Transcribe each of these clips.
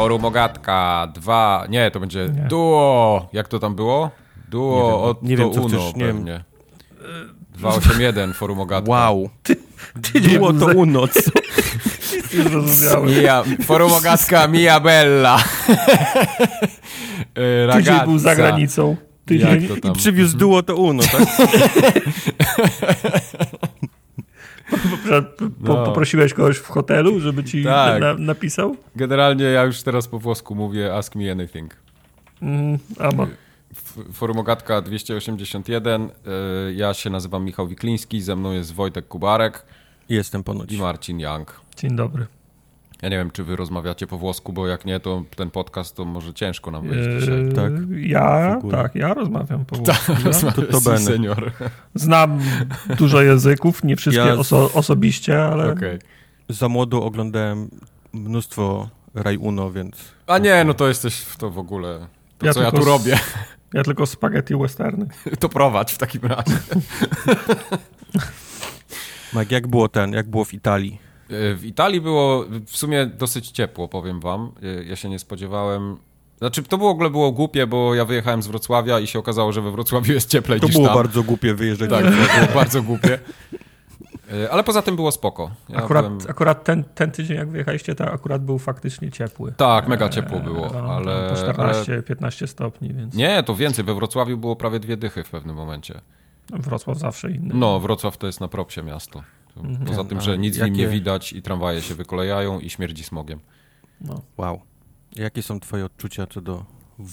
Forum Ogatka 2, nie, to będzie Duo, jak to tam było? Duo od nie wiem, co Uno chcesz, pewnie. 281 Forum Ogatka. Wow. Ty nie Duo to Uno. nie zrozumiałem. Forum Ogatka Mia Bella. Tydzień był za granicą. Tydzień. I przywiózł Duo to Uno, tak? Poprosiłeś kogoś w hotelu, żeby ci napisał? Generalnie ja już teraz po włosku mówię ask me anything. Forum Ogatka 281. Ja się nazywam Michał Wikliński, ze mną jest Wojtek Kubarek. Jestem ponoć. I Marcin Young. Dzień dobry. Ja nie wiem, czy wy rozmawiacie po włosku, bo jak nie, to ten podcast to może ciężko nam wyjść dzisiaj. Tak. Ja rozmawiam po włosku. To będę. Senior. Znam dużo języków, nie wszystkie osobiście, ale... Okay. Za młodu oglądałem mnóstwo Rai Uno, więc... A nie, no to jesteś to w ogóle... To, co ja tu robię. Ja tylko spaghetti westerny. To prowadź w takim razie. Mike, jak było w Italii? W Italii było w sumie dosyć ciepło, powiem wam. Ja się nie spodziewałem... Znaczy, to w ogóle było głupie, bo ja wyjechałem z Wrocławia i się okazało, że we Wrocławiu jest cieplej niż tam. To było bardzo głupie wyjeżdżać. Tak, to było bardzo głupie. Ale poza tym było spoko. Akurat ten tydzień, jak wyjechaliście, to akurat był faktycznie ciepły. Tak, mega ciepło było, ale... Po 14-15 stopni, więc... Nie, to więcej. We Wrocławiu było prawie 2 dychy w pewnym momencie. Wrocław zawsze inny. No, Wrocław to jest na propsie miasto. Poza tym, że nic w nim nie widać i tramwaje się wykolejają i śmierdzi smogiem. No. Wow. Jakie są twoje odczucia co do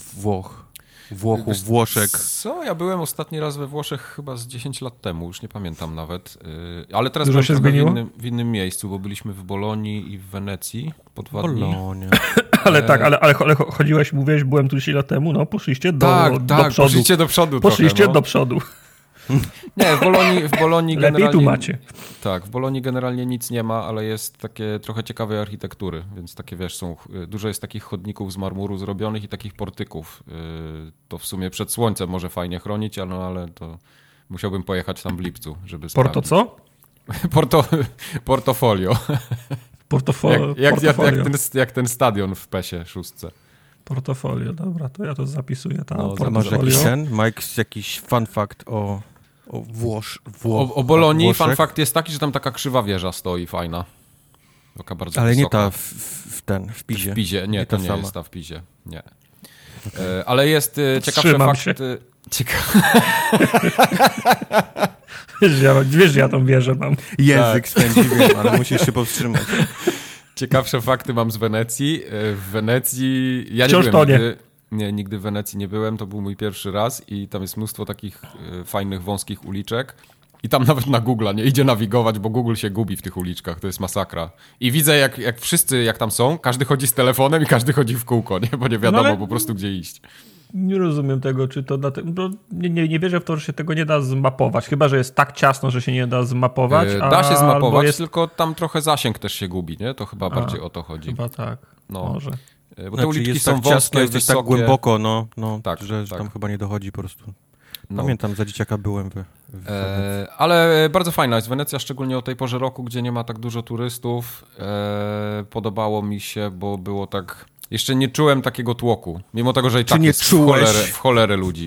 Włoszek? Co? Ja byłem ostatni raz we Włoszech chyba z 10 lat temu, już nie pamiętam nawet. Ale teraz Dużo się zmieniło? W innym miejscu, bo byliśmy w Bolonii i w Wenecji po 2 dni. Ale chodziłeś, mówiłeś, byłem tu 10 lat temu, no poszliście do przodu. Poszliście do przodu Poszliście trochę, do przodu. Nie, w Bolonii lepiej generalnie... tu macie. Tak, w Bolonii generalnie nic nie ma, ale jest takie trochę ciekawej architektury, więc takie, wiesz, dużo jest takich chodników z marmuru zrobionych i takich portyków. To w sumie przed słońcem może fajnie chronić, ale to musiałbym pojechać tam w lipcu, żeby Porto co? Portofolio. Portofolio. Jak ten stadion w PES-ie 6. Portofolio, dobra, to ja to zapisuję tam. No, masz Mike, jakiś fun fact o O Bolonii fun fact jest taki, że tam taka krzywa wieża stoi, fajna. Taka bardzo ale wysoka. nie ta w Pizie. W Pizie, nie, to nie sama. jest ta w Pizie, nie. Okay. Ale jest ciekawszy fakt... Wiesz, że ja tą wieżę mam. Język spędzi, wiem, ale musisz się powstrzymać. Ciekawsze fakty mam z Wenecji. W Wenecji... Ja Wciąż nie byłem nigdy w Wenecji nie byłem, to był mój pierwszy raz i tam jest mnóstwo takich fajnych, wąskich uliczek. I tam nawet na Google'a nie idzie nawigować, bo Google się gubi w tych uliczkach, to jest masakra. I widzę, jak wszyscy, jak tam są, każdy chodzi z telefonem i każdy chodzi w kółko, nie? Bo nie wiadomo po prostu, gdzie iść. Nie rozumiem tego, czy to... Nie wierzę w to, że się tego nie da zmapować, chyba że jest tak ciasno, że się nie da zmapować. Da się zmapować, tylko tam trochę zasięg też się gubi, nie? To chyba bardziej o to chodzi. Chyba tak, może. Bo te uliczki są tak wąskie, ciasno, jest tak głęboko, że tak. tam chyba nie dochodzi po prostu. Pamiętam, za dzieciaka byłem w ale bardzo fajna jest Wenecja, szczególnie o tej porze roku, gdzie nie ma tak dużo turystów. Podobało mi się, bo było tak... Jeszcze nie czułem takiego tłoku, mimo tego, że i tak jest w cholerę ludzi.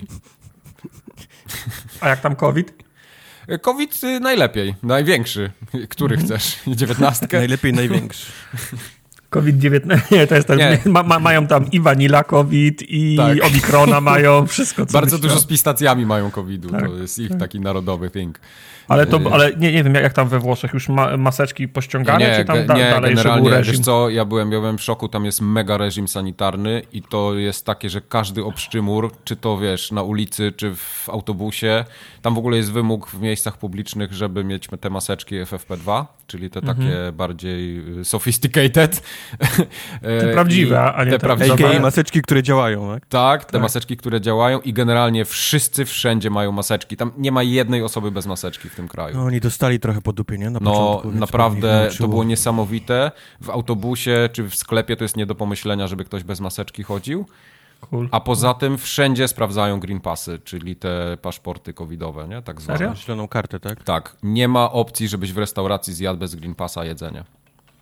A jak tam COVID? COVID najlepiej, największy. Który chcesz? 19? Najlepiej największy. COVID-19, nie, to jest tak, mają tam i vanilla COVID, i Omikrona mają, wszystko co bardzo dużo z pistacjami mają COVID-u, to jest ich taki narodowy thing. Ale nie wiem, jak tam we Włoszech już maseczki pościągane, czy tam dalej generalnie, reżim? Wiesz co, ja byłem w szoku, tam jest mega reżim sanitarny i to jest takie, że każdy obszczymur, czy to wiesz, na ulicy, czy w autobusie, tam w ogóle jest wymóg w miejscach publicznych, żeby mieć te maseczki FFP2, czyli te takie bardziej sophisticated. Te prawdziwe, a nie te prawdziwe. Maseczki, które działają, tak? Tak, te maseczki, które działają i generalnie wszyscy wszędzie mają maseczki. Tam nie ma jednej osoby bez maseczki w tym kraju. No oni dostali trochę po dupie, nie? Na początku, naprawdę to było niesamowite. W autobusie czy w sklepie to jest nie do pomyślenia, żeby ktoś bez maseczki chodził. Cool. A poza tym wszędzie sprawdzają green passy, czyli te paszporty covidowe, nie? Tak zwane. Serio? Zieloną kartę, tak? Tak. Nie ma opcji, żebyś w restauracji zjadł bez green passa jedzenie.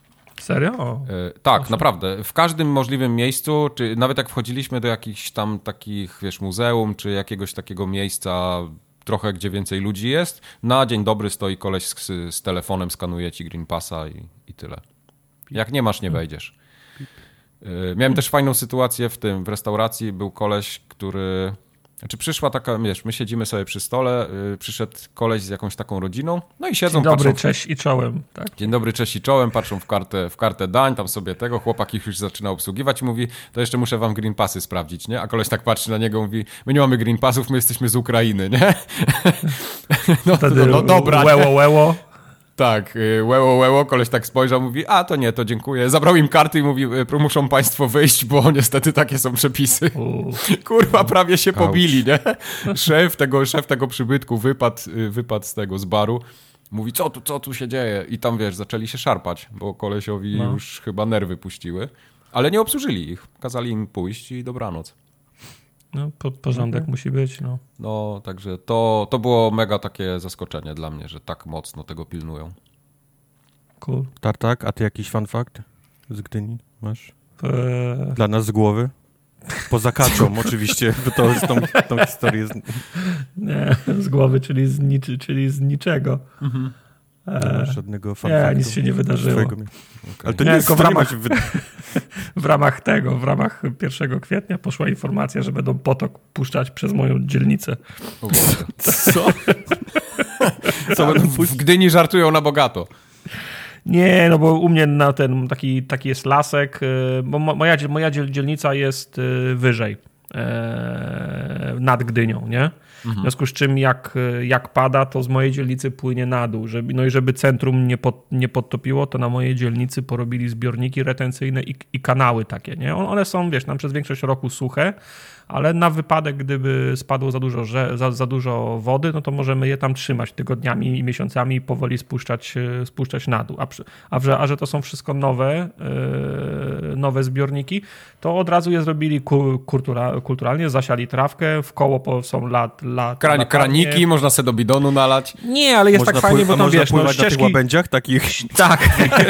Serio? O. Tak, naprawdę. W każdym możliwym miejscu, czy nawet jak wchodziliśmy do jakichś tam takich, wiesz, muzeum, czy jakiegoś takiego miejsca trochę, gdzie więcej ludzi jest, na dzień dobry stoi koleś z telefonem, skanuje ci Green Passa i tyle. Jak nie masz, nie wejdziesz. Miałem też fajną sytuację w restauracji, był koleś, który... Znaczy przyszła taka, wiesz, my siedzimy sobie przy stole, przyszedł koleś z jakąś taką rodziną, no i siedzą, Dzień dobry, patrzą... cześć i czołem. Tak. Dzień dobry, cześć i czołem, patrzą w kartę dań, tam sobie tego, chłopak ich już zaczyna obsługiwać i mówi, to jeszcze muszę wam Green Passy sprawdzić, nie? A koleś tak patrzy na niego, mówi, my nie mamy Green Passów, my jesteśmy z Ukrainy, nie? No, Wtedy no dobra, łeło. Tak, łeło, koleś tak spojrzał, mówi, a to nie, to dziękuję. Zabrał im karty i mówi, muszą państwo wyjść, bo niestety takie są przepisy. Kurwa, prawie się pobili, nie? Szef tego przybytku wypadł z baru. Mówi, co tu się dzieje? I tam, wiesz, zaczęli się szarpać, bo kolesiowi już chyba nerwy puściły. Ale nie obsłużyli ich. Kazali im pójść i dobranoc. No, porządek musi być, no. No, także to było mega takie zaskoczenie dla mnie, że tak mocno tego pilnują. Cool. Tartak, a ty jakiś fun fact z Gdyni masz? Dla nas z głowy? Poza kaczą oczywiście, bo to jest tą historię. Nie, z głowy, czyli z niczego. Nie masz żadnego fun Nie, factu nic się nie wydarzyło. Okay. Ale to nie, nie jest tylko w w ramach 1 kwietnia poszła informacja, że będą potok puszczać przez moją dzielnicę. Co? W Gdyni żartują na bogato. Nie, no bo u mnie na ten taki jest lasek, bo moja dzielnica jest wyżej nad Gdynią, nie? W związku z czym jak pada, to z mojej dzielnicy płynie na dół. Żeby centrum nie podtopiło, to na mojej dzielnicy porobili zbiorniki retencyjne i kanały takie, nie? One są, wiesz, nam przez większość roku suche, ale na wypadek, gdyby spadło za dużo wody, no to możemy je tam trzymać tygodniami i miesiącami i powoli spuszczać na dół. A że to są wszystko nowe zbiorniki, to od razu je zrobili kulturalnie, zasiali trawkę, w koło są Kraniki, można sobie do bidonu nalać. Nie, ale jest tak fajnie, bo tam wiesz, na tych łabędziach takich. Tak.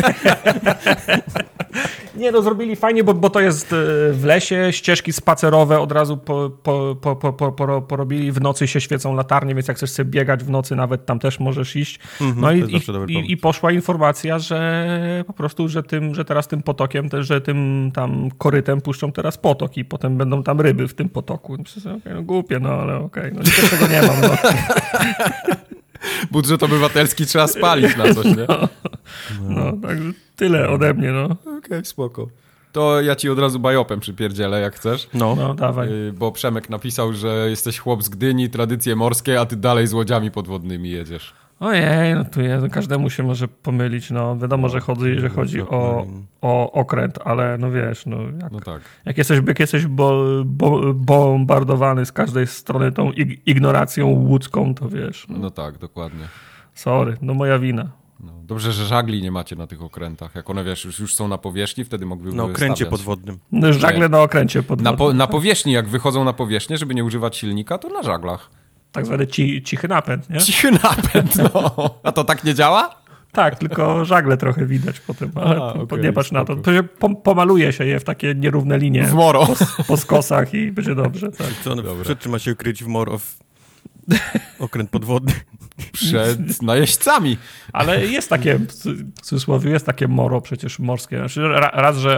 Nie, no zrobili fajnie, bo to jest w lesie, ścieżki spacerowe od razu porobili, w nocy się świecą latarnie, więc jak chcesz sobie biegać w nocy, nawet tam też możesz iść. No i poszła informacja, że po prostu, że teraz tym potokiem, że tym tam korytem puszczą teraz potok i potem będą tam ryby w tym potoku. Okay, no głupie, no ale okej, no nic tego nie mam. No. Budżet obywatelski trzeba spalić na coś, nie? No, także tyle ode mnie, no. Okej, spoko. To ja ci od razu bajopem przypierdzielę, jak chcesz. No, dawaj. Bo Przemek napisał, że jesteś chłop z Gdyni, tradycje morskie, a ty dalej z łodziami podwodnymi jedziesz. Ojej, no tu każdemu się może pomylić, no wiadomo, że chodzi o okręt, ale no wiesz, no tak. jak jesteś bombardowany z każdej strony tą ignoracją łódzką, to wiesz. No tak, dokładnie. Sorry, no moja wina. No, dobrze, że żagli nie macie na tych okrętach. Jak one, wiesz, już są na powierzchni, wtedy mogliby na okręcie stawiać. podwodnym. No, żagle na okręcie podwodnym. Na powierzchni, jak wychodzą na powierzchnię, żeby nie używać silnika, to na żaglach. Tak zwany cichy napęd, nie? Cichy napęd, no. A to tak nie działa? Tak, tylko żagle trochę widać potem, ale nie patrz na to. Pomaluje się je w takie nierówne linie. W moro. Po skosach i będzie dobrze. Tak. Przed czym ma się kryć w moro? Okręt podwodny. Przed najeźdźcami. Ale jest takie, w cudzysłowie, jest takie moro przecież morskie. Znaczy, raz, że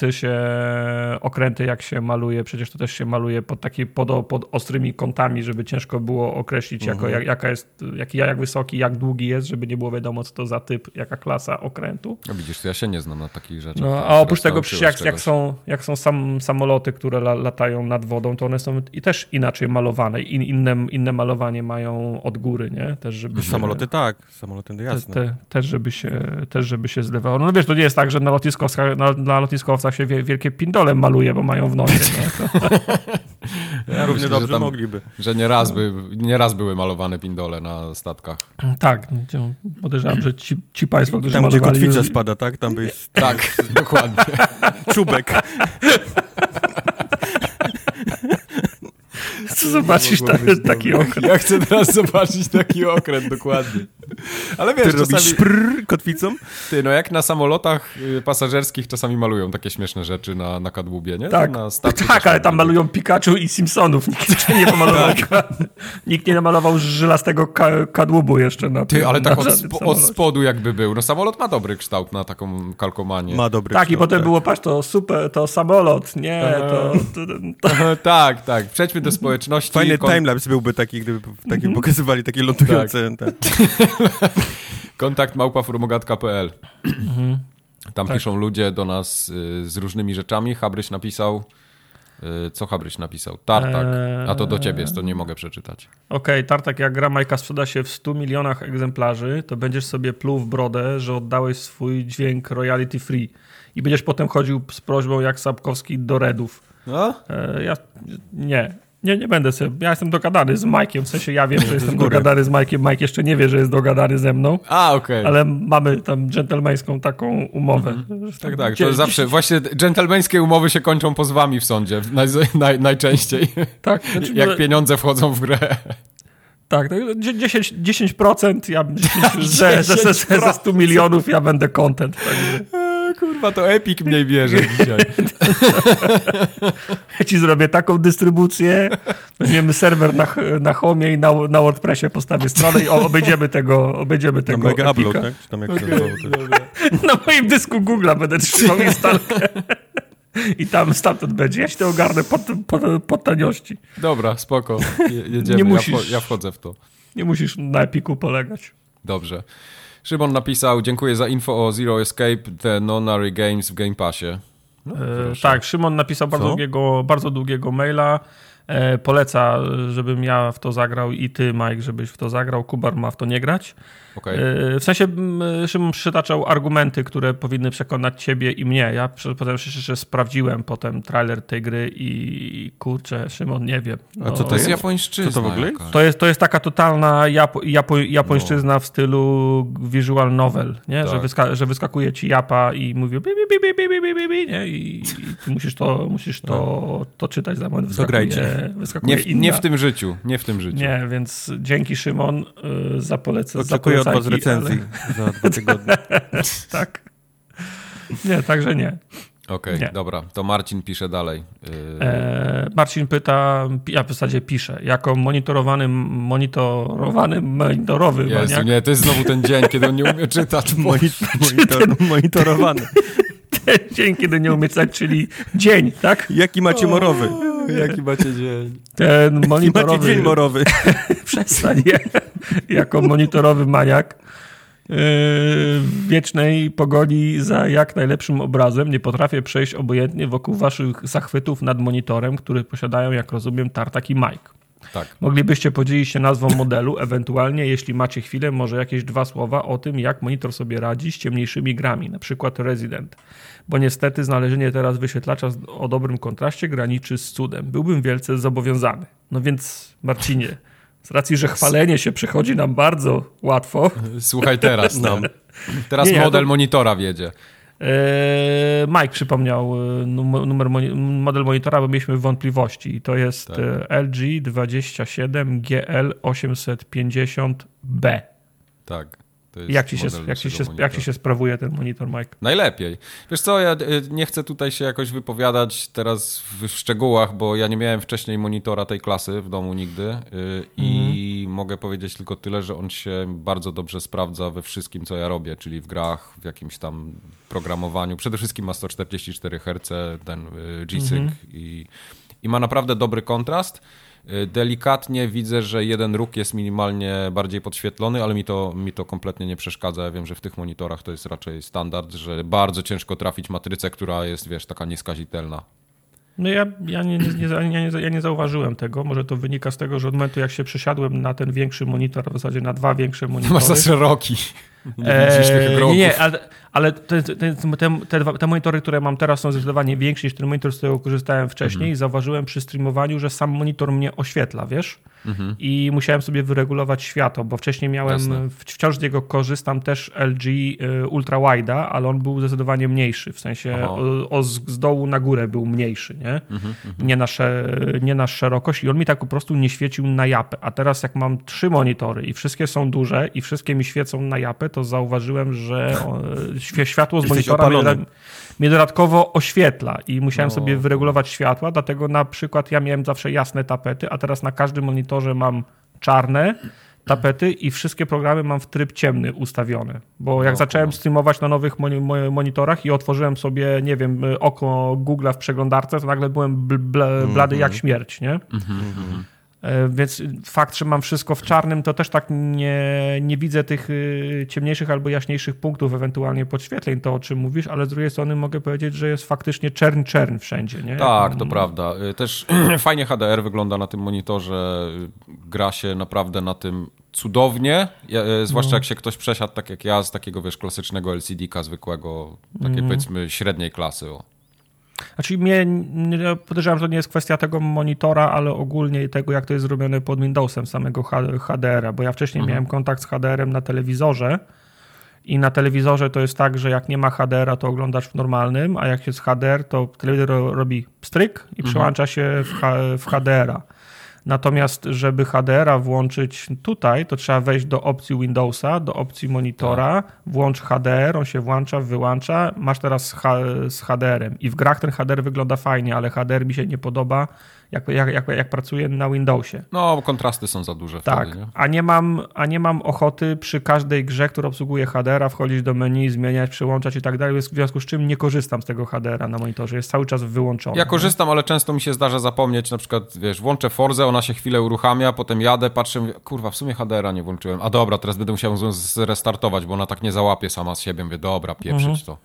okręty jak się maluje, przecież to też się maluje pod ostrymi kątami, żeby ciężko było określić jak wysoki, jak długi jest, żeby nie było wiadomo, co to za typ, jaka klasa okrętu. No widzisz, to ja się nie znam na takich rzeczach. No, a oprócz tego, jak są samoloty, które latają nad wodą, to one są i też inaczej malowane. Inne malowanie mają od góry, nie? Też, żeby samoloty tak, samoloty to jasne. Też, żeby się zlewało. No wiesz, to nie jest tak, że na lotniskowcach się wielkie pindole maluje, bo mają w nosie. Nie? Ja równie dobrze mogliby. Że nie raz były malowane pindole na statkach. Tak, podejrzewam, że ci państwo, którzy tam, malowali... Tam, gdzie kotwica spada, tak? Tam by jest... Tak, dokładnie. Czubek. Chcę zobaczyć taki okręt. Ja chcę teraz zobaczyć taki okręt, dokładnie. Ale wiesz, Ty robisz czasami... szprrr kotwicą? Ty, no jak na samolotach pasażerskich czasami malują takie śmieszne rzeczy na kadłubie, nie? Tak, Na stacji tak, też ale tam malują Pikachu i Simpsonów. Nikt jeszcze nie pomalował. Nikt nie namalował żelastego kadłubu jeszcze na Ty, ale na tak od samolocie. spodu jakby był. No samolot ma dobry kształt na taką kalkomanię. Ma dobry Tak, i kształt, potem tak. było, patrz, to super, to samolot, nie, to Tak, tak. Przejdźmy do społeczności. Fajny timelapse byłby taki, gdyby pokazywali takie lotujące... Tak. Kontakt @formogatka.pl. Tam piszą ludzie do nas z różnymi rzeczami. Habryś napisał... Co Habryś napisał? Tartak. A to do ciebie jest, to nie mogę przeczytać. Okej, Tartak, jak gra Majka sprzeda się w 100 milionach egzemplarzy, to będziesz sobie pluł w brodę, że oddałeś swój dźwięk royalty free i będziesz potem chodził z prośbą jak Sapkowski do Redów. No? Nie będę sobie. Ja jestem dogadany z Majkiem, w sensie ja wiem, że jestem dogadany z Majkiem. Mike jeszcze nie wie, że jest dogadany ze mną. Okej. Ale mamy tam dżentelmeńską taką umowę. Tak. To zawsze, właśnie dżentelmeńskie umowy się kończą pozwami w sądzie, najczęściej. Tak, Jak pieniądze wchodzą w grę. Tak, 10%, ja 10%, ze 100 milionów ja będę content. Także. Kurwa, to Epic mniej bierze dzisiaj. Ja ci zrobię taką dystrybucję, weźmiemy serwer na Homie i na WordPressie postawię stronę i obejdziemy tego Mega upload, Epica. tak? Czy tam jak się nazywało to? Na moim dysku Google'a będę trzymał instalkę. I tam stamtąd będzie. Ja się to ogarnę po taniości. Dobra, spoko. Jedziemy. Nie musisz. Ja wchodzę w to. Nie musisz na Epiku polegać. Dobrze. Szymon napisał, dziękuję za info o Escape the Nonary Games w Game Passie. No, tak, Szymon napisał bardzo długiego maila. Poleca, żebym ja w to zagrał i ty, Mike, żebyś w to zagrał. Kubar ma w to nie grać. Okay. W sensie Szymon przytaczał argumenty, które powinny przekonać ciebie i mnie. Ja potem jeszcze sprawdziłem potem trailer tej gry i kurczę, Szymon, nie wiem. No, a co to jest? Japońszczyzna. Co to w ogóle? To jest taka totalna japońszczyzna w stylu visual novel, nie? Tak. Że wyskakuje ci japa i mówi bi, bi, bi, bi, bi, bi, bi, bi, nie? I ty musisz to czytać za moment. Wyskakuje nie w tym życiu. Nie, więc dzięki Szymon za polecenie. Oczekuję od was recenzji za 2 tygodnie. Tak. Nie, także nie. Okej, dobra. To Marcin pisze dalej. Marcin pyta, ja w zasadzie piszę, jako monitorowy Jezu, maniak. nie, to jest znowu ten dzień, kiedy on nie umie czytać. Monitorowany. Ten dzień, kiedy nie umie czytać, czyli dzień, tak? Jaki macie morowy? Jaki macie dzień? Ten monitorowy... Jaki macie dzień morowy? Przestań, jako monitorowy maniak w wiecznej pogoni za jak najlepszym obrazem nie potrafię przejść obojętnie wokół waszych zachwytów nad monitorem, który posiadają, jak rozumiem, Tartak i Mike. Tak. Moglibyście podzielić się nazwą modelu, ewentualnie, jeśli macie chwilę, może jakieś 2 słowa o tym, jak monitor sobie radzi z ciemniejszymi grami, na przykład Resident. Bo niestety znalezienie teraz wyświetlacza o dobrym kontraście graniczy z cudem. Byłbym wielce zobowiązany. No więc, Marcinie, z racji, że chwalenie się przychodzi nam bardzo łatwo. Słuchaj teraz. Teraz model monitora wiedzie. Mike przypomniał model monitora, bo mieliśmy wątpliwości. I to jest LG 27 GL850B. Tak. Jak ci się sprawuje ten monitor, Mike? Najlepiej. Wiesz co, ja nie chcę tutaj się jakoś wypowiadać teraz w szczegółach, bo ja nie miałem wcześniej monitora tej klasy w domu nigdy i mogę powiedzieć tylko tyle, że on się bardzo dobrze sprawdza we wszystkim, co ja robię, czyli w grach, w jakimś tam programowaniu. Przede wszystkim ma 144 Hz, ten G-Sync i ma naprawdę dobry kontrast. Delikatnie widzę, że jeden róg jest minimalnie bardziej podświetlony, ale mi to kompletnie nie przeszkadza. Ja wiem, że w tych monitorach to jest raczej standard, że bardzo ciężko trafić matrycę, która jest, wiesz, taka nieskazitelna. No ja nie zauważyłem tego. Może to wynika z tego, że od momentu jak się przesiadłem na ten większy monitor, w zasadzie na 2 większe monitory. Masz za szeroki. Ale te monitory, które mam teraz, są zdecydowanie większe niż ten monitor, z którego korzystałem wcześniej i zauważyłem przy streamowaniu, że sam monitor mnie oświetla, wiesz? I musiałem sobie wyregulować światło, bo wcześniej miałem, wciąż z niego korzystam też LG Ultra Wide'a, ale on był zdecydowanie mniejszy, w sensie z dołu na górę był mniejszy, nie? Nie na szerokość i on mi tak po prostu nie świecił na japę. A teraz jak mam 3 monitory i wszystkie są duże i wszystkie mi świecą na japę, to zauważyłem, że światło z monitora mnie dodatkowo oświetla i musiałem sobie wyregulować światła, dlatego na przykład ja miałem zawsze jasne tapety, a teraz na każdym monitorze mam czarne tapety i wszystkie programy mam w tryb ciemny ustawione, bo jak zacząłem streamować na nowych monitorach i otworzyłem sobie, nie wiem, oko Google'a w przeglądarce, to nagle byłem blady jak śmierć, nie? Więc fakt, że mam wszystko w czarnym, to też tak nie widzę tych ciemniejszych albo jaśniejszych punktów, ewentualnie podświetleń, to o czym mówisz, ale z drugiej strony mogę powiedzieć, że jest faktycznie czern wszędzie. Nie? Tak, to prawda. Też fajnie HDR wygląda na tym monitorze, gra się naprawdę na tym cudownie, zwłaszcza jak się ktoś przesiadł, tak jak ja, z takiego, wiesz, klasycznego LCD-ka zwykłego, takiej powiedzmy średniej klasy. Znaczy podejrzewam, że to nie jest kwestia tego monitora, ale ogólnie tego, jak to jest zrobione pod Windowsem, samego HDR-a, bo ja wcześniej miałem kontakt z HDR-em na telewizorze i na telewizorze to jest tak, że jak nie ma HDR-a, to oglądasz w normalnym, a jak jest HDR, to telewizor robi pstryk i przełącza się w HDR-a. Natomiast, żeby HDR-a włączyć tutaj, to trzeba wejść do opcji Windowsa, do opcji monitora, włącz HDR, on się włącza, wyłącza, masz teraz z HDR-em. I w grach ten HDR wygląda fajnie, ale HDR mi się nie podoba, jak pracuję na Windowsie. No, bo kontrasty są za duże tak, wtedy, nie? A nie mam ochoty przy każdej grze, która obsługuje HDR-a, wchodzić do menu, zmieniać, przełączać i tak dalej, w związku z czym nie korzystam z tego HDR-a na monitorze, jest cały czas wyłączony. Ja korzystam, ale często mi się zdarza zapomnieć, na przykład, wiesz, włączę Forzę, ona się chwilę uruchamia, potem jadę, patrzę, mówię, kurwa, w sumie HDR-a nie włączyłem. A dobra, teraz będę musiał zrestartować, bo ona tak nie załapie sama z siebie. Mówię, dobra, pieprzyć to.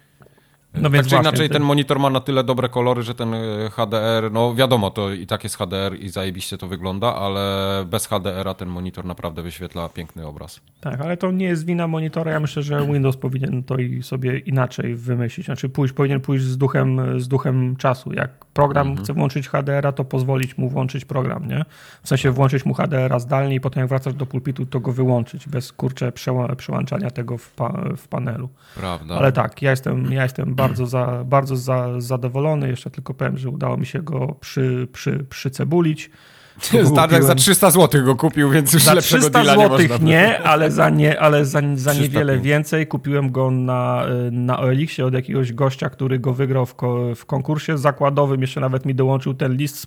No więc tak czy inaczej ten monitor ma na tyle dobre kolory, że ten HDR, no wiadomo, to i tak jest HDR i zajebiście to wygląda, ale bez HDR-a ten monitor naprawdę wyświetla piękny obraz. Tak, ale to nie jest wina monitora, ja myślę, że Windows powinien to i sobie inaczej wymyślić, znaczy powinien pójść z duchem czasu. Jak program chce włączyć HDR-a, to pozwolić mu włączyć program, nie? W sensie włączyć mu HDR-a zdalnie i potem jak wracasz do pulpitu, to go wyłączyć bez przełączania tego w panelu. Prawda. Ale tak, ja jestem bardzo zadowolony. Jeszcze tylko powiem, że udało mi się go przycebulić. Starek za 300 zł go kupił, więc już lepszego deala nie można. 300 zł nie, ale za niewiele więcej. Kupiłem go na OLX-ie od jakiegoś gościa, który go wygrał w konkursie zakładowym. Jeszcze nawet mi dołączył ten list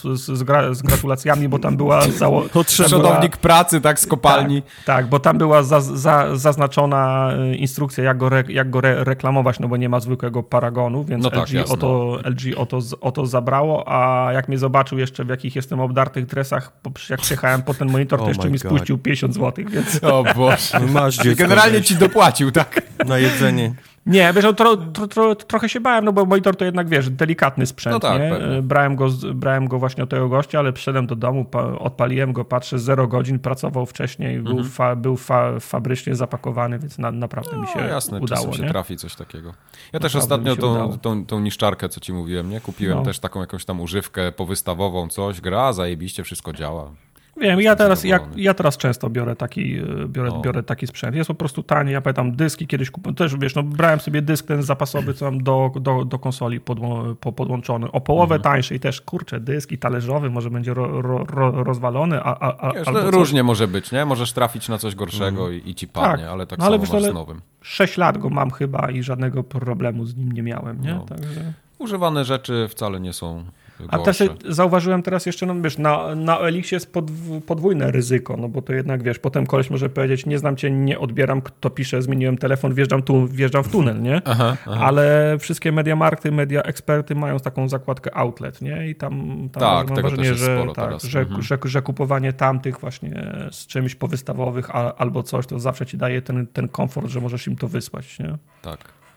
z gratulacjami, bo tam była przodownik pracy, tak, z kopalni. Tak, bo tam była zaznaczona instrukcja, jak go reklamować, no bo nie ma zwykłego paragonu, więc no tak, LG o to zabrało, a jak mnie zobaczył jeszcze, w jakich jestem obdarty dresach, jak przyjechałem po ten monitor, to jeszcze mi spuścił 50 zł, więc... O Boże. Masz dziecko, generalnie ci dopłacił, tak? Na jedzenie. Nie, wiesz, trochę się bałem, no bo monitor to jednak, wiesz, delikatny sprzęt, no tak, nie? Brałem go właśnie od tego gościa, ale przyszedłem do domu, odpaliłem go, patrzę, 0 godzin, pracował wcześniej, był fabrycznie zapakowany, więc naprawdę mi się jasne, udało. Czasem się trafi coś takiego. Ja też ostatnio tą niszczarkę, co ci mówiłem, nie? Kupiłem też taką jakąś tam używkę powystawową, coś, gra, zajebiście, wszystko działa. Wiem, ja teraz często biorę taki sprzęt. Jest po prostu tanie. Ja pamiętam dyski kiedyś też, wiesz, no brałem sobie dysk ten zapasowy, co mam do konsoli podłączony. O połowę tańszy i też, kurczę, dysk i talerzowy może będzie rozwalony. Wiesz, różnie może być, nie? Możesz trafić na coś gorszego i ci padnie, tak, ale tak samo masz z nowym. 6 lat go mam chyba i żadnego problemu z nim nie miałem, nie? Także... Używane rzeczy wcale nie są gorsze. A też zauważyłem teraz jeszcze, no wiesz, na OLX jest podwójne ryzyko, no bo to jednak, wiesz, potem koleś może powiedzieć, nie znam cię, nie odbieram, kto pisze, zmieniłem telefon, wjeżdżam w tunel, nie? Aha. Ale wszystkie MediaMarkty, Media Experty mają taką zakładkę outlet, nie? I tam tak, mam tego wrażenie, też jest sporo teraz. Że kupowanie tamtych właśnie z czymś powystawowych albo coś, to zawsze ci daje ten komfort, że możesz im to wysłać, nie? Tak.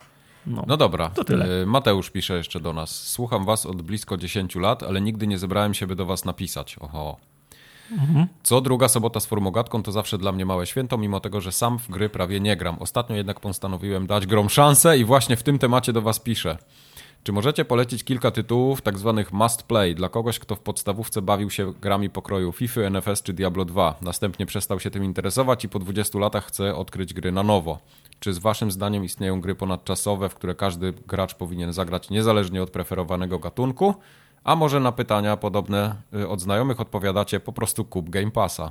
No dobra, to tyle. Mateusz pisze jeszcze do nas. Słucham was od blisko 10 lat, ale nigdy nie zebrałem się, by do was napisać. Oho. Co druga sobota z Formogatką to zawsze dla mnie małe święto, mimo tego, że sam w gry prawie nie gram. Ostatnio jednak postanowiłem dać grom szansę i właśnie w tym temacie do was piszę. Czy możecie polecić kilka tytułów, tak zwanych must play, dla kogoś, kto w podstawówce bawił się grami pokroju FIFA, NFS czy Diablo 2, następnie przestał się tym interesować i po 20 latach chce odkryć gry na nowo? Czy z waszym zdaniem istnieją gry ponadczasowe, w które każdy gracz powinien zagrać niezależnie od preferowanego gatunku? A może na pytania podobne od znajomych odpowiadacie po prostu kup Game Passa?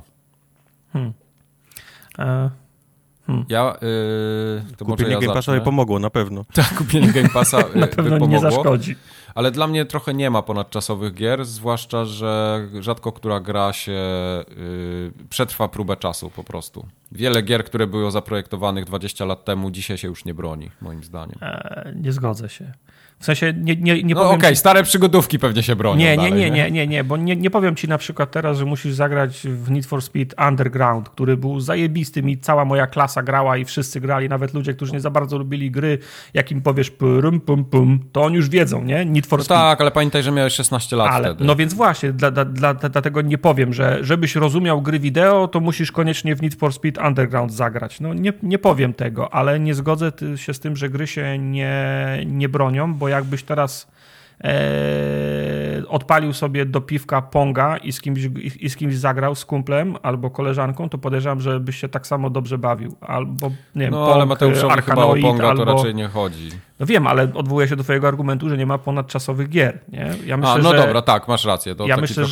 Ja, to kupienie Game Passa by pomogło, na pewno. Tak, kupienie Game Passa na pewno by nie zaszkodzi. Ale dla mnie trochę nie ma ponadczasowych gier, zwłaszcza, że rzadko która gra się przetrwa próbę czasu po prostu. Wiele gier, które były zaprojektowanych 20 lat temu, dzisiaj się już nie broni, moim zdaniem. Nie zgodzę się. W sensie nie no powiem okej, stare przygodówki pewnie się bronią. Nie, bo nie powiem ci na przykład teraz, że musisz zagrać w Need for Speed Underground, który był zajebistym i cała moja klasa grała i wszyscy grali, nawet ludzie, którzy nie za bardzo lubili gry, jak im powiesz pum, pum, pum, to oni już wiedzą, nie? Need for Speed. Tak, ale pamiętaj, że miałeś 16 lat wtedy. No więc właśnie, dlatego nie powiem, że żebyś rozumiał gry wideo, to musisz koniecznie w Need for Speed Underground zagrać. No nie powiem tego, ale nie zgodzę się z tym, że gry się nie bronią, bo jakbyś teraz odpalił sobie do piwka Ponga i z kimś zagrał, z kumplem albo koleżanką, to podejrzewam, że byś się tak samo dobrze bawił. Albo, nie wiem, no Pong, ale Mateuszowi chyba o Ponga albo... to raczej nie chodzi. No wiem, ale odwołuję się do twojego argumentu, że nie ma ponadczasowych gier. Nie? Ja myślę, dobra, tak, masz rację. To myślę,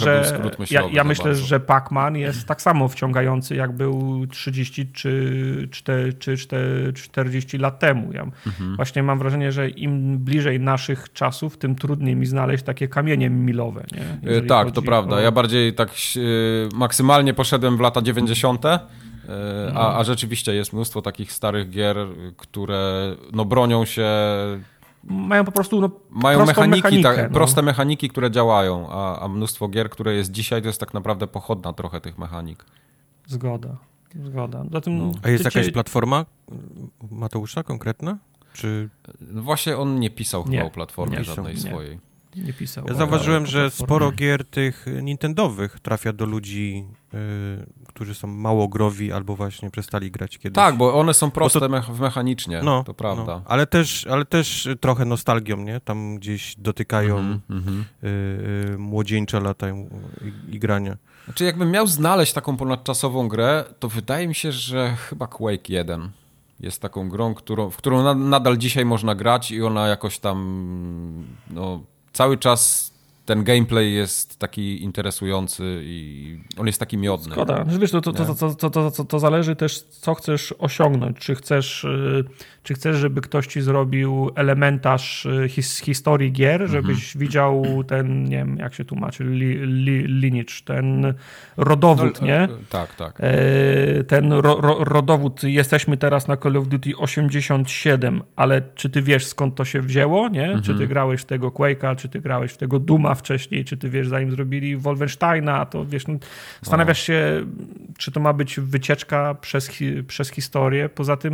że Pac-Man jest tak samo wciągający, jak był 30 czy 40 lat temu. Właśnie mam wrażenie, że im bliżej naszych czasów, tym trudniej mi znaleźć takie kamienie milowe. Nie? Tak, to prawda. Ja bardziej tak maksymalnie poszedłem w lata 90., a rzeczywiście jest mnóstwo takich starych gier, które bronią się... Mają po prostu mają proste mechaniki, które działają, a mnóstwo gier, które jest dzisiaj, to jest tak naprawdę pochodna trochę tych mechanik. Zgoda. Zatem, A jest jakaś platforma Mateusza konkretna? Czy... Właśnie on nie pisał chyba o platformie żadnej swojej. Nie pisał. Ja zauważyłem, że sporo gier tych nintendowych trafia do ludzi, którzy są małogrowi albo właśnie przestali grać kiedyś. Tak, bo one są proste mechanicznie, to prawda. No. Ale też trochę nostalgią, nie? Tam gdzieś dotykają młodzieńcze lata i grania. Znaczy jakbym miał znaleźć taką ponadczasową grę, to wydaje mi się, że chyba Quake 1 jest taką grą, w którą nadal dzisiaj można grać i ona jakoś tam cały czas ten gameplay jest taki interesujący i on jest taki miodny. Szkoda. Wiesz, to zależy też, co chcesz osiągnąć. Czy chcesz, żeby ktoś ci zrobił elementarz historii gier, żebyś widział ten, nie wiem, jak się tłumaczy, lineage, ten rodowód, nie? Tak. Ten rodowód, jesteśmy teraz na Call of Duty 87, ale czy ty wiesz, skąd to się wzięło, nie? Czy ty grałeś w tego Quake'a, czy ty grałeś w tego Dooma wcześniej, czy ty wiesz, zanim zrobili Wolfensteina, to wiesz, zastanawiasz się, czy to ma być wycieczka przez historię. Poza tym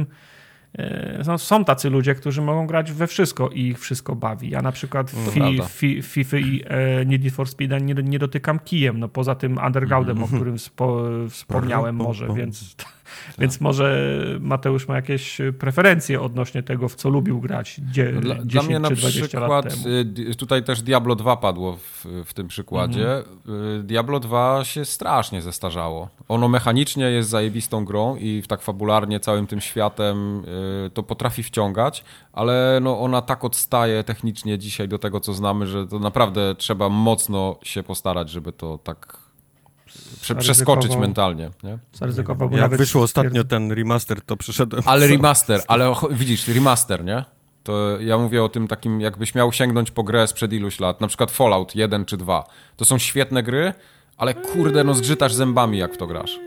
są tacy ludzie, którzy mogą grać we wszystko i ich wszystko bawi. Ja na przykład FIFA i Need for Speed'a nie dotykam kijem, poza tym Undergroundem, o którym wspomniałem może, więc może Mateusz ma jakieś preferencje odnośnie tego, w co lubił grać 10 dla mnie na czy 20 przykład, lat temu. Tutaj też Diablo 2 padło w tym przykładzie. Diablo 2 się strasznie zestarzało. Ono mechanicznie jest zajebistą grą i tak fabularnie całym tym światem to potrafi wciągać, ale ona tak odstaje technicznie dzisiaj do tego, co znamy, że to naprawdę trzeba mocno się postarać, żeby to tak przeskoczyć mentalnie. Nie? Zaryzykował, jak wyszło ostatnio ten remaster, to przyszedłem. Ale remaster, widzisz, remaster, nie? To ja mówię o tym takim, jakbyś miał sięgnąć po grę sprzed iluś lat, na przykład Fallout 1 czy 2. To są świetne gry, ale kurde, zgrzytasz zębami, jak w to grasz.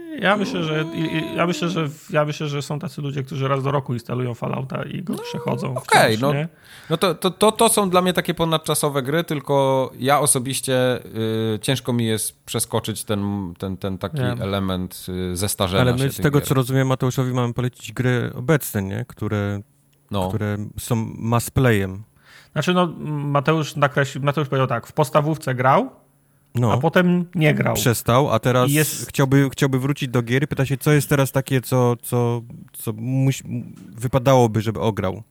Ja myślę, że są tacy ludzie, którzy raz do roku instalują Fallouta i go przechodzą. Okej, to są dla mnie takie ponadczasowe gry, tylko ja osobiście ciężko mi jest przeskoczyć ten taki element zestarzenia się. Ale my z tego, co rozumiem, Mateuszowi mamy polecić gry obecne, nie? Które są mass playem. Znaczy, Mateusz powiedział tak, w podstawówce grał, No. A potem nie grał. Przestał, a teraz Jest... chciałby wrócić do gier i pyta się, co jest teraz takie, co wypadałoby, żeby ograł.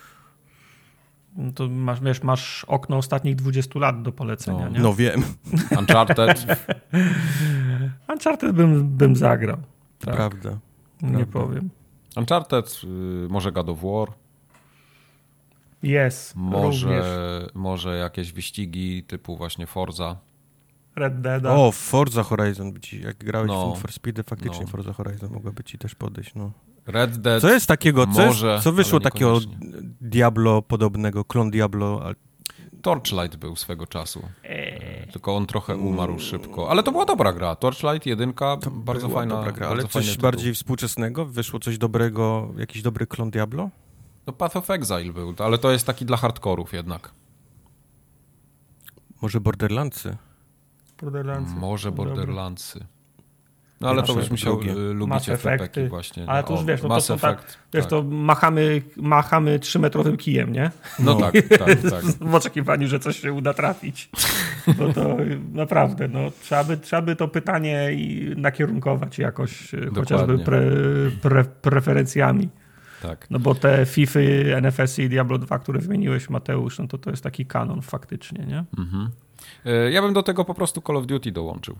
To masz okno ostatnich 20 lat do polecenia, nie? No wiem. Uncharted. Uncharted bym zagrał. Tak. Prawda. Nie powiem. Uncharted, może God of War. Jest. Może jakieś wyścigi typu właśnie Forza. Red Dead. O, Forza Horizon. Jak grałeś w For Speed, faktycznie Forza Horizon mogłaby ci też podejść. No. Red Dead. Co jest takiego, może, co wyszło takiego Diablo podobnego, klon Diablo? Torchlight był swego czasu. Tylko on trochę umarł szybko. Ale to była dobra gra. Torchlight 1, bardzo fajna dobra gra. Ale coś bardziej współczesnego? Wyszło coś dobrego, jakiś dobry klon Diablo? No Path of Exile był, ale to jest taki dla hardkorów jednak. Może Borderlandsy? Może Borderlandsy. No ale to już musiał lubicie FPP-ki właśnie. Ale to już wiesz, no Mass to są Effect, wiesz, to machamy 3-metrowym kijem, nie? No tak. W oczekiwaniu, że coś się uda trafić. Bo to naprawdę, no, trzeba by to pytanie nakierunkować jakoś, chociażby preferencjami. Tak. No bo te FIFA, NFS i Diablo 2, które wymieniłeś, Mateusz, no to jest taki kanon faktycznie, nie? Mhm. Ja bym do tego po prostu Call of Duty dołączył.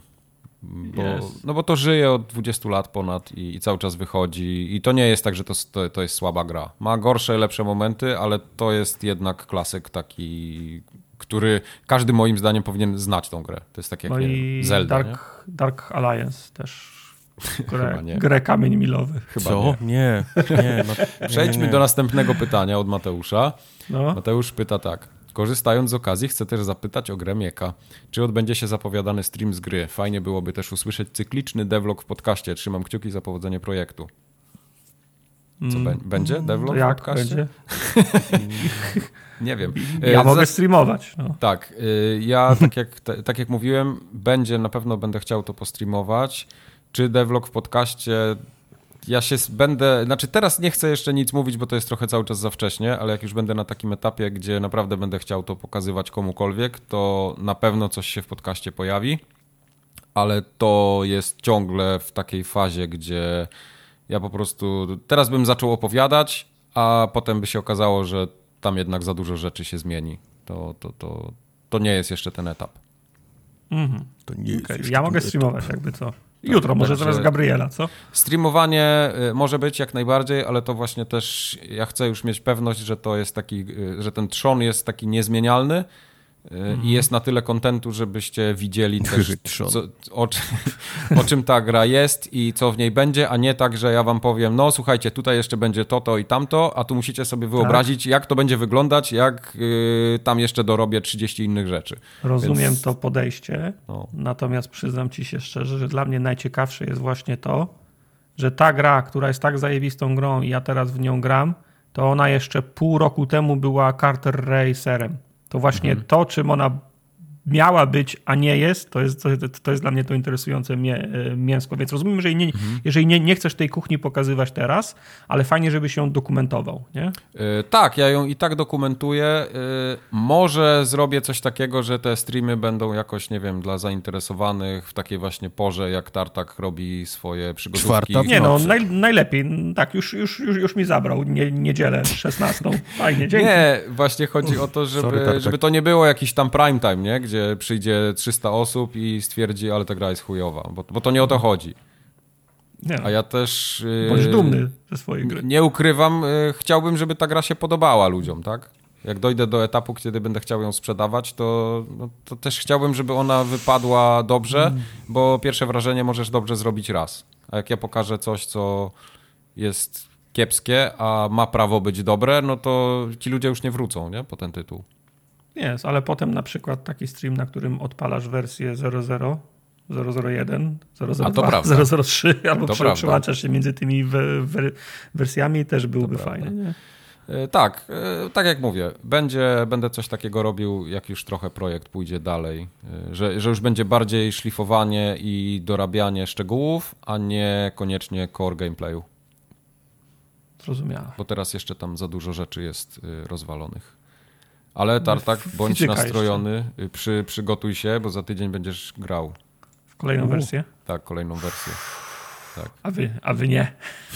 Bo to żyje od 20 lat ponad i cały czas wychodzi i to nie jest tak, że to jest słaba gra. Ma gorsze, lepsze momenty, ale to jest jednak klasyk taki, który każdy moim zdaniem powinien znać tą grę. To jest tak jak Zelda, Dark Alliance też. Grę kamień milowy. Chyba co? Nie. Przejdźmy do następnego pytania od Mateusza. No. Mateusz pyta tak. Korzystając z okazji, chcę też zapytać o grę Mieka. Czy odbędzie się zapowiadany stream z gry? Fajnie byłoby też usłyszeć cykliczny devlog w podcaście. Trzymam kciuki za powodzenie projektu. Co będzie devlog w podcaście? Będzie? Nie wiem. Ja mogę streamować. No. Tak. Ja, tak jak mówiłem, na pewno będę chciał to postreamować. Czy devlog w podcaście... Ja się teraz nie chcę jeszcze nic mówić, bo to jest trochę cały czas za wcześnie, ale jak już będę na takim etapie, gdzie naprawdę będę chciał to pokazywać komukolwiek, to na pewno coś się w podcaście pojawi, ale to jest ciągle w takiej fazie, gdzie ja po prostu teraz bym zaczął opowiadać, a potem by się okazało, że tam jednak za dużo rzeczy się zmieni. To nie jest jeszcze ten etap. To nie jest okay. Ja mogę streamować jakby co. Jutro, może zaraz Gabriela, co? Streamowanie może być jak najbardziej, ale to właśnie też ja chcę już mieć pewność, że to jest taki, że ten trzon jest taki niezmienialny i jest na tyle kontentu, żebyście widzieli też o czym ta gra jest i co w niej będzie, a nie tak, że ja wam powiem, no słuchajcie, tutaj jeszcze będzie to i tamto, a tu musicie sobie wyobrazić, jak to będzie wyglądać, jak tam jeszcze dorobię 30 innych rzeczy. Rozumiem to podejście, natomiast przyznam ci się szczerze, że dla mnie najciekawsze jest właśnie to, że ta gra, która jest tak zajebistą grą i ja teraz w nią gram, to ona jeszcze pół roku temu była Carter Racerem. To właśnie to, czym ona miała być, a nie jest, to jest dla mnie to interesujące mięsko. Więc rozumiem, że jeżeli nie chcesz tej kuchni pokazywać teraz, ale fajnie, żebyś ją dokumentował, nie? Tak, ja ją i tak dokumentuję. Może zrobię coś takiego, że te streamy będą jakoś, nie wiem, dla zainteresowanych w takiej właśnie porze, jak Tartak robi swoje przygodówki. Nie no, najlepiej. Tak, już mi zabrał niedzielę 16. Fajnie, dzięki. Nie, właśnie chodzi o to, żeby to nie było jakiś tam prime time, nie? Gdzie przyjdzie 300 osób i stwierdzi, ale ta gra jest chujowa, bo to nie o to chodzi. Nie. A ja też... Bądź dumny ze swojej gry. Nie ukrywam, chciałbym, żeby ta gra się podobała ludziom, tak? Jak dojdę do etapu, kiedy będę chciał ją sprzedawać, to też chciałbym, żeby ona wypadła dobrze, bo pierwsze wrażenie możesz dobrze zrobić raz. A jak ja pokażę coś, co jest kiepskie, a ma prawo być dobre, no to ci ludzie już nie wrócą, nie? Po ten tytuł. Jest, ale potem na przykład taki stream, na którym odpalasz wersję 00, 001, 002, 003 albo przełączasz się między tymi wersjami, też byłby fajny. Nie? Tak jak mówię, będę coś takiego robił, jak już trochę projekt pójdzie dalej, że już będzie bardziej szlifowanie i dorabianie szczegółów, a nie koniecznie core gameplayu. Zrozumiałe. Bo teraz jeszcze tam za dużo rzeczy jest rozwalonych. Ale Tartak, bądź Fizyka nastrojony, przygotuj się, bo za tydzień będziesz grał. W kolejną wersję? Tak, kolejną wersję. Tak. A wy nie.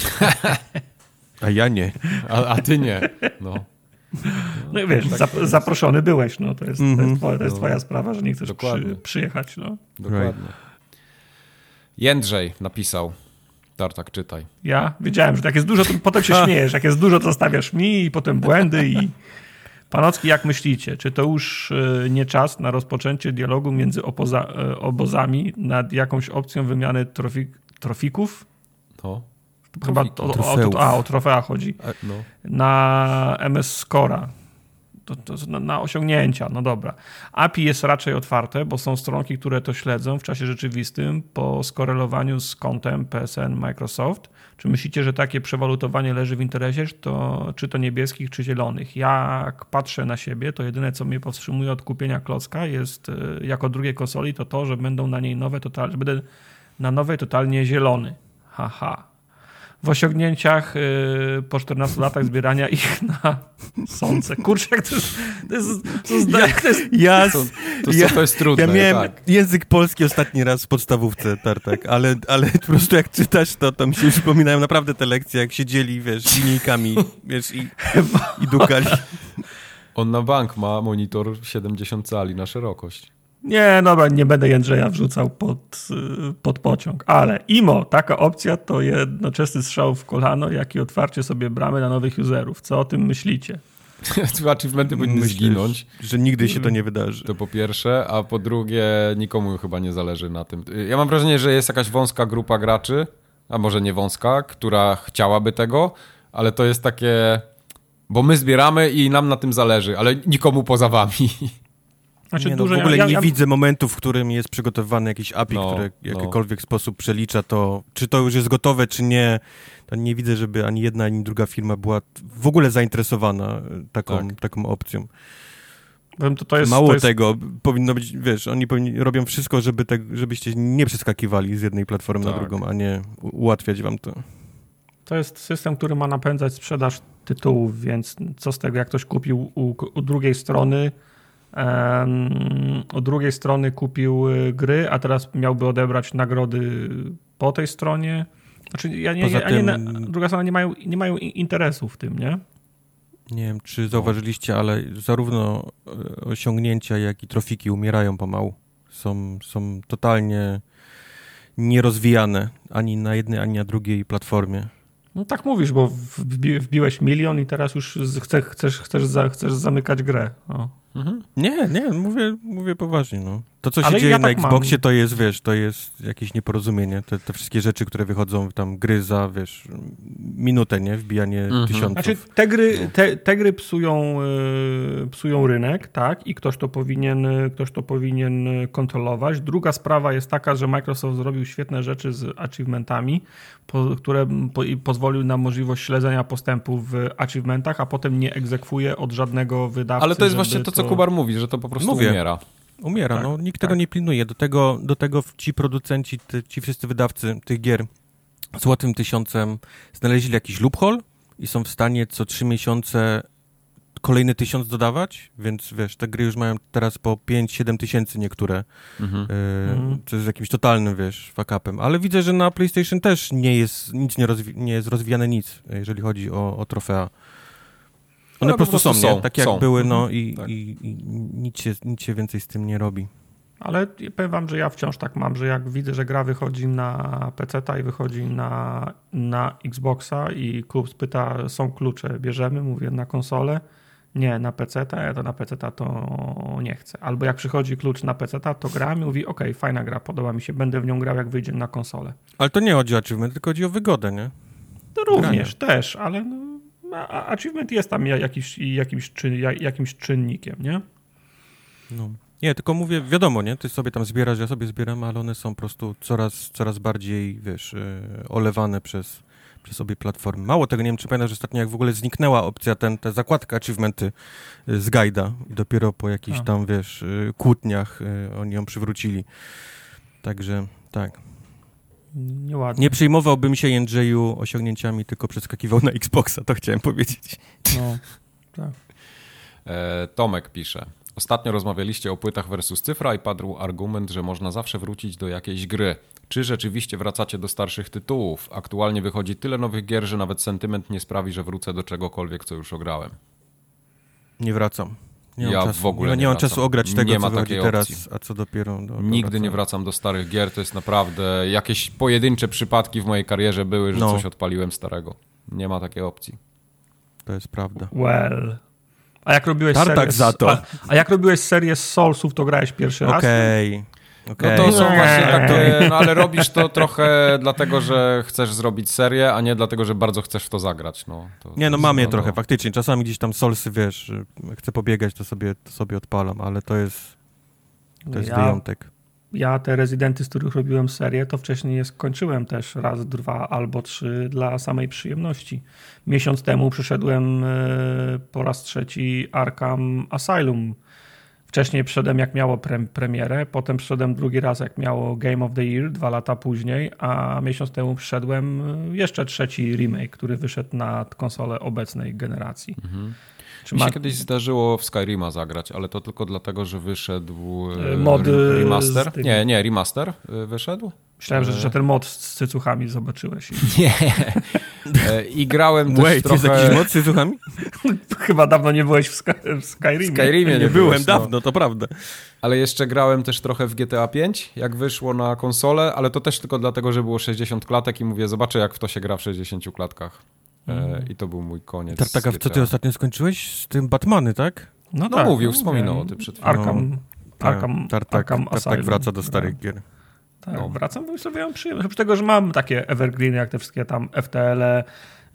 A ja nie. A ty nie. No. No i wiesz, zaproszony byłeś, no to jest twoja sprawa, że nie chcesz przyjechać. No. Dokładnie. Jędrzej napisał. Tartak, czytaj. Ja wiedziałem, że jak jest dużo, to potem się śmiejesz. Jak jest dużo, to stawiasz mi i potem błędy i... Panocki, jak myślicie, czy to już nie czas na rozpoczęcie dialogu między obozami nad jakąś opcją wymiany trofików? No. Chyba o trofea chodzi. No. Na MS Score'a. Na osiągnięcia, no dobra. API jest raczej otwarte, bo są stronki, które to śledzą w czasie rzeczywistym po skorelowaniu z kontem PSN Microsoft. Czy myślicie, że takie przewalutowanie leży w interesie, czy to niebieskich, czy zielonych? Jak patrzę na siebie, to jedyne, co mnie powstrzymuje od kupienia klocka jest jako drugiej konsoli, to, że będą na niej że będę na nowej totalnie zielony. Haha. W osiągnięciach po 14 latach zbierania ich na sące. Kurczę, jak to jest trudne. Ja miałem język polski ostatni raz w podstawówce, Tartak, ale po prostu jak czytasz, to mi się przypominają naprawdę te lekcje, jak siedzieli, wiesz, linijkami, wiesz, i dukali. On na bank ma monitor 70 cali na szerokość. Nie, dobra, nie będę Jędrzeja wrzucał pod pociąg, ale taka opcja to jednoczesny strzał w kolano, jak i otwarcie sobie bramy na nowych userów. Co o tym myślicie? Achievementy powinny zginąć. Że nigdy się to nie wydarzy. To po pierwsze, a po drugie nikomu chyba nie zależy na tym. Ja mam wrażenie, że jest jakaś wąska grupa graczy, a może nie wąska, która chciałaby tego, ale to jest takie, bo my zbieramy i nam na tym zależy, ale nikomu poza wami. Znaczy, w ogóle nie widzę momentu, w którym jest przygotowany jakiś API, które w jakikolwiek sposób przelicza to, czy to już jest gotowe, czy nie. To nie widzę, żeby ani jedna, ani druga firma była w ogóle zainteresowana taką opcją. Mało tego, powinno być, wiesz, oni robią wszystko, żebyście nie przeskakiwali z jednej platformy na drugą, a nie ułatwiać wam to. To jest system, który ma napędzać sprzedaż tytułów, więc co z tego, jak ktoś kupił u drugiej strony, od drugiej strony kupił gry, a teraz miałby odebrać nagrody po tej stronie. Znaczy, druga strona nie mają interesu w tym, nie? Nie wiem, czy zauważyliście, ale zarówno osiągnięcia, jak i trofiki umierają pomału. Są totalnie nierozwijane ani na jednej, ani na drugiej platformie. No tak mówisz, bo wbiłeś 1 milion i teraz już chcesz zamykać grę. O. Mhm. Nie, mówię poważnie. No. To, co się dzieje na Xboxie, to jest, wiesz, to jest jakieś nieporozumienie. Te wszystkie rzeczy, które wychodzą, tam gry za, wiesz, minutę, nie? Wbijanie tysiąców. Znaczy, te gry psują rynek, tak? I ktoś to powinien kontrolować. Druga sprawa jest taka, że Microsoft zrobił świetne rzeczy z achievementami, które pozwolił na możliwość śledzenia postępu w achievementach, a potem nie egzekwuje od żadnego wydawcy. Ale to jest właśnie to, co Kubar mówi, że to po prostu umiera. Umiera, tak, nikt tego nie pilnuje. Do tego ci producenci, ci wszyscy wydawcy tych gier złotym tysiącem znaleźli jakiś loophole i są w stanie co 3 miesiące kolejny 1000 dodawać, więc wiesz, te gry już mają teraz po 5-7 tysięcy niektóre, co jest jakimś totalnym, wiesz, fuck-upem. Ale widzę, że na PlayStation też nie jest rozwijane nic, jeżeli chodzi o trofea. One po prostu są, nie? Tak jak były, i nic się więcej z tym nie robi. Ale powiem wam, że ja wciąż tak mam, że jak widzę, że gra wychodzi na PC-ta i wychodzi na Xboxa i klub pyta, są klucze, bierzemy, mówię na konsolę, nie, na PC-ta, ja to na PC-ta to nie chcę. Albo jak przychodzi klucz na PC-ta, to gram i mówi, okej, fajna gra, podoba mi się, będę w nią grał, jak wyjdzie na konsolę. Ale to nie chodzi o achievement, tylko chodzi o wygodę, nie? To również, też, ale achievement jest tam jakimś czynnikiem, nie? No. Nie, tylko mówię, wiadomo, nie? Ty sobie tam zbierasz, ja sobie zbieram, ale one są po prostu coraz bardziej, wiesz, olewane przez obie platformy. Mało tego, nie wiem, czy pamiętasz, że ostatnio jak w ogóle zniknęła opcja, ta zakładka achievementy z guida i dopiero po jakichś tam, wiesz, kłótniach oni ją przywrócili. Także, tak. Nieładnie. Nie przejmowałbym się Jędrzeju osiągnięciami, tylko przeskakiwał na Xboxa, to chciałem powiedzieć. No, tak. Tomek pisze. Ostatnio rozmawialiście o płytach versus cyfra i padł argument, że można zawsze wrócić do jakiejś gry. Czy rzeczywiście wracacie do starszych tytułów? Aktualnie wychodzi tyle nowych gier, że nawet sentyment nie sprawi, że wrócę do czegokolwiek, co już ograłem. Nie wracam. Nie mam Ja czasu. w ogóle nie mam czasu ograć tego, nie ma co wychodzi takiej teraz, opcji. a co dopiero... Nigdy nie wracam do starych gier, to jest naprawdę... Jakieś pojedyncze przypadki w mojej karierze były, że coś odpaliłem starego. Nie ma takiej opcji. To jest prawda. Well... A jak robiłeś Tartak za to. A jak robiłeś serię z Soulsów, to grałeś pierwszy raz? Okej. No to są właśnie takie, no ale robisz to trochę dlatego, że chcesz zrobić serię, a nie dlatego, że bardzo chcesz w to zagrać. No, mam je trochę, faktycznie. Czasami gdzieś tam Soulsy, wiesz, chcę pobiegać, to sobie odpalam, ale to jest wyjątek. Ja te Rezydenty, z których robiłem serię, to wcześniej je skończyłem też raz, 2 albo 3 dla samej przyjemności. Miesiąc temu przyszedłem po raz 3 Arkham Asylum. Wcześniej przyszedłem jak miało premierę, potem przyszedłem drugi raz jak miało Game of the Year 2 lata później, a miesiąc temu przyszedłem jeszcze 3 remake, który wyszedł na konsolę obecnej generacji. Mi się kiedyś zdarzyło w Skyrima zagrać, ale to tylko dlatego, że wyszedł remaster. Nie, remaster wyszedł. Myślałem, że ten mod z cycuchami zobaczyłeś. Nie. I grałem też trochę... Jest jakiś mod z cycuchami? Chyba dawno nie byłeś w Skyrimie. W Skyrimie nie byłem dawno, to prawda. Ale jeszcze grałem też trochę w GTA 5, jak wyszło na konsolę, ale to też tylko dlatego, że było 60 klatek i mówię, zobaczę jak w to się gra w 60 klatkach. I to był mój koniec. Tartaka, co ty ostatnio skończyłeś? Z tym Batmany, tak? No tak, mówił, wspominał o tym przed chwilą. Arkham Tartak wraca do starych gier. Tak, wracam, bo sobie mam przyjemność. Oprócz tego, że mam takie evergreeny, jak te wszystkie tam FTL-e,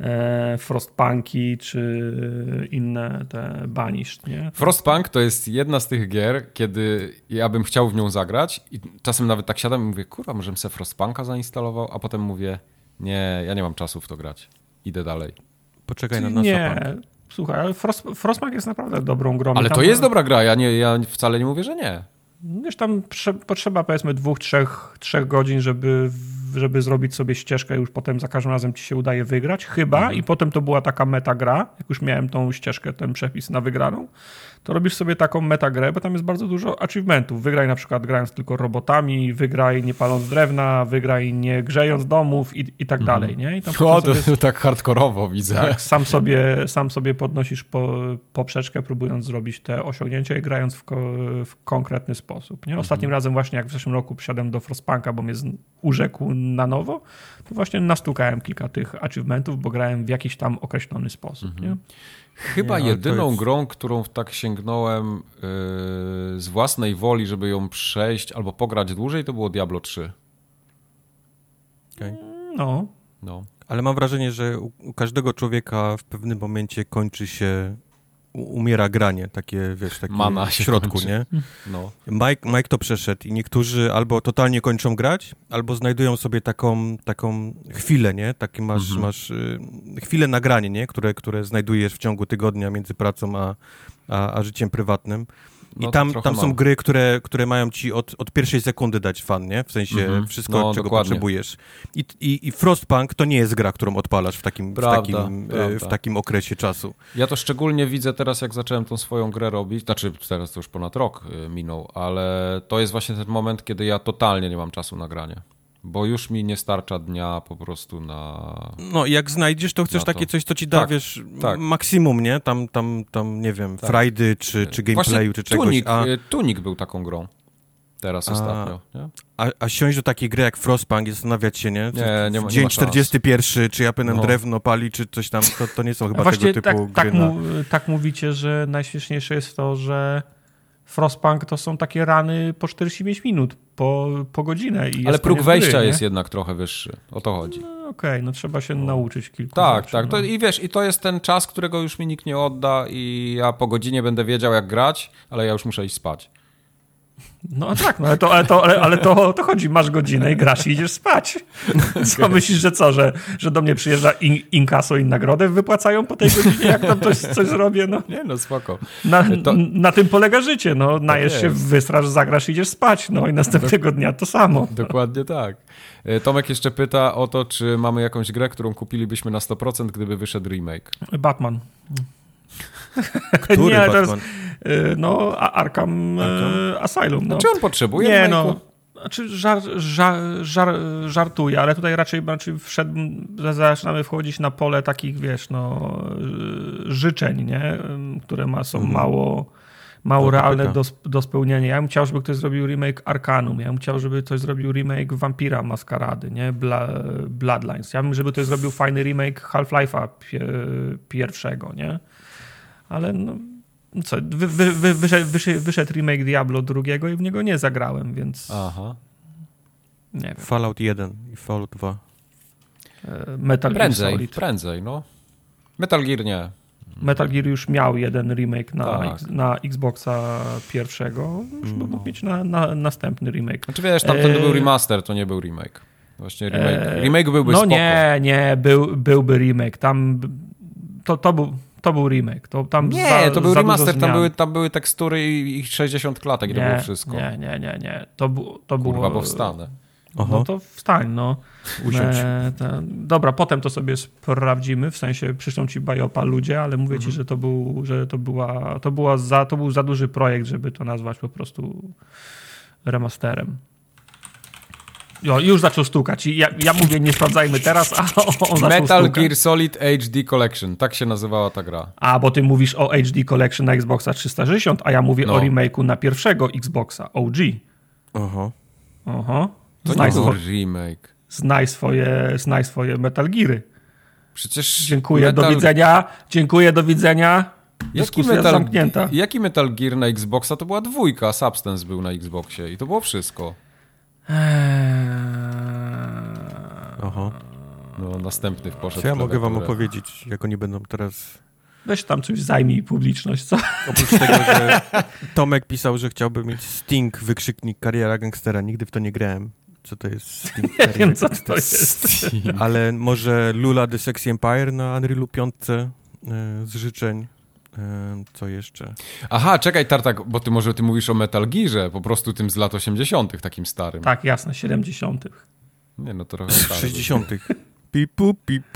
Frostpunki, czy inne te Banished, nie? Frostpunk to jest jedna z tych gier, kiedy ja bym chciał w nią zagrać i czasem nawet tak siadam i mówię, kurwa, może bym sobie Frostpunka zainstalował, a potem mówię, nie, ja nie mam czasu w to grać. Idę dalej. Poczekaj na nas. Nie, słuchaj, ale Frostpunk jest naprawdę dobrą grą. Ale to jest dobra gra, ja wcale nie mówię, że nie. Wiesz, tam potrzeba powiedzmy 2-3 godzin, żeby zrobić sobie ścieżkę, już potem za każdym razem ci się udaje wygrać, chyba, i potem to była taka metagra, jak już miałem tą ścieżkę, ten przepis na wygraną, to robisz sobie taką metagrę, bo tam jest bardzo dużo achievementów. Wygraj na przykład grając tylko robotami, wygraj nie paląc drewna, wygraj nie grzejąc domów i tak dalej, nie? I tam to tak hardkorowo widzę. Tak, sam sobie podnosisz poprzeczkę, próbując zrobić te osiągnięcia i grając w konkretny sposób, nie? Ostatnim razem właśnie, jak w zeszłym roku przyszedłem do Frostpunka, bo mnie urzekł na nowo, to właśnie nastukałem kilka tych achievementów, bo grałem w jakiś tam określony sposób, nie? Chyba jedyną grą, którą tak sięgnąłem z własnej woli, żeby ją przejść albo pograć dłużej, to było Diablo 3. Okay. No. Ale mam wrażenie, że u każdego człowieka w pewnym momencie kończy się, umiera granie, takie, wiesz, takie Mana w środku, kończy. nie? No. Mike to przeszedł i niektórzy albo totalnie kończą grać, albo znajdują sobie taką chwilę, nie? Takie masz chwilę na granie, nie? Które znajdujesz w ciągu tygodnia między pracą a życiem prywatnym. I tam są gry, które mają ci od pierwszej sekundy dać fan, nie? W sensie wszystko, czego potrzebujesz. I Frostpunk to nie jest gra, którą odpalasz w takim okresie czasu. Ja to szczególnie widzę teraz, jak zacząłem tą swoją grę robić. Znaczy, teraz to już ponad rok minął, ale to jest właśnie ten moment, kiedy ja totalnie nie mam czasu na granie. Bo już mi nie starcza dnia po prostu na... No jak znajdziesz, to chcesz takie coś, co ci da, wiesz, maksimum, nie? Tam nie wiem, frajdy, czy gameplayu, czy czegoś. Tunic był taką grą. Teraz ostatnio. Nie? A siąść do takiej gry jak Frostpunk i zastanawiać się, nie? Nie ma Dzień 41, czy ja powinienem drewno pali, czy coś tam, to nie są chyba tego typu gry. Tak mówicie, że najśmieszniejsze jest to, że Frostpunk to są takie rany po 45 minut, po godzinę. Ale próg wejścia jest jednak trochę wyższy. O to chodzi. Okej, trzeba się nauczyć kilku rzeczy. Tak. No. I wiesz, i to jest ten czas, którego już mi nikt nie odda i ja po godzinie będę wiedział, jak grać, ale ja już muszę iść spać. No tak, ale to chodzi. Masz godzinę i grasz i idziesz spać. Co myślisz, że co? Że do mnie przyjeżdża inkaso i nagrodę wypłacają po tej godzinie, jak tam coś zrobię? No. Nie, no spoko. Na tym polega życie. No. Najesz się, wystrasz, zagrasz, idziesz spać. No i następnego dnia to samo. Dokładnie tak. Tomek jeszcze pyta o to, czy mamy jakąś grę, którą kupilibyśmy na 100%, gdyby wyszedł remake. Batman. Który nie, Batman? to jest, Arkham Asylum. No. Czy on potrzebuje Nie, remake'u? no. Znaczy, żartuję, ale tutaj raczej zaczynamy wchodzić na pole takich, wiesz, życzeń, nie? Które są mało realne do spełnienia. Ja bym chciał, żeby ktoś zrobił remake Arkanum. Ja bym chciał, żeby ktoś zrobił remake Vampira Maskarady, nie? Bloodlines. Ja bym, żeby ktoś zrobił fajny remake Half-Life'a pierwszego, nie? Ale co, wyszedł remake Diablo II i w niego nie zagrałem, więc nie wiem. Fallout 1 i Fallout 2. Metal Gear Solid. Prędzej, no. Metal Gear nie. Metal Gear już miał jeden remake na Tak. Xboxa pierwszego. Już by mógł mieć na następny remake. Znaczy wiesz, tamten to był remaster, to nie był remake. Właśnie remake byłby spoko. Nie, byłby remake. Tam to był remake. To był remaster, tam były tekstury i 60 klatek, to było wszystko. Nie. To było... Kurwa, powstanę. No to wstań, no. Usiądź. Dobra, potem to sobie sprawdzimy, w sensie przyszłą ci bajopa ludzie, ale mówię ci, że to był za duży projekt, żeby to nazwać po prostu remasterem. Już zaczął stukać. Ja mówię, nie sprawdzajmy teraz, a on zaczął Metal stukać. Gear Solid HD Collection, tak się nazywała ta gra. A, bo ty mówisz o HD Collection na Xboxa 360, a ja mówię o remake'u na pierwszego Xboxa, OG. Aha. To nie był remake. Znaj swoje Metal Geary. Przecież Dziękuję, do widzenia. Dziękuję, do widzenia. Dyskusja zamknięta. Jaki Metal Gear na Xboxa? To była 2, Substance był na Xboxie i to było wszystko. No, następny poszedł. Co ja mogę wam opowiedzieć, jak oni będą teraz... Weź tam czymś zajmij publiczność, co? Oprócz tego, że Tomek pisał, że chciałby mieć Sting, wykrzyknik kariera gangstera. Nigdy w to nie grałem. Co to jest Sting? Nie wiem, co to jest. Ale może Lula The Sexy Empire na Unrealu 5 z życzeń. Co jeszcze? Aha, czekaj, Tartak, bo ty mówisz o Metal Gearze, po prostu tym z lat 80., takim starym. Tak, jasne, 70. Nie, no trochę stary. 60. Pipu.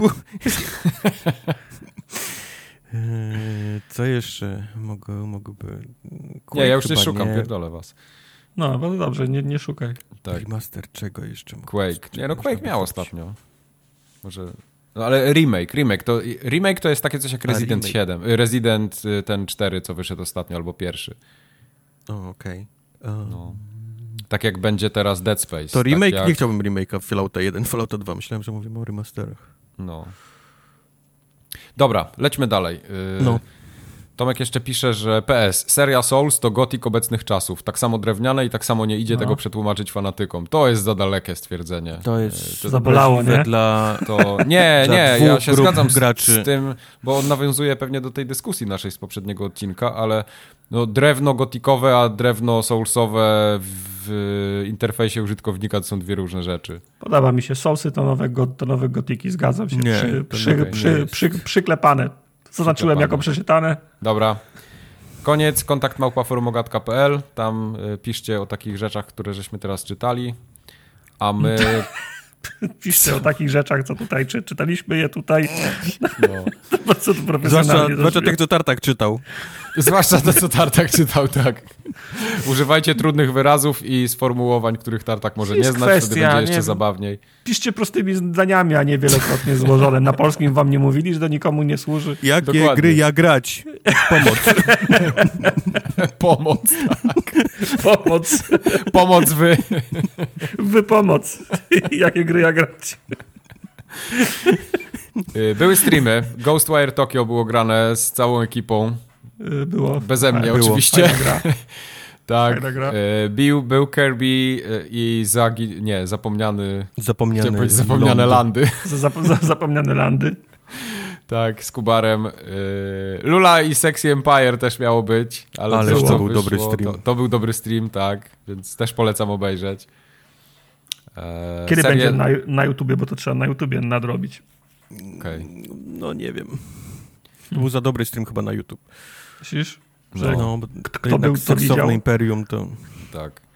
Co jeszcze mogłoby... Nie, ja już nie szukam, pierdolę was. No, bardzo dobrze, nie szukaj. Tak. Remaster czego jeszcze? Quake. Nie, no Quake miał ostatnio. Może... No ale remake to jest takie coś jak Resident 7. Resident ten 4, co wyszedł ostatnio, albo pierwszy. Okej. No. Tak jak będzie teraz Dead Space. To remake? Tak Nie chciałbym remake'a Fallouta 1, Fallouta 2. Myślałem, że mówimy o remasterach. No. Dobra, lećmy dalej. Tomek jeszcze pisze, że PS, seria Souls to gotik obecnych czasów. Tak samo drewniane i tak samo nie idzie tego przetłumaczyć fanatykom. To jest za dalekie stwierdzenie. To jest zabolało, nie? Nie, ja się zgadzam graczy. z tym, bo on nawiązuje pewnie do tej dyskusji naszej z poprzedniego odcinka, ale drewno gotikowe, a drewno soulsowe w interfejsie użytkownika to są dwie różne rzeczy. Podoba mi się. Soulsy to nowe gotiki, zgadzam się. Przyklepane. Zaznaczyłem jako przeczytane. Dobra. Koniec. kontakt@forumogatka.pl. Tam piszcie o takich rzeczach, które żeśmy teraz czytali. A my... Piszcie o takich rzeczach, co tutaj czytaliśmy je tutaj. Co tu profesjonalnie zwłaszcza tych, co Tartak czytał. Zwłaszcza to, co Tartak czytał, tak. Używajcie trudnych wyrazów i sformułowań, których Tartak może nie znać, wtedy będzie jeszcze zabawniej. Piszcie prostymi zdaniami, a nie wielokrotnie złożone. Na polskim wam nie mówili, że do nikomu nie służy. Jakie gry ja grać? Pomoc. Pomoc, tak. Pomoc. Pomoc wy. Wy pomoc. Jakie gry ja grać? Były streamy. Ghostwire Tokyo było grane z całą ekipą. Było. Beze mnie oczywiście. Tak. Był Kirby i zapomniane Landy. Zapomniane Landy. Tak, z Kubarem. Lula i Sexy Empire też miało być, ale to był dobry stream. To był dobry stream, tak, więc też polecam obejrzeć. Kiedy będzie na YouTubie, bo to trzeba na YouTubie nadrobić. Okay. No nie wiem. To był za dobry stream chyba na YouTube. Myślisz? Kto był, to widział? Imperium to... Tak.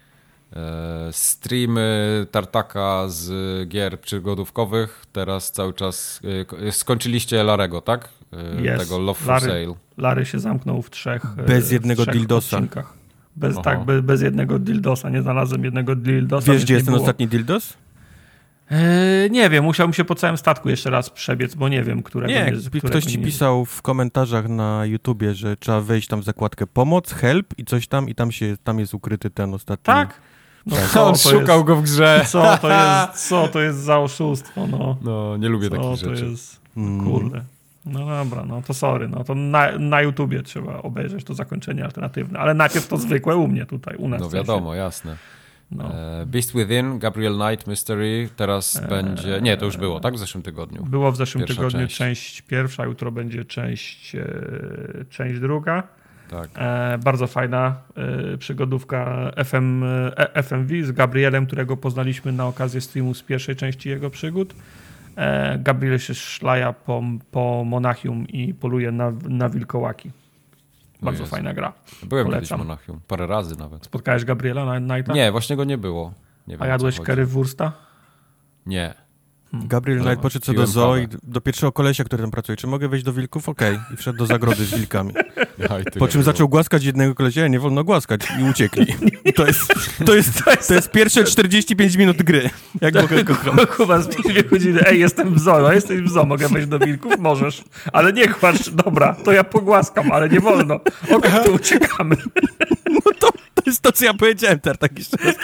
Streamy Tartaka z gier przygodówkowych. Teraz cały czas skończyliście Larego, tak? Tego Love for Sale. Larry się zamknął w 3 Bez jednego dildosa. odcinkach. Bez jednego dildosa. Nie znalazłem jednego dildosa. Wiesz, gdzie jest ten ostatni dildos? Nie wiem, musiałbym się po całym statku jeszcze raz przebiec, bo nie wiem, którego nie. którego Ktoś ci pisał w komentarzach na YouTubie, że trzeba wejść tam w zakładkę pomoc, help i coś tam i tam jest ukryty ten ostatni. Tak? No, on szukał go w grze. Co to jest za oszustwo? No, nie lubię takich rzeczy. To jest, kurde. No dobra, no to sorry. No to na YouTubie trzeba obejrzeć to zakończenie alternatywne, ale najpierw to zwykłe u mnie tutaj, u nas. No wiadomo, jasne. No. Beast Within, Gabriel Knight Mystery, teraz będzie... Nie, to już było, tak? W zeszłym tygodniu. Było w zeszłym tygodniu część pierwsza, jutro będzie część druga. Tak. Bardzo fajna przygodówka FMV z Gabrielem, którego poznaliśmy na okazję streamu z pierwszej części jego przygód. Gabriel się szlaja po Monachium i poluje na wilkołaki. Bardzo fajna gra. Byłem kiedyś w Monachium, parę razy nawet. Spotkałeś Gabriela Knighta? Nie, właśnie go nie było. Nie wiem, a jadłeś currywursta? Nie. Gabriel Knight poszedł co do zoo i do pierwszego kolesia, który tam pracuje. Czy mogę wejść do wilków? Okej. I wszedł do zagrody z wilkami. Po czym zaczął głaskać jednego kolesia. Nie wolno głaskać. I uciekli. To jest pierwsze 45 minut gry. Jak mogę Kuba, z 5 godziny. Jestem w zoo. Jesteś w zoo. Mogę wejść do wilków? Możesz. Ale nie kłacz. Dobra, to ja pogłaskam, ale nie wolno. To uciekamy. No to jest to, co ja powiedziałem, tak jeszcze raz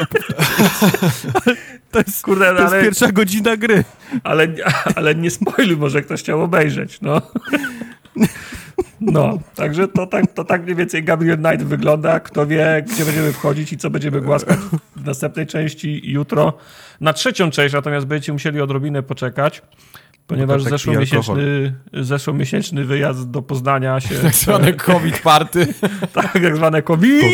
to jest, kurde, to jest pierwsza godzina gry. Ale nie spoiluj, może ktoś chciał obejrzeć, no. No, także to tak mniej więcej Gabriel Knight wygląda. Kto wie, gdzie będziemy wchodzić i co będziemy głaskać w następnej części jutro. Na trzecią część natomiast będziecie musieli odrobinę poczekać, ponieważ zeszłomiesięczny wyjazd do Poznania się... Tak zwane COVID party. Tak zwane COVID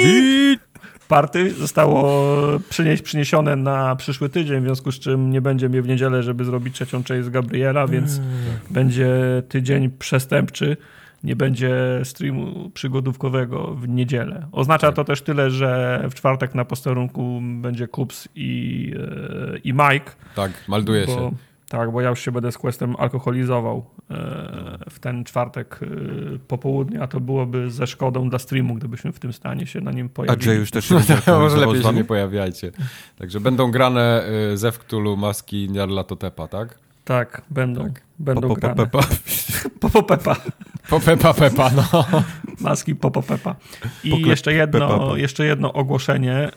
party zostało przyniesione na przyszły tydzień, w związku z czym nie będzie mnie w niedzielę, żeby zrobić trzecią część z Gabriela, więc będzie tydzień przestępczy. Nie będzie streamu przygodówkowego w niedzielę. Oznacza to też tyle, że w czwartek na posterunku będzie Kups i Mike. Tak, melduje się. Tak, bo ja już się będę z Questem alkoholizował w ten czwartek po południu, a to byłoby ze szkodą dla streamu, gdybyśmy w tym stanie się na nim pojawili. A Jay już też się może lepiej się nie pojawiajcie. Także będą grane Zew Cthulhu, maski Nyarlathotepa, tak? Tak, będą grane. Popopepa. Popepa, no. Maski Popopepa. I jeszcze jedno ogłoszenie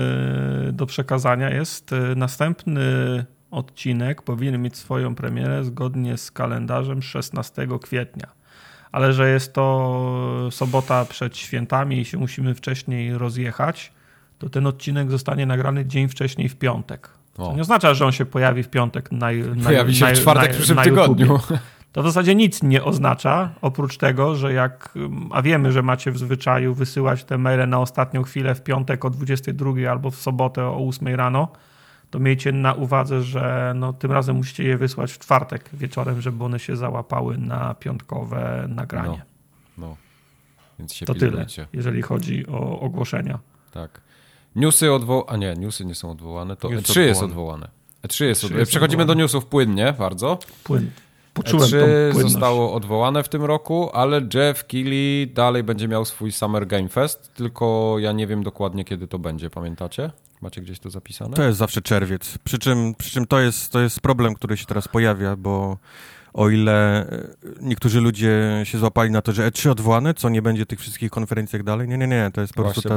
do przekazania jest. Następny odcinek powinien mieć swoją premierę zgodnie z kalendarzem 16 kwietnia. Ale że jest to sobota przed świętami i się musimy wcześniej rozjechać, to ten odcinek zostanie nagrany dzień wcześniej w piątek. To nie oznacza, że on się pojawi w piątek pojawi się w czwartek w przyszłym tygodniu. To w zasadzie nic nie oznacza, oprócz tego, że a wiemy, że macie w zwyczaju wysyłać te maile na ostatnią chwilę w piątek o 22 albo w sobotę o 8 rano, to miejcie na uwadze, że tym razem musicie je wysłać w czwartek wieczorem, żeby one się załapały na piątkowe nagranie. No. Więc się to pilnujcie. Tyle, jeżeli chodzi o ogłoszenia. Tak. Newsy newsy nie są odwołane, to E3 jest odwołane. Przechodzimy do newsów płynnie, bardzo. Poczułem tą E3 zostało odwołane w tym roku, ale Jeff Keighley dalej będzie miał swój Summer Game Fest, tylko ja nie wiem dokładnie, kiedy to będzie, pamiętacie? Macie gdzieś to zapisane? To jest zawsze czerwiec. Przy czym to jest problem, który się teraz pojawia, bo o ile niektórzy ludzie się złapali na to, że E3 odwołane, co nie będzie tych wszystkich konferencjach dalej. Nie. To jest po prostu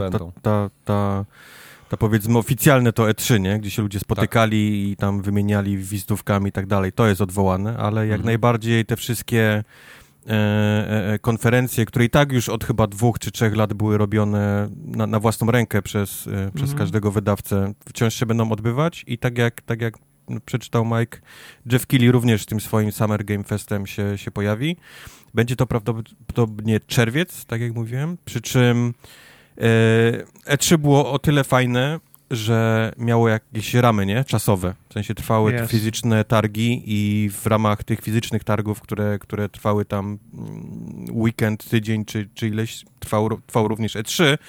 ta powiedzmy oficjalne to E3, nie? Gdzie się ludzie spotykali i tam wymieniali wizytówkami i tak dalej. To jest odwołane, ale jak najbardziej te wszystkie konferencje, które i tak już od chyba 2 czy 3 lat były robione na własną rękę przez każdego wydawcę, wciąż się będą odbywać i tak jak przeczytał Mike, Jeff Keighley również tym swoim Summer Game Festem się pojawi. Będzie to prawdopodobnie czerwiec, tak jak mówiłem, przy czym E3 było o tyle fajne, że miało jakieś ramy, nie? Czasowe. W sensie trwały te fizyczne targi i w ramach tych fizycznych targów, które trwały tam weekend, tydzień czy ileś, trwał również E3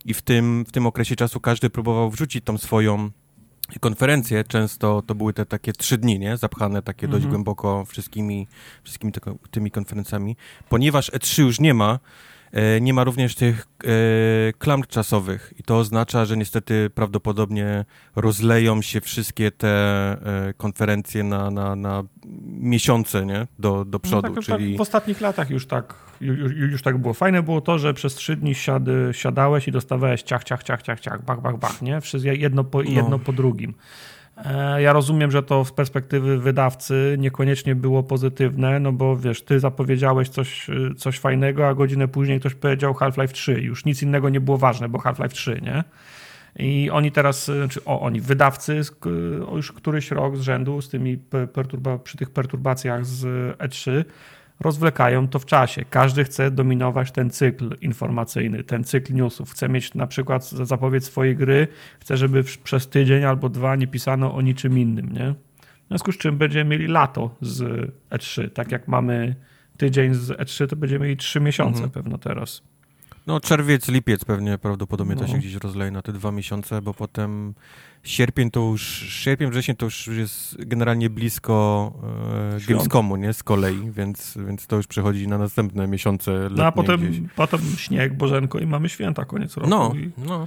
i w tym okresie czasu każdy próbował wrzucić tą swoją konferencję. Często to były te takie 3 dni, nie? Zapchane takie dość głęboko wszystkimi tymi konferencjami. Ponieważ E3 już nie ma również tych klamr czasowych i to oznacza, że niestety prawdopodobnie rozleją się wszystkie te konferencje na miesiące, nie? Do przodu. No tak, czyli... tak w ostatnich latach już tak było. Fajne było to, że przez 3 dni siadałeś i dostawałeś ciach, bach, nie? Jedno po drugim. Ja rozumiem, że to z perspektywy wydawcy niekoniecznie było pozytywne, no bo wiesz, ty zapowiedziałeś coś fajnego, a godzinę później ktoś powiedział Half-Life 3. Już nic innego nie było ważne, bo Half-Life 3, nie? I oni teraz, wydawcy już któryś rok z rzędu przy tych perturbacjach z E3 rozwlekają to w czasie. Każdy chce dominować ten cykl informacyjny, ten cykl newsów. Chce mieć na przykład zapowiedź swojej gry, chce, żeby przez tydzień albo 2 nie pisano o niczym innym, nie? W związku z czym będziemy mieli lato z E3. Tak jak mamy tydzień z E3, to będziemy mieli 3 miesiące pewno teraz. No czerwiec, lipiec prawdopodobnie to się gdzieś rozleje na te 2 miesiące, bo potem sierpień, wrzesień to już jest generalnie blisko Gamescomu, nie? Z kolei, więc to już przechodzi na następne miesiące letnie. No a potem śnieg, Bożenko i mamy święta, koniec roku. No.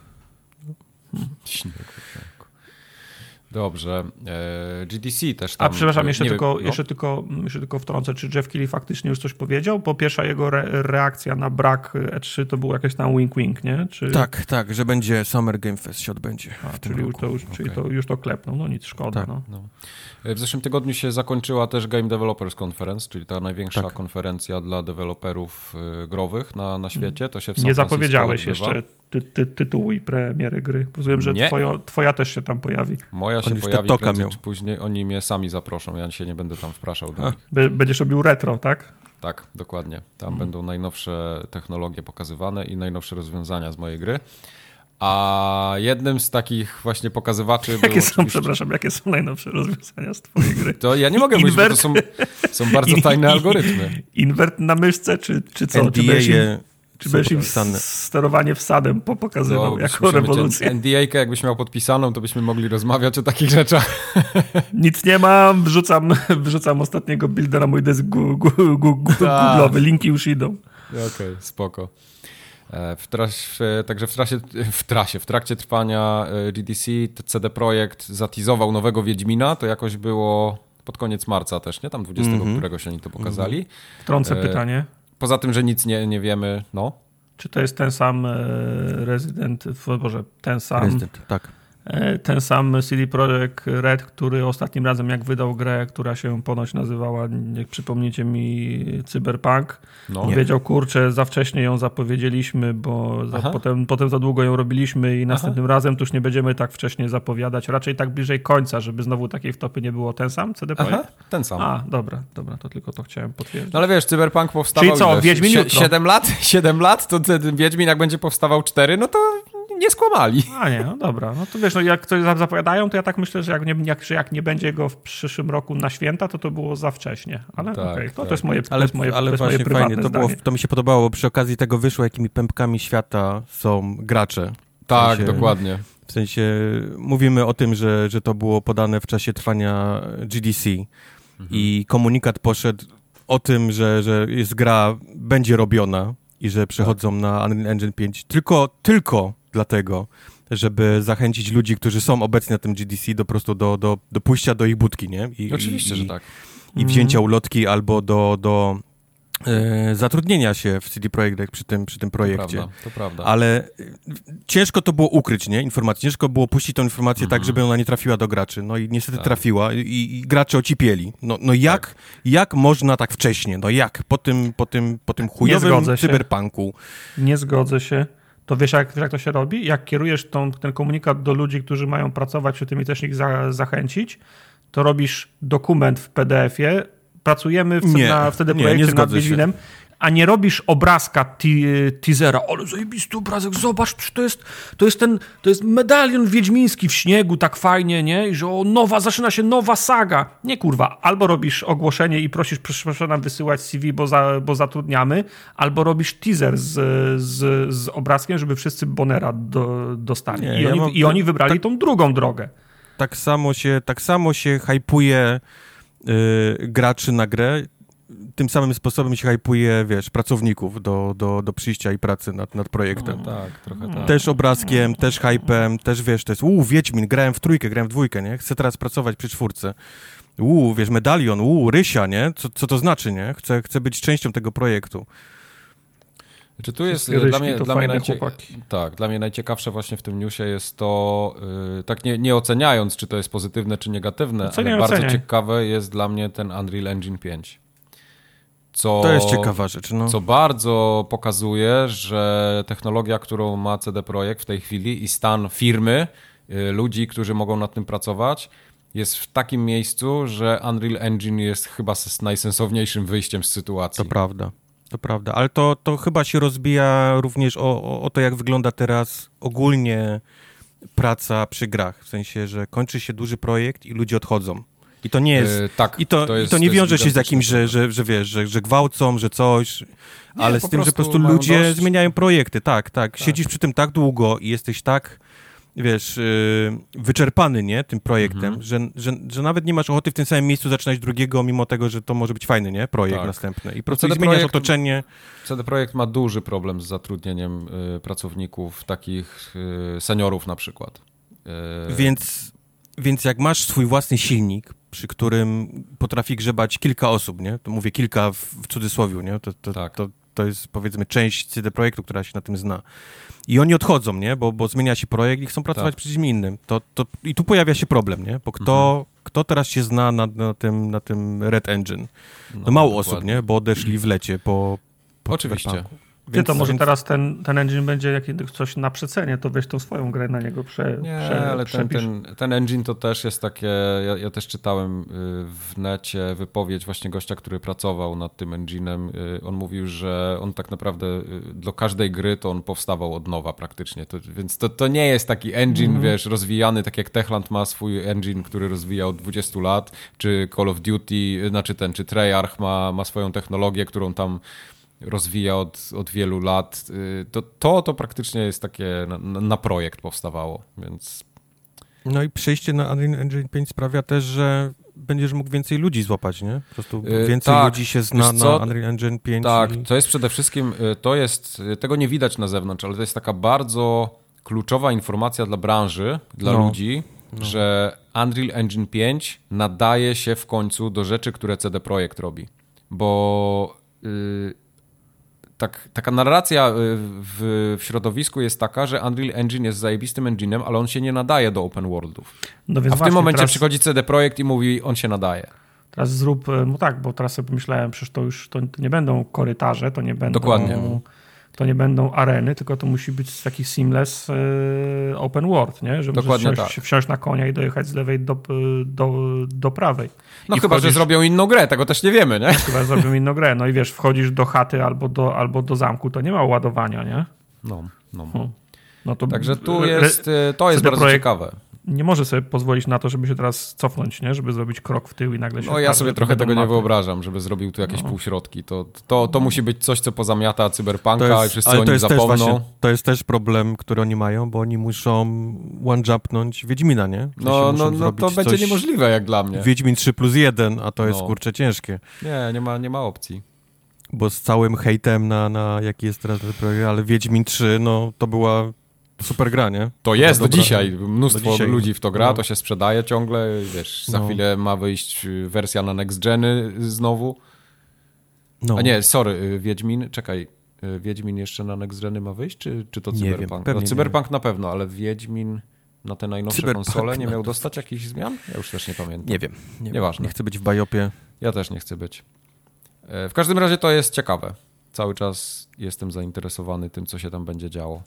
Śnieg, Bożenko. Dobrze. GDC też tam... A przepraszam, jeszcze tylko wtrącę, czy Jeff Keighley faktycznie już coś powiedział? Bo pierwsza jego reakcja na brak E3 to był jakiś tam wink, nie? Czy... Tak, że będzie Summer Game Fest się odbędzie. Czyli to już to klepnął. No nic, szkoda. Tak. No. W zeszłym tygodniu się zakończyła też Game Developers Conference, czyli ta największa konferencja dla deweloperów growych na świecie. To się w San Nie Francisco zapowiedziałeś odbywa. jeszcze tytułu i premiery gry. Rozumiem, że twoja też się tam pojawi. Moja się pojawi prędzej czy później. Oni mnie sami zaproszą. Ja się nie będę tam wpraszał do nich. Będziesz robił retro, tak? Tak, dokładnie. Tam będą najnowsze technologie pokazywane i najnowsze rozwiązania z mojej gry. A jednym z takich właśnie pokazywaczy jakie są najnowsze rozwiązania z twojej gry? To ja nie mogę mówić, bo to są bardzo tajne algorytmy. Invert na myszce, czy co? Czy będziesz im sterowanie wsadem pokazywał jako rewolucję? NDA-kę jakbyś miał podpisaną, to byśmy mogli rozmawiać o takich rzeczach. Nic nie mam, wrzucam ostatniego builda na mój desk googlowy, linki już idą. Okej, spoko. W trakcie trwania GDC CD Projekt zatizował nowego Wiedźmina, to jakoś było pod koniec marca też, nie? Tam 20 któregoś oni to pokazali. Wtrącę pytanie. Poza tym, że nic nie wiemy, no. Czy to jest ten sam Resident, tak. Ten sam CD Projekt Red, który ostatnim razem jak wydał grę, która się ponoć nazywała, jak przypomnicie mi, Cyberpunk, wiedział, kurczę, za wcześnie ją zapowiedzieliśmy, bo potem za długo ją robiliśmy i następnym razem to już nie będziemy tak wcześnie zapowiadać, raczej tak bliżej końca, żeby znowu takiej wtopy nie było. Ten sam CD Projekt? Ten sam. A, dobra, to tylko to chciałem potwierdzić. No ale wiesz, Cyberpunk powstawał... Czyli co, Wiedźmin jutro? 7 lat, to ten Wiedźmin jak będzie powstawał 4, no to nie skłamali. A nie, no dobra. No to wiesz, no jak coś zapowiadają, to ja tak myślę, że jak nie będzie go w przyszłym roku na święta, to było za wcześnie. Ale okej, to jest moje właśnie prywatne fajnie, to mi się podobało, bo przy okazji tego wyszło, jakimi pępkami świata są gracze. Tak, dokładnie. W sensie mówimy o tym, że to było podane w czasie trwania GDC i komunikat poszedł o tym, że jest gra, będzie robiona i że przechodzą na Unreal Engine 5 tylko dlatego, żeby zachęcić ludzi, którzy są obecni na tym GDC do pójścia do ich budki, nie? Oczywiście, że tak. I wzięcia ulotki albo do zatrudnienia się w CD Projekt przy tym projekcie. To prawda. Ale ciężko to było ukryć, nie? Informację. Ciężko było puścić tę informację tak, żeby ona nie trafiła do graczy. No i niestety trafiła i gracze ocipieli. No jak można tak wcześnie? No jak? Po tym chujowym cyberpunku. Nie zgodzę się. To wiesz jak to się robi? Jak kierujesz ten komunikat do ludzi, którzy mają pracować przy tym i też ich zachęcić, to robisz dokument w PDF-ie, pracujemy w CD Projekcie nad Wiedźminem, a nie robisz obrazka teasera, ale zajebisty obrazek, zobacz, to jest medalion wiedźmiński w śniegu, tak fajnie, nie? I że zaczyna się nowa saga. Nie, kurwa, albo robisz ogłoszenie i prosisz, proszę nam wysyłać CV, bo zatrudniamy, albo robisz teaser z obrazkiem, żeby wszyscy Bonera dostali. I oni wybrali tą drugą drogę. Tak samo się hypuje graczy na grę, tym samym sposobem się hypuje, pracowników do przyjścia i pracy nad projektem. Tak, trochę tak. Też obrazkiem, też hypem, też to jest Wiedźmin, grałem w 3, grałem w 2, nie? Chcę teraz pracować przy 4. Medalion, Rysia, nie? Co to znaczy, nie? Chcę być częścią tego projektu. Czy tu jest dla mnie najciekawsze właśnie w tym newsie jest to, tak nie oceniając, czy to jest pozytywne, czy negatywne, ale bardzo ciekawe jest dla mnie ten Unreal Engine 5. To jest ciekawa rzecz. No. Co bardzo pokazuje, że technologia, którą ma CD Projekt w tej chwili i stan firmy, ludzi, którzy mogą nad tym pracować, jest w takim miejscu, że Unreal Engine jest chyba najsensowniejszym wyjściem z sytuacji. To prawda, ale to chyba się rozbija również o to, jak wygląda teraz ogólnie praca przy grach. W sensie, że kończy się duży projekt i ludzie odchodzą. I to nie jest... to nie wiąże się z jakimś, że gwałcą, że coś, ale z tym, że po prostu ludzie zmieniają projekty. Tak. Siedzisz przy tym tak długo i jesteś tak, wyczerpany, nie, tym projektem, że nawet nie masz ochoty w tym samym miejscu zaczynać drugiego, mimo tego, że to może być fajny, nie, projekt następny. I po prostu zmieniasz otoczenie. CD Projekt ma duży problem z zatrudnieniem pracowników, takich seniorów na przykład. Więc jak masz swój własny silnik, przy którym potrafi grzebać kilka osób, nie, to mówię kilka w cudzysłowie, nie, to jest, powiedzmy, część CD Projektu, która się na tym zna. I oni odchodzą, nie? Bo zmienia się projekt i chcą pracować przy czymś innym. I tu pojawia się problem, nie? Bo kto teraz się zna na tym Red Engine? No mało osób, nie? Bo odeszli w lecie po Oczywiście. Cyberpunku. Może teraz ten engine będzie, jak coś na przecenie, to weź tą swoją grę na niego ale ten engine to też jest takie... Ja też czytałem w necie wypowiedź właśnie gościa, który pracował nad tym engine'em. On mówił, że on tak naprawdę do każdej gry to on powstawał od nowa praktycznie. Więc to nie jest taki engine, rozwijany, tak jak Techland ma swój engine, który rozwija od 20 lat, czy Call of Duty, czy Treyarch ma swoją technologię, którą tam rozwija od wielu lat, to praktycznie jest takie na projekt powstawało, więc... No i przejście na Unreal Engine 5 sprawia też, że będziesz mógł więcej ludzi złapać, nie? Po prostu więcej ludzi się zna na Unreal Engine 5. Tak, to jest przede wszystkim, tego nie widać na zewnątrz, ale to jest taka bardzo kluczowa informacja dla branży, dla ludzi, że Unreal Engine 5 nadaje się w końcu do rzeczy, które CD Projekt robi, bo... Taka narracja w środowisku jest taka, że Unreal Engine jest zajebistym engine'em, ale on się nie nadaje do open worldów. No więc a w tym momencie przychodzi CD Projekt i mówi, on się nadaje. Teraz bo teraz sobie pomyślałem, przecież to już to nie będą korytarze, to nie będą... Dokładnie. To nie będą areny, tylko to musi być taki seamless open world, nie? Że możesz wsiąść na konia i dojechać z lewej do prawej. No chyba, że zrobią inną grę, tego też nie wiemy, nie? Chyba, że zrobią inną grę. No i wchodzisz do chaty albo do zamku, to nie ma ładowania, nie? No to także to jest bardzo ciekawe. Nie może sobie pozwolić na to, żeby się teraz cofnąć, nie? Żeby zrobić krok w tył i nagle się... No ja sobie trochę tego nie wyobrażam, żeby zrobił tu jakieś półśrodki. To musi być coś, co pozamiata Cyberpunka i wszyscy o nim zapomną. To jest też problem, który oni mają, bo oni muszą one-jumpnąć Wiedźmina, nie? To będzie niemożliwe jak dla mnie. Wiedźmin 3+1, a to jest, ciężkie. Nie ma opcji. Bo z całym hejtem na jaki jest teraz ten projekt, ale Wiedźmin 3, to była... Super gra, nie? To jest do dzisiaj. Mnóstwo ludzi w to gra, to się sprzedaje ciągle. Za chwilę ma wyjść wersja na next geny znowu. A nie, Wiedźmin, czekaj. Wiedźmin jeszcze na next geny ma wyjść, czy to Cyberpunk? Cyberpunk na pewno, ale Wiedźmin na te najnowsze konsole nie miał dostać jakichś zmian? Ja już też nie pamiętam. Nie wiem. Nieważne. Nie chcę być w bajopie. Ja też nie chcę być. W każdym razie to jest ciekawe. Cały czas jestem zainteresowany tym, co się tam będzie działo.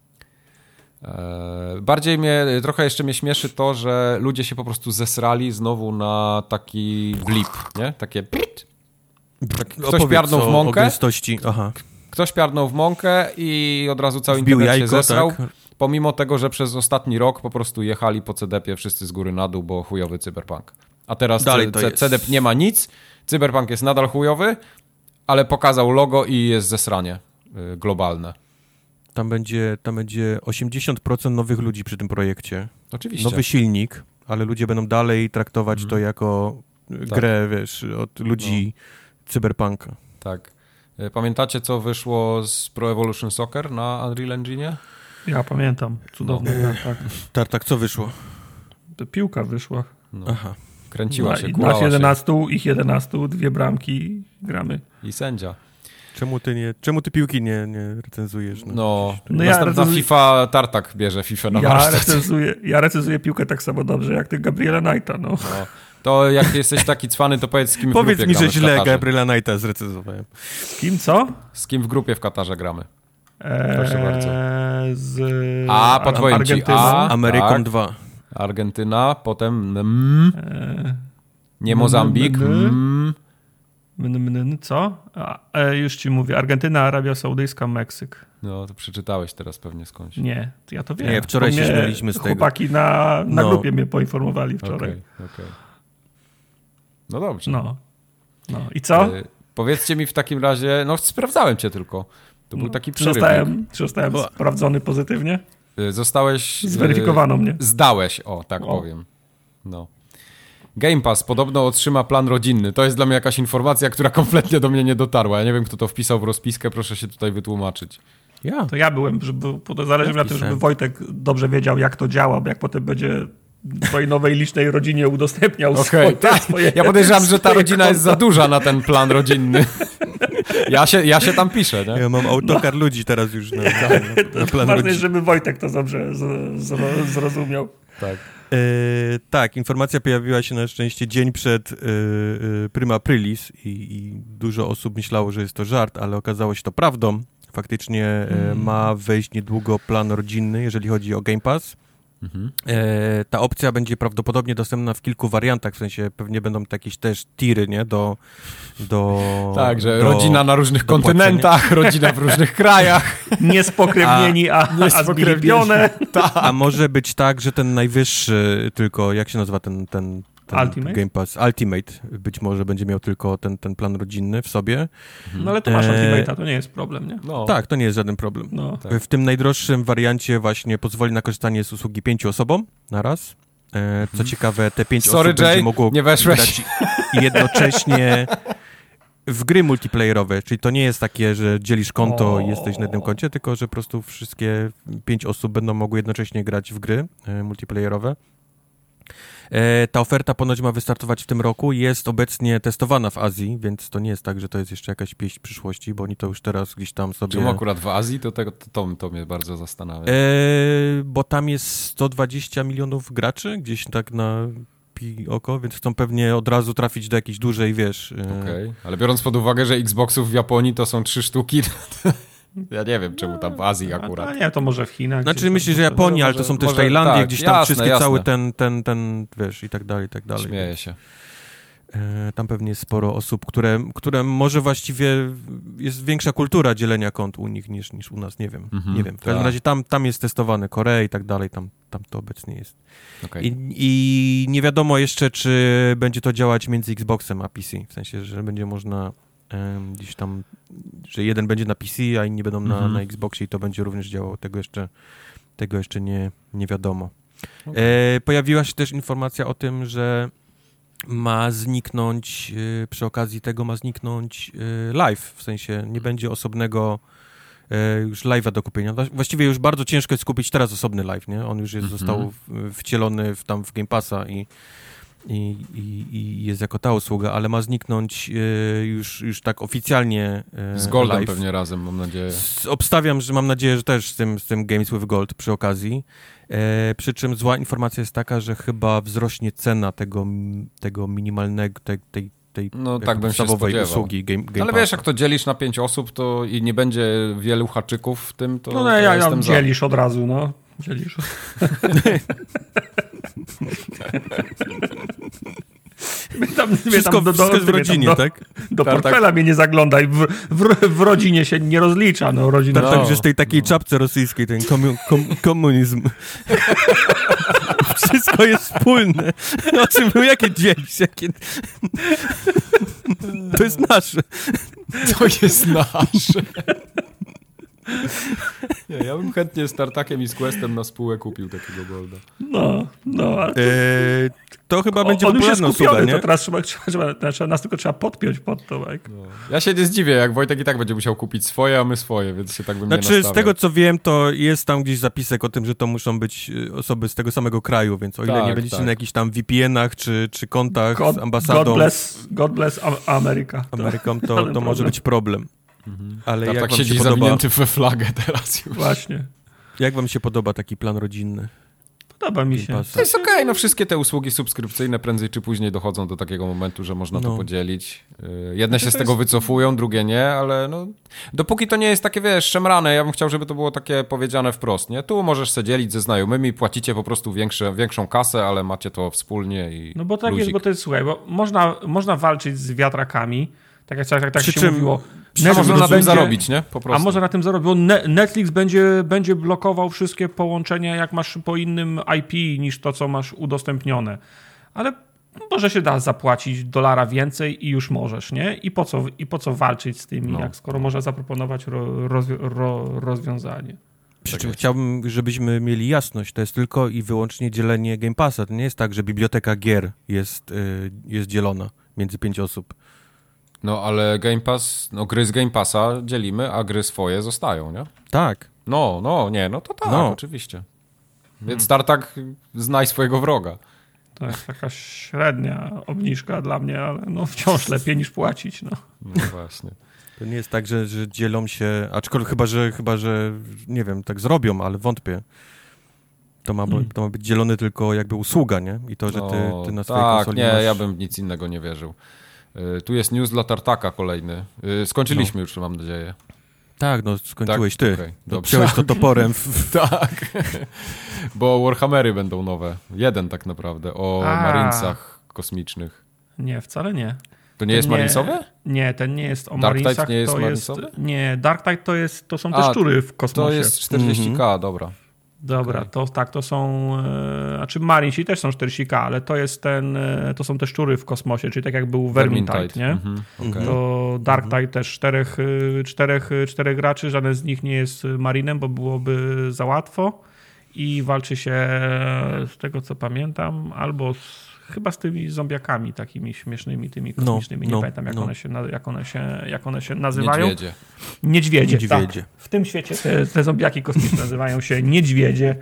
Trochę jeszcze mnie śmieszy to, że ludzie się po prostu zesrali znowu na taki blip, nie? Takie pit. Ktoś piarnął w mąkę, Ktoś piarnął w mąkę i od razu cały wbił internet się jajko, zesrał, tak. pomimo tego, że przez ostatni rok po prostu jechali po CDP-ie wszyscy z góry na dół, bo chujowy Cyberpunk. A teraz CDP nie ma nic, Cyberpunk jest nadal chujowy, ale pokazał logo i jest zesranie globalne. Tam będzie 80% nowych ludzi przy tym projekcie. Oczywiście. Nowy silnik, ale ludzie będą dalej traktować to jako grę, wiesz, od ludzi Cyberpunka. Tak. Pamiętacie, co wyszło z Pro Evolution Soccer na Unreal Engine? Ja pamiętam. Cudowny tak. Tartak, co wyszło? Piłka wyszła. No. Aha. Kręciła się, kulała się. Ich 11, 2 bramki, gramy. I sędzia. Czemu ty piłki nie recenzujesz? Na FIFA Tartak bierze FIFA na warsztat. Ja recenzuję piłkę tak samo dobrze, jak ty Gabriela Knighta, no. To jak jesteś taki cwany, to powiedz, z kim w grupie gramy. Powiedz mi, że źle Gabriela Knighta zrecenzowałem. Z kim, co? Z kim w grupie w Katarze gramy? Proszę bardzo. Podpowiem ci. Ameryką tak. 2. Argentyna, potem nie Mozambik. Co? Już ci mówię. Argentyna, Arabia Saudyjska, Meksyk. No, to przeczytałeś teraz pewnie skądś. Nie, ja to wiem. Nie, wczoraj się śmialiśmy z tego. Chłopaki na grupie mnie poinformowali wczoraj. Okej. No dobrze. No. I co? Powiedzcie mi w takim razie, sprawdzałem cię tylko. To był taki przerywnik. Zostałem sprawdzony pozytywnie? Zostałeś... Zweryfikowano mnie. Zdałeś, powiem. No. Game Pass podobno otrzyma plan rodzinny. To jest dla mnie jakaś informacja, która kompletnie do mnie nie dotarła. Ja nie wiem, kto to wpisał w rozpiskę, proszę się tutaj wytłumaczyć. To ja byłem, zależy mi na tym, żeby Wojtek dobrze wiedział, jak to działa, bo jak potem będzie swojej nowej licznej rodzinie udostępniał swoje... Ja podejrzewam, że ta rodzina jest za duża na ten plan rodzinny. Ja się tam piszę, nie? Ja mam autokar ludzi teraz już na plan ważne jest, żeby Wojtek to dobrze zrozumiał. Tak. Tak, informacja pojawiła się na szczęście dzień przed Prima Aprilis i dużo osób myślało, że jest to żart, ale okazało się to prawdą. Faktycznie ma wejść niedługo plan rodzinny, jeżeli chodzi o Game Pass. Ta opcja będzie prawdopodobnie dostępna w kilku wariantach, w sensie pewnie będą jakieś też tiry, nie? Tak, że rodzina na różnych kontynentach, rodzina w różnych krajach. Niespokrewnieni, a zgrybione. A może być tak, że ten najwyższy tylko, jak się nazywa ten Ultimate? Game Pass Ultimate być może będzie miał tylko ten plan rodzinny w sobie. No ale to masz Ultimate'a, to nie jest problem, nie? Tak, to nie jest żaden problem. Tak. W tym najdroższym wariancie właśnie pozwoli na korzystanie z usługi 5 osobom na raz. Co ciekawe, te 5 osób będzie mogło grać jednocześnie w gry multiplayerowe, czyli to nie jest takie, że dzielisz konto i jesteś na jednym koncie, tylko że po prostu wszystkie 5 osób będą mogły jednocześnie grać w gry multiplayerowe. Ta oferta ponoć ma wystartować w tym roku, jest obecnie testowana w Azji, więc to nie jest tak, że to jest jeszcze jakaś pieśń przyszłości, bo oni to już teraz gdzieś tam sobie... Czemu akurat w Azji? To mnie bardzo zastanawia. Bo tam jest 120 milionów graczy, gdzieś tak na oko, więc chcą pewnie od razu trafić do jakiejś dużej, wiesz... Okej, ale biorąc pod uwagę, że Xboxów w Japonii to są 3 sztuki... Ja nie wiem, czemu tam w Azji akurat. Nie, to może w Chinach. Znaczy myślę, że Japonia, ale to są też Tajlandia, gdzieś tam wszystkie cały ten, wiesz, i tak dalej, i tak dalej. Śmieję się. Tam pewnie jest sporo osób, które może właściwie jest większa kultura dzielenia kont u nich niż u nas, nie wiem. Nie wiem. W każdym razie tam jest testowane, Korea i tak dalej, tam to obecnie jest. Okay. I nie wiadomo jeszcze, czy będzie to działać między Xboxem a PC, w sensie, że będzie można gdzieś tam, że jeden będzie na PC, a inni będą na Xboxie i to będzie również działało. Tego jeszcze nie wiadomo. Okay. Pojawiła się też informacja o tym, że ma zniknąć, przy okazji tego ma zniknąć live, w sensie nie będzie osobnego już live'a do kupienia. Właściwie już bardzo ciężko jest kupić teraz osobny live, nie? On już został wcielony w Game Passa i jest jako ta usługa, ale ma zniknąć już tak oficjalnie z Goldem live. Pewnie razem, mam nadzieję. Mam nadzieję, że też z tym Games with Gold przy okazji. Przy czym zła informacja jest taka, że chyba wzrośnie cena tego minimalnego, tej tak bym się spodziewał. Usługi Game Ale Passa. wiesz, jak to dzielisz na 5 osób, to i nie będzie wielu haczyków w tym, to no ja jestem dzielisz od razu, no. Dzielisz. Wszystko jest w rodzinie, tak? Do portfela mnie nie zaglądaj, w rodzinie się nie rozlicza. No, rodzina... Także z tej takiej czapce rosyjskiej, ten komunizm. Wszystko jest wspólne. O czym był, jakie dzieci? To jest nasze. To jest nasze. Nie, ja bym chętnie z Tartakiem i z Questem na spółę kupił takiego Golda. No. To chyba będzie on już jest popularna kupiony, usługa, nie? to teraz nas tylko trzeba podpiąć pod to. No. Ja się nie zdziwię, jak Wojtek i tak będzie musiał kupić swoje, a my swoje, więc się tak bym nie nastawiał. Z tego co wiem, to jest tam gdzieś zapisek o tym, że to muszą być osoby z tego samego kraju, więc o ile nie będziecie na jakichś tam VPN-ach czy kontach z ambasadą God bless America. Ameryką, to może być problem. Ale jak tak wam siedzi się podoba, zawinięty we flagę teraz już. Właśnie. jak wam się podoba taki plan rodzinny? Podoba mi się. To jest okej, no wszystkie te usługi subskrypcyjne prędzej czy później dochodzą do takiego momentu, że można to podzielić. Jedne się z tego wycofują, drugie nie, ale no dopóki to nie jest takie, wiesz, szemrane, ja bym chciał, żeby to było takie powiedziane wprost, nie? Tu możesz se dzielić ze znajomymi, płacicie po prostu większą kasę, ale macie to wspólnie i No bo tak luzik. jest, bo to jest, słuchaj, bo można walczyć z wiatrakami, tak Przy się czym- mówiło. A można na tym zarobić, nie? Po prostu. A może na tym zarobić, bo Netflix będzie blokował wszystkie połączenia, jak masz po innym IP niż to, co masz udostępnione. Ale może się da zapłacić $1 więcej i już możesz, nie? I po co walczyć z tymi, jak skoro można zaproponować rozwiązanie. Przy czym chciałbym, żebyśmy mieli jasność, to jest tylko i wyłącznie dzielenie Game Passa. To nie jest tak, że biblioteka gier jest dzielona między 5 osób. No ale Game Pass, no gry z Game Passa dzielimy, a gry swoje zostają, nie? Tak. No to tak, oczywiście. Więc Tartak znaj swojego wroga. To jest taka średnia obniżka dla mnie, ale no wciąż lepiej niż płacić, no. No właśnie. To nie jest tak, że dzielą się, aczkolwiek chyba, że nie wiem, tak zrobią, ale wątpię. To ma być dzielone tylko jakby usługa, nie? I to, że ty na swojej konsoli masz... ja bym nic innego nie wierzył. Tu jest news dla Tartaka kolejny. Skończyliśmy już, mam nadzieję. Tak, no skończyłeś ty. Okay, wziąłeś to toporem. Tak, bo Warhammery będą nowe. Jeden tak naprawdę, o Marinesach kosmicznych. Nie, wcale nie. To nie jest Marinesowy? Nie, ten nie jest o Dark Marinesach. Tide nie jest Marinesowy? Nie, Dark Tide to są te szczury w kosmosie. To jest 40K, dobra. Dobra, to są... Znaczy Marinesi też są 40K, ale to są te szczury w kosmosie, czyli tak jak był Vermintide, nie? Okay. To Dark Tide też czterech graczy, żaden z nich nie jest Marinem, bo byłoby za łatwo i walczy się, z tego co pamiętam, albo chyba z tymi zombiakami takimi śmiesznymi, tymi kosmicznymi, nie pamiętam jak one się nazywają. Niedźwiedzie. Tak. W tym świecie te zombiaki kosmiczne nazywają się niedźwiedzie.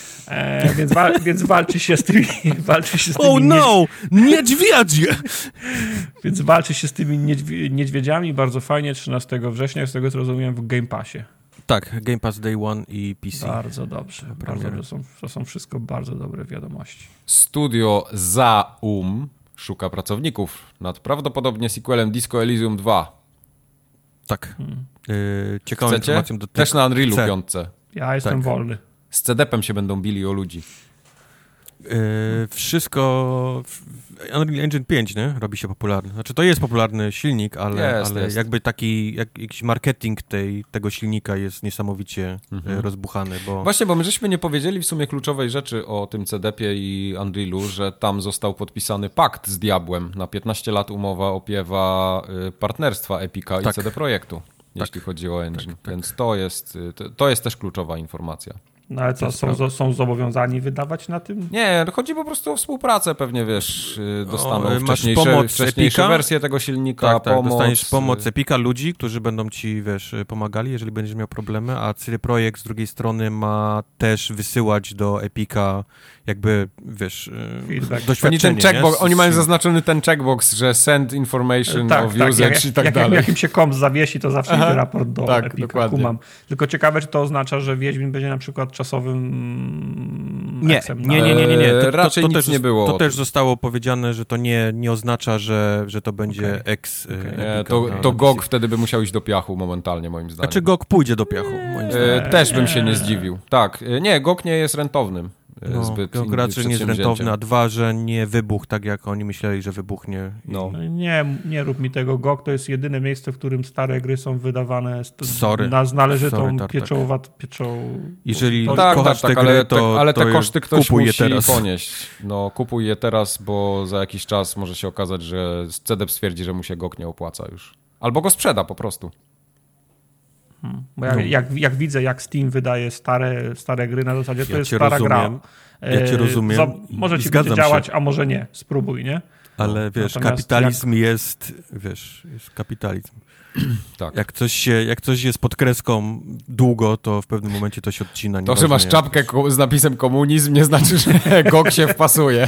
Więc walczy się z tymi... Niedźwiedzie! Więc walczy się z tymi niedźwiedziami bardzo fajnie 13 września, z tego co rozumiem, w Game Passie. Tak, Game Pass Day One i PC. Bardzo dobrze. To są wszystko bardzo dobre wiadomości. Studio Zaum szuka pracowników nad prawdopodobnie sequelem Disco Elysium 2. Tak. Ciekawą informacją do Też na Unrealu 5. Ja jestem wolny. Z CD-pem się będą bili o ludzi. Wszystko... Unreal Engine 5, nie? Robi się popularny. Znaczy to jest popularny silnik, ale jakby taki jakiś marketing tego silnika jest niesamowicie rozbuchany, bo... Właśnie, bo my żeśmy nie powiedzieli w sumie kluczowej rzeczy o tym CD-pie i Unrealu, że tam został podpisany pakt z Diabłem. Na 15 lat umowa opiewa partnerstwa Epica i CD Projektu, jeśli chodzi o engine. Więc to jest też kluczowa informacja. No ale co, są zobowiązani wydawać na tym? Nie, chodzi po prostu o współpracę, pewnie wiesz, dostaną wcześniejsze wersje tego silnika, pomoc. Dostaniesz pomoc Epica, ludzi, którzy będą ci, wiesz, pomagali, jeżeli będziesz miał problemy, a CD Projekt z drugiej strony ma też wysyłać do Epica jakby, wiesz, doświadczenie. Oni mają zaznaczony ten checkbox, że send information of usage i tak dalej. Jak im się komp zawiesi, to zawsze idzie raport do Epica. Dokładnie. Kumam. Tylko ciekawe, czy to oznacza, że Wiedźmin będzie na przykład czasowym eksem. Nie. Raczej nic nie było. To też zostało powiedziane, że to nie oznacza, że to będzie to GOG wtedy by musiał iść do piachu momentalnie, moim zdaniem. Znaczy GOG pójdzie do piachu, moim zdaniem. Też bym się nie zdziwił. Tak, nie, GOG nie jest rentownym. zbyt gracze niezrentowny, a 2, że nie wybuchł tak, jak oni myśleli, że wybuchnie. No. Nie rób mi tego. GOG to jest jedyne miejsce, w którym stare gry są wydawane z należytą Jeżeli tak, kochasz te ale, gry, to ale te koszty ktoś kupuj musi je teraz. ponieść. No, kupuj je teraz, bo za jakiś czas może się okazać, że CDEP stwierdzi, że mu się GOG nie opłaca już. Albo go sprzeda po prostu. Bo jak widzę, jak Steam wydaje stare gry na zasadzie, to jest stara gra. Ja cię rozumiem. Może ci będzie działać, a może nie. Spróbuj, nie? Ale wiesz, kapitalizm jest kapitalizm. Tak. Jak coś jest pod kreską długo, to w pewnym momencie to się odcina. To, że masz czapkę z napisem komunizm, nie znaczy, że GOG się wpasuje.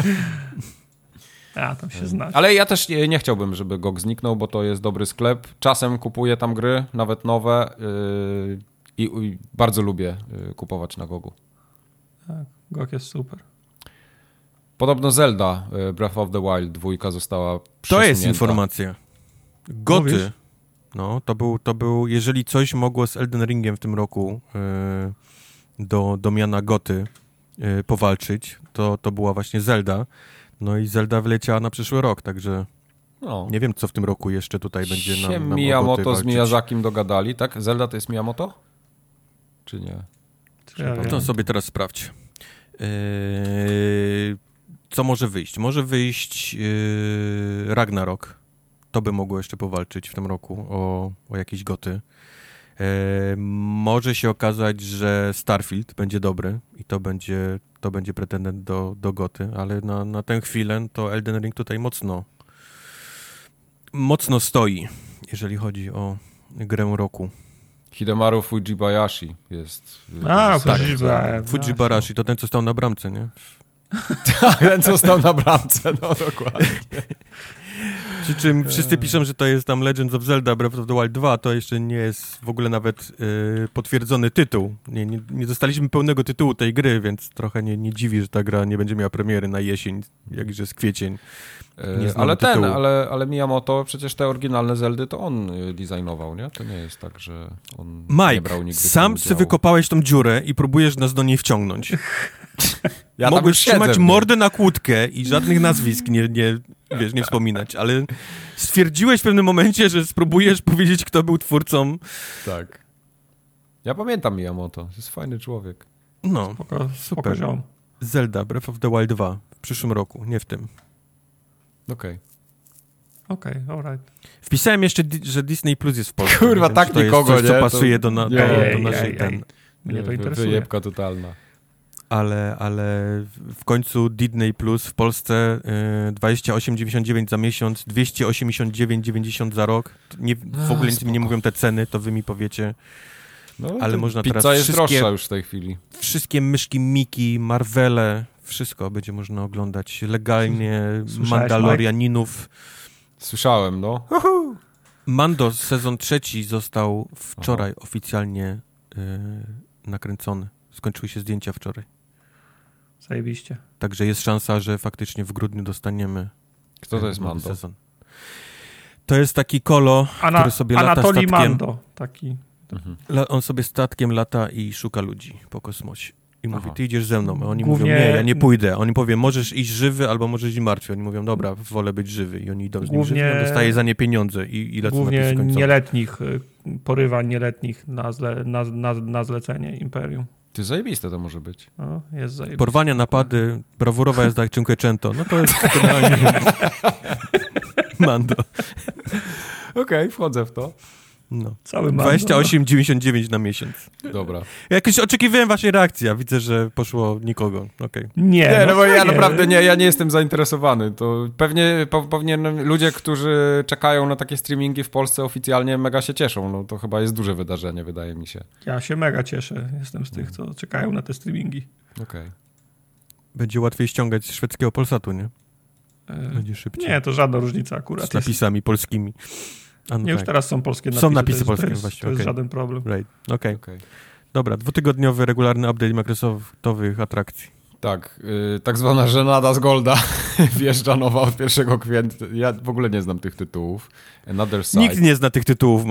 Tam się zna. Ale ja też nie chciałbym, żeby GOG zniknął, bo to jest dobry sklep. Czasem kupuję tam gry, nawet nowe i bardzo lubię kupować na GOG-u. Tak, GOG jest super. Podobno Zelda Breath of the Wild 2 została przesunięta. To jest informacja. GOTY. No, to był, jeżeli coś mogło z Elden Ringiem w tym roku do miana GOTY powalczyć, to była właśnie Zelda. No i Zelda wyleciała na przyszły rok, także nie wiem, co w tym roku jeszcze tutaj będzie na Miyamoto z Miyazakim dogadali, tak? Zelda to jest Miyamoto? Czy nie? To sobie teraz sprawdź. Co może wyjść? Może wyjść Ragnarok. To by mogło jeszcze powalczyć w tym roku o jakieś GOTY. Może się okazać, że Starfield będzie dobry i to będzie pretendent do GOTY, ale na tę chwilę to Elden Ring tutaj mocno stoi, jeżeli chodzi o grę roku. Hidemaru Fujibayashi jest... Fujibayashi to ten, co stał na bramce, nie? Tak, ten, co stał na bramce, no dokładnie. Przy czym wszyscy piszą, że to jest tam Legends of Zelda Breath of the Wild 2, to jeszcze nie jest w ogóle nawet potwierdzony tytuł. Nie dostaliśmy pełnego tytułu tej gry, więc trochę nie dziwi, że ta gra nie będzie miała premiery na jesień, jak jest kwiecień. Ale Miyamoto, przecież te oryginalne Zeldy to on designował, nie? To nie jest tak, że on nie brał nigdy sam sobie wykopałeś tą dziurę i próbujesz nas do niej wciągnąć. Ja mogłeś trzymać mordę na kłódkę i żadnych nazwisk nie wspominać, ale stwierdziłeś w pewnym momencie, że spróbujesz powiedzieć, kto był twórcą. Tak. Ja pamiętam Miyamoto, to jest fajny człowiek. No, super. Zelda Breath of the Wild 2 w przyszłym roku, nie w tym. Okej, alright. Wpisałem jeszcze, że Disney Plus jest w Polsce. Kurwa, tak nikogo, coś, nie? Co pasuje do naszej... Mnie to interesuje. Wyjebka totalna. Ale w końcu Disney Plus w Polsce 28,99 za miesiąc, 289,90 za rok. W ogóle nic mi nie mówią te ceny, to wy mi powiecie. No, ale można pizza teraz jest droższa już w tej chwili. Wszystkie myszki Miki, Marvele, wszystko będzie można oglądać legalnie. Mandalorianinów. Słyszałem, no. Mando sezon 3 został wczoraj oficjalnie nakręcony. Skończyły się zdjęcia wczoraj. Zajebiście. Także jest szansa, że faktycznie w grudniu dostaniemy. Kto to jest Mando? Sezon. To jest taki kolo, który sobie lata Anatolii statkiem. Mando. Taki. On sobie statkiem lata i szuka ludzi po kosmosie. I mówi, ty idziesz ze mną. A oni Głównie... mówią, nie, ja nie pójdę. Oni powie, możesz iść żywy albo możesz iść martwy. Oni mówią, dobra, wolę być żywy. I oni idą z nim żywy, on dostaje za nie pieniądze i lecą głównie na pies końcowy. nieletnich, porywa nieletnich na zlecenie Imperium. Ty zajebiste to może być. No, jest zajebiste. Porwania, napady, brawurowa jazda jak Cinquecento. No to jest generalnie Mando. Okej, wchodzę w to. No. Cały Mando. 28,99 na miesiąc. Dobra. Jakoś oczekiwałem waszej reakcji, a widzę, że poszło nikogo. Okay. Nie, no bo ja naprawdę ja nie jestem zainteresowany. To pewnie powinien ludzie, którzy czekają na takie streamingi w Polsce oficjalnie mega się cieszą. No to chyba jest duże wydarzenie, wydaje mi się. Ja się mega cieszę. Jestem z tych, co czekają na te streamingi. Okej. Będzie łatwiej ściągać z szwedzkiego Polsatu, nie? Będzie szybciej. Nie, to żadna różnica akurat. Z napisami polskimi. No nie, już teraz są polskie napisy. Są napisy polskie właśnie. To jest żaden problem. Right. Okej. Dobra, 2-tygodniowy regularny update Microsoftowych atrakcji. Tak, tak zwana żenada z Golda wjeżdża nowa od 1 kwietnia. Ja w ogóle nie znam tych tytułów. Another Side. Nikt nie zna tych tytułów, Mike.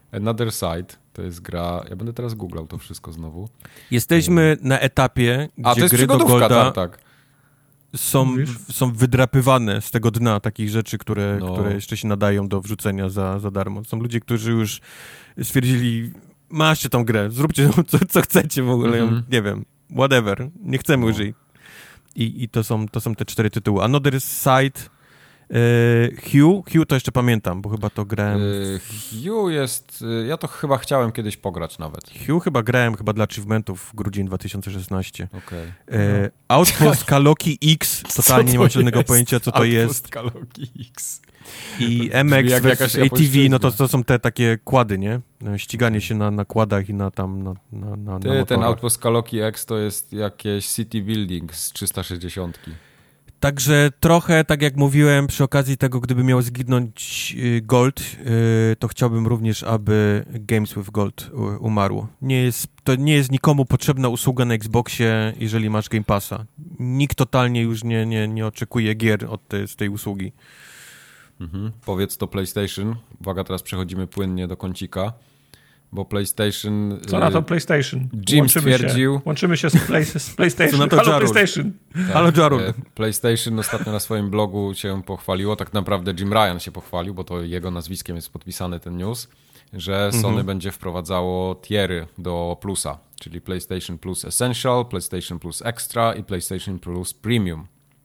Another Side to jest gra... Ja będę teraz googlał to wszystko znowu. Jesteśmy na etapie, to gdzie jest gry do przygodówka, Golda tak. są wydrapywane z tego dna takich rzeczy, które jeszcze się nadają do wrzucenia za darmo. Są ludzie, którzy już stwierdzili, macie tą grę, zróbcie co chcecie w ogóle, nie wiem, whatever, nie chcemy już jej. I to są te 4 tytuły. Another Side, Hue to jeszcze pamiętam, bo chyba to grałem... Hue jest... Ja to chyba chciałem kiedyś pograć nawet. Hue grałem dla achievementów w grudzień 2016. Okay. Outpost Kaloki X, totalnie nie mam żadnego pojęcia, co to jest. Outpost Kaloki X. I MX ATV, no to są te takie kłady, nie? Ściganie się na kładach i na ten Outpost Kaloki X to jest jakieś city building z 360. Także trochę, tak jak mówiłem, przy okazji tego, gdyby miał zginąć Gold, to chciałbym również, aby Games with Gold umarło. To nie jest nikomu potrzebna usługa na Xboxie, jeżeli masz Game Passa. Nikt totalnie już nie oczekuje gier z tej usługi. Powiedz to PlayStation. Uwaga, teraz przechodzimy płynnie do kącika. Bo PlayStation... Co na to PlayStation? Jim stwierdził... Łączymy się z PlayStation. Co na to Halo Jarul? PlayStation. Tak, Halo Jarul. PlayStation ostatnio na swoim blogu się pochwaliło, tak naprawdę Jim Ryan się pochwalił, bo to jego nazwiskiem jest podpisany ten news, że Sony będzie wprowadzało tiery do Plusa, czyli PlayStation Plus Essential, PlayStation Plus Extra i PlayStation Plus Premium.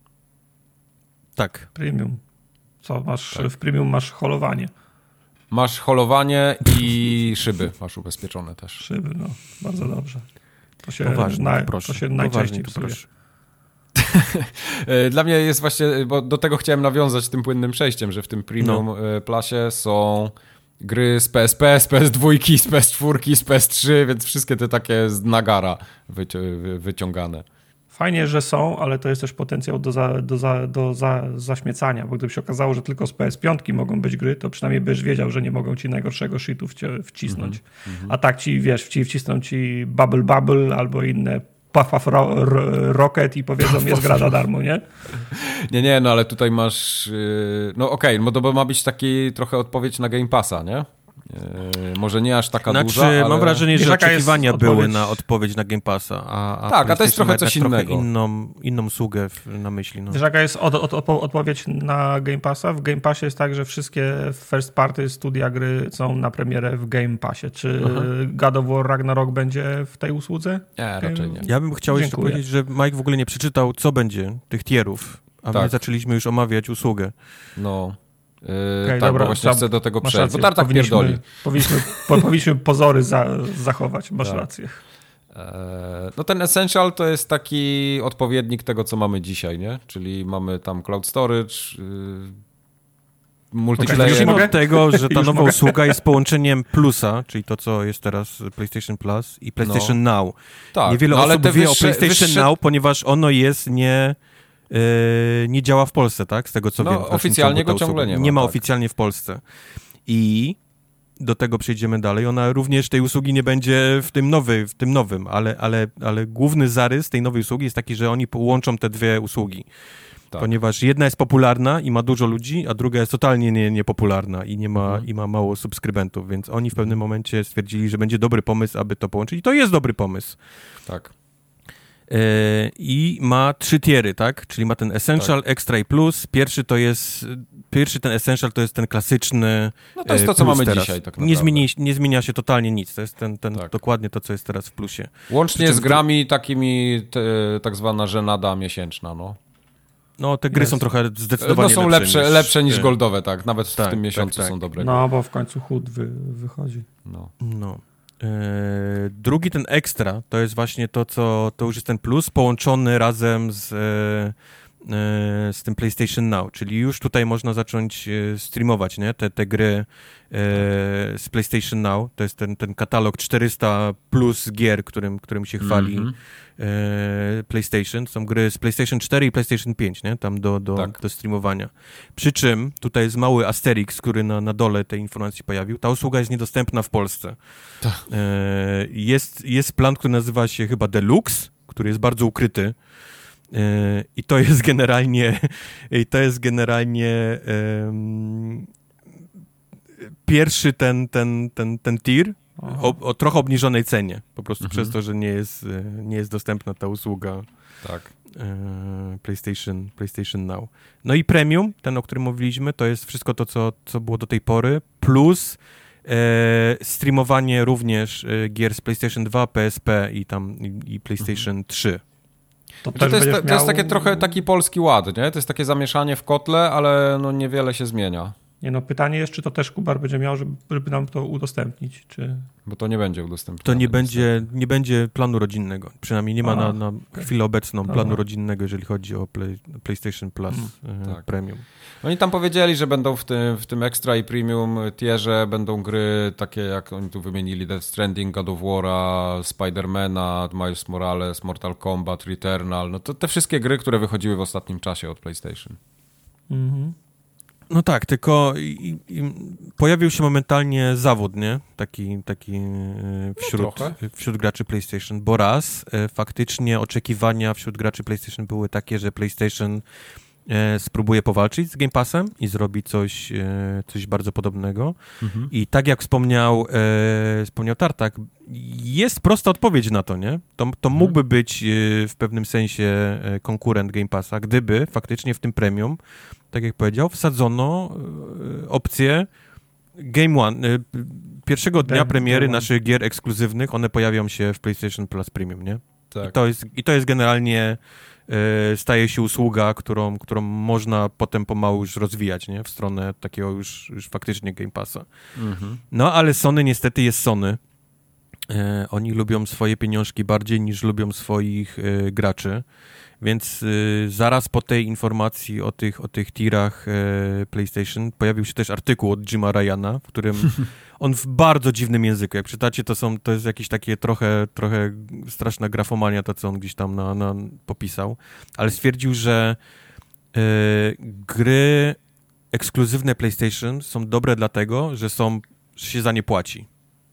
Tak. Premium. Co masz? Tak. W Premium masz holowanie. Masz holowanie i szyby masz ubezpieczone też. Szyby, no. Bardzo dobrze. To się, proszę. To się najczęściej psuje. Dla mnie jest właśnie, bo do tego chciałem nawiązać tym płynnym przejściem, że w tym Premium Plusie są gry z PSP, z PS2, z PS4, z PS3, więc wszystkie te takie z nagara wyciągane. Fajnie, że są, ale to jest też potencjał do zaśmiecania, bo gdyby się okazało, że tylko z PS5 mogą być gry, to przynajmniej byś wiedział, że nie mogą ci najgorszego shitu wcisnąć. A tak ci, wcisną ci Bubble albo inne Puff Rocket i powiedzą, jest gra za darmo, nie? Nie, no ale tutaj masz... No okej, bo to ma być taki trochę odpowiedź na Game Passa, nie? Może nie aż taka duża, ale... Mam wrażenie, że oczekiwania były na odpowiedź na Game Passa, a to jest trochę coś innego. Inną usługę na myśli. No. Wiesz, jaka jest odpowiedź na Game Passa? W Game Passie jest tak, że wszystkie first party studia gry są na premierę w Game Passie. Czy God of War Ragnarok będzie w tej usłudze? Nie, raczej nie. Ja bym chciał jeszcze powiedzieć, że Mike w ogóle nie przeczytał, co będzie tych tierów, a my zaczęliśmy już omawiać usługę. No... Okay, tak, dobra, bo właśnie chcę do tego przejść. Bo Tartak pierdoli. Powinniśmy pozory zachować, masz rację. No ten Essential to jest taki odpowiednik tego, co mamy dzisiaj, nie? Czyli mamy tam cloud storage, multiplayer. Zacznijmy od tego, że ta nowa usługa jest połączeniem Plusa, czyli to, co jest teraz PlayStation Plus i PlayStation Now. Tak, Niewiele osób wie o PlayStation Now, ponieważ ono jest nie działa w Polsce, tak? Z tego co wiem. Oficjalnie go ciągle nie ma. Nie ma oficjalnie w Polsce. I do tego przejdziemy dalej. Ona również tej usługi nie będzie w tym nowym, ale główny zarys tej nowej usługi jest taki, że oni połączą te dwie usługi. Tak. Ponieważ jedna jest popularna i ma dużo ludzi, a druga jest totalnie niepopularna i i ma mało subskrybentów, więc oni w pewnym momencie stwierdzili, że będzie dobry pomysł, aby to połączyć. I to jest dobry pomysł. Tak. I ma 3 tiery, tak? Czyli ma ten Essential, Extra i Plus. Pierwszy ten Essential to jest ten klasyczny. No to jest to, co mamy teraz. Dzisiaj, tak naprawdę. Nie zmienia się totalnie nic. To jest dokładnie to, co jest teraz w Plusie. Łącznie z grami takimi, tak zwana żenada miesięczna, no. No, te gry są trochę zdecydowanie są lepsze niż goldowe, tak. Nawet w tym miesiącu są dobre. No, bo w końcu HUD wychodzi. No. Drugi, ten Extra, to jest właśnie to już jest ten Plus połączony razem z tym PlayStation Now, czyli już tutaj można zacząć streamować, nie? Te gry z PlayStation Now, to jest ten katalog 400 plus gier, którym się chwali PlayStation. To są gry z PlayStation 4 i PlayStation 5, nie? Tam do streamowania. Przy czym tutaj jest mały asterix, który na dole tej informacji pojawił. Ta usługa jest niedostępna w Polsce. Jest plan, który nazywa się chyba Deluxe, który jest bardzo ukryty. I to jest generalnie pierwszy ten tier o trochę obniżonej cenie, po prostu przez to, że nie jest dostępna ta usługa tak. PlayStation Now. No i premium, ten, o którym mówiliśmy, to jest wszystko to, co było do tej pory, plus streamowanie również gier z PlayStation 2, PSP i PlayStation 3. To jest takie trochę taki polski ład, nie? To jest takie zamieszanie w kotle, ale no niewiele się zmienia. Nie no, pytanie jest, czy to też Kubar będzie miał, żeby nam to udostępnić, czy... Bo to nie będzie udostępnione. To nie będzie planu rodzinnego. Przynajmniej nie ma na chwilę obecną planu rodzinnego, jeżeli chodzi o PlayStation Plus Premium. Oni tam powiedzieli, że będą w tym Extra i Premium tierze będą gry takie, jak oni tu wymienili, Death Stranding, God of War'a, Spidermana, Miles Morales, Mortal Kombat, Returnal. No to te wszystkie gry, które wychodziły w ostatnim czasie od PlayStation. No tak, tylko pojawił się momentalnie zawód, nie? Taki wśród graczy PlayStation, bo faktycznie oczekiwania wśród graczy PlayStation były takie, że PlayStation spróbuje powalczyć z Game Passem i zrobi coś bardzo podobnego. I tak jak wspomniał Tartak, jest prosta odpowiedź na to, nie? To mógłby być w pewnym sensie konkurent Game Passa, gdyby faktycznie w tym premium, tak jak powiedział, wsadzono opcję Game One. Pierwszego dnia premiery naszych gier ekskluzywnych, one pojawią się w PlayStation Plus Premium, nie? Tak. I to jest generalnie staje się usługa, którą można potem pomału już rozwijać, nie? W stronę takiego już faktycznie Game Passa. No, ale Sony niestety jest Sony. Oni lubią swoje pieniążki bardziej niż lubią swoich graczy, więc zaraz po tej informacji o tych tirach PlayStation pojawił się też artykuł od Jima Ryana, w którym on w bardzo dziwnym języku, jak czytacie, to jest jakieś takie trochę straszna grafomania, to co on gdzieś tam popisał, ale stwierdził, że gry ekskluzywne PlayStation są dobre dlatego, że się za nie płaci.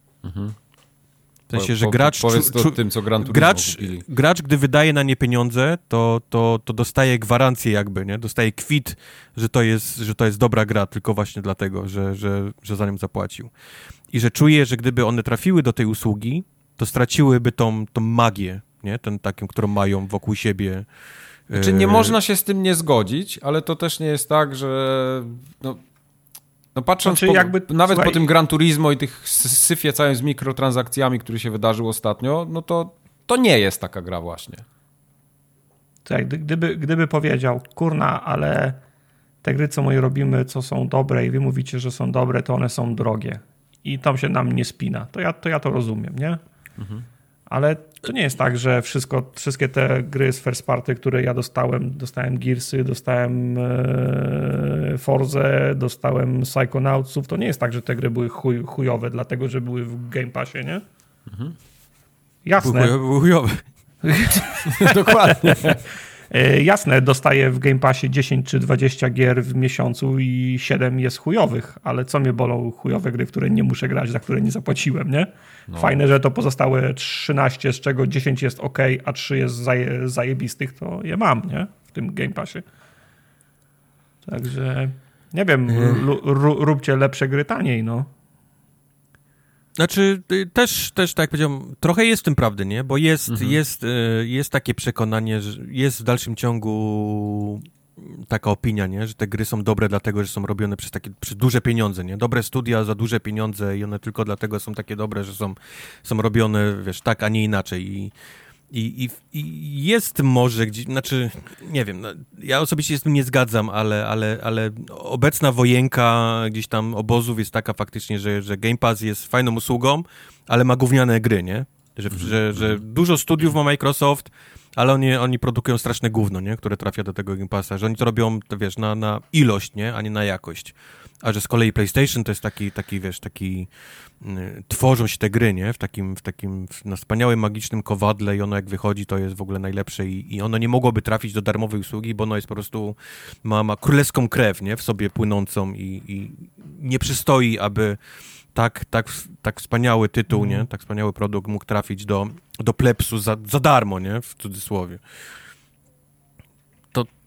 W sensie, że powiedz to tym, co Gran Turismo kupili. Gracz, gdy wydaje na nie pieniądze, to dostaje gwarancję jakby, nie? Dostaje kwit, że to jest dobra gra, tylko właśnie dlatego, że za nią zapłacił. I że czuje, że gdyby one trafiły do tej usługi, to straciłyby tą magię, nie? Taką, którą mają wokół siebie. Znaczy nie można się z tym nie zgodzić, ale to też nie jest tak, że... No patrząc nawet po tym Gran Turismo i tych syfie całym z mikrotransakcjami, który się wydarzył ostatnio, no to nie jest taka gra właśnie. Tak, gdyby powiedział, kurna, ale te gry, co my robimy, co są dobre i wy mówicie, że są dobre, to one są drogie. I tam się nam nie spina. To ja to rozumiem, nie? Ale to nie jest tak, że wszystkie te gry z first party, które ja dostałem Gearsy, dostałem Forzę, dostałem Psychonautsów, to nie jest tak, że te gry były chujowe, dlatego, że były w Game Passie, nie? Jasne. Były chujowe. Dokładnie. Jasne, dostaję w Game Passie 10 czy 20 gier w miesiącu i 7 jest chujowych, ale co mnie bolą chujowe gry, w które nie muszę grać, za które nie zapłaciłem, nie? No. Fajne, że to pozostałe 13, z czego 10 jest ok, a 3 jest zajebistych, to je mam, nie? W tym Game Passie. Także, nie wiem, róbcie lepsze gry taniej, no. Znaczy, też tak jak powiedziałem, trochę jest w tym prawdy, nie? Bo jest takie przekonanie, że jest w dalszym ciągu taka opinia, nie? Że te gry są dobre dlatego, że są robione przez duże pieniądze, nie? Dobre studia za duże pieniądze i one tylko dlatego są takie dobre, że są robione, wiesz, tak, a nie inaczej. I jest może gdzieś, znaczy, nie wiem, ja osobiście się z tym nie zgadzam, ale obecna wojenka gdzieś tam obozów jest taka faktycznie, że Game Pass jest fajną usługą, ale ma gówniane gry, nie? Że dużo studiów ma Microsoft, ale oni produkują straszne gówno, nie? Które trafia do tego Game Passa, że oni to robią, wiesz, na ilość, nie? A nie na jakość. A że z kolei PlayStation to jest taki tworzą się te gry, nie? Na wspaniałym, magicznym kowadle i ono jak wychodzi, to jest w ogóle najlepsze i ono nie mogłoby trafić do darmowej usługi, bo ono jest po prostu, ma królewską krew, nie? W sobie płynącą i nie przystoi, aby tak wspaniały tytuł, nie? Tak wspaniały produkt mógł trafić do plebsu za darmo, nie? W cudzysłowie. To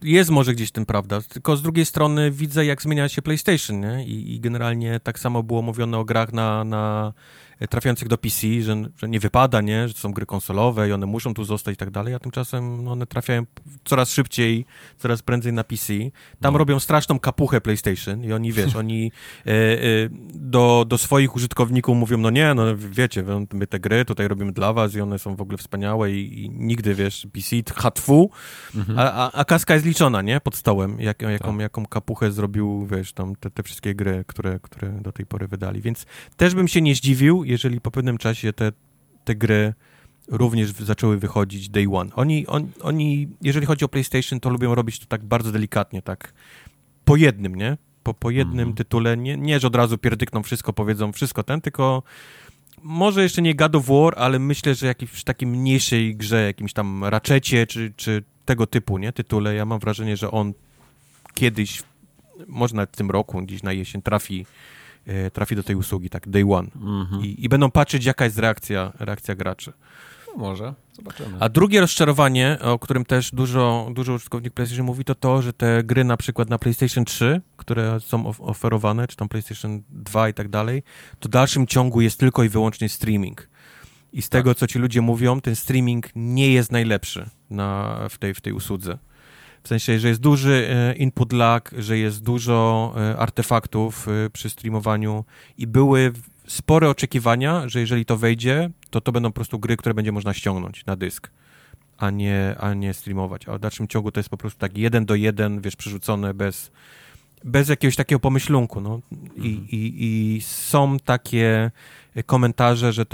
jest może gdzieś tym prawda, tylko z drugiej strony widzę, jak zmienia się PlayStation, nie? I generalnie tak samo było mówione o grach na trafiających do PC, że nie wypada, nie? Że to są gry konsolowe i one muszą tu zostać i tak dalej, a tymczasem one trafiają coraz szybciej, coraz prędzej na PC. Tam robią straszną kapuchę PlayStation i oni, wiesz, oni do swoich użytkowników mówią, no nie, no wiecie, my te gry tutaj robimy dla was i one są w ogóle wspaniałe i nigdy, wiesz, PC hatfu, a kaska jest liczona, nie? Pod stołem, jaką kapuchę zrobił, wiesz, tam te wszystkie gry, które do tej pory wydali, więc też bym się nie zdziwił, jeżeli po pewnym czasie te gry również zaczęły wychodzić day one. Oni, jeżeli chodzi o PlayStation, to lubią robić to tak bardzo delikatnie, tak po jednym, nie? Po jednym tytule, nie, że od razu pierdykną wszystko, powiedzą wszystko tylko może jeszcze nie God of War, ale myślę, że w takiej mniejszej grze, jakimś tam Ratchetie, czy tego typu, nie? Tytule, ja mam wrażenie, że on kiedyś, może nawet w tym roku, gdzieś na jesień trafi do tej usługi, tak, day one. I będą patrzeć, jaka jest reakcja graczy. No może, zobaczymy. A drugie rozczarowanie, o którym też dużo użytkowników PlayStation mówi, to, że te gry na przykład na PlayStation 3, które są oferowane, czy tam PlayStation 2 i tak dalej, to w dalszym ciągu jest tylko i wyłącznie streaming. I z tego, co ci ludzie mówią, ten streaming nie jest najlepszy w tej usłudze. W sensie, że jest duży input lag, że jest dużo artefaktów przy streamowaniu i były spore oczekiwania, że jeżeli to wejdzie, to będą po prostu gry, które będzie można ściągnąć na dysk, a nie streamować. A w dalszym ciągu to jest po prostu tak 1:1, wiesz, przerzucone bez jakiegoś takiego pomyślunku, no. I są takie komentarze, że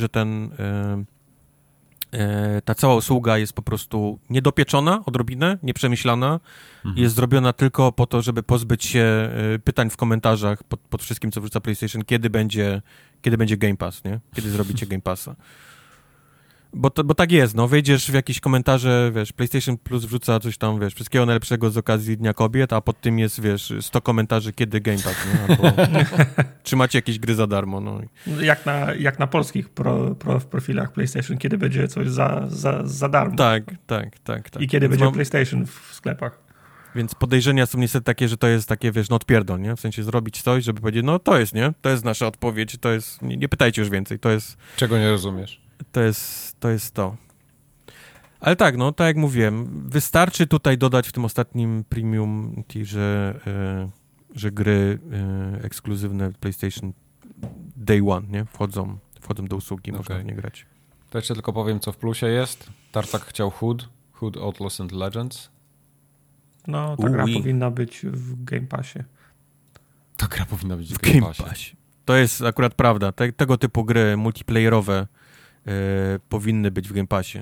ta cała usługa jest po prostu niedopieczona odrobinę, nieprzemyślana. Jest zrobiona tylko po to, żeby pozbyć się pytań w komentarzach pod wszystkim, co wrzuca PlayStation, kiedy będzie Game Pass, nie? Kiedy zrobicie Game Passa. Bo tak jest, no, wejdziesz w jakieś komentarze, wiesz, PlayStation Plus wrzuca coś tam, wiesz, wszystkiego najlepszego z okazji Dnia Kobiet, a pod tym jest, wiesz, 100 komentarzy, kiedy Game Pass, nie? Albo czy macie jakieś gry za darmo, no. Jak na polskich profilach PlayStation, kiedy będzie coś za darmo. Tak. I kiedy będzie PlayStation w sklepach. Więc podejrzenia są niestety takie, że to jest takie, wiesz, no odpierdol, nie? W sensie zrobić coś, żeby powiedzieć, no to jest, nie? To jest nasza odpowiedź, to jest, nie pytajcie już więcej, to jest... Czego nie rozumiesz? To jest to. Ale tak, no, tak jak mówiłem, wystarczy tutaj dodać w tym ostatnim premium, że gry ekskluzywne PlayStation Day One, nie? Wchodzą do usługi, można w nie grać. To jeszcze tylko powiem, co w plusie jest. Tartak chciał Hood Outlaws and Legends. No, ta gra powinna być w Game Passie. Ta gra powinna być w Game Passie. To jest akurat prawda. Tego typu gry multiplayerowe powinny być w Game Passie.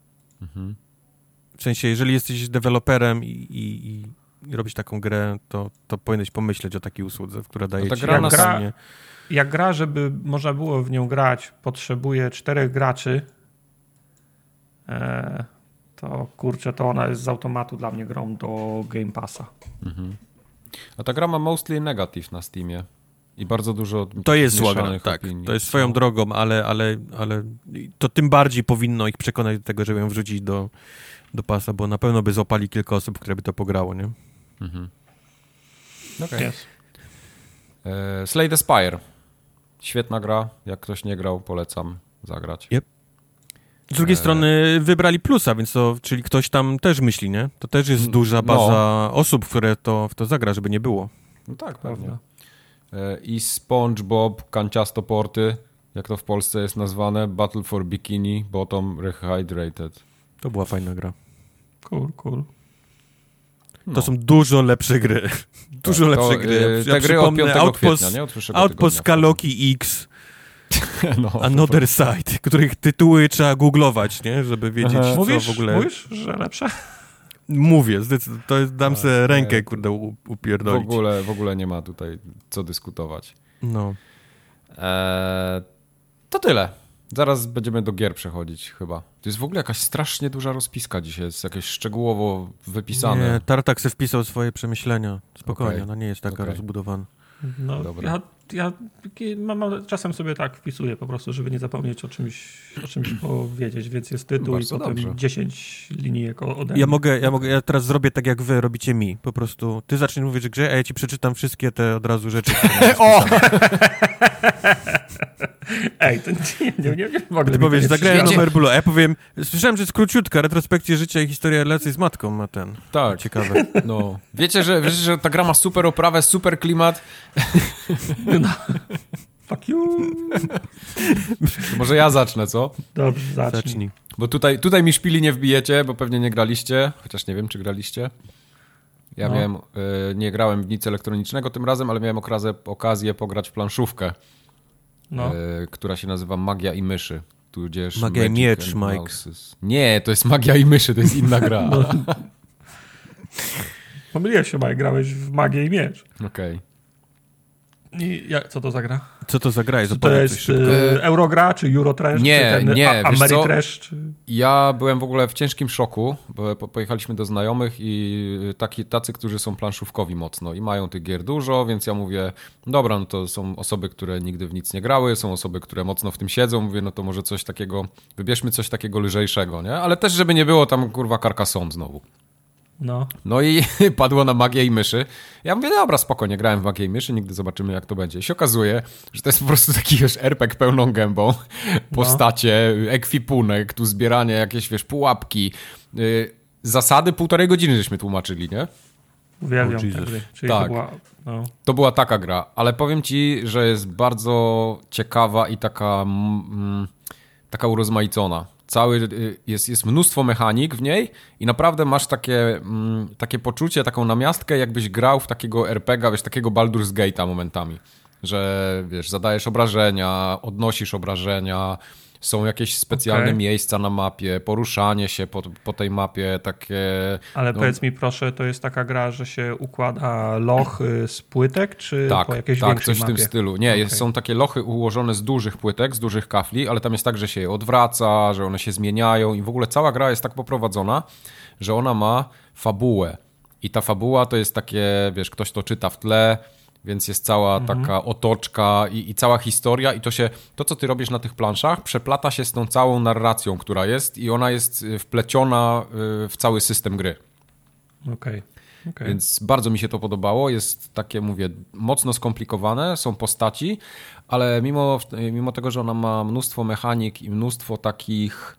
W sensie, jeżeli jesteś deweloperem i robisz taką grę, to powinieneś pomyśleć o takiej usłudze, która daje ci... Jak gra, żeby można było w nią grać, potrzebuje 4 graczy, to kurczę, to ona jest z automatu dla mnie grą do Game Passa. A ta gra ma mostly negative na Steamie. I bardzo dużo to jest zła gra, tak. Opinii. To jest swoją drogą, ale to tym bardziej powinno ich przekonać do tego, żeby ją wrzucić do pasa, bo na pewno by złapali kilka osób, które by to pograło, nie? Okay. Yes. Slay the Spire. Świetna gra. Jak ktoś nie grał, polecam zagrać. Yep. Z drugiej strony wybrali plusa, więc czyli ktoś tam też myśli, nie? To też jest duża baza osób, które w to zagra, żeby nie było. No tak, pewnie. I SpongeBob, Kanciasto Porty, jak to w Polsce jest nazwane, Battle for Bikini Bottom Rehydrated. To była fajna gra. Cool. To są dużo lepsze gry. Dużo lepsze gry. Te gry od 5 kwietnia, nie? Od Outpost Kaloki X, Another Side, których tytuły trzeba googlować, nie? Żeby wiedzieć, co w ogóle... Mówisz, że lepsze? Mówię, to dam sobie rękę, kurde, upierdolić. W ogóle nie ma tutaj co dyskutować. No. To tyle. Zaraz będziemy do gier przechodzić chyba. To jest w ogóle jakaś strasznie duża rozpiska dzisiaj, jest jakieś szczegółowo wypisane. Nie, Tartak se wpisał swoje przemyślenia. Spokojnie, ona nie jest taka rozbudowana. No, dobra. Ja czasem sobie tak wpisuję po prostu, żeby nie zapomnieć o czymś powiedzieć, więc jest tytuł Bardzo i potem dobrze. 10 linijek ode mnie. Ja teraz zrobię tak, jak wy robicie mi. Po prostu ty zaczniesz mówić o grze, a ja ci przeczytam wszystkie te od razu rzeczy, które O! Ej, to nie w ogóle. Ty powiesz, zagrałem Wiecie- numer Blue, a ja powiem, słyszałem, że jest króciutka, retrospekcja życia i historia relacji z matką ma ten. Tak. Ciekawe. No. Wiecie, że ta gra ma super oprawę, super klimat? Fuck you. To może ja zacznę, co? Dobrze, zacznij. Zacznij. Bo tutaj mi szpili nie wbijecie, bo pewnie nie graliście, chociaż nie wiem, czy graliście. Ja miałem, nie grałem w nic elektronicznego tym razem, ale miałem okazję pograć w planszówkę, No. która się nazywa Magia i myszy. Tudzież Magia i Magic miecz, and Mike. Mouses. Nie, to jest Magia i myszy, to jest inna gra. Pomyliłeś się, Mike, grałeś w Magię i Miecz. Okej. I co to za gra? Co to za gra? Czy to jest Eurogra, czy Eurotrash, Nie, czy ten nie, wiesz co? Ameritrash? Czy... Ja byłem w ogóle w ciężkim szoku, bo pojechaliśmy do znajomych i tacy, którzy są planszówkowi mocno i mają tych gier dużo, więc ja mówię, dobra, no to są osoby, które nigdy w nic nie grały, są osoby, które mocno w tym siedzą, mówię, no to może coś takiego, wybierzmy coś takiego lżejszego, nie? Ale też, żeby nie było tam, kurwa, Carcassonne znowu. No. No i padło na Magię i myszy. Ja mówię, dobra, spokojnie, grałem w Magię i myszy, nigdy zobaczymy, jak to będzie. I się okazuje, że to jest po prostu taki już RPG pełną gębą. Postacie, ekwipunek, tu zbieranie, jakieś, wiesz, pułapki. Zasady 1,5 godziny żeśmy tłumaczyli, nie? Uwielbiam Jesus. te gry. Czyli Tak. to była... No. To była taka gra, ale powiem ci, że jest bardzo ciekawa i taka urozmaicona. Jest mnóstwo mechanik w niej i naprawdę masz takie poczucie, taką namiastkę, jakbyś grał w takiego RPG-a, wiesz, takiego Baldur's Gate'a momentami. Że, wiesz, zadajesz obrażenia, odnosisz obrażenia, są jakieś specjalne miejsca na mapie, poruszanie się po tej mapie, takie... Ale powiedz mi proszę, to jest taka gra, że się układa loch z płytek, czy po jakiejś większej coś mapie? w tym stylu. Nie, są takie lochy ułożone z dużych płytek, z dużych kafli, ale tam jest tak, że się je odwraca, że one się zmieniają i w ogóle cała gra jest tak poprowadzona, że ona ma fabułę. I ta fabuła to jest takie, wiesz, ktoś to czyta w tle, więc jest cała taka otoczka i cała historia i to, co ty robisz na tych planszach, przeplata się z tą całą narracją, która jest i ona jest wpleciona w cały system gry. Okej. Więc bardzo mi się to podobało. Jest takie, mówię, mocno skomplikowane, są postaci, ale mimo tego, że ona ma mnóstwo mechanik i mnóstwo takich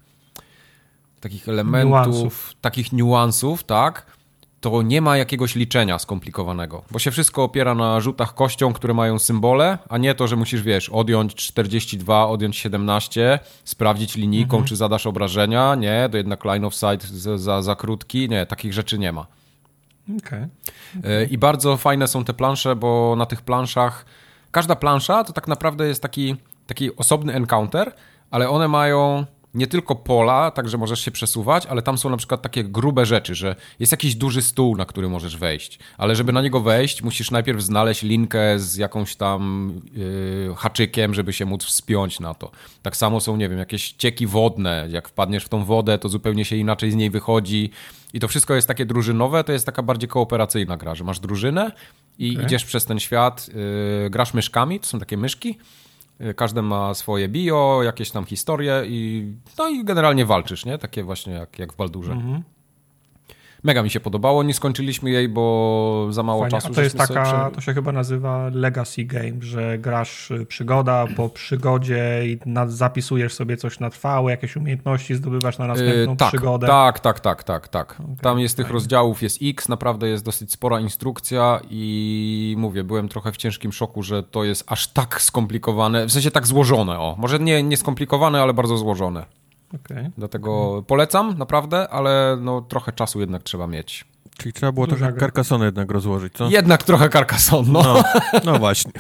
elementów, takich niuansów, tak, to nie ma jakiegoś liczenia skomplikowanego, bo się wszystko opiera na rzutach kością, które mają symbole, a nie to, że musisz, wiesz, odjąć 42, odjąć 17, sprawdzić linijką, czy zadasz obrażenia, nie, to jednak line of sight za krótki, nie, takich rzeczy nie ma. Okay. I bardzo fajne są te plansze, bo na tych planszach, każda plansza to tak naprawdę jest taki osobny encounter, ale one mają nie tylko pola, tak że możesz się przesuwać, ale tam są na przykład takie grube rzeczy, że jest jakiś duży stół, na który możesz wejść, ale żeby na niego wejść, musisz najpierw znaleźć linkę z jakąś tam haczykiem, żeby się móc wspiąć na to. Tak samo są, nie wiem, jakieś cieki wodne, jak wpadniesz w tą wodę, to zupełnie się inaczej z niej wychodzi i to wszystko jest takie drużynowe, to jest taka bardziej kooperacyjna gra, że masz drużynę i idziesz przez ten świat, grasz myszkami, to są takie myszki, każdy ma swoje bio, jakieś tam historie i generalnie walczysz, nie? Takie właśnie jak w Baldurze. Mega mi się podobało, nie skończyliśmy jej, bo za mało Fajnie. czasu. A to jest taka, to się chyba nazywa Legacy Game, że grasz przygoda po przygodzie i zapisujesz sobie coś na trwałe, jakieś umiejętności zdobywasz na następną przygodę. Tak. Okay, tam jest tych rozdziałów, jest X, naprawdę jest dosyć spora instrukcja i mówię, byłem trochę w ciężkim szoku, że to jest aż tak skomplikowane, w sensie tak złożone, może nie skomplikowane, ale bardzo złożone. Okay. Dlatego polecam, naprawdę, ale no, trochę czasu jednak trzeba mieć. Czyli trzeba było trochę Carcassonne jednak rozłożyć, co? Jednak trochę Carcassonne, no. No właśnie.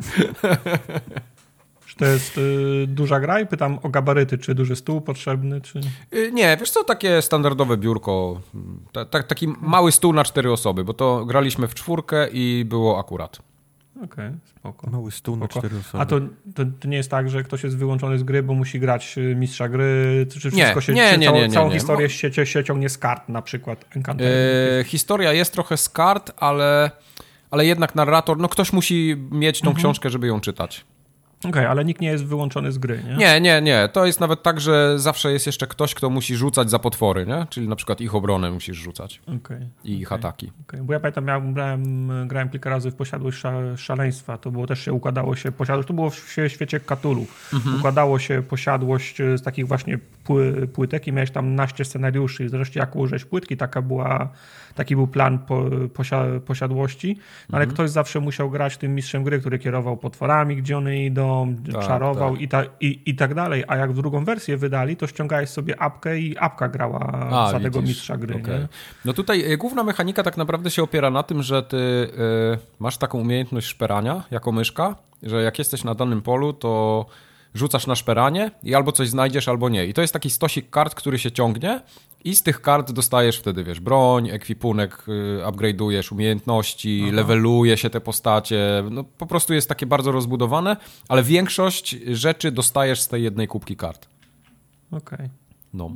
Czy to jest duża gra? I pytam o gabaryty, czy duży stół potrzebny, czy... Nie, wiesz co, takie standardowe biurko, taki mały stół na 4 osoby, bo to graliśmy w 4 i było akurat. Okej, spoko. Mały stół na 4 osoby. A to nie jest tak, że ktoś jest wyłączony z gry, bo musi grać mistrza gry, czy wszystko całą historię się ciągnie z kart na przykład. Historia jest trochę z kart, ale ale jednak narrator, no ktoś musi mieć tą książkę, żeby ją czytać. Okej, ale nikt nie jest wyłączony z gry, nie? Nie. To jest nawet tak, że zawsze jest jeszcze ktoś, kto musi rzucać za potwory, nie? Czyli na przykład ich obronę musisz rzucać. I ich ataki. Bo ja pamiętam, grałem kilka razy w Posiadłość Szaleństwa. To było też się układało się posiadłość. To było w świecie Cthulhu. Układało się posiadłość z takich właśnie płytek i miałeś tam naście scenariuszy. I zresztą jak ułożyć płytki, taki był plan posiadłości. Ale ktoś zawsze musiał grać tym mistrzem gry, który kierował potworami, gdzie one idą, czarował i tak dalej. A jak w drugą wersję wydali, to ściągałeś sobie apkę i apka grała za tego mistrza gry. Okay. No tutaj główna mechanika tak naprawdę się opiera na tym, że ty masz taką umiejętność szperania jako myszka, że jak jesteś na danym polu, to rzucasz na szperanie i albo coś znajdziesz, albo nie. I to jest taki stosik kart, który się ciągnie i z tych kart dostajesz wtedy, wiesz, broń, ekwipunek, upgrade'ujesz umiejętności, leveluje się te postacie. No po prostu jest takie bardzo rozbudowane, ale większość rzeczy dostajesz z tej jednej kubki kart. Okej. No.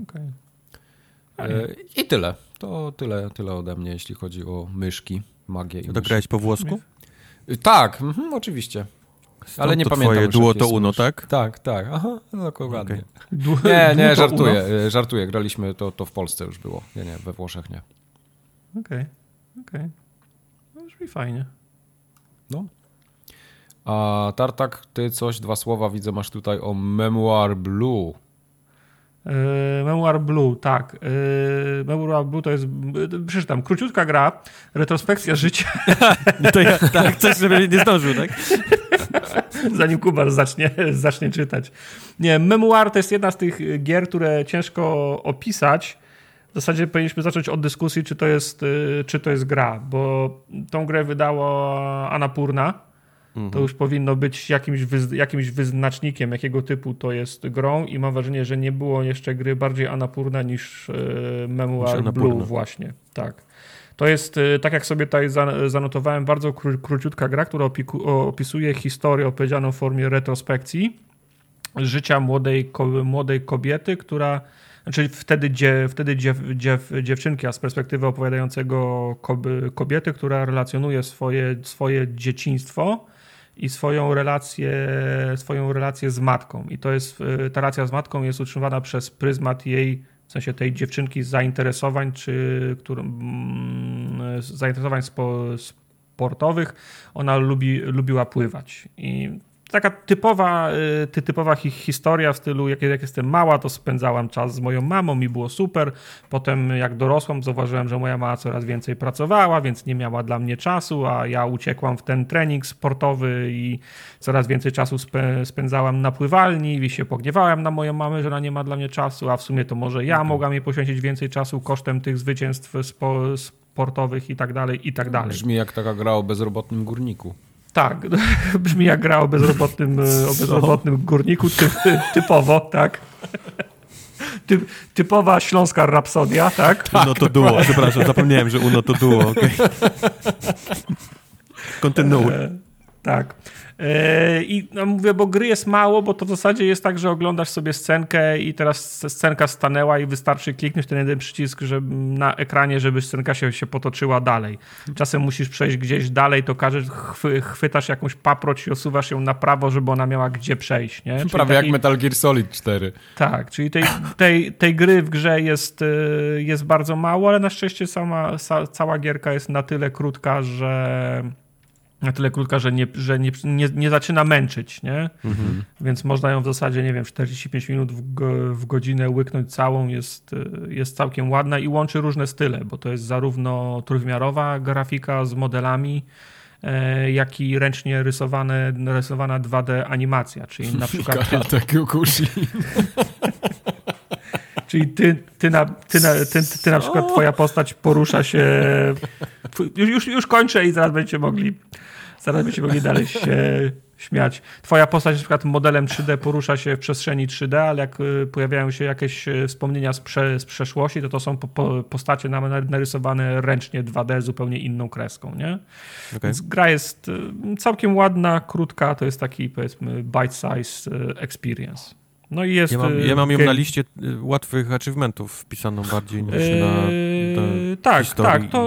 I tyle. To tyle ode mnie, jeśli chodzi o myszki, magię i to grałeś po włosku? Tak, oczywiście. Stąd ale nie to pamiętam. Twoje duo to Uno, tak? Tak. Aha, no dokładnie. Okay. Nie, żartuję. Graliśmy, to w Polsce już było. Nie, we Włoszech nie. Okej. No brzmi fajnie. No. A Tartak, ty dwa słowa widzę, masz tutaj o Memoir Blue. Memoir Blue, tak. Memoir Blue to jest, przeczytam, króciutka gra, retrospekcja życia. To ja tak, coś, żeby nie zdążył, tak? Zanim Kubar zacznie czytać. Nie, Memoir to jest jedna z tych gier, które ciężko opisać. W zasadzie powinniśmy zacząć od dyskusji, czy to jest gra, bo tą grę wydała Annapurna. To już powinno być jakimś wyznacznikiem, jakiego typu to jest grą i mam wrażenie, że nie było jeszcze gry bardziej Annapurna niż Memoir Blue właśnie. Tak. To jest, tak jak sobie tutaj zanotowałem, bardzo króciutka gra, która opisuje historię opowiedzianą w formie retrospekcji życia młodej kobiety, która, znaczy wtedy dziewczynki, a z perspektywy opowiadającego kobiety, która relacjonuje swoje dzieciństwo i swoją relację z matką. I to jest, ta relacja z matką jest utrzymywana przez pryzmat jej, w sensie tej dziewczynki, zainteresowań, zainteresowań sportowych. Ona lubiła pływać. I taka typowa historia w stylu, jak jestem mała, to spędzałam czas z moją mamą i było super. Potem jak dorosłam, zauważyłem, że moja mama coraz więcej pracowała, więc nie miała dla mnie czasu, a ja uciekłam w ten trening sportowy i coraz więcej czasu spędzałam na pływalni i się pogniewałem na moją mamę, że ona nie ma dla mnie czasu, a w sumie to może ja mogłam jej poświęcić więcej czasu kosztem tych zwycięstw sportowych i tak dalej, i tak dalej. Brzmi jak taka gra o bezrobotnym górniku. Tak, brzmi jak gra o bezrobotnym górniku, typowo, tak. Typowa śląska rapsodia, tak? Uno to duo, przepraszam, zapomniałem, że Uno to duo, okej. Kontynuuj. Tak. I no mówię, bo gry jest mało, bo to w zasadzie jest tak, że oglądasz sobie scenkę i teraz scenka stanęła i wystarczy kliknąć ten jeden przycisk na ekranie, żeby scenka się potoczyła dalej. Czasem musisz przejść gdzieś dalej, to każesz, chwytasz jakąś paproć i osuwasz ją na prawo, żeby ona miała gdzie przejść. Nie? Prawie jak Metal Gear Solid 4. Tak, czyli tej gry w grze jest bardzo mało, ale na szczęście cała gierka jest na tyle krótka, że nie zaczyna męczyć, nie? Więc można ją w zasadzie, nie wiem, 45 minut w godzinę łyknąć całą, jest całkiem ładna i łączy różne style, bo to jest zarówno trójwymiarowa grafika z modelami, jak i ręcznie rysowana 2D animacja, czyli na przykład... Czyli ty na przykład twoja postać porusza się... Już kończę i zaraz będziecie mogli dalej się śmiać. Twoja postać na przykład modelem 3D porusza się w przestrzeni 3D, ale jak pojawiają się jakieś wspomnienia z przeszłości, to są postacie narysowane ręcznie 2D zupełnie inną kreską, nie? Okay. Więc gra jest całkiem ładna, krótka, to jest taki, powiedzmy, bite-size experience. No i jest... Ja mam ją na liście łatwych achievementów wpisaną bardziej niż na historii. Tak,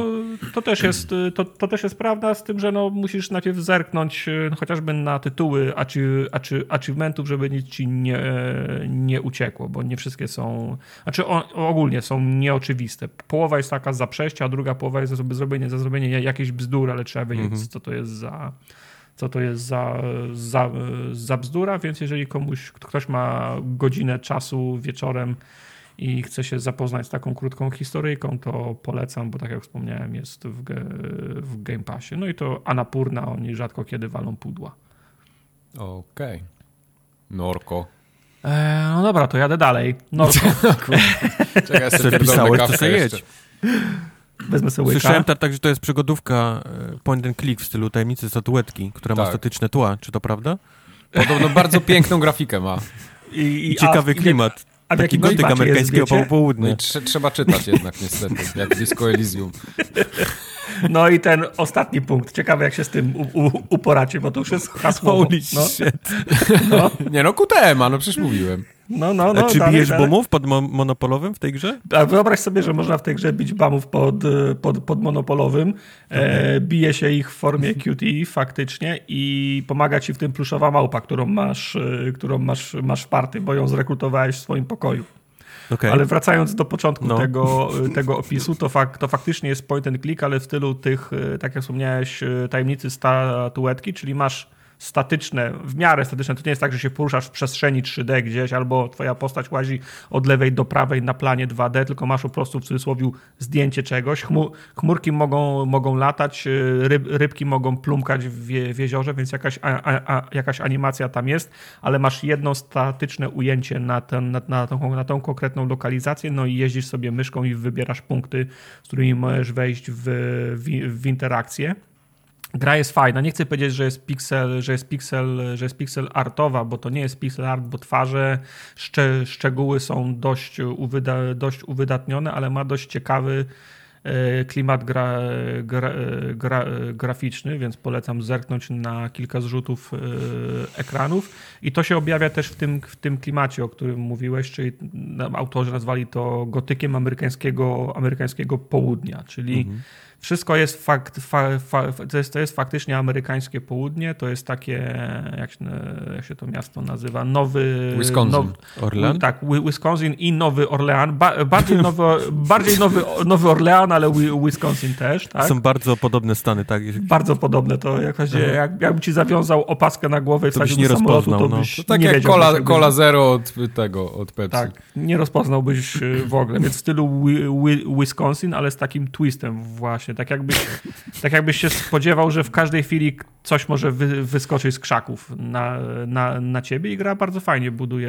to też jest prawda, z tym, że no musisz najpierw zerknąć chociażby na tytuły achievementów, żeby nic ci nie uciekło, bo nie wszystkie są... ogólnie są nieoczywiste. Połowa jest taka za przejście, a druga połowa jest za zrobienie jakiejś bzdury, ale trzeba wiedzieć, co to jest za bzdura, więc jeżeli ktoś ma godzinę czasu wieczorem i chce się zapoznać z taką krótką historyjką, to polecam, bo tak jak wspomniałem, jest w Game Passie. No i to Annapurna, oni rzadko kiedy walą pudła. Okej. Norko. No dobra, to jadę dalej. Norko. Czekaj, ja sobie Zapisałeś, to kawkę sobie jeszcze. jedź. Wezmę sobie łyka. Słyszałem tak, że to jest przygodówka point and click w stylu Tajemnicy Statuetki, która ma statyczne tła. Czy to prawda? Podobno bardzo piękną grafikę ma. I ciekawy klimat. A w jakim gotyk amerykańskiego południa. No trzeba czytać jednak niestety, jak Disco Elysium. No i ten ostatni punkt. Ciekawe, jak się z tym uporacie, bo to już jest hasło. Holy shit. No. Nie no, QTM-a, no przecież mówiłem. No, czy bijesz boomów pod monopolowym w tej grze? A wyobraź sobie, że można w tej grze bić boomów pod monopolowym. Bije się ich w formie QTE faktycznie i pomaga ci w tym pluszowa małpa, którą masz w party, bo ją zrekrutowałeś w swoim pokoju. Okay. Ale wracając do początku tego opisu, to faktycznie jest point and click, ale w stylu tych, tak jak wspomniałeś, tajemnicy statuetki, czyli masz statyczne, w miarę statyczne, to nie jest tak, że się poruszasz w przestrzeni 3D gdzieś, albo twoja postać łazi od lewej do prawej na planie 2D, tylko masz po prostu w cudzysłowie zdjęcie czegoś. Chmurki mogą latać, rybki mogą plumkać w jeziorze, więc jakaś animacja tam jest, ale masz jedno statyczne ujęcie na tą konkretną lokalizację, no i jeździsz sobie myszką i wybierasz punkty, z którymi możesz wejść w interakcję. Gra jest fajna. Nie chcę powiedzieć, że jest pixel artowa, bo to nie jest pixel art, bo twarze, szczegóły są dość uwydatnione, ale ma dość ciekawy klimat graficzny, więc polecam zerknąć na kilka zrzutów ekranów i to się objawia też w tym klimacie, o którym mówiłeś, czyli autorzy nazwali to gotykiem amerykańskiego południa, czyli wszystko jest to jest faktycznie amerykańskie południe, to jest takie, jak się to miasto nazywa? Wisconsin. Orlean? Tak, Wisconsin i Nowy Orlean. Bardziej Nowy Orlean, ale Wisconsin też. Tak? Są bardzo podobne stany, tak? Bardzo podobne. To jakbym ci zawiązał opaskę na głowę i wsadził do samolotu, to byś to tak nie jak wiedział. Cola Zero od Pepsi. Tak, nie rozpoznałbyś w ogóle. Więc w stylu Wisconsin, ale z takim twistem właśnie. Tak jakbyś się spodziewał, że w każdej chwili coś może wyskoczyć z krzaków na ciebie i gra bardzo fajnie buduje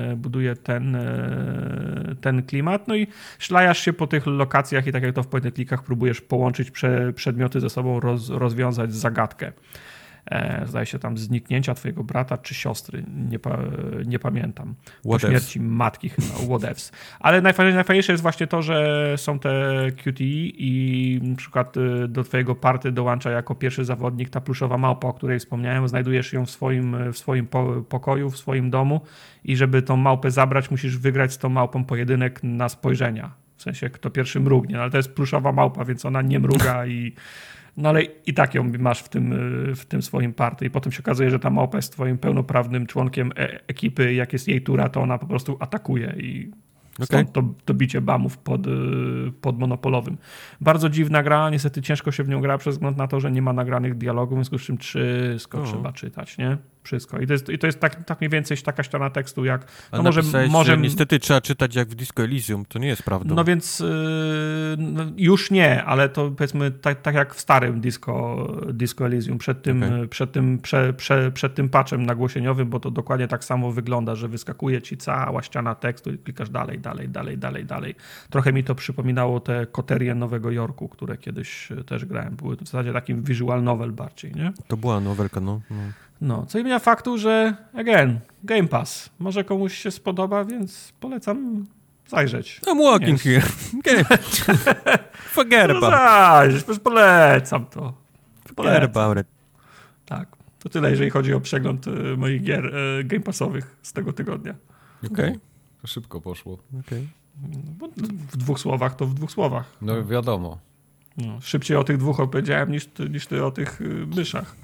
ten klimat. No i szlajasz się po tych lokacjach i tak jak to w point and clickach próbujesz połączyć przedmioty ze sobą, rozwiązać zagadkę. Zdaje się tam zniknięcia twojego brata czy siostry, nie pamiętam. Po śmierci matki chyba, whatevs. Ale najfajniejsze jest właśnie to, że są te QTE i na przykład do twojego party dołącza jako pierwszy zawodnik ta pluszowa małpa, o której wspomniałem. Znajdujesz ją w swoim pokoju, w swoim domu i żeby tą małpę zabrać, musisz wygrać z tą małpą pojedynek na spojrzenia. W sensie kto pierwszy mrugnie, ale to jest pluszowa małpa, więc ona nie mruga no ale i tak ją masz w tym swoim party i potem się okazuje, że ta małpa jest twoim pełnoprawnym członkiem ekipy. Jak jest jej tura, to ona po prostu atakuje i stąd to bicie bamów pod monopolowym. Bardzo dziwna gra, niestety ciężko się w nią gra przez wzgląd na to, że nie ma nagranych dialogów, w związku z czym wszystko trzeba czytać, nie? Wszystko. I to jest tak mniej więcej taka ściana tekstu jak... No może niestety trzeba czytać jak w Disco Elysium, to nie jest prawdą. No więc już nie, ale to powiedzmy tak jak w starym Disco Elysium, przed tym patchem nagłosieniowym, bo to dokładnie tak samo wygląda, że wyskakuje ci cała ściana tekstu i klikasz dalej. Trochę mi to przypominało te koterie Nowego Jorku, które kiedyś też grałem. Były w zasadzie takim visual novel bardziej, nie? To była nowelka, No, co imienia faktu, że Game Pass. Może komuś się spodoba, więc polecam zajrzeć. I'm walking here. Forget about it. Polecam to. Forget about it. Tak. To tyle, jeżeli chodzi o przegląd moich gier Game Passowych z tego tygodnia. Okej. To szybko poszło. Okay. Bo w 2 słowach to w 2 słowach. No wiadomo. No, szybciej o tych 2 opowiedziałem niż ty o tych myszach.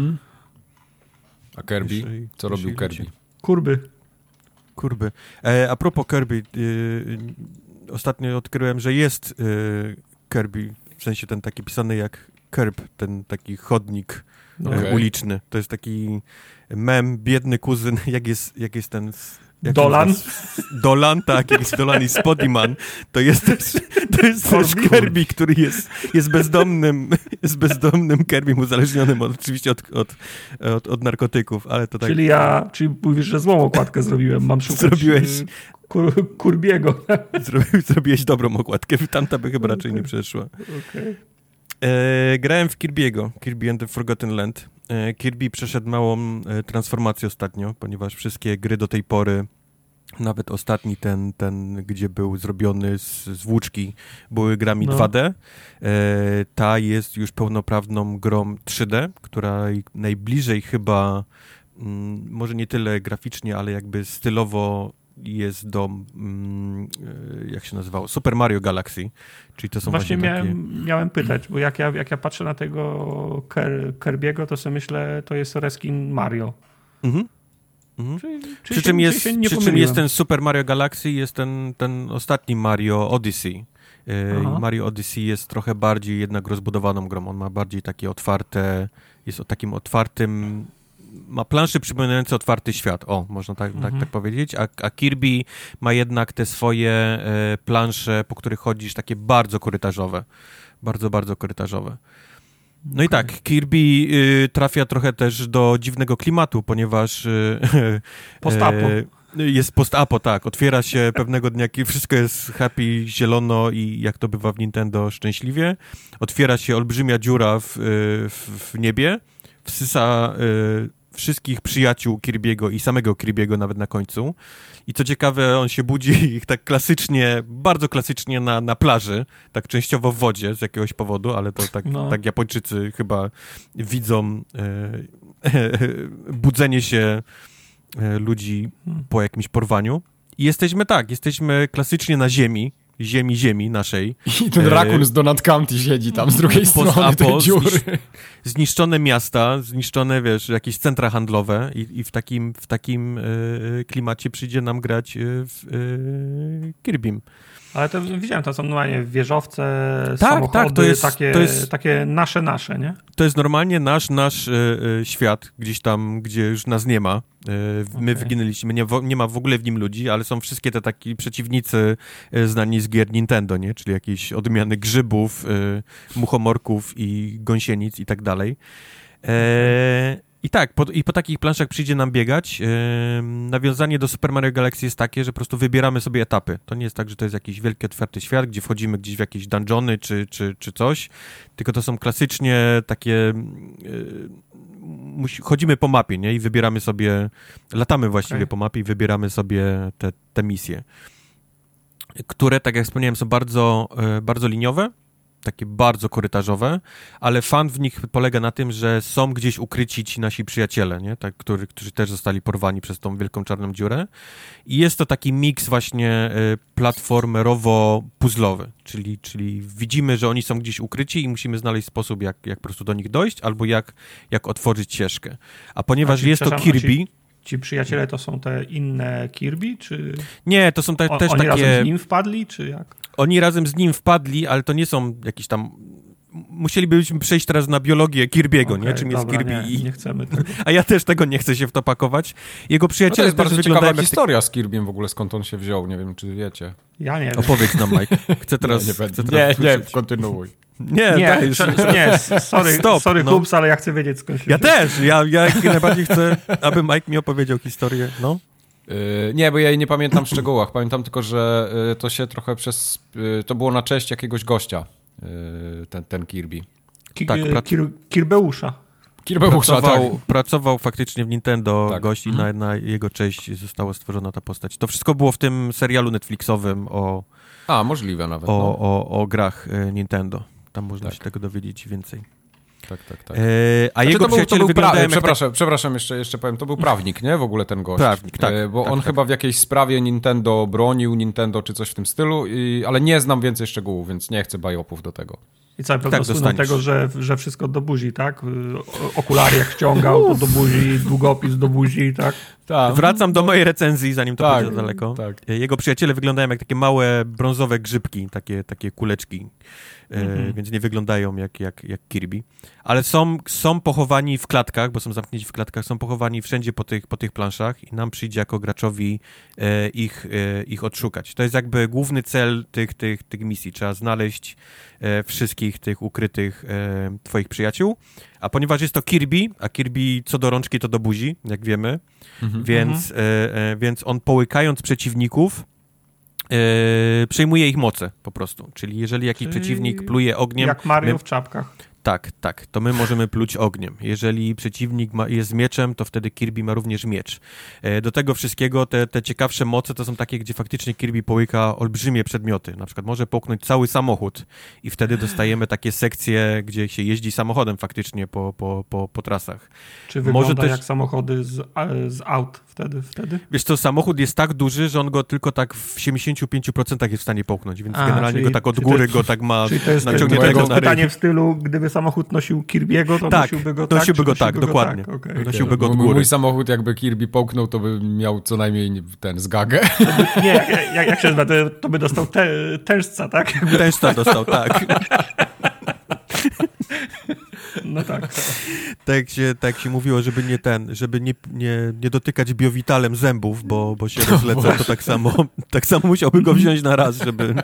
A Kirby? Co robił Kirby? Kurby. A propos Kirby, ostatnio odkryłem, że jest Kirby, w sensie ten taki pisany jak Curb, ten taki chodnik uliczny. To jest taki mem, biedny kuzyn, jak jest ten... Dolan? Dolan, tak, jak jest Dolan i Spodiman. To jest też Kirby, który jest bezdomnym Kirbym uzależnionym oczywiście od narkotyków, ale to tak... Czyli mówisz, że złą okładkę zrobiłem, mam szukać Kurbiego. Zrobiłeś dobrą okładkę, tamta by chyba raczej nie przeszła. Okay. Grałem w Kirby'ego, Kirby and the Forgotten Land. Kirby przeszedł małą transformację ostatnio, ponieważ wszystkie gry do tej pory, nawet ostatni ten gdzie był zrobiony z włóczki, były grami 2D. Ta jest już pełnoprawną grą 3D, która najbliżej chyba, może nie tyle graficznie, ale jakby stylowo jest do, jak się nazywało, Super Mario Galaxy, czyli to są właśnie miałem pytać, bo jak ja patrzę na tego Kirby'ego, to sobie myślę, to jest reskin Mario. Przy czym jest ten Super Mario Galaxy, jest ten ostatni Mario Odyssey. Mario Odyssey jest trochę bardziej jednak rozbudowaną grą, on ma bardziej takie otwarte, jest o takim otwartym, ma plansze przypominające otwarty świat, można tak powiedzieć, a Kirby ma jednak te swoje plansze, po których chodzisz, takie bardzo korytarzowe, bardzo, bardzo korytarzowe. No i tak, Kirby trafia trochę też do dziwnego klimatu, ponieważ post-apo. Jest post-apo, tak. Otwiera się pewnego dnia, wszystko jest happy, zielono i jak to bywa w Nintendo, szczęśliwie. Otwiera się olbrzymia dziura w niebie, wsysa wszystkich przyjaciół Kirby'ego i samego Kirby'ego nawet na końcu. I co ciekawe, on się budzi tak klasycznie, bardzo klasycznie na plaży, tak częściowo w wodzie z jakiegoś powodu, ale to tak Japończycy chyba widzą budzenie się ludzi po jakimś porwaniu. I jesteśmy klasycznie na ziemi naszej. I ten rakun z Donut County siedzi tam z drugiej strony tej dziury. Zniszczone miasta, zniszczone, jakieś centra handlowe i w takim klimacie przyjdzie nam grać w Kirbym. Ale to widziałem, to są normalnie wieżowce, samochody, to jest takie nasze, nie? To jest normalnie nasz świat, gdzieś tam, gdzie już nas nie ma. My wyginęliśmy, nie ma w ogóle w nim ludzi, ale są wszystkie te taki przeciwnicy znani z gier Nintendo, nie? Czyli jakieś odmiany grzybów, muchomorków i gąsienic i tak dalej. I tak, po takich planszach przyjdzie nam biegać. Nawiązanie do Super Mario Galaxy jest takie, że po prostu wybieramy sobie etapy. To nie jest tak, że to jest jakiś wielki, otwarty świat, gdzie wchodzimy gdzieś w jakieś dungeony czy coś, tylko to są klasycznie takie... chodzimy po mapie, nie? I wybieramy sobie... Latamy właściwie po mapie i wybieramy sobie te misje, które, tak jak wspomniałem, są bardzo, bardzo liniowe, takie bardzo korytarzowe, ale fan w nich polega na tym, że są gdzieś ukryci ci nasi przyjaciele, nie? Tak, którzy też zostali porwani przez tą wielką czarną dziurę. I jest to taki miks właśnie platformerowo-puzzlowy, czyli widzimy, że oni są gdzieś ukryci i musimy znaleźć sposób, jak po prostu do nich dojść, albo jak otworzyć ścieżkę. A ponieważ jest to Kirby... Ci przyjaciele to są te inne Kirby, czy... Nie, to są też oni takie... Oni razem z nim wpadli, czy jak? Oni razem z nim wpadli, ale to nie są jakieś tam... Musielibyśmy przejść teraz na biologię Kirby'ego, nie? Czym jest Kirby nie chcemy tego. A ja też tego nie chcę się w to pakować. Jego przyjaciele to jest bardzo wyglądają ciekawa historia z Kirbym w ogóle, skąd on się wziął. Nie wiem, czy wiecie. Ja nie wiem. Opowiedz nam, Mike. Chcę teraz Nie, kontynuuj. Sorry, Hubs, ale ja chcę wiedzieć, skąd się Ja też. Ja jak najbardziej chcę, aby Mike mi opowiedział historię. No. Nie, bo ja jej nie pamiętam w szczegółach. Pamiętam tylko, że to się trochę to było na cześć jakiegoś gościa, ten Kirby. Kirbeusza. Pracował faktycznie w Nintendo gość i na jego cześć została stworzona ta postać. To wszystko było w tym serialu Netflixowym możliwe nawet. O grach Nintendo. Tam można się tego dowiedzieć więcej. A jego przyjaciele wyglądają przepraszam, jeszcze powiem, to był prawnik, nie? W ogóle ten gość. Prawnik, tak. Bo on chyba w jakiejś sprawie Nintendo bronił, czy coś w tym stylu, ale nie znam więcej szczegółów, więc nie chcę bajopów do tego. I cały pewno słyną tego, że wszystko do buzi, tak? Okulary jak ściągał, to do buzi, długopis do buzi, tak? Wracam do mojej recenzji, zanim to pójdzie daleko. Tak. Jego przyjaciele wyglądają jak takie małe, brązowe grzybki, takie kuleczki, więc nie wyglądają jak Kirby. Ale są pochowani w klatkach, bo są zamknięci w klatkach, są pochowani wszędzie po tych planszach i nam przyjdzie jako graczowi ich odszukać. To jest jakby główny cel tych misji. Trzeba znaleźć wszystkich tych ukrytych twoich przyjaciół. A ponieważ jest to Kirby, a Kirby co do rączki, to do buzi, jak wiemy, więc on połykając przeciwników przejmuje ich moce po prostu. Czyli jeżeli jakiś przeciwnik pluje ogniem... Jak Mario w czapkach. Tak, to my możemy pluć ogniem. Jeżeli przeciwnik jest z mieczem, to wtedy Kirby ma również miecz. Do tego wszystkiego te ciekawsze moce to są takie, gdzie faktycznie Kirby połyka olbrzymie przedmioty. Na przykład może połknąć cały samochód i wtedy dostajemy takie sekcje, gdzie się jeździ samochodem faktycznie po trasach. Czy wygląda też jak samochody z aut wtedy? Wiesz co, samochód jest tak duży, że on go tylko tak w 75% jest w stanie połknąć, więc generalnie go tak od góry go tak ma naciągniętego na ryj. Pytanie w stylu, gdyby samochód nosił Kirby'ego, to nosiłby go tak? Nosiłby go tak, dokładnie. Tak, okay. Nosiłby go od góry. Mój samochód jakby Kirby połknął, to by miał co najmniej ten zgagę. Nie, jak się nazywa, to by dostał tężca, tak? Tężca dostał, tak. No tak. Tak się mówiło, żeby nie dotykać biowitalem zębów, bo się rozlecą, to tak samo musiałby go wziąć na raz, żeby...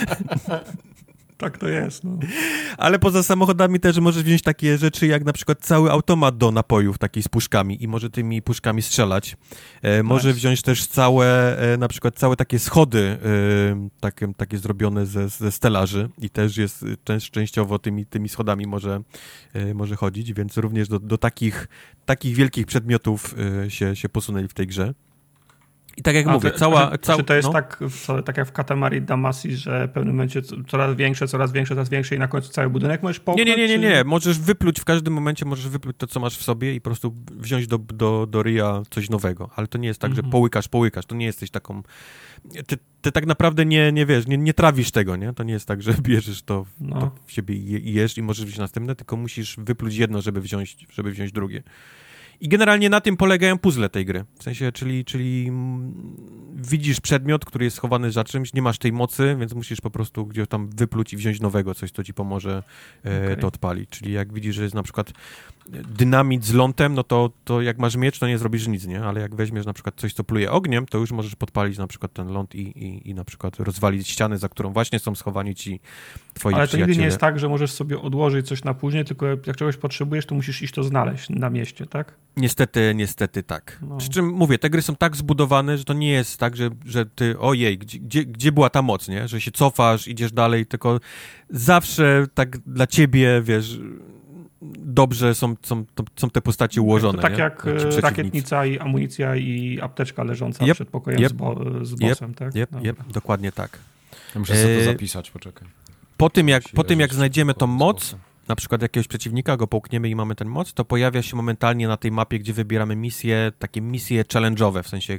Tak to jest, no. Ale poza samochodami też możesz wziąć takie rzeczy jak na przykład cały automat do napojów, taki z puszkami i może tymi puszkami strzelać. Może wziąć też na przykład całe takie schody takie zrobione ze stelaży i też jest częściowo tymi schodami może chodzić, więc również do takich wielkich przedmiotów się posunęli w tej grze. I tak jak mówię, czy to jest tak jak w Katamari Damacy, że w pewnym momencie coraz większe i na końcu cały budynek możesz połknąć? Nie. Możesz wypluć w każdym momencie, to, co masz w sobie i po prostu wziąć do ryja coś nowego. Ale to nie jest tak, że połykasz. To nie jesteś taką... Ty tak naprawdę nie trawisz tego, nie? To nie jest tak, że bierzesz to w siebie i jesz i możesz wziąć następne, tylko musisz wypluć jedno, żeby wziąć drugie. I generalnie na tym polegają puzzle tej gry. W sensie, czyli widzisz przedmiot, który jest schowany za czymś, nie masz tej mocy, więc musisz po prostu gdzieś tam wypluć i wziąć nowego, coś, co ci pomoże to odpalić. Czyli jak widzisz, że jest na przykład dynamit z lądem, no to jak masz miecz, to nie zrobisz nic, nie? Ale jak weźmiesz na przykład coś, co pluje ogniem, to już możesz podpalić na przykład ten ląd i na przykład rozwalić ścianę, za którą właśnie są schowani ci twoi Ale to przyjaciele. nigdy nie jest tak, że możesz sobie odłożyć coś na później, tylko jak czegoś potrzebujesz, to musisz iść to znaleźć na mieście, tak? Niestety tak. Przy czym mówię, te gry są tak zbudowane, że to nie jest tak, że ty, ojej, gdzie była ta moc, nie? Że się cofasz, idziesz dalej, tylko zawsze tak dla ciebie, wiesz, dobrze są te postacie ułożone. To tak jak rakietnica i amunicja i apteczka leżąca przed pokojem z bossem, tak? Dokładnie tak. Ja muszę sobie to zapisać, poczekaj. Po tym jak znajdziemy tą moc, na przykład jakiegoś przeciwnika, go połkniemy i mamy ten moc, to pojawia się momentalnie na tej mapie, gdzie wybieramy misje, takie misje challenge'owe, w sensie,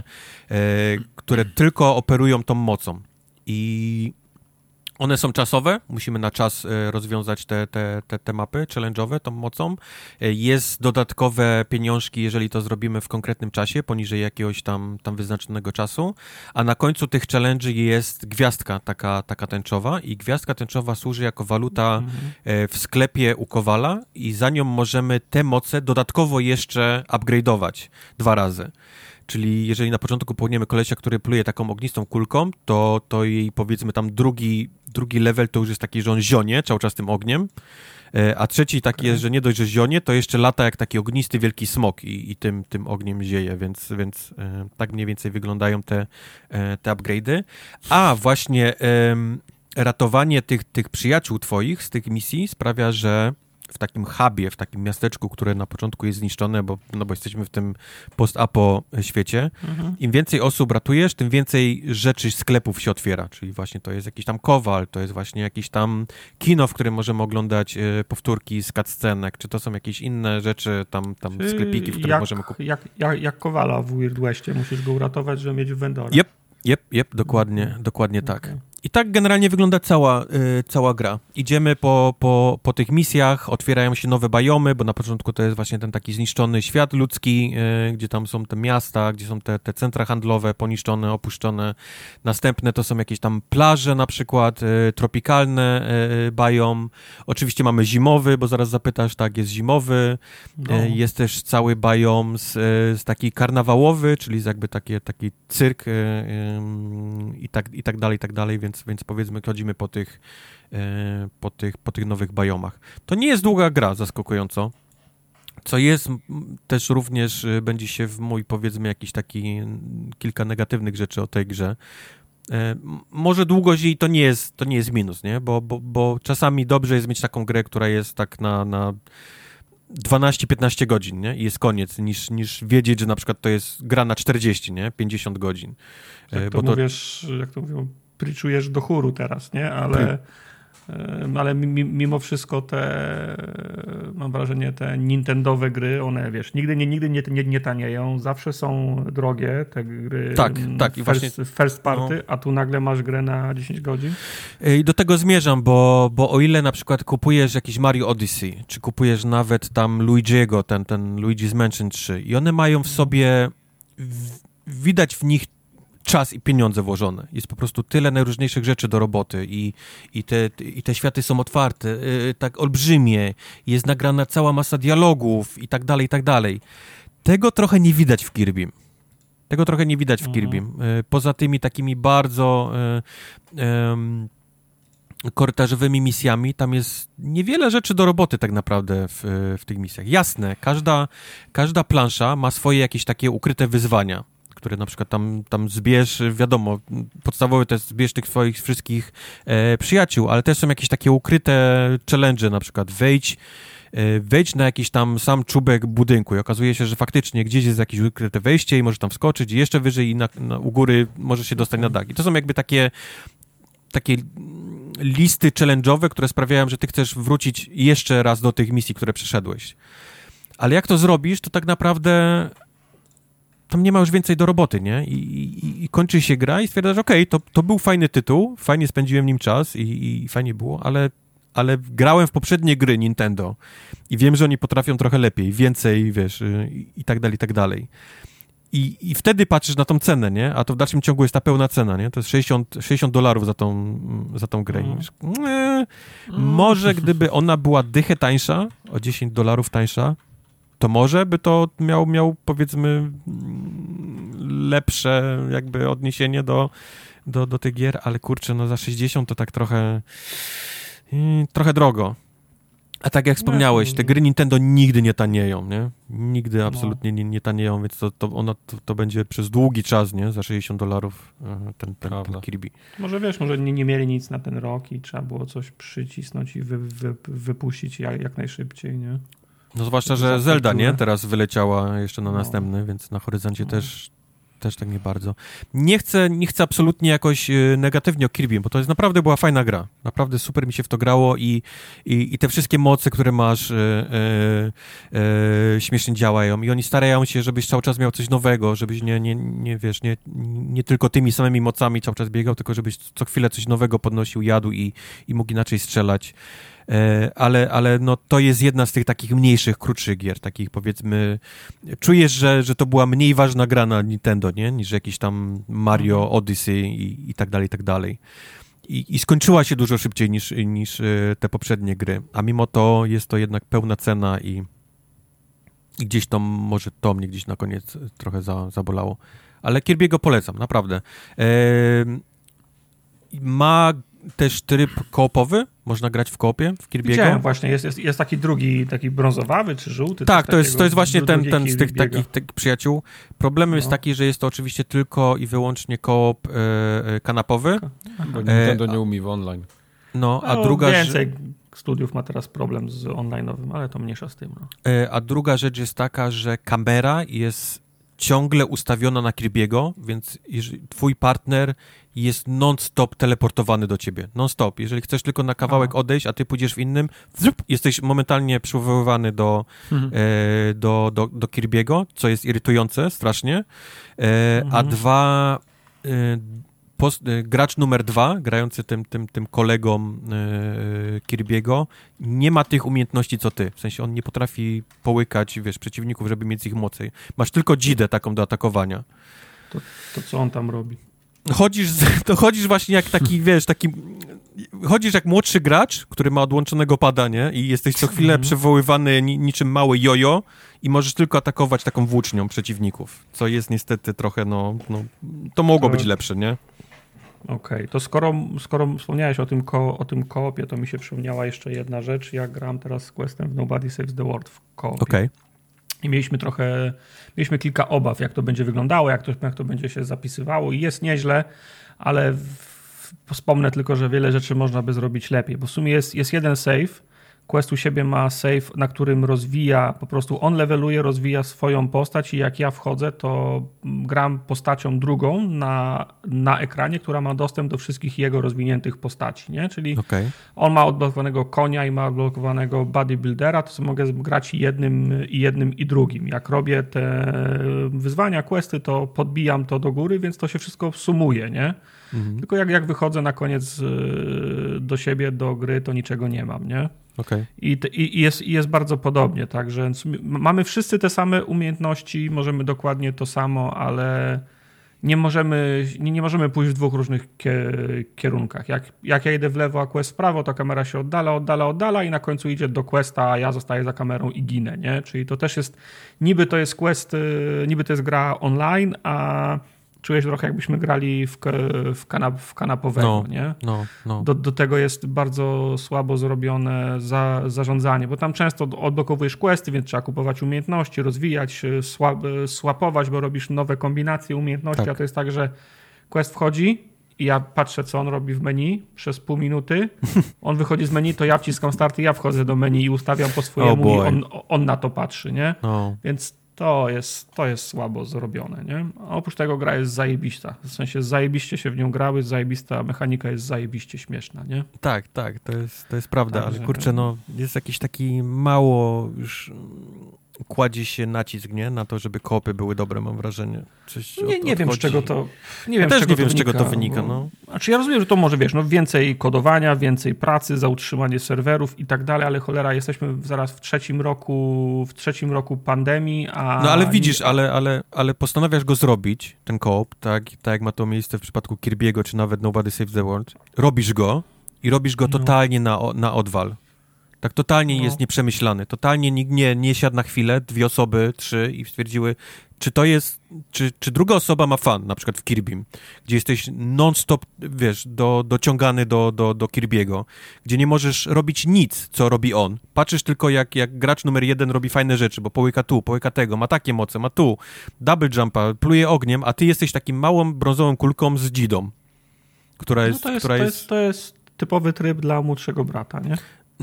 które tylko operują tą mocą. I one są czasowe, musimy na czas rozwiązać te mapy challenge'owe tą mocą. Jest dodatkowe pieniążki, jeżeli to zrobimy w konkretnym czasie, poniżej jakiegoś tam wyznaczonego czasu, a na końcu tych challenge'y jest gwiazdka taka tęczowa i gwiazdka tęczowa służy jako waluta w sklepie u Kowala i za nią możemy te moce dodatkowo jeszcze upgrade'ować 2 razy. Czyli jeżeli na początku połkniemy kolesia, który pluje taką ognistą kulką, to jej powiedzmy tam drugi level to już jest taki, że on zionie cały czas tym ogniem, a trzeci taki jest, że nie dość, że zionie, to jeszcze lata jak taki ognisty wielki smok i tym ogniem zieje, więc tak mniej więcej wyglądają te upgrade'y. A właśnie ratowanie tych przyjaciół twoich z tych misji sprawia, że w takim hubie, w takim miasteczku, które na początku jest zniszczone, bo jesteśmy w tym post-apo świecie. Im więcej osób ratujesz, tym więcej rzeczy, sklepów się otwiera, czyli właśnie to jest jakiś tam kowal, to jest właśnie jakiś tam kino, w którym możemy oglądać powtórki z cutscenek, czy to są jakieś inne rzeczy, tam sklepiki, w których możemy kupić. Jak kowala w Weird Westie, musisz go uratować, żeby mieć vendora. Yep, dokładnie tak. I tak generalnie wygląda cała gra. Idziemy po tych misjach, otwierają się nowe biomy, bo na początku to jest właśnie ten taki zniszczony świat ludzki, gdzie tam są te miasta, gdzie są te centra handlowe poniszczone, opuszczone. Następne to są jakieś tam plaże na przykład, tropikalne biom. Oczywiście mamy zimowy, bo zaraz zapytasz, tak, jest zimowy. Jest też cały biom z taki karnawałowy, czyli jakby taki cyrk i tak dalej, więc powiedzmy chodzimy po tych nowych biomach. To nie jest długa gra, zaskakująco. Co jest też również, będzie się w mój, powiedzmy, jakiś taki kilka negatywnych rzeczy o tej grze. Może długość jej to nie jest minus, nie? Bo czasami dobrze jest mieć taką grę, która jest tak na 12-15 godzin, nie? I jest koniec, niż wiedzieć, że na przykład to jest gra na 40, nie? 50 godzin. Jak to mówią, pryczujesz do chóru teraz, nie? Ale mimo wszystko mam wrażenie, te nintendowe gry, one, wiesz, nigdy nie tanieją, zawsze są drogie, te gry tak, i właśnie, first party, a tu nagle masz grę na 10 godzin. I do tego zmierzam, bo o ile na przykład kupujesz jakiś Mario Odyssey, czy kupujesz nawet tam Luigi'ego, ten Luigi's Mansion 3 i one mają w sobie, widać w nich czas i pieniądze włożone. Jest po prostu tyle najróżniejszych rzeczy do roboty i te światy są otwarte, tak olbrzymie, jest nagrana cała masa dialogów i tak dalej. Tego trochę nie widać w Kirbym. Poza tymi takimi bardzo korytarzowymi misjami, tam jest niewiele rzeczy do roboty tak naprawdę w tych misjach. Jasne, każda plansza ma swoje jakieś takie ukryte wyzwania, które na przykład tam zbierz, wiadomo, podstawowe to jest zbierz tych swoich wszystkich przyjaciół, ale też są jakieś takie ukryte challenge, na przykład wejdź na jakiś tam sam czubek budynku i okazuje się, że faktycznie gdzieś jest jakieś ukryte wejście i możesz tam wskoczyć i jeszcze wyżej i u góry możesz się dostać na dach. I to są jakby takie listy challenge'owe, które sprawiają, że ty chcesz wrócić jeszcze raz do tych misji, które przeszedłeś. Ale jak to zrobisz, to tak naprawdę tam nie ma już więcej do roboty, nie? I kończy się gra i stwierdzasz, okej, to był fajny tytuł, fajnie spędziłem nim czas i fajnie było, ale grałem w poprzednie gry Nintendo i wiem, że oni potrafią trochę lepiej, więcej, wiesz, i tak dalej. I wtedy patrzysz na tą cenę, nie? A to w dalszym ciągu jest ta pełna cena, nie? To jest $60 za tą grę. Może gdyby ona była dychę tańsza, o $10 tańsza, to może by to miał powiedzmy lepsze jakby odniesienie do tych gier, ale kurczę, no za 60 to tak trochę drogo. A tak jak wspomniałeś, te gry Nintendo nigdy nie tanieją, nie? Nigdy absolutnie nie tanieją, więc to będzie przez długi czas, nie? Za $60 ten Kirby. Może wiesz, może nie mieli nic na ten rok i trzeba było coś przycisnąć i wypuścić jak najszybciej, nie? No zwłaszcza, że Zelda, nie? Teraz wyleciała jeszcze na następny, więc na horyzoncie też tak nie bardzo. Nie chcę absolutnie jakoś negatywnie o Kirby, bo to jest naprawdę była fajna gra. Naprawdę super mi się w to grało i te wszystkie moce, które masz śmiesznie działają i oni starają się, żebyś cały czas miał coś nowego, żebyś nie tylko tymi samymi mocami cały czas biegał, tylko żebyś co chwilę coś nowego podnosił, jadł i mógł inaczej strzelać. Ale no to jest jedna z tych takich mniejszych, krótszych gier, takich powiedzmy, czujesz, że to była mniej ważna gra na Nintendo, nie? Niż jakiś tam Mario Odyssey i tak dalej. I skończyła się dużo szybciej niż te poprzednie gry, a mimo to jest to jednak pełna cena i gdzieś to, może to mnie gdzieś na koniec trochę zabolało. Ale Kirby'ego polecam, naprawdę. Ma też tryb koopowy, można grać w koopie w Kirby'ego. Widziałem właśnie, jest taki drugi, taki brązowawy czy żółty. Tak, to jest właśnie ten z tych takich przyjaciół. Problemem jest taki, że jest to oczywiście tylko i wyłącznie koop kanapowy. Bo Nintendo nie umie w online. No, a druga... Więcej studiów ma teraz problem z online'owym, ale to mniejsza z tym. No. A druga rzecz jest taka, że kamera jest ciągle ustawiona na Kirby'ego, więc twój partner jest non-stop teleportowany do ciebie. Non-stop. Jeżeli chcesz tylko na kawałek odejść, a ty pójdziesz w innym, jesteś momentalnie przywoływany do Kirby'ego, co jest irytujące strasznie. A dwa... gracz numer 2, grający tym kolegą Kirby'ego, nie ma tych umiejętności co ty. W sensie on nie potrafi połykać, przeciwników, żeby mieć ich mocy. Masz tylko dzidę taką do atakowania. To co on tam robi? Chodzisz właśnie jak taki, chodzisz jak młodszy gracz, który ma odłączonego pada, nie? I jesteś co chwilę przywoływany niczym mały jojo i możesz tylko atakować taką włócznią przeciwników, co jest niestety trochę, to mogło być lepsze, nie? Okej, to skoro wspomniałeś o tym koopie, to mi się przypomniała jeszcze jedna rzecz. Ja gram teraz z questem w Nobody Saves the World w koopie. Okej. I mieliśmy kilka obaw, jak to będzie wyglądało, jak to będzie się zapisywało i jest nieźle, ale wspomnę tylko, że wiele rzeczy można by zrobić lepiej, bo w sumie jest jeden save. Quest u siebie ma save, na którym po prostu on leveluje, rozwija swoją postać i jak ja wchodzę, to gram postacią drugą na ekranie, która ma dostęp do wszystkich jego rozwiniętych postaci, nie? Czyli on ma odblokowanego konia i ma odblokowanego bodybuildera, to mogę grać jednym i drugim. Jak robię te wyzwania, questy, to podbijam to do góry, więc to się wszystko sumuje, nie? Tylko jak wychodzę na koniec do siebie, do gry, to niczego nie mam, nie? Okay. I jest bardzo podobnie, także mamy wszyscy te same umiejętności, możemy dokładnie to samo, ale nie możemy pójść w dwóch różnych kierunkach. Jak ja idę w lewo, a quest w prawo, to kamera się oddala i na końcu idzie do questa, a ja zostaję za kamerą i ginę, nie? Czyli to też jest, niby to jest quest, niby to jest gra online, a czuję się trochę jakbyśmy grali w kanapowego, nie? Do tego jest bardzo słabo zrobione zarządzanie, bo tam często odblokowujesz questy, więc trzeba kupować umiejętności, rozwijać, swapować, bo robisz nowe kombinacje umiejętności, a to jest tak, że quest wchodzi i ja patrzę, co on robi w menu przez pół minuty, on wychodzi z menu, to ja wciskam start i ja wchodzę do menu i ustawiam po swojemu i on na to patrzy, nie? Więc to jest słabo zrobione, nie? A oprócz tego gra jest zajebista. W sensie zajebiście się w nią grały, zajebista mechanika jest zajebiście śmieszna, nie? Tak, to jest prawda, ale kurczę, jest jakiś taki mało już kładzie się nacisk, nie? Na to, żeby koopy były dobre, mam wrażenie. Nie wiem, z czego to ja też nie wiem, z czego to wynika. Znaczy ja rozumiem, że to może, więcej kodowania, więcej pracy za utrzymanie serwerów i tak dalej, ale cholera, jesteśmy zaraz w trzecim roku pandemii, a... No ale widzisz, ale postanawiasz go zrobić, ten koop, tak jak ma to miejsce w przypadku Kirby'ego, czy nawet Nobody Saves the World. Robisz go i robisz go totalnie na odwal. Tak totalnie jest nieprzemyślany. Totalnie nikt nie siadł na chwilę, 2 osoby, 3 i stwierdziły, czy to jest, czy druga osoba ma fan, na przykład w Kirbym, gdzie jesteś non-stop, dociągany do Kirby'ego, gdzie nie możesz robić nic, co robi on. Patrzysz tylko jak gracz numer 1 robi fajne rzeczy, bo połyka tu, połyka tego, ma takie moce, ma tu, double jumpa, pluje ogniem, a ty jesteś takim małą brązową kulką z dzidą, która jest... To jest typowy tryb dla młodszego brata, nie?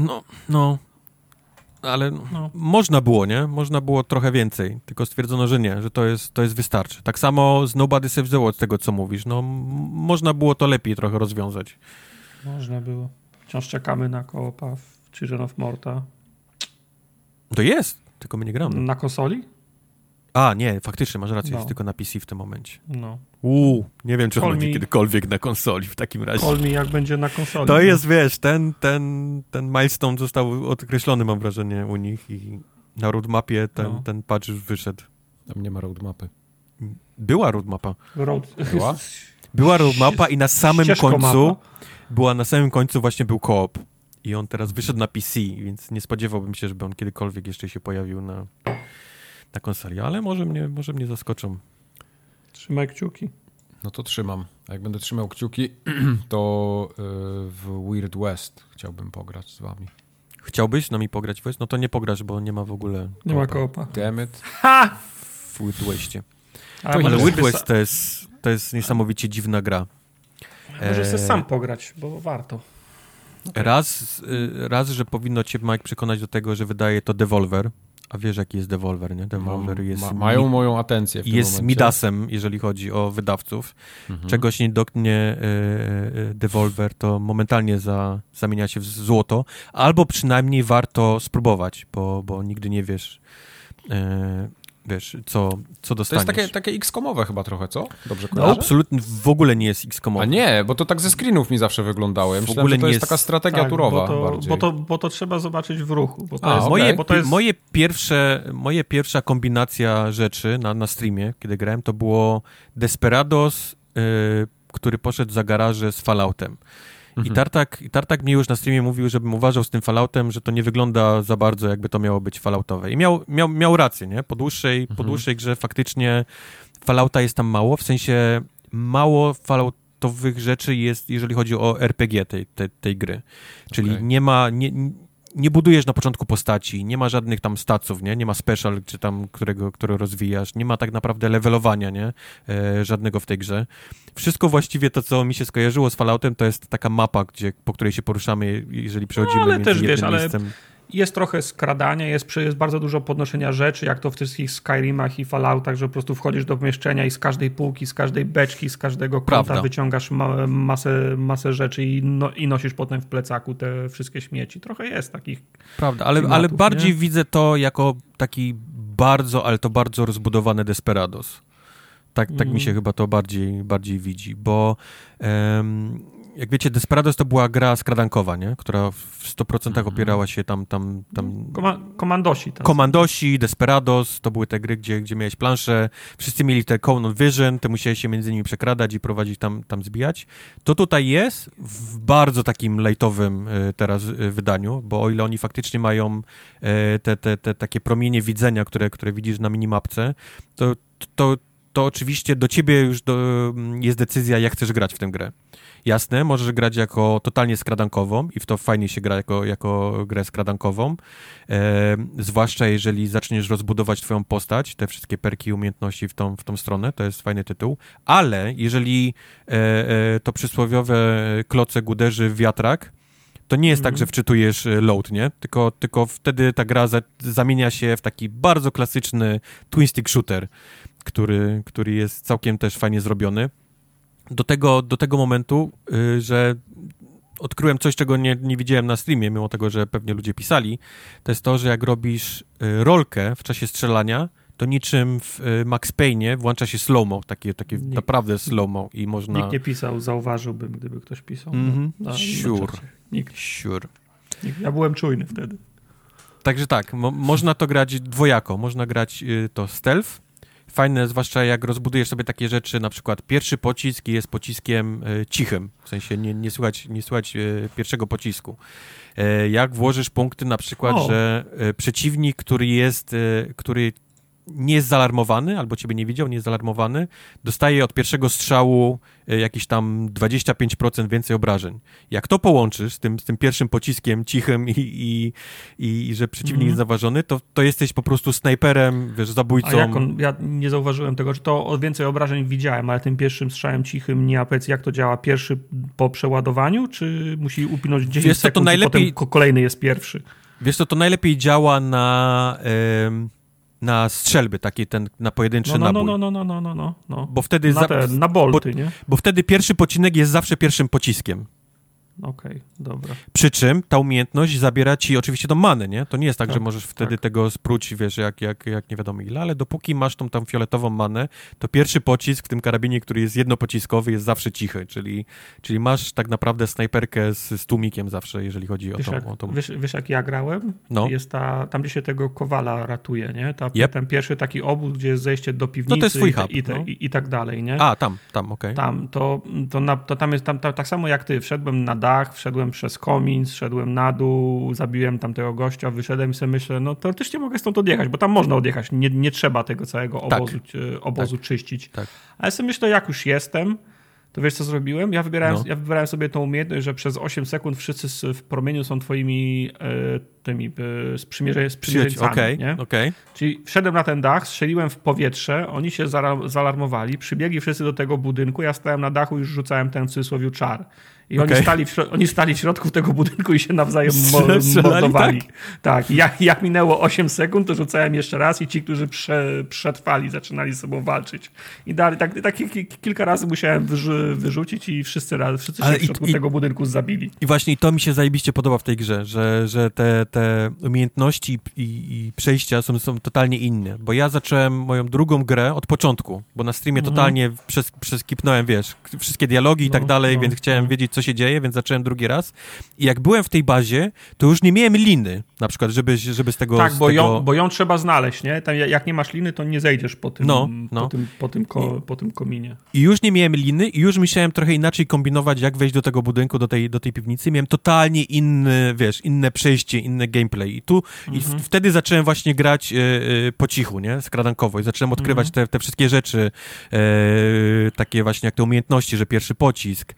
Ale można było, nie? Można było trochę więcej, tylko stwierdzono, że nie, że to jest wystarczy. Tak samo z Nobody Saves the World, z tego co mówisz. Można było to lepiej trochę rozwiązać. Można było. Wciąż czekamy na koopa w Children of Morta. To jest, tylko my nie gramy. Na konsoli? A, nie, faktycznie, masz rację, jest tylko na PC w tym momencie. Nie wiem, czy on będzie kiedykolwiek na konsoli w takim razie. Call me, jak będzie na konsoli. To jest, wiesz, ten milestone został odkreślony, mam wrażenie, u nich i na roadmapie ten patch już wyszedł. Tam nie ma roadmapy. Była roadmapa. Była? Była roadmapa i na samym końcu właśnie był koop. I on teraz wyszedł na PC, więc nie spodziewałbym się, żeby on kiedykolwiek jeszcze się pojawił na konsoli, ale może mnie zaskoczą. Trzymaj kciuki. No to trzymam. A jak będę trzymał kciuki, to w Weird West chciałbym pograć z wami. Chciałbyś z nami pograć w West? No to nie pograsz, bo nie ma w ogóle Nie ma koopa. Damn it. W Weird Westie. Ale Weird West to jest niesamowicie dziwna gra. Możesz sobie sam pograć, bo warto. Okay. Raz, że powinno cię, Mike, przekonać do tego, że wydaje to Devolver. A wiesz, jaki jest Devolver, nie? Devolver jest... Mają moją atencję w tym jest momencie. Midasem, jeżeli chodzi o wydawców. Czegoś nie dotknie Devolver, to momentalnie zamienia się w złoto. Albo przynajmniej warto spróbować, bo nigdy nie wiesz... Wiesz, co dostaniesz. To jest takie X-komowe chyba trochę, co? Dobrze No, kojarzę? absolutnie w ogóle nie jest X-komowe. A nie, bo to tak ze screenów mi zawsze wyglądało. Ja myślałem, że to jest taka strategia turowa bardziej. Bo to trzeba zobaczyć w ruchu. Bo to jest... Moja pierwsza kombinacja rzeczy na streamie, kiedy grałem, to było Desperados, który poszedł za garaże z Falloutem. I Tartak mi już na streamie mówił, żebym uważał z tym Falloutem, że to nie wygląda za bardzo, jakby to miało być Falloutowe. I miał rację, nie? Po dłuższej grze faktycznie Fallouta jest tam mało, w sensie mało Falloutowych rzeczy jest, jeżeli chodzi o RPG tej gry. Czyli nie budujesz na początku postaci, nie ma żadnych tam staców, nie ma special, czy tam, którego rozwijasz, nie ma tak naprawdę levelowania, nie? Żadnego w tej grze. Wszystko właściwie to, co mi się skojarzyło z Falloutem, to jest taka mapa, po której się poruszamy, jeżeli przechodzimy między jednym miejscem. Jest trochę skradania, jest bardzo dużo podnoszenia rzeczy, jak to w wszystkich Skyrimach i Falloutach, że po prostu wchodzisz do pomieszczenia i z każdej półki, z każdej beczki, z każdego kąta wyciągasz masę rzeczy i nosisz potem w plecaku te wszystkie śmieci. Trochę jest takich Prawda, ale bardziej widzę to jako taki bardzo rozbudowany Desperados. Tak mi się chyba to bardziej widzi, bo jak wiecie, Desperados to była gra skradankowa, nie? Która w 100% opierała się tam... Komandosi. Komandosi, Desperados, to były te gry, gdzie miałeś planszę, wszyscy mieli te Cone of Vision, ty musiałeś się między nimi przekradać i prowadzić tam zbijać. To tutaj jest w bardzo takim lightowym teraz wydaniu, bo o ile oni faktycznie mają te takie promienie widzenia, które widzisz na minimapce, to oczywiście do ciebie już jest decyzja, jak chcesz grać w tę grę. Jasne, możesz grać jako totalnie skradankową i w to fajnie się gra jako grę skradankową, zwłaszcza jeżeli zaczniesz rozbudować twoją postać, te wszystkie perki i umiejętności w tą stronę, to jest fajny tytuł, ale jeżeli to przysłowiowe klocek uderzy w wiatrak, to nie jest tak, że wczytujesz load, nie? Tylko wtedy ta gra zamienia się w taki bardzo klasyczny twin stick shooter, który jest całkiem też fajnie zrobiony. Do tego momentu, że odkryłem coś, czego nie widziałem na streamie, mimo tego, że pewnie ludzie pisali, to jest to, że jak robisz rolkę w czasie strzelania, to niczym w Max Payne'ie włącza się slow-mo, takie naprawdę slow-mo i można... Nikt nie pisał, zauważyłbym, gdyby ktoś pisał. Sure. Ja byłem czujny wtedy. Także tak, można to grać dwojako. Można grać to stealth. Fajne, zwłaszcza jak rozbudujesz sobie takie rzeczy, na przykład pierwszy pocisk jest pociskiem cichym, w sensie nie słychać pierwszego pocisku. Jak włożysz punkty na przykład, że przeciwnik, który nie jest zaalarmowany, albo ciebie nie widział, nie jest zaalarmowany, dostaje od pierwszego strzału jakieś tam 25% więcej obrażeń. Jak to połączysz z tym pierwszym pociskiem cichym i że przeciwnik jest zauważony, to jesteś po prostu snajperem, wiesz, zabójcą. Ja nie zauważyłem tego, że to od więcej obrażeń widziałem, ale tym pierwszym strzałem cichym nie powiedz, jak to działa? Pierwszy po przeładowaniu, czy musi upinąć 10 sekund, to najlepiej... i potem kolejny jest pierwszy? Wiesz co, to najlepiej działa na strzelby, na pojedynczy nabój. No. Bo wtedy na bolty, nie? Bo wtedy pierwszy pocinek jest zawsze pierwszym pociskiem. Okej, dobra. Przy czym ta umiejętność zabiera ci oczywiście tą manę, nie? To nie jest tak, że możesz wtedy tego spróć, wiesz, jak nie wiadomo ile, ale dopóki masz tą tam fioletową manę, to pierwszy pocisk w tym karabinie, który jest jednopociskowy, jest zawsze cichy, czyli masz tak naprawdę snajperkę z tłumikiem zawsze, jeżeli chodzi o tą... Wiesz, jak ja grałem? No. Jest tam, gdzie się tego kowala ratuje, nie? Ten pierwszy taki obóz, gdzie jest zejście do piwnicy to jest twój hub, i tak dalej, nie? A, tam, okej. Tam, tam jest tak samo jak ty, wszedłem na dach, wszedłem przez komin, zszedłem na dół, zabiłem tamtego gościa, wyszedłem i sobie myślę, no teoretycznie mogę stąd odjechać, bo tam można odjechać, nie trzeba tego całego obozu czyścić. Tak. Ale sobie myślę, jak już jestem, to wiesz co zrobiłem? Ja wybierałem sobie tą umiejętność, że przez 8 sekund wszyscy w promieniu są twoimi sprzymierzeńcami. Okay. Czyli wszedłem na ten dach, strzeliłem w powietrze, oni się zaalarmowali, przybiegli wszyscy do tego budynku, ja stałem na dachu i już rzucałem ten w cudzysłowie czar. I oni stali w środku tego budynku i się nawzajem mordowali. Tak. Jak minęło 8 sekund, to rzucałem jeszcze raz i ci, którzy przetrwali, zaczynali z sobą walczyć. I dalej, tak kilka razy musiałem wyrzucić i wszyscy się w środku tego budynku zabili. I właśnie to mi się zajebiście podoba w tej grze, że te umiejętności i przejścia są totalnie inne. Bo ja zacząłem moją drugą grę od początku, bo na streamie totalnie przeskipnąłem, wiesz, wszystkie dialogi i tak dalej, więc chciałem wiedzieć, co się dzieje, więc zacząłem drugi raz. I jak byłem w tej bazie, to już nie miałem liny, na przykład, żeby z tego... Tak, bo ją trzeba znaleźć, nie? Tam jak nie masz liny, to nie zejdziesz po tym kominie. I już nie miałem liny i już musiałem trochę inaczej kombinować, jak wejść do tego budynku, do tej piwnicy. Miałem totalnie inne przejście, inny gameplay. I wtedy zacząłem właśnie grać po cichu, nie? Skradankowo. I zacząłem odkrywać te wszystkie rzeczy, takie właśnie jak te umiejętności, że pierwszy pocisk,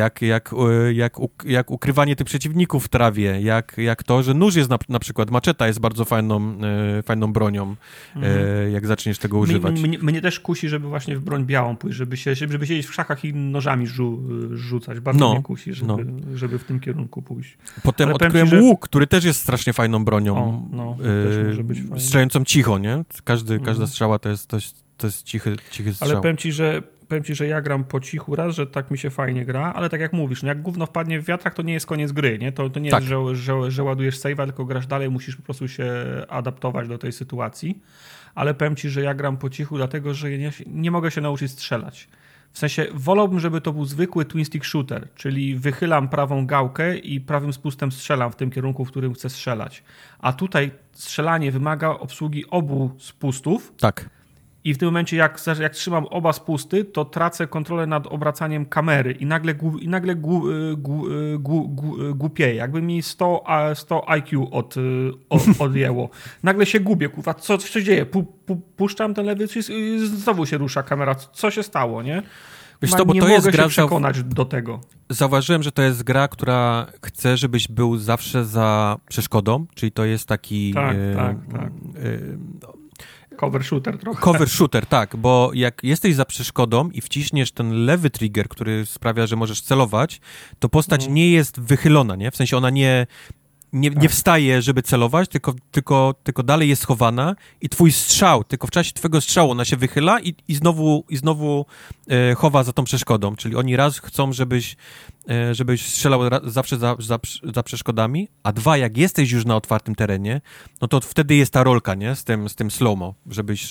jak ukrywanie tych przeciwników w trawie, jak to, że nóż jest na przykład, maczeta jest bardzo fajną bronią, jak zaczniesz tego używać. Mnie też kusi, żeby właśnie w broń białą pójść, żeby siedzieć w szachach i nożami rzucać. Bardzo mnie kusi, żeby w tym kierunku pójść. Potem odkryłem łuk, który też jest strasznie fajną bronią. Też może być fajny. Strzelającą cicho, nie? Każda strzała to jest cichy strzał. Ale powiem ci, że ja gram po cichu raz, że tak mi się fajnie gra, ale tak jak mówisz, jak gówno wpadnie w wiatrak, to nie jest koniec gry, nie? To nie jest, że ładujesz save'a, tylko grasz dalej, musisz po prostu się adaptować do tej sytuacji. Ale powiem ci, że ja gram po cichu, dlatego że nie mogę się nauczyć strzelać. W sensie wolałbym, żeby to był zwykły twin stick shooter, czyli wychylam prawą gałkę i prawym spustem strzelam w tym kierunku, w którym chcę strzelać. A tutaj strzelanie wymaga obsługi obu spustów. Tak. I w tym momencie, jak trzymam oba spusty, to tracę kontrolę nad obracaniem kamery i nagle głupieję. Jakby mi 100 IQ odjęło. Nagle się gubię, kurwa, co się dzieje? Puszczam ten lewy przycisk i znowu się rusza kamera. Co się stało, nie? Wiesz co, bo nie to mogę jest gra się przekonać do tego. Zauważyłem, że to jest gra, która chce, żebyś był zawsze za przeszkodą, czyli to jest taki... Tak. Cover shooter trochę. Cover shooter, tak, bo jak jesteś za przeszkodą i wciśniesz ten lewy trigger, który sprawia, że możesz celować, to postać nie jest wychylona, nie? W sensie ona nie wstaje, żeby celować, tylko dalej jest schowana i twój strzał, tylko w czasie twojego strzału ona się wychyla i znowu chowa za tą przeszkodą. Czyli oni raz chcą, żebyś strzelał zawsze za przeszkodami, a dwa, jak jesteś już na otwartym terenie, no to wtedy jest ta rolka, nie? Z tym slow-mo, żebyś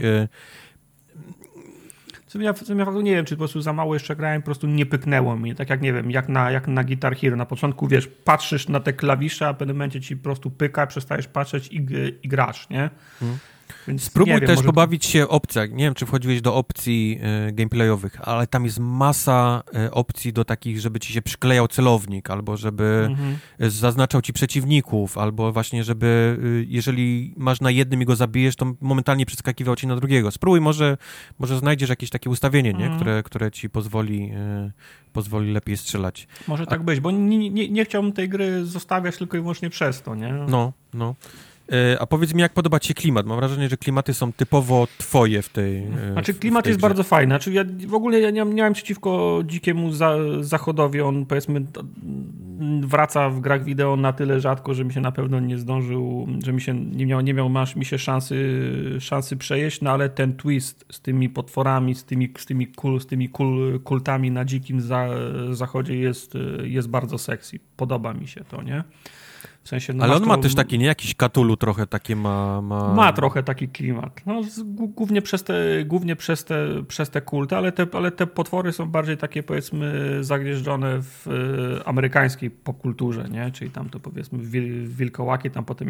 Ja nie wiem, czy po prostu za mało jeszcze grałem, po prostu nie pyknęło mi. Tak jak, nie wiem, jak na Guitar Hero. Na początku, wiesz, patrzysz na te klawisze, a w pewnym momencie ci po prostu pyka, przestajesz patrzeć i grasz, nie? Więc spróbuj też pobawić się opcjach. Nie wiem, czy wchodziłeś do opcji gameplayowych, ale tam jest masa opcji do takich, żeby ci się przyklejał celownik, albo żeby zaznaczał ci przeciwników, albo właśnie, żeby jeżeli masz na jednym i go zabijesz, to momentalnie przeskakiwał ci na drugiego. Spróbuj, może znajdziesz jakieś takie ustawienie, nie? Które ci pozwoli lepiej strzelać. Może tak być, bo nie chciałbym tej gry zostawiać tylko i wyłącznie przez to, nie? No. A powiedz mi, jak podoba ci się klimat? Mam wrażenie, że klimaty są typowo twoje w tej Znaczy klimat jest bardzo fajny. Znaczy w ogóle ja nie miałem przeciwko dzikiemu zachodowi. On, powiedzmy, wraca w grach wideo na tyle rzadko, że mi się na pewno nie zdążył, że mi się nie miał szansy przejeść, no ale ten twist z tymi potworami, z tymi kultami na dzikim zachodzie jest bardzo sexy. Podoba mi się to, nie? W sensie, ale on ma też taki, nie? Jakiś Cthulhu trochę takie ma... Ma trochę taki klimat. No, głównie przez te kulty, ale te potwory są bardziej takie, powiedzmy, zagnieżdżone w amerykańskiej popkulturze, nie? Czyli tam to, powiedzmy, wilkołaki, tam potem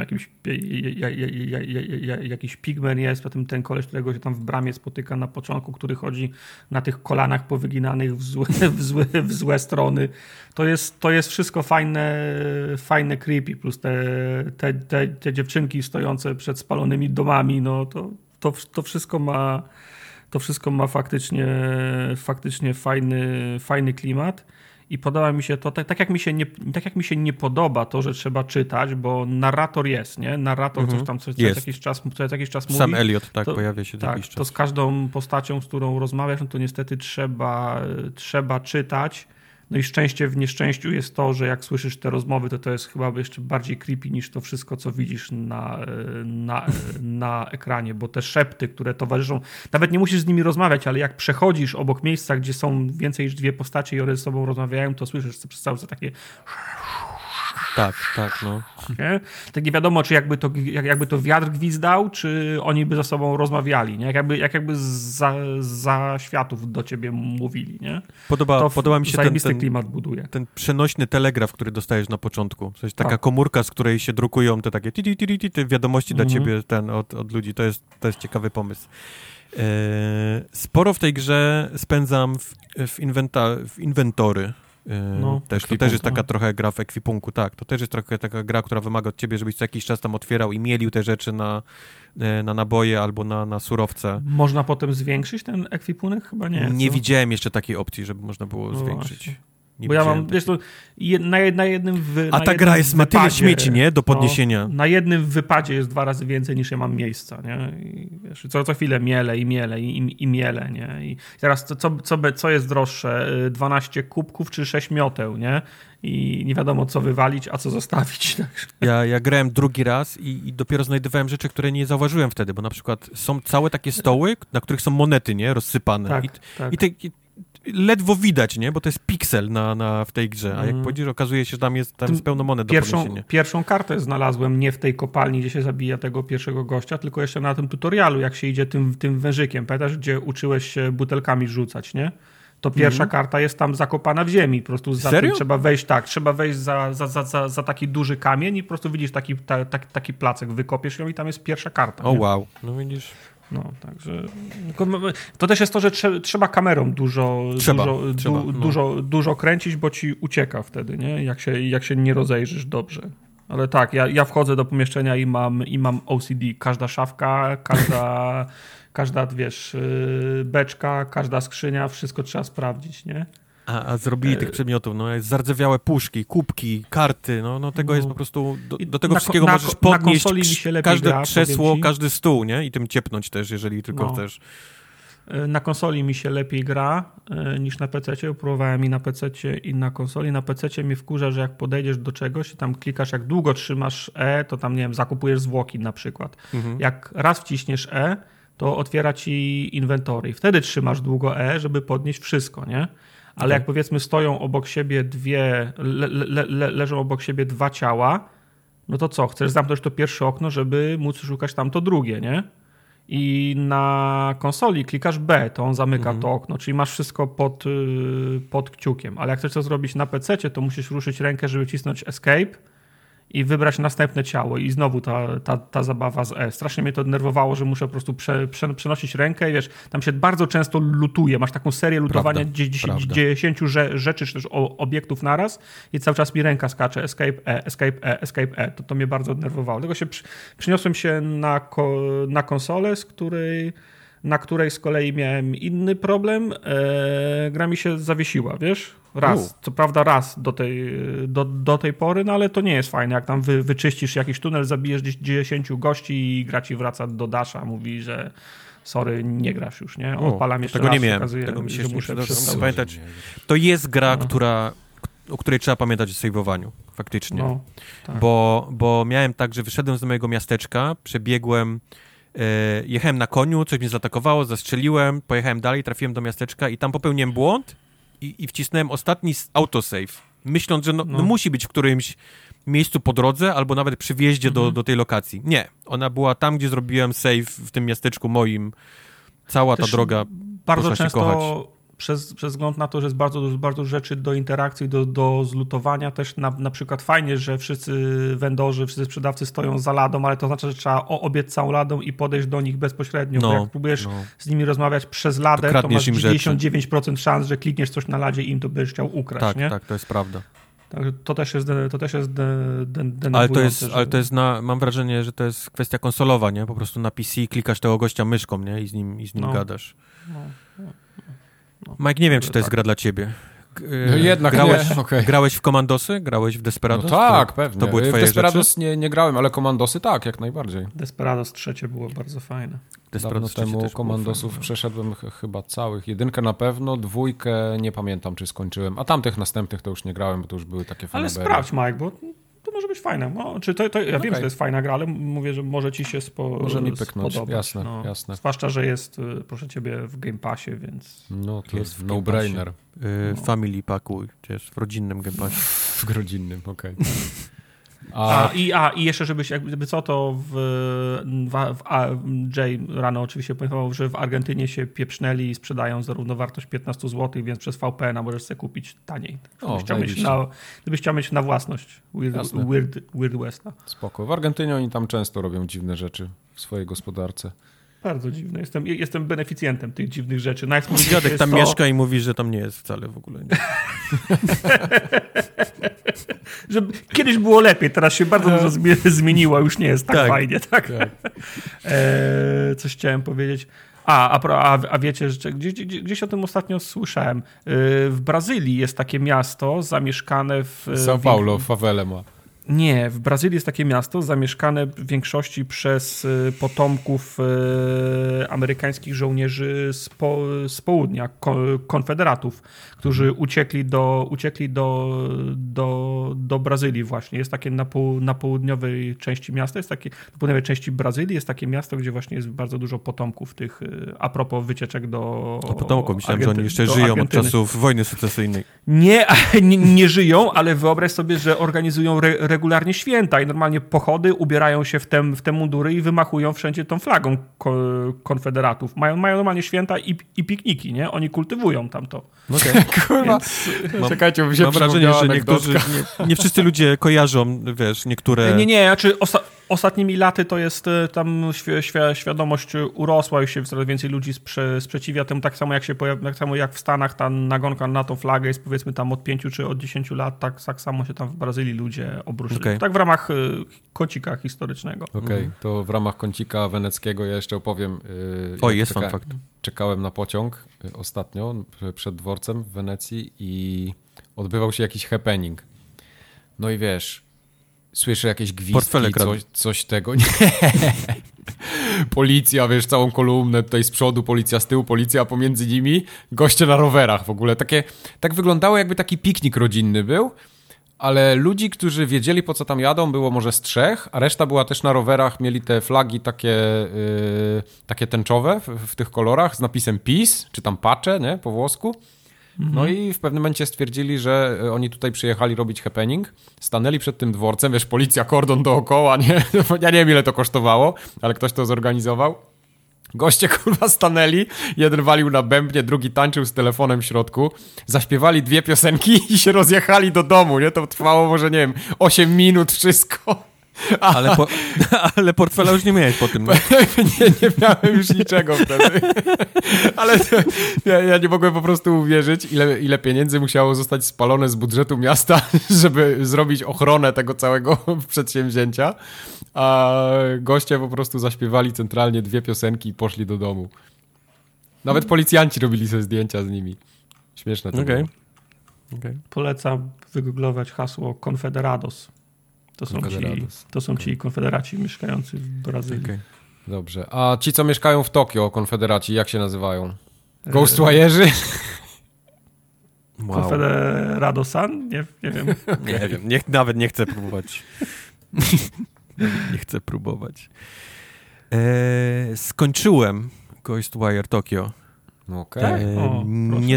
jakiś pigmen jest, potem ten koleś, którego się tam w bramie spotyka na początku, który chodzi na tych kolanach powyginanych w złe strony. To jest wszystko fajne creepy, plus te dziewczynki stojące przed spalonymi domami, no to wszystko ma faktycznie fajny klimat. I podoba mi się to, tak jak mi się nie podoba to, że trzeba czytać, bo narrator jest, nie? Narrator coś tam co jakiś czas mówi. Sam Elliot, tak, pojawia się tak, jakiś czas. To z każdą postacią, z którą rozmawiasz, no to niestety trzeba czytać. No i szczęście w nieszczęściu jest to, że jak słyszysz te rozmowy, to jest chyba jeszcze bardziej creepy niż to wszystko, co widzisz na ekranie, bo te szepty, które towarzyszą, nawet nie musisz z nimi rozmawiać, ale jak przechodzisz obok miejsca, gdzie są więcej niż dwie postacie i one ze sobą rozmawiają, to słyszysz przez cały czas takie... Tak, no. Nie? Tak nie wiadomo, czy jakby to wiatr gwizdał, czy oni by ze sobą rozmawiali, nie? Jakby za światów do ciebie mówili, nie? Podoba mi się ten klimat buduje. Ten przenośny telegraf, który dostajesz na początku. To jest taka komórka, z której się drukują te takie te wiadomości dla ciebie od ludzi. To jest ciekawy pomysł. Sporo w tej grze spędzam w inwentory. To też jest taka trochę gra w ekwipunku, tak. To też jest trochę taka gra, która wymaga od ciebie, żebyś co jakiś czas tam otwierał i mielił te rzeczy na naboje albo na surowce. Można potem zwiększyć ten ekwipunek? Chyba nie. Nie widziałem jeszcze takiej opcji, żeby można było zwiększyć. Bo ja mam, wiesz, to na jednym A ta gra jest ma tyle śmieci, nie? Do podniesienia. Na jednym wypadzie jest 2 razy więcej niż ja mam miejsca, nie? I wiesz, co chwilę miele, nie? I teraz co jest droższe? 12 kubków czy 6 mioteł, nie? I nie wiadomo, co wywalić, a co zostawić. Ja grałem drugi raz i dopiero znajdowałem rzeczy, które nie zauważyłem wtedy, bo na przykład są całe takie stoły, na których są monety, nie? Rozsypane. Tak. I ledwo widać, nie? Bo to jest piksel w tej grze, a jak powiedzisz, okazuje się, że tam jest pełno monet do podniesienia. Pierwszą kartę znalazłem nie w tej kopalni, gdzie się zabija tego pierwszego gościa, tylko jeszcze na tym tutorialu, jak się idzie tym wężykiem. Pamiętasz, gdzie uczyłeś się butelkami rzucać, nie? To pierwsza karta jest tam zakopana w ziemi. Po prostu trzeba wejść za taki duży kamień i po prostu widzisz taki placek, wykopiesz ją i tam jest pierwsza karta. O wow, no widzisz... No, także to też jest to, że trzeba kamerą dużo kręcić, bo ci ucieka wtedy, nie? Jak się nie rozejrzysz dobrze. Ale tak, ja wchodzę do pomieszczenia i mam OCD. Każda szafka, każda wiesz, beczka, każda skrzynia, wszystko trzeba sprawdzić, nie? A zrobili tych przedmiotów, jest zardzewiałe puszki, kubki, karty, tego jest po prostu, do tego wszystkiego możesz podnieść każde krzesło, każdy stół, nie? I tym ciepnąć też, jeżeli tylko chcesz. Na konsoli mi się lepiej gra niż na PC-cie. Próbowałem i na PC-cie, i na konsoli. Na PC-cie mnie wkurza, że jak podejdziesz do czegoś i tam klikasz, jak długo trzymasz E, to tam, nie wiem, zakupujesz zwłoki na przykład. Jak raz wciśniesz E, to otwiera ci inwentory i wtedy trzymasz długo E, żeby podnieść wszystko, nie? Ale jak powiedzmy stoją obok siebie leżą obok siebie 2 ciała, no to co? Chcesz zamknąć to pierwsze okno, żeby móc szukać tam to drugie, nie? I na konsoli klikasz B, to on zamyka to okno, czyli masz wszystko pod kciukiem. Ale jak chcesz to zrobić na PC-cie, to musisz ruszyć rękę, żeby wcisnąć Escape i wybrać następne ciało i znowu ta zabawa z E. Strasznie mnie to denerwowało, że muszę po prostu przenosić rękę i wiesz, tam się bardzo często lutuje. Masz taką serię lutowania 10 rzeczy czy też obiektów naraz i cały czas mi ręka skacze Escape E, Escape E, Escape E. To mnie bardzo denerwowało. Dlatego się przyniosłem się na konsolę, na której z kolei miałem inny problem. Gra mi się zawiesiła, wiesz? Co prawda raz do tej pory, no ale to nie jest fajne. Jak tam wyczyścisz jakiś tunel, zabijesz 10 gości i gra ci wraca do dasza, mówi, że sorry, nie grasz już, nie? Odpalam jeszcze tego raz, nie miałem. okazuje, tego mi się że muszę pamiętać. To jest gra, o której trzeba pamiętać o sejwowaniu, faktycznie. Tak. Bo miałem tak, że wyszedłem z mojego miasteczka, przebiegłem, jechałem na koniu, coś mnie zaatakowało, zastrzeliłem, pojechałem dalej, trafiłem do miasteczka i tam popełniłem błąd i wcisnąłem ostatni autosave, myśląc, że musi być w którymś miejscu po drodze albo nawet przy wjeździe do tej lokacji. Nie, ona była tam, gdzie zrobiłem save w tym miasteczku moim. Cała ta droga bardzo często się kochać. Przez wzgląd na to, że jest bardzo rzeczy do interakcji, do zlutowania. Też na przykład fajnie, że wszyscy vendorzy, wszyscy sprzedawcy stoją za ladą, ale to znaczy, że trzeba obiec całą ladą i podejść do nich bezpośrednio. Bo jak próbujesz z nimi rozmawiać przez ladę, to masz 99% szans, że klikniesz coś na ladzie i im to będziesz chciał ukraść. Nie? Tak, to jest prawda. Także to też jest denerwujące. Ale to jest mam wrażenie, że to jest kwestia konsolowa, nie? Po prostu na PC klikasz tego gościa myszką, nie? I z nim gadasz. Mike, nie wiem, czy to jest gra dla ciebie. No jednak grałeś w Komandosy? Grałeś w Desperados? No tak, pewnie. To były twoje w Desperados rzeczy? nie grałem, ale Komandosy tak, jak najbardziej. Desperados 3 było bardzo fajne. Dawno temu Komandosów przeszedłem chyba całych. 1 na pewno, 2 nie pamiętam, czy skończyłem. A tamtych następnych to już nie grałem, bo to już były takie fanabery. Ale sprawdź, Mike, bo to może być fajne. No, ja wiem, że to jest fajna gra, ale mówię, że może ci się może mi pyknąć, spodobać. jasne. Zwłaszcza, że jest, proszę ciebie, w Game Passie, więc... No to jest no-brainer. Family Packu, jest w rodzinnym Game Passie. W rodzinnym, okej. I jeszcze, żebyś jakby co, to Jay rano oczywiście poinformował, że w Argentynie się pieprznęli i sprzedają zarówno wartość 15 zł, więc przez VPN-a możesz sobie kupić taniej. Gdybyś chciał mieć na własność Weird Westa. Spoko. W Argentynie oni tam często robią dziwne rzeczy w swojej gospodarce. Bardzo dziwne. Jestem beneficjentem tych dziwnych rzeczy. Dziadek tam mieszka i mówi, że tam nie jest wcale w ogóle. Nie. Że kiedyś było lepiej, teraz się bardzo dużo zmieniło, już nie jest tak fajnie. Tak? Coś chciałem powiedzieć. A wiecie, że gdzieś o tym ostatnio słyszałem. W Brazylii jest takie miasto zamieszkane w... São Paulo, fawelę ma. Nie, w Brazylii jest takie miasto zamieszkane w większości przez potomków amerykańskich żołnierzy z południa, konfederatów, którzy uciekli do Brazylii właśnie. Jest takie na południowej części miasta, na południowej części Brazylii jest takie miasto, gdzie właśnie jest bardzo dużo potomków tych, a propos wycieczek do potomków, myślałem, że oni jeszcze żyją od czasów wojny secesyjnej. Nie żyją, ale wyobraź sobie, że organizują regularnie święta i normalnie pochody, ubierają się w te mundury i wymachują wszędzie tą flagą konfederatów. Mają normalnie święta i pikniki, nie? Oni kultywują tam to. Okay. Kurwa. Czekajcie, bo mam wrażenie, że niektórzy, nie wszyscy ludzie kojarzą, wiesz, niektóre... Nie, znaczy ostatnimi laty to jest tam świadomość urosła, już się coraz więcej ludzi sprzeciwia temu, tak samo jak w Stanach ta nagonka na tą flagę jest powiedzmy tam od 5 czy od 10 lat, tak samo się tam w Brazylii ludzie obruszyli. Okay. Tak w ramach kącika historycznego. Okej, to w ramach kącika weneckiego ja jeszcze opowiem. Jest fun fact. Czekałem na pociąg ostatnio przed dworcem w Wenecji i odbywał się jakiś happening. No i wiesz, słyszę jakieś gwizdki, coś tego. Nie. Policja, wiesz, całą kolumnę tutaj z przodu, policja z tyłu, policja, a pomiędzy nimi goście na rowerach w ogóle. Tak wyglądało, jakby taki piknik rodzinny był, ale ludzi, którzy wiedzieli, po co tam jadą, było może z 3, a reszta była też na rowerach, mieli te flagi takie tęczowe w tych kolorach z napisem PiS, czy tam pacze, nie, po włosku. No i w pewnym momencie stwierdzili, że oni tutaj przyjechali robić happening, stanęli przed tym dworcem, wiesz, policja, kordon dookoła, nie? Ja nie wiem, ile to kosztowało, ale ktoś to zorganizował. Goście, kurwa, stanęli, jeden walił na bębnie, drugi tańczył z telefonem w środku, zaśpiewali 2 piosenki i się rozjechali do domu, nie? To trwało może, nie wiem, 8 minut wszystko. Ale portfela już nie miałeś po tym. No? Nie miałem już niczego wtedy. Ale ja nie mogłem po prostu uwierzyć, ile pieniędzy musiało zostać spalone z budżetu miasta, żeby zrobić ochronę tego całego przedsięwzięcia. A goście po prostu zaśpiewali centralnie 2 piosenki i poszli do domu. Nawet policjanci robili sobie zdjęcia z nimi. Śmieszne to było. Okay. Polecam wygooglować hasło Confederados. To są ci konfederaci mieszkający w Brazylii. Okay. Dobrze. A ci, co mieszkają w Tokio, konfederaci, jak się nazywają? Ghostwire'zy? Wow. Confederadosan? Nie wiem. Nie wiem. Nawet nie chcę próbować. Nie chcę próbować. Skończyłem Ghostwire Tokyo. Okay. Nie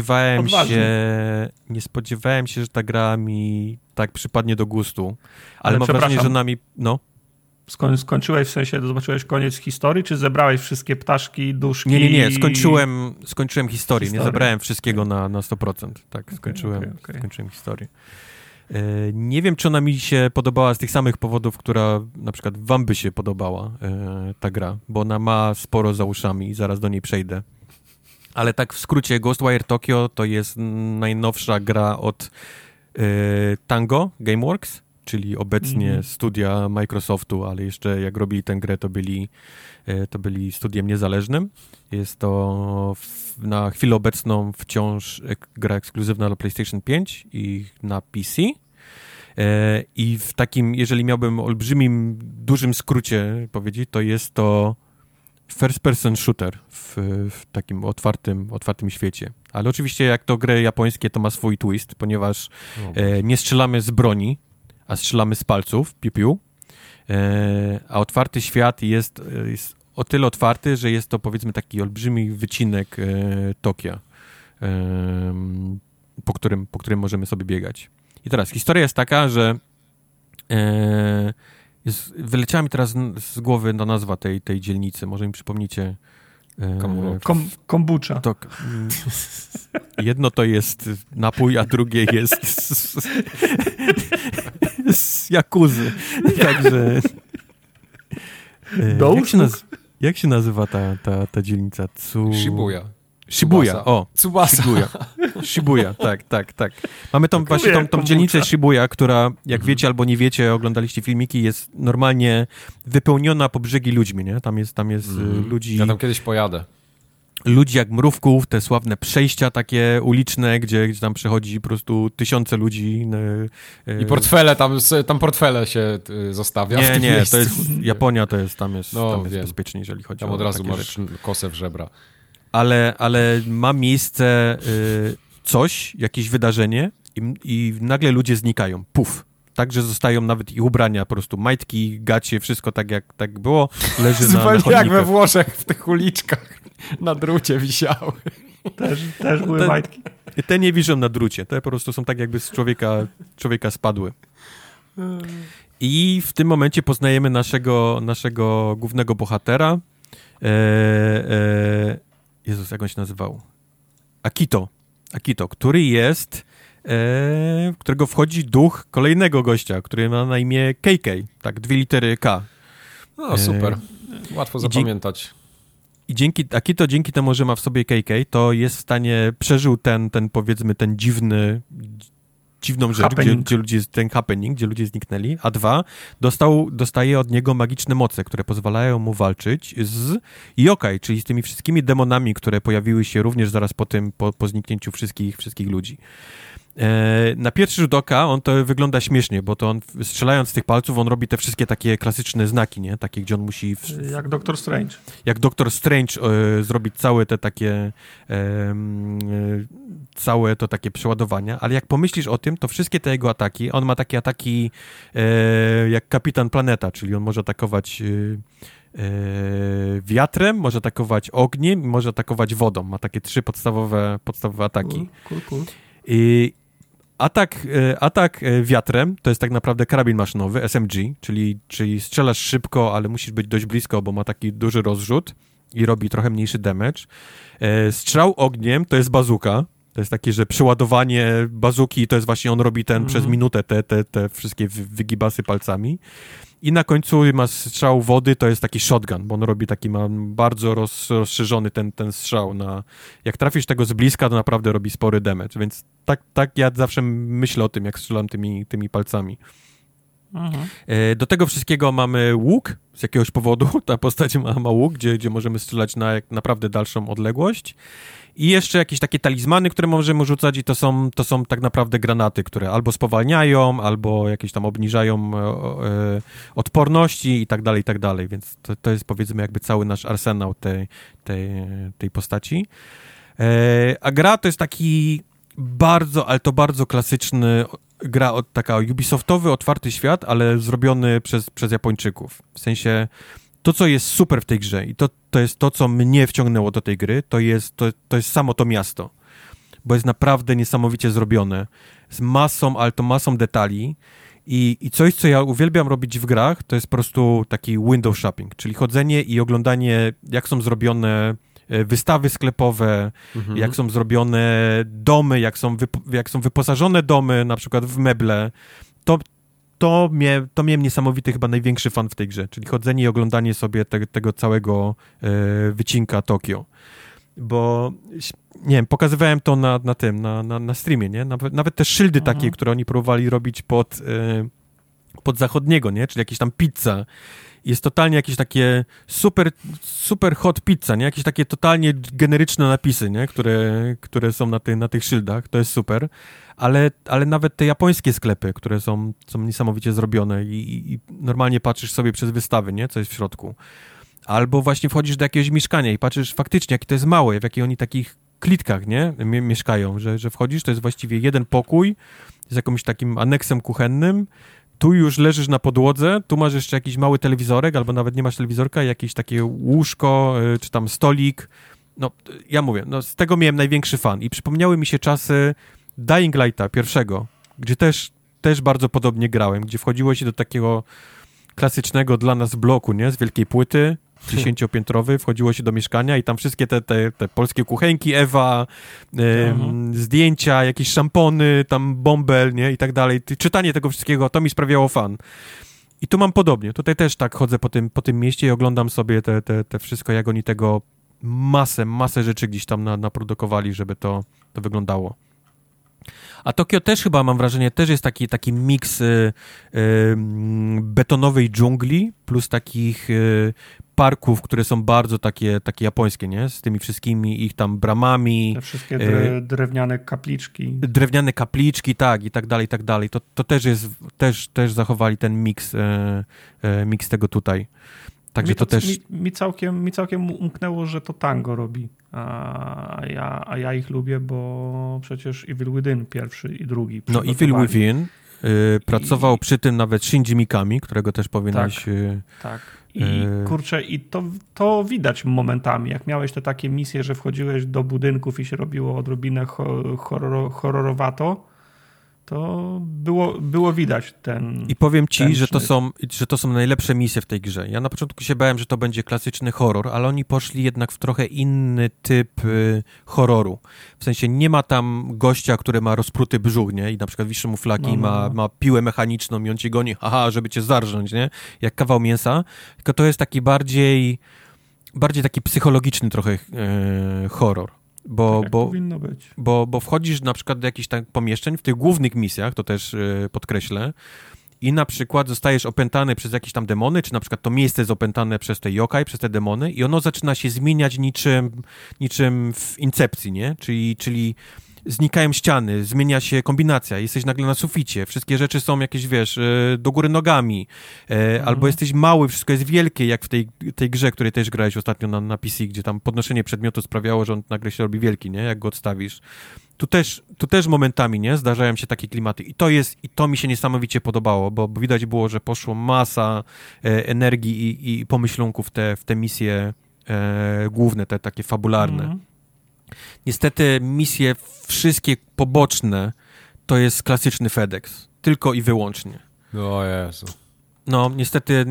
spodziewałem się, że ta gra mi tak przypadnie do gustu. Ale mam wrażenie, że nami... No. Skończyłeś, w sensie zobaczyłeś koniec historii, czy zebrałeś wszystkie ptaszki, duszki? Nie. Skończyłem historię. Nie zebrałem wszystkiego na 100%. Tak, skończyłem historię. Nie wiem, czy ona mi się podobała z tych samych powodów, która na przykład wam by się podobała, ta gra, bo ona ma sporo za uszami i zaraz do niej przejdę. Ale tak w skrócie, Ghostwire Tokyo to jest najnowsza gra od Tango Gameworks czyli obecnie studia Microsoftu, ale jeszcze jak robili tę grę, to byli studiem niezależnym. Jest to na chwilę obecną wciąż gra ekskluzywna dla PlayStation 5 i na PC. I w takim, jeżeli miałbym olbrzymim, dużym skrócie powiedzieć, to jest to first person shooter w takim otwartym świecie. Ale oczywiście jak to gry japońskie, to ma swój twist, ponieważ nie strzelamy z broni, a strzelamy z palców, piu-piu. A otwarty świat jest o tyle otwarty, że jest to powiedzmy taki olbrzymi wycinek Tokia, po którym możemy sobie biegać. I teraz historia jest taka, że wyleciała mi teraz z głowy nazwa tej dzielnicy. Może mi przypomnicie. Kombucha. To, jedno to jest napój, a drugie jest z Jakuzy. Także... Jak się nazywa ta dzielnica? Shibuya, o. Tsubasa. Shibuya, tak. Mamy właśnie tą dzielnicę Shibuya, która, jak wiecie albo nie wiecie, oglądaliście filmiki, jest normalnie wypełniona po brzegi ludźmi, nie? Tam jest ludzi... Ja tam kiedyś pojadę. Ludzi jak mrówków, te sławne przejścia takie uliczne, gdzie tam przechodzi po prostu tysiące ludzi. I portfele, tam portfele się zostawia. Nie, to jest Japonia, tam jest bezpiecznie, jeżeli chodzi tam o od razu masz rzeczy. kosę w żebra. Ale ma miejsce coś, jakieś wydarzenie i nagle ludzie znikają. Puf. Także zostają nawet ich ubrania, po prostu majtki, gacie, wszystko tak było, leży na chodnikach. Jak we Włoszech w tych uliczkach na drucie wisiały. Też były majtki. Te nie wiszą na drucie, te po prostu są tak jakby z człowieka spadły. I w tym momencie poznajemy naszego głównego bohatera. Jezus, jak on się nazywał? Akito, który jest... w którego wchodzi duch kolejnego gościa, który ma na imię KK, tak, 2 litery K. No, super. Łatwo zapamiętać. I dzięki temu, że ma w sobie KK, to jest w stanie, przeżył ten powiedzmy, ten dziwną rzecz, gdzie ludzie, ten happening, gdzie ludzie zniknęli, a 2, dostaje od niego magiczne moce, które pozwalają mu walczyć z yokai, czyli z tymi wszystkimi demonami, które pojawiły się również zaraz po zniknięciu wszystkich ludzi. Na pierwszy rzut oka on to wygląda śmiesznie, bo to on strzelając z tych palców, on robi te wszystkie takie klasyczne znaki, nie? Takie, gdzie on musi... Jak Doctor Strange. Jak Doctor Strange zrobić całe te takie całe to takie przeładowania, ale jak pomyślisz o tym, to wszystkie te jego ataki, on ma takie ataki jak Kapitan Planeta, czyli on może atakować wiatrem, może atakować ogniem i może atakować wodą. Ma takie 3 podstawowe ataki. Cool. Atak wiatrem to jest tak naprawdę karabin maszynowy, SMG, czyli strzelasz szybko, ale musisz być dość blisko, bo ma taki duży rozrzut i robi trochę mniejszy damage. Strzał ogniem to jest bazuka. To jest takie, że przeładowanie bazuki to jest właśnie, on robi przez minutę te wszystkie wygibasy palcami. I na końcu ma strzał wody, to jest taki shotgun, bo on robi taki, ma bardzo rozszerzony ten strzał. Jak trafisz tego z bliska, to naprawdę robi spory damage, więc tak ja zawsze myślę o tym, jak strzelam tymi palcami. Do tego wszystkiego mamy łuk, z jakiegoś powodu ta postać ma łuk, gdzie możemy strzelać na naprawdę dalszą odległość. I jeszcze jakieś takie talizmany, które możemy rzucać i to są tak naprawdę granaty, które albo spowalniają, albo jakieś tam obniżają odporności i tak dalej, więc to jest powiedzmy jakby cały nasz arsenał tej postaci. A gra to jest taki bardzo klasyczny gra, taka Ubisoftowy, otwarty świat, ale zrobiony przez Japończyków. W sensie to, co jest super w tej grze i to jest to, co mnie wciągnęło do tej gry, to jest samo to miasto, bo jest naprawdę niesamowicie zrobione, z masą detali i coś, co ja uwielbiam robić w grach, to jest po prostu taki window shopping, czyli chodzenie i oglądanie, jak są zrobione wystawy sklepowe, jak są zrobione domy, jak są wyposażone domy, na przykład w meble, to miałem niesamowity, chyba największy fan w tej grze, czyli chodzenie i oglądanie sobie tego całego wycinka Tokio. Bo, nie wiem, pokazywałem to na streamie, nie? Nawet te szyldy takie, które oni próbowali robić podzachodniego, nie? Czyli jakieś tam pizza. Jest totalnie jakieś takie super hot pizza, nie? Jakieś takie totalnie generyczne napisy, nie? Które są na tych szyldach, to jest super. Ale nawet te japońskie sklepy, które są niesamowicie zrobione i normalnie patrzysz sobie przez wystawy, nie? Co jest w środku. Albo właśnie wchodzisz do jakiegoś mieszkania i patrzysz faktycznie, jakie to jest małe, w jakich oni takich klitkach, nie? Mieszkają, że wchodzisz, to jest właściwie jeden pokój z jakimś takim aneksem kuchennym. Tu już leżysz na podłodze, tu masz jeszcze jakiś mały telewizorek, albo nawet nie masz telewizorka, jakieś takie łóżko, czy tam stolik. No, ja mówię, no z tego miałem największy fan. I przypomniały mi się czasy Dying Lighta pierwszego, gdzie też bardzo podobnie grałem, gdzie wchodziło się do takiego klasycznego dla nas bloku, nie? Z wielkiej płyty, 10-piętrowy, wchodziło się do mieszkania i tam wszystkie te polskie kuchenki, Ewa, zdjęcia, jakieś szampony, tam bąbel, nie? I tak dalej. Czytanie tego wszystkiego, to mi sprawiało fan. I tu mam podobnie. Tutaj też tak chodzę po tym mieście i oglądam sobie te wszystko, jak oni tego masę rzeczy gdzieś tam naprodukowali, żeby to wyglądało. A Tokio też chyba, mam wrażenie, też jest taki miks betonowej dżungli plus takich parków, które są bardzo takie japońskie, nie? Z tymi wszystkimi ich tam bramami. Te wszystkie drewniane kapliczki. Drewniane kapliczki, tak, i tak dalej. To też jest, też zachowali ten miks tego tutaj. Także to też... Mi całkiem umknęło, że to Tango robi, a ja ich lubię, bo przecież Evil Within pierwszy i drugi. No Evil Within pracował przy tym nawet Shinji Mikami, którego też powinieneś... Tak. I kurczę, i to widać momentami, jak miałeś te takie misje, że wchodziłeś do budynków i się robiło odrobinę horrorowato, to było widać ten... I powiem ci, że to są najlepsze misje w tej grze. Ja na początku się bałem, że to będzie klasyczny horror, ale oni poszli jednak w trochę inny typ horroru. W sensie nie ma tam gościa, który ma rozpruty brzuch, nie? I na przykład wiszy mu flaki, ma piłę mechaniczną i on cię goni, żeby cię zarżnąć, nie? Jak kawał mięsa. Tylko to jest taki bardziej taki psychologiczny trochę horror. Powinno być. Bo wchodzisz na przykład do jakichś tak pomieszczeń w tych głównych misjach, to też podkreślę, i na przykład zostajesz opętany przez jakieś tam demony, czy na przykład to miejsce jest opętane przez te yokai, przez te demony i ono zaczyna się zmieniać niczym w Incepcji, nie? Czyli znikają ściany, zmienia się kombinacja, jesteś nagle na suficie, wszystkie rzeczy są jakieś, wiesz, do góry nogami, albo jesteś mały, wszystko jest wielkie, jak w tej grze, której też grałeś ostatnio na PC, gdzie tam podnoszenie przedmiotu sprawiało, że on nagle się robi wielki, nie? Jak go odstawisz. Tu też momentami, nie? Zdarzają się takie klimaty i to mi się niesamowicie podobało, bo widać było, że poszło masa energii i pomyślunków w te misje główne, te takie fabularne. Niestety misje wszystkie poboczne to jest klasyczny FedEx. Tylko i wyłącznie. O Jezu. No, niestety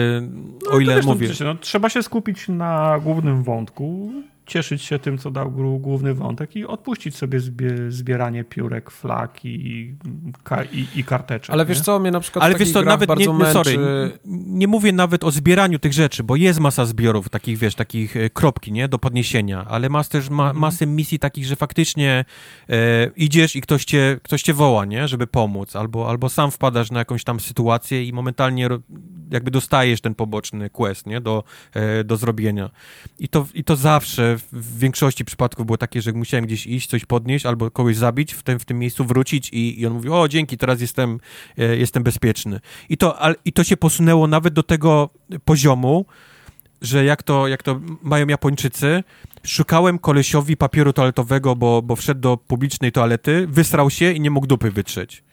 o ile mówię... Trzeba się skupić na głównym wątku, cieszyć się tym, co dał główny wątek i odpuścić sobie zbieranie piórek, flag i karteczek. Ale wiesz co, mnie na przykład ale wiesz co, nawet bardzo męczy... nie mówię nawet o zbieraniu tych rzeczy, bo jest masa zbiorów, takich, wiesz, takich kropki, nie, do podniesienia, ale masz też masę misji takich, że faktycznie idziesz i ktoś cię woła, nie, żeby pomóc, albo sam wpadasz na jakąś tam sytuację i momentalnie jakby dostajesz ten poboczny quest, nie, do zrobienia. I to zawsze w większości przypadków było takie, że musiałem gdzieś iść, coś podnieść, albo kogoś zabić, w tym miejscu wrócić i on mówi, o dzięki, teraz jestem bezpieczny. I to się posunęło nawet do tego poziomu, że jak to mają Japończycy, szukałem kolesiowi papieru toaletowego, bo wszedł do publicznej toalety, wysrał się i nie mógł dupy wytrzeć.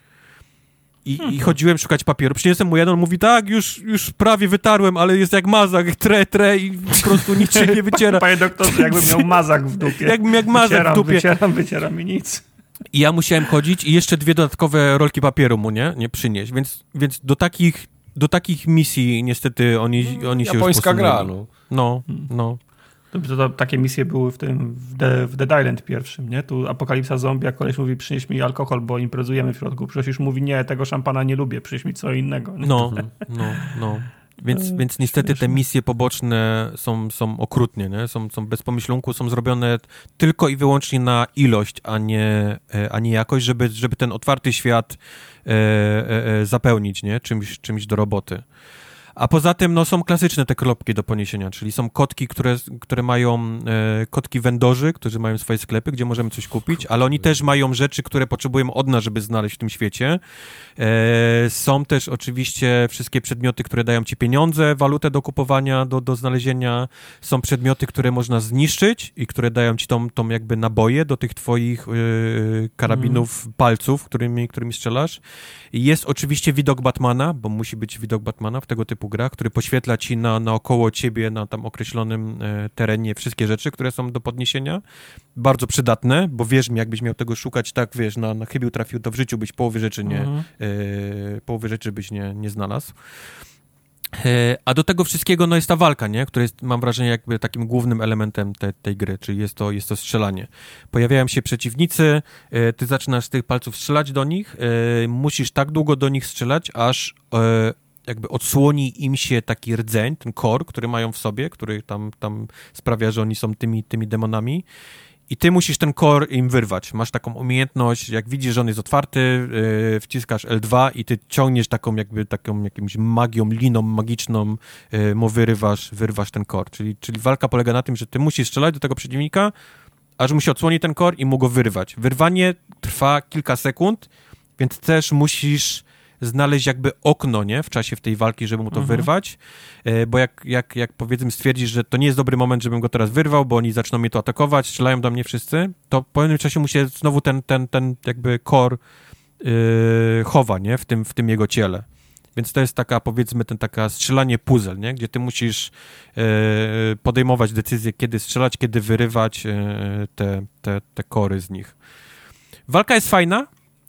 I chodziłem szukać papieru. Przyniosłem mu jeden, on mówi, tak, już prawie wytarłem, ale jest jak mazak, tre i po prostu nic się nie wyciera. Panie doktorze, jakbym miał mazak w dupie. Jakbym jak mazak w dupie. Wycieram i nic. I ja musiałem chodzić i jeszcze 2 dodatkowe rolki papieru mu nie przynieść, więc do takich misji niestety oni się już posunęli. Japońska gra, no. Takie misje były w Dead Island pierwszym, nie? Tu apokalipsa zombie, a koleś mówi, przynieś mi alkohol, bo imprezujemy w środku. Przecież już mówi, nie, tego szampana nie lubię, przynieś mi co innego. Nie? No. Więc niestety te misje poboczne są okrutnie, nie? Są bez pomyślunku, są zrobione tylko i wyłącznie na ilość, a nie jakość, żeby ten otwarty świat zapełnić, nie? Czymś do roboty. A poza tym, no, są klasyczne te kropki do poniesienia, czyli są kotki, które mają, kotki vendorzy, którzy mają swoje sklepy, gdzie możemy coś kupić, ale oni też mają rzeczy, które potrzebujemy od nas, żeby znaleźć w tym świecie. Są też oczywiście wszystkie przedmioty, które dają ci pieniądze, walutę do kupowania, do znalezienia. Są przedmioty, które można zniszczyć i które dają ci tą jakby naboje do tych twoich karabinów, palców, którymi strzelasz. I jest oczywiście widok Batmana, bo musi być widok Batmana w tego typu grach, który poświetla ci naokoło ciebie, na tam określonym terenie wszystkie rzeczy, które są do podniesienia. Bardzo przydatne, bo wierz mi, jakbyś miał tego szukać, tak wiesz, na chybił trafił, to w życiu byś połowy rzeczy byś nie znalazł. A do tego wszystkiego no jest ta walka, nie? Która jest, mam wrażenie, jakby takim głównym elementem tej gry, czyli jest to strzelanie. Pojawiają się przeciwnicy, ty zaczynasz z tych palców strzelać do nich, musisz tak długo do nich strzelać, aż jakby odsłoni im się taki rdzeń, ten core, który mają w sobie, który tam sprawia, że oni są tymi demonami. I ty musisz ten core im wyrwać. Masz taką umiejętność, jak widzisz, że on jest otwarty, wciskasz L2 i ty ciągniesz taką jakimś magią, liną magiczną, mu wyrwasz ten core. Czyli walka polega na tym, że ty musisz strzelać do tego przeciwnika, aż mu się odsłoni ten core i mu go wyrwać. Wyrwanie trwa kilka sekund, więc też musisz znaleźć jakby okno, nie? W czasie w tej walki, żeby mu to wyrwać, bo jak powiedzmy stwierdzisz, że to nie jest dobry moment, żebym go teraz wyrwał, bo oni zaczną mnie to atakować, strzelają do mnie wszyscy, to po pewnym czasie mu się znowu ten jakby core chowa, nie? W tym jego ciele. Więc to jest taka, powiedzmy, taka strzelanie puzzle, nie? Gdzie ty musisz podejmować decyzję, kiedy strzelać, kiedy wyrywać te kory z nich. Walka jest fajna,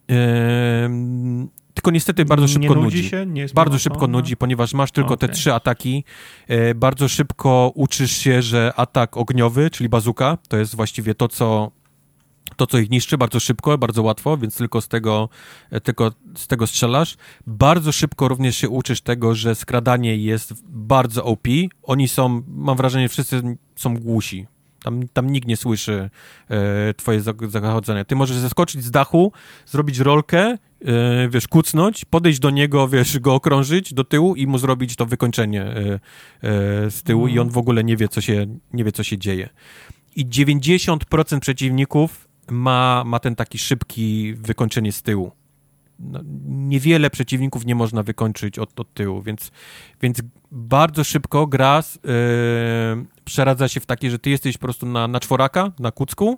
tylko niestety bardzo szybko nudzi. Bardzo szybko nudzi, ponieważ masz tylko te 3 ataki. Bardzo szybko uczysz się, że atak ogniowy, czyli bazuka, to jest właściwie to, co ich niszczy, bardzo szybko, bardzo łatwo, więc tylko z tego strzelasz. Bardzo szybko również się uczysz tego, że skradanie jest bardzo OP. Oni są, mam wrażenie, wszyscy są głusi. Tam nikt nie słyszy twoje zachodzenia. Ty możesz zeskoczyć z dachu, zrobić rolkę, wiesz, kucnąć, podejść do niego, wiesz, go okrążyć do tyłu i mu zrobić to wykończenie z tyłu i on w ogóle nie wie, co się dzieje. I 90% przeciwników ma ten taki szybki wykończenie z tyłu. No, niewiele przeciwników nie można wykończyć od tyłu, więc bardzo szybko gra przeradza się w takie, że ty jesteś po prostu na czworaka, na kucku,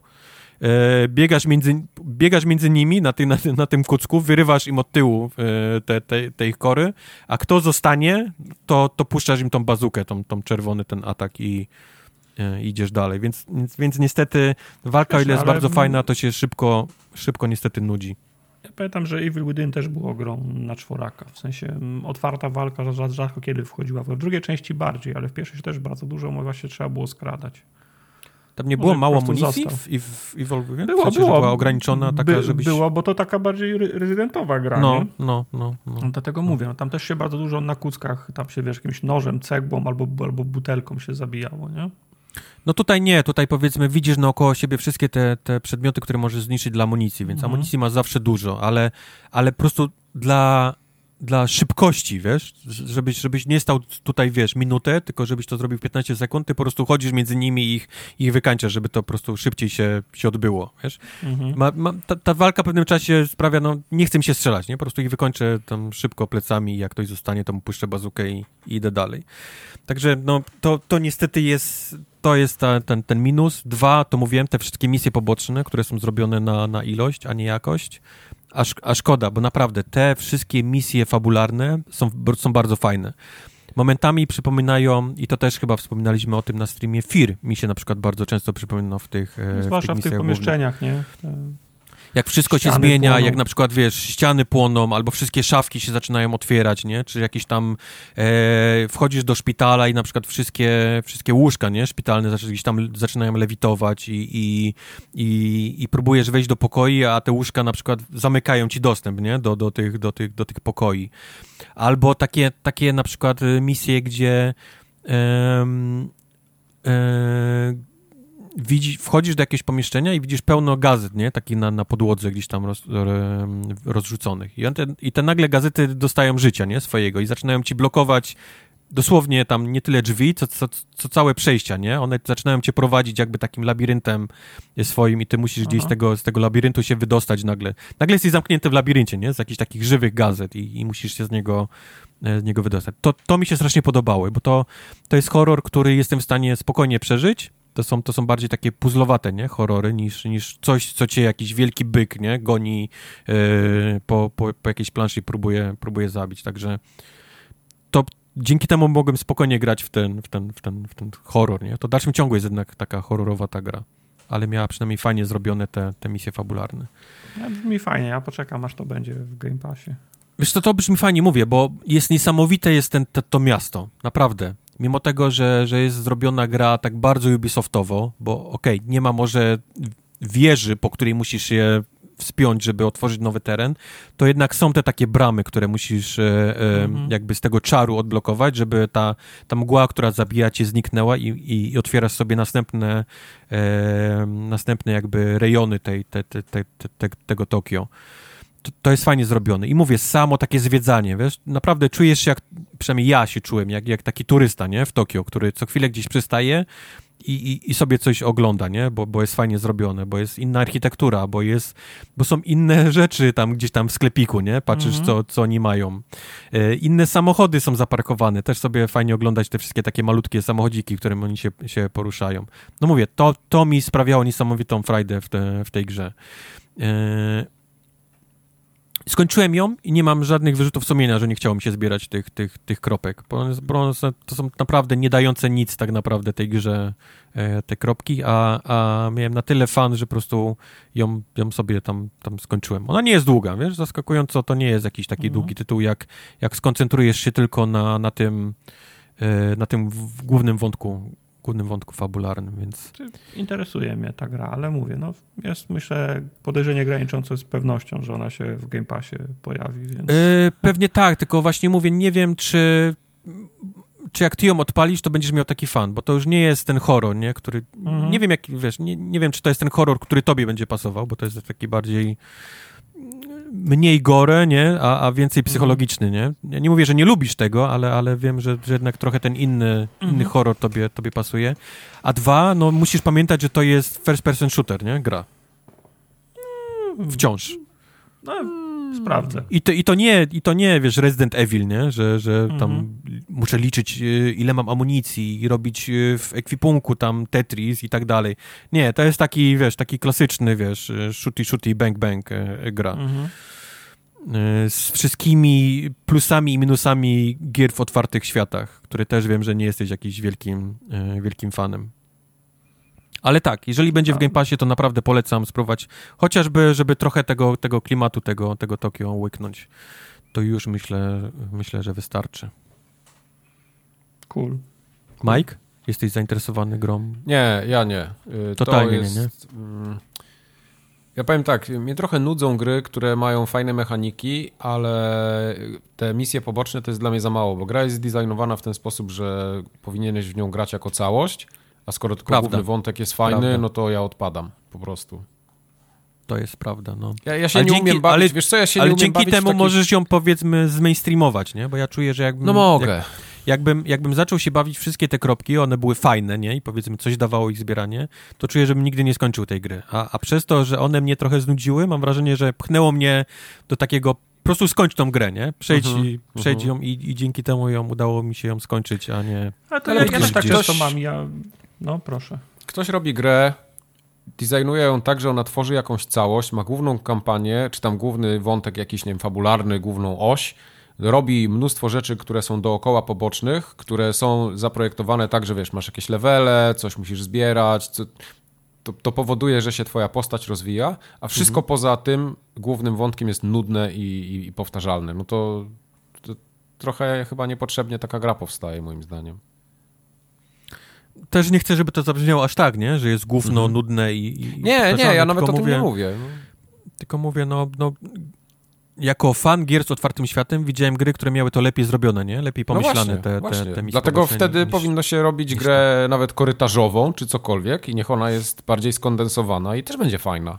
biegasz między nimi na tym kucku, wyrywasz im od tyłu te ich kory, a kto zostanie, to puszczasz im tą bazukę, tą czerwony ten atak i idziesz dalej. Więc niestety walka, o ile jest bardzo fajna, to się szybko niestety nudzi. Ja pamiętam, że Evil Within też było grą na czworaka. W sensie otwarta walka rzadko kiedy wchodziła. W drugiej części bardziej, ale w pierwszej też bardzo dużo właśnie trzeba było skradać. Tam nie było mało amunicji w Evil Within? Było. Była ograniczona taka, żebyś... Było, bo to taka bardziej rezydentowa gra, nie? No. Dlatego mówię, tam też się bardzo dużo na kuckach, tam się, wiesz, jakimś nożem, cegłą albo butelką się zabijało, nie? No tutaj nie, tutaj powiedzmy widzisz naokoło siebie wszystkie te przedmioty, które możesz zniszczyć dla amunicji, więc amunicji masz zawsze dużo, ale po prostu dla szybkości, wiesz, żebyś nie stał tutaj, wiesz, minutę, tylko żebyś to zrobił w 15 sekund, ty po prostu chodzisz między nimi i ich wykańczasz, żeby to po prostu szybciej się odbyło, wiesz. Ta walka w pewnym czasie sprawia, no nie chcę mi się strzelać, nie, po prostu ich wykończę tam szybko plecami i jak ktoś zostanie, to mu puszczę bazukę i idę dalej. Także no to niestety jest ten minus. 2, to mówiłem, te wszystkie misje poboczne, które są zrobione na ilość, a nie jakość. A szkoda, bo naprawdę te wszystkie misje fabularne są bardzo fajne. Momentami przypominają, i to też chyba wspominaliśmy o tym na streamie, Fear mi się na przykład bardzo często przypomina w tych zwłaszcza w tych pomieszczeniach, nie? Jak wszystko się Ściany zmienia, płoną. jak na przykład, wiesz, ściany płoną, albo wszystkie szafki się zaczynają otwierać, nie? Czy jakieś tam wchodzisz do szpitala i na przykład wszystkie łóżka, nie? Szpitalne gdzieś tam zaczynają lewitować i próbujesz wejść do pokoi, a te łóżka na przykład zamykają ci dostęp, nie? Do tych pokoi. Albo takie na przykład misje, gdzie wchodzisz do jakiegoś pomieszczenia i widzisz pełno gazet, nie? Takich na podłodze gdzieś tam rozrzuconych. I te nagle gazety dostają życia, nie? Swojego i zaczynają ci blokować dosłownie tam nie tyle drzwi, co całe przejścia, nie? One zaczynają cię prowadzić jakby takim labiryntem swoim i ty musisz gdzieś z tego labiryntu się wydostać nagle. Nagle jesteś zamknięty w labiryncie, nie? Z jakichś takich żywych gazet i musisz się z niego wydostać. To mi się strasznie podobało, bo to jest horror, który jestem w stanie spokojnie przeżyć. To są bardziej takie puzzlowate, nie? Horrory niż coś, co cię jakiś wielki byk, nie? Goni po jakiejś planszy i próbuje zabić. Także dzięki temu mogłem spokojnie grać w ten horror, nie? To w dalszym ciągu jest jednak taka horrorowa ta gra. Ale miała przynajmniej fajnie zrobione te misje fabularne. Brzmi fajnie, ja poczekam, aż to będzie w Game Passie. Wiesz, to brzmi fajnie, mówię, bo jest niesamowite jest to miasto, naprawdę. Mimo tego, że jest zrobiona gra tak bardzo Ubisoftowo, bo okej, nie ma może wieży, po której musisz się wspiąć, żeby otworzyć nowy teren, to jednak są te takie bramy, które musisz jakby z tego czaru odblokować, żeby ta mgła, która zabija cię, zniknęła i otwierasz sobie następne jakby rejony tego Tokio. To jest fajnie zrobione. I mówię, samo takie zwiedzanie, wiesz, naprawdę czujesz się przynajmniej ja się czułem, jak taki turysta, nie, w Tokio, który co chwilę gdzieś przystaje i sobie coś ogląda, nie, bo jest fajnie zrobione, bo jest inna architektura, bo są inne rzeczy tam gdzieś tam w sklepiku, nie, patrzysz co oni mają. Inne samochody są zaparkowane, też sobie fajnie oglądać te wszystkie takie malutkie samochodziki, którym oni się poruszają. No mówię, to mi sprawiało niesamowitą frajdę w tej grze. Skończyłem ją i nie mam żadnych wyrzutów sumienia, że nie chciało mi się zbierać tych kropek, bo to są naprawdę nie dające nic tak naprawdę tej grze te kropki, a miałem na tyle fan, że po prostu ją sobie tam skończyłem. Ona nie jest długa, wiesz, zaskakująco to nie jest jakiś taki długi tytuł, jak skoncentrujesz się tylko na tym głównym wątku fabularnym, więc... Interesuje mnie ta gra, ale mówię, no jest, myślę, podejrzenie graniczące z pewnością, że ona się w Game Passie pojawi, więc... Pewnie tak, tylko właśnie mówię, nie wiem, czy jak ty ją odpalisz, to będziesz miał taki fan, bo to już nie jest ten horror, nie, który... Nie wiem, wiesz, nie wiem, czy to jest ten horror, który tobie będzie pasował, bo to jest taki bardziej... mniej gore, nie, a więcej psychologiczny, nie? Ja nie mówię, że nie lubisz tego, ale wiem, że jednak trochę ten inny horror tobie pasuje. A dwa, no musisz pamiętać, że to jest first person shooter, nie? Gra. Wciąż. No, sprawdzę. I to nie, wiesz, Resident Evil, nie? Że tam muszę liczyć, ile mam amunicji i robić w ekwipunku tam Tetris i tak dalej. Nie, to jest taki, wiesz, taki klasyczny, wiesz, shooty, bang, gra. Z wszystkimi plusami i minusami gier w otwartych światach, które też wiem, że nie jesteś jakiś wielkim fanem. Ale tak, jeżeli będzie w Game Passie, to naprawdę polecam spróbować, chociażby, żeby trochę tego klimatu, tego Tokio łyknąć. To już myślę, że wystarczy. Cool. Mike? Jesteś zainteresowany grą? Nie, ja nie. Totalnie to jest, nie. Ja powiem tak, mnie trochę nudzą gry, które mają fajne mechaniki, ale te misje poboczne to jest dla mnie za mało, bo gra jest zdesignowana w ten sposób, że powinieneś w nią grać jako całość, a skoro tylko główny wątek jest fajny, no to ja odpadam po prostu. To jest prawda, no. Ja się nie umiem bawić, wiesz co, ja się nie umiem bawić. Ale dzięki temu możesz ją, powiedzmy, zmainstreamować, nie? Bo ja czuję, że jakbym... No mogę. Jakbym zaczął się bawić wszystkie te kropki, one były fajne, nie? I powiedzmy coś dawało ich zbieranie, to czuję, żebym nigdy nie skończył tej gry. A przez to, że one mnie trochę znudziły, mam wrażenie, że pchnęło mnie do takiego, po prostu skończ tą grę, nie? Przejdź ją i dzięki temu udało mi się ją skończyć, a nie... Ale to ja tak często mam, no proszę. Ktoś robi grę, designuje ją tak, że ona tworzy jakąś całość, ma główną kampanię, czy tam główny wątek jakiś, nie wiem, fabularny, główną oś, robi mnóstwo rzeczy, które są dookoła pobocznych, które są zaprojektowane tak, że wiesz, masz jakieś levele, coś musisz zbierać, to powoduje, że się twoja postać rozwija, a wszystko poza tym głównym wątkiem jest nudne i powtarzalne. No to trochę chyba niepotrzebnie taka gra powstaje, moim zdaniem. Też nie chcę, żeby to zabrzmiało aż tak, nie? Że jest gówno nudne i Nie, ja nawet o tym nie mówię. Tylko mówię, jako fan gier z otwartym światem widziałem gry, które miały to lepiej zrobione, nie? Lepiej pomyślane te misje. Dlatego wtedy powinno się robić grę nawet korytarzową, czy cokolwiek i niech ona jest bardziej skondensowana i też będzie fajna.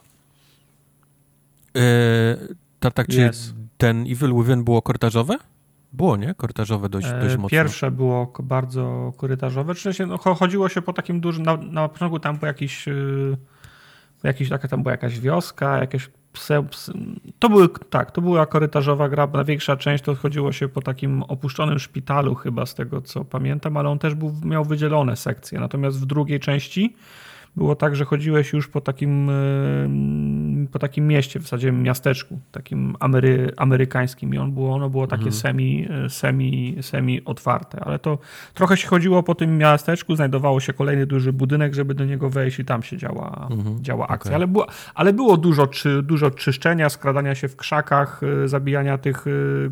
Czy ten Evil Within było korytarzowe? Było, nie? Korytarzowe dość mocno. Pierwsze było bardzo korytarzowe. Chodziło się po takim dużym... Na początku tam po tam była jakaś wioska, jakieś to była korytarzowa gra, największa część to chodziło się po takim opuszczonym szpitalu chyba, z tego co pamiętam, ale on też miał wydzielone sekcje. Natomiast w drugiej części było tak, że chodziłeś już po takim mieście, w zasadzie miasteczku, takim amerykańskim i ono było takie semi otwarte, ale to trochę się chodziło po tym miasteczku, znajdowało się kolejny duży budynek, żeby do niego wejść i tam się działa akcja, ale było dużo czyszczenia, skradania się w krzakach, zabijania tych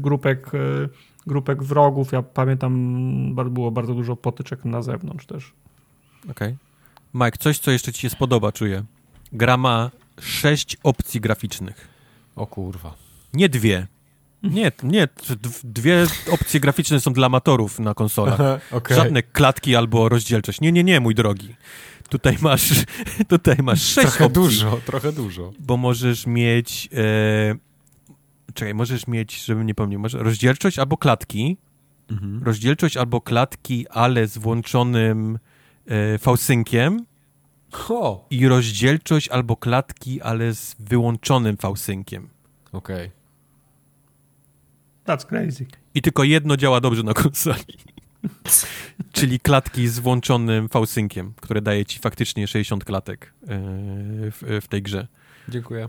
grupek wrogów. Ja pamiętam, było bardzo dużo potyczek na zewnątrz też. Okej. Mike, coś, co jeszcze ci się spodoba, czuję. Gra ma 6 opcji graficznych. O kurwa. Nie 2. Nie. 2 opcje graficzne są dla amatorów na konsolach. Okay. Żadne klatki albo rozdzielczość. Nie, mój drogi. Tutaj masz 6 opcji. Trochę dużo. Bo możesz mieć... możesz mieć, żebym nie pomniał, rozdzielczość albo klatki. Rozdzielczość albo klatki, ale z włączonym V-synkiem i rozdzielczość albo klatki, ale z wyłączonym V-synkiem. Okej. That's crazy. I tylko jedno działa dobrze na konsoli. Czyli klatki z włączonym V-synkiem, które daje ci faktycznie 60 klatek w tej grze. Dziękuję.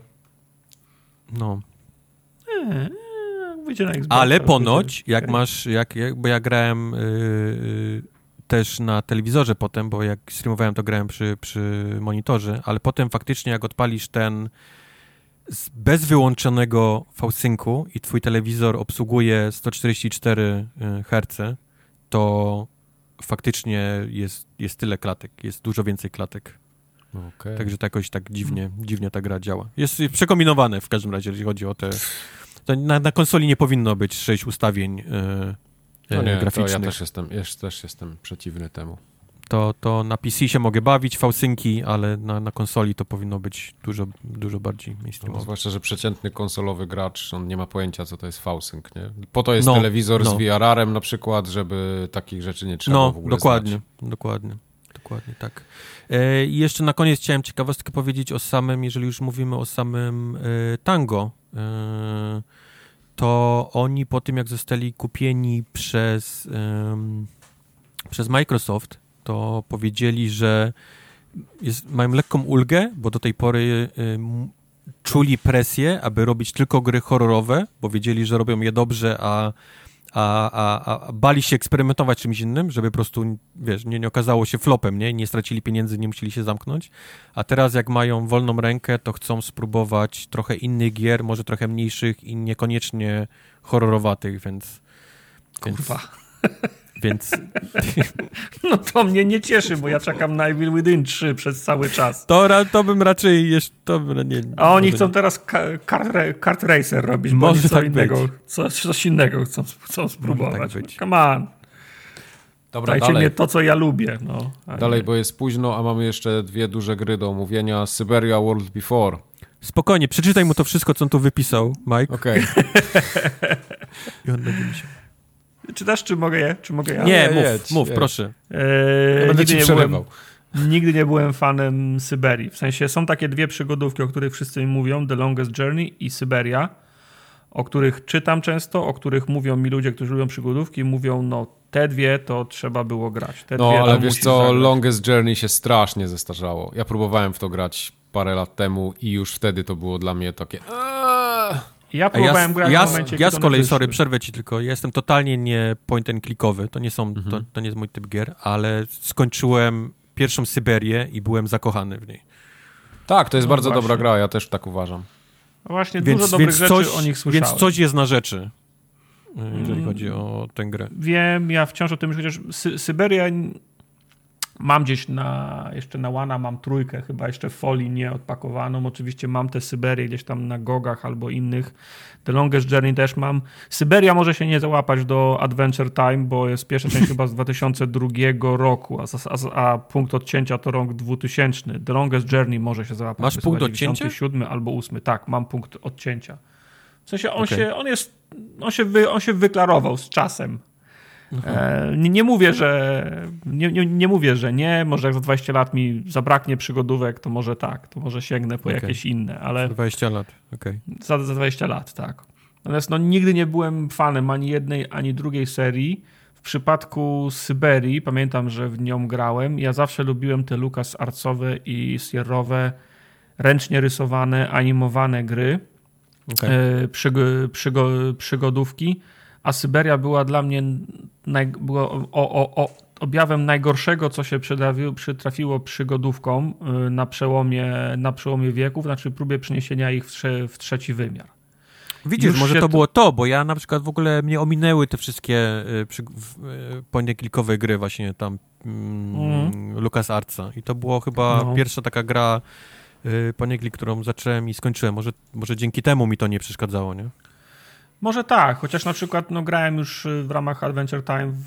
No. Wyjdzie na Xbox, ale ponoć, bo ja grałem też na telewizorze potem, bo jak streamowałem, to grałem przy monitorze, ale potem faktycznie jak odpalisz ten bez wyłączonego V-synku i twój telewizor obsługuje 144 Hz, to faktycznie jest tyle klatek, jest dużo więcej klatek. Okay. Także to jakoś tak dziwnie ta gra działa. Jest przekombinowane w każdym razie, jeżeli chodzi o te... Na konsoli nie powinno być 6 ustawień graficznych. To ja też jestem przeciwny temu. To na PC się mogę bawić, V-synki, ale na konsoli to powinno być dużo bardziej mainstreamowe. No, zwłaszcza, że przeciętny konsolowy gracz, on nie ma pojęcia, co to jest V-sync, nie? Po to jest telewizor z VR-em na przykład, żeby takich rzeczy nie trzeba w ogóle znać. Dokładnie tak. I jeszcze na koniec chciałem ciekawostkę powiedzieć o samym, jeżeli już mówimy o samym Tango, to oni po tym, jak zostali kupieni przez Microsoft, to powiedzieli, że mają lekką ulgę, bo do tej pory czuli presję, aby robić tylko gry horrorowe, bo wiedzieli, że robią je dobrze, a bali się eksperymentować czymś innym, żeby po prostu, nie okazało się flopem, nie stracili pieniędzy, nie musieli się zamknąć. A teraz jak mają wolną rękę, to chcą spróbować trochę innych gier, może trochę mniejszych i niekoniecznie horrorowatych, więc... No to mnie nie cieszy, bo ja czekam na Evil Within 3 przez cały czas. To bym raczej jeszcze... A oni chcą teraz kart racer robić, bo może tak innego, coś innego chcą spróbować. Tak come on. Dobra, dajcie dalej. mnie to, co ja lubię. Dalej, bo jest późno, a mamy jeszcze 2 duże gry do omówienia. Syberia World Before. Spokojnie, przeczytaj mu to wszystko, co on tu wypisał, Mike. Okej. I on będzie mi się... Czytasz, czy mogę ja? Nie, mów, proszę. Ja będę ci przerywał. Nigdy nie byłem fanem Syberii. W sensie są takie 2 przygodówki, o których wszyscy mi mówią, The Longest Journey i Syberia, o których czytam często, o których mówią mi ludzie, którzy lubią przygodówki, mówią, te 2 to trzeba było grać. Ale wiesz co, zagrać. Longest Journey się strasznie zestarzało. Ja próbowałem w to grać parę lat temu i już wtedy to było dla mnie takie... Ja próbowałem grać w momencie, ja z kolei, sorry, przerwę ci tylko, ja jestem totalnie nie point and clickowy, to nie jest mój typ gier, ale skończyłem pierwszą Syberię i byłem zakochany w niej. Tak, to jest bardzo właśnie. dobra gra, ja też tak uważam. Właśnie dużo dobrych rzeczy o nich słyszałem. Więc coś jest na rzeczy, jeżeli chodzi o tę grę. Wiem, ja wciąż o tym myślę, chociaż Syberia mam gdzieś jeszcze na Łana mam 3, chyba jeszcze w folii nie odpakowaną. Oczywiście mam tę Syberię gdzieś tam na GOG-ach albo innych. The Longest Journey też mam. Syberia może się nie załapać do Adventure Time, bo jest pierwsza część chyba z 2002 roku, a punkt odcięcia to rok 2000. The Longest Journey może się załapać. Masz punkt odcięcia? 7 albo 8. Tak, mam punkt odcięcia. W sensie on się wyklarował z czasem. Nie mówię, że nie, może jak za 20 lat mi zabraknie przygodówek, to może tak, to może sięgnę po jakieś inne, ale... 20 lat, okej. Za 20 lat, tak. Natomiast nigdy nie byłem fanem ani jednej, ani drugiej serii. W przypadku Syberii, pamiętam, że w nią grałem, ja zawsze lubiłem te LucasArtsowe i Sierrowe, ręcznie rysowane, animowane gry, przygodówki. A Syberia była dla mnie objawem najgorszego, co się przytrafiło przygodówkom na przełomie wieków, znaczy próbie przeniesienia ich w trzeci wymiar. Widzisz, może to było to, bo ja na przykład w ogóle mnie ominęły te wszystkie point-and-clickowe gry właśnie tam LucasArtsa i to było chyba pierwsza taka gra point-and-click, którą zacząłem i skończyłem. Może dzięki temu mi to nie przeszkadzało, nie? Może tak, chociaż na przykład grałem już w ramach Adventure Time w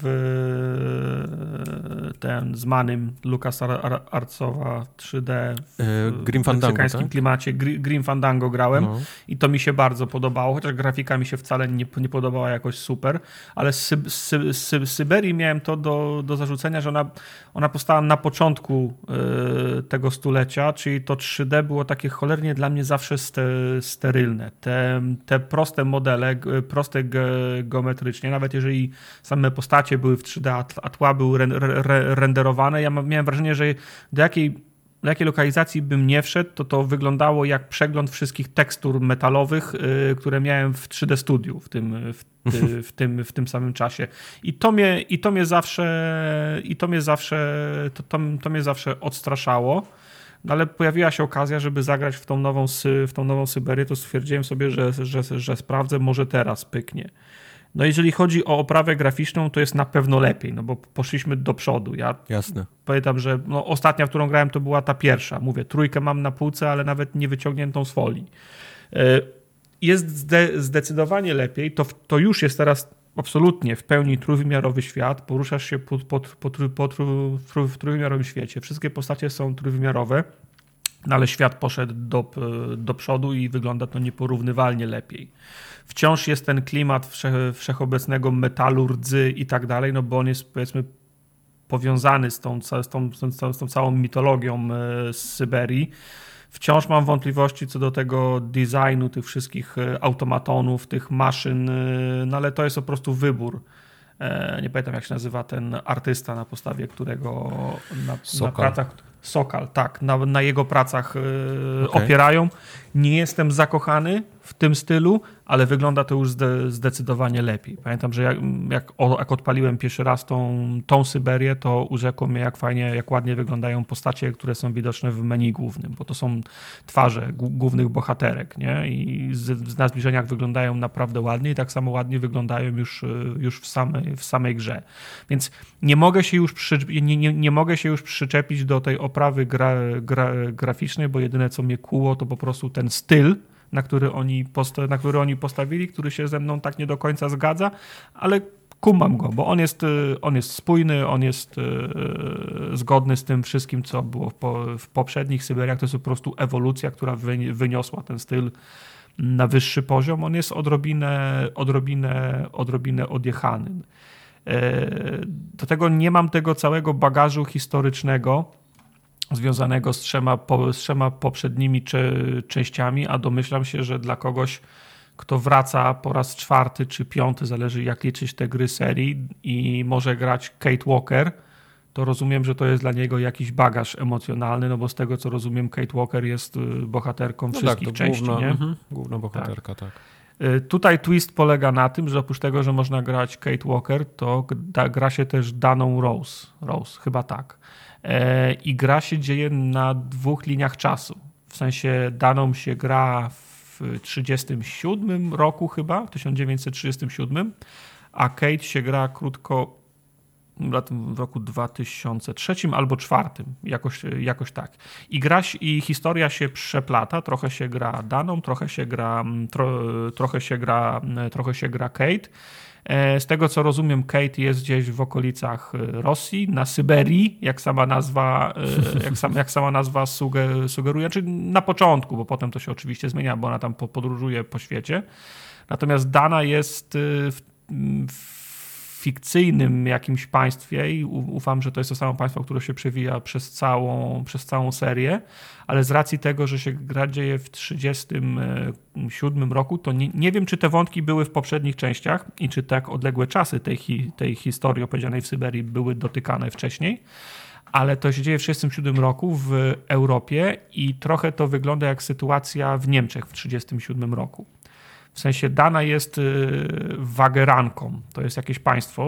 ten znanym LucasArtsowa 3D w Grim Fandango, meksykańskim klimacie. Grim Fandango grałem i to mi się bardzo podobało, chociaż grafika mi się wcale nie podobała jakoś super, ale z Syberii miałem to do zarzucenia, że ona powstała na początku tego stulecia, czyli to 3D było takie cholernie dla mnie zawsze sterylne. Te proste modele, proste geometrycznie, nawet jeżeli same postacie były w 3D, a tła były renderowane, ja miałem wrażenie, że do jakiej lokalizacji bym nie wszedł, to wyglądało jak przegląd wszystkich tekstur metalowych, które miałem w 3D Studiu w tym samym czasie. I to mnie zawsze odstraszało. No ale pojawiła się okazja, żeby zagrać w tą nową Syberię, to stwierdziłem sobie, że sprawdzę, może teraz pyknie. No jeżeli chodzi o oprawę graficzną, to jest na pewno lepiej, no bo poszliśmy do przodu. Ja Jasne. Pamiętam, że ostatnia, w którą grałem, to była ta pierwsza. Mówię, 3 mam na półce, ale nawet nie wyciągniętą z folii. Jest zdecydowanie lepiej, to już jest teraz absolutnie w pełni trójwymiarowy świat, poruszasz się w trójwymiarowym świecie. Wszystkie postacie są trójwymiarowe, no ale świat poszedł do przodu i wygląda to nieporównywalnie lepiej. Wciąż jest ten klimat wszechobecnego metalu, rdzy i tak dalej, no bo on jest, powiedzmy, powiązany z tą całą mitologią z Syberii. Wciąż mam wątpliwości co do tego designu tych wszystkich automatonów, tych maszyn, no ale to jest po prostu wybór. Nie pamiętam, jak się nazywa ten artysta, na podstawie którego na pracach... Sokal, tak, na jego pracach opierają. Nie jestem zakochany w tym stylu, ale wygląda to już zdecydowanie lepiej. Pamiętam, że jak odpaliłem pierwszy raz tą Syberię, to urzekło mnie, jak ładnie wyglądają postacie, które są widoczne w menu głównym, bo to są twarze głównych bohaterek, nie? I na zbliżeniach wyglądają naprawdę ładnie i tak samo ładnie wyglądają już w samej grze. Więc nie mogę się już przyczepić do tej oprawy graficznej, bo jedyne, co mnie kłuło, to po prostu ten styl, na który oni postawili, który się ze mną tak nie do końca zgadza, ale kumam go, bo on jest spójny, on jest zgodny z tym wszystkim, co było w poprzednich Syberiach. To jest po prostu ewolucja, która wyniosła ten styl na wyższy poziom. On jest odrobinę odjechany. Do tego nie mam tego całego bagażu historycznego związanego z trzema poprzednimi częściami, a domyślam się, że dla kogoś, kto wraca po raz 4. czy 5., zależy jak liczyć te gry serii i może grać Kate Walker, to rozumiem, że to jest dla niego jakiś bagaż emocjonalny, no bo z tego, co rozumiem, Kate Walker jest bohaterką wszystkich części, nie? Główna bohaterka, tak. Tutaj twist polega na tym, że oprócz tego, że można grać Kate Walker, to gra się też Daną Rose, chyba tak. I gra się dzieje na 2 liniach czasu. w sensie daną się gra w 1937 roku chyba, w 1937, a Kate się gra krótko w roku 2003 albo 2004, jakoś tak. I historia się przeplata, trochę się gra Daną, trochę się gra Kate. Z tego co rozumiem, Kate jest gdzieś w okolicach Rosji, na Syberii, jak sama nazwa sugeruje, czy na początku, bo potem to się oczywiście zmienia, bo ona tam podróżuje po świecie. Natomiast Dana jest w fikcyjnym jakimś państwie i ufam, że to jest to samo państwo, które się przewija przez całą serię, ale z racji tego, że się gra dzieje w 1937 roku, to nie wiem, czy te wątki były w poprzednich częściach i czy tak odległe czasy tej historii opowiedzianej w Syberii były dotykane wcześniej, ale to się dzieje w 1937 roku w Europie i trochę to wygląda jak sytuacja w Niemczech w 1937 roku. W sensie Dana jest Wageranką, to jest jakieś państwo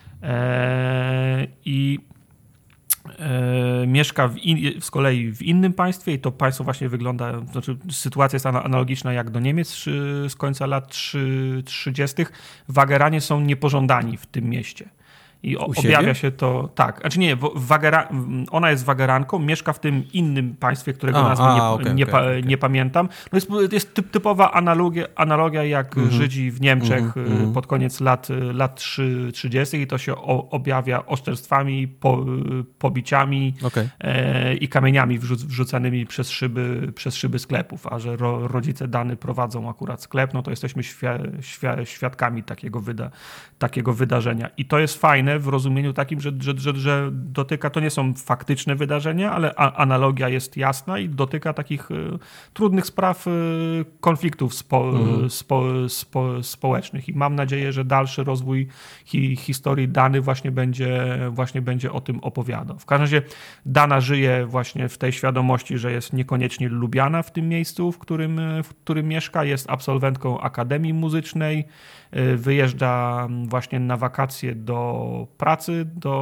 i mieszka z kolei w innym państwie i to państwo właśnie wygląda, znaczy sytuacja jest analogiczna jak do Niemiec z końca lat 30. Wageranie są niepożądani w tym mieście. I objawia się to, tak, znaczy nie, ona jest Wageranką, mieszka w tym innym państwie, którego nazwy nie pamiętam. No jest typowa analogia jak Żydzi w Niemczech pod koniec lat 30. i to się objawia oszczerstwami, pobiciami i kamieniami wrzucanymi przez szyby sklepów, a że rodzice Dany prowadzą akurat sklep, no to jesteśmy świadkami takiego wydarzenia. I to jest fajne, w rozumieniu takim, że dotyka, to nie są faktyczne wydarzenia, ale analogia jest jasna i dotyka takich trudnych spraw, konfliktów społecznych. I mam nadzieję, że dalszy rozwój historii Dany właśnie będzie o tym opowiadał. W każdym razie Dana żyje właśnie w tej świadomości, że jest niekoniecznie lubiana w tym miejscu, w którym mieszka, jest absolwentką Akademii Muzycznej, wyjeżdża właśnie na wakacje do pracy,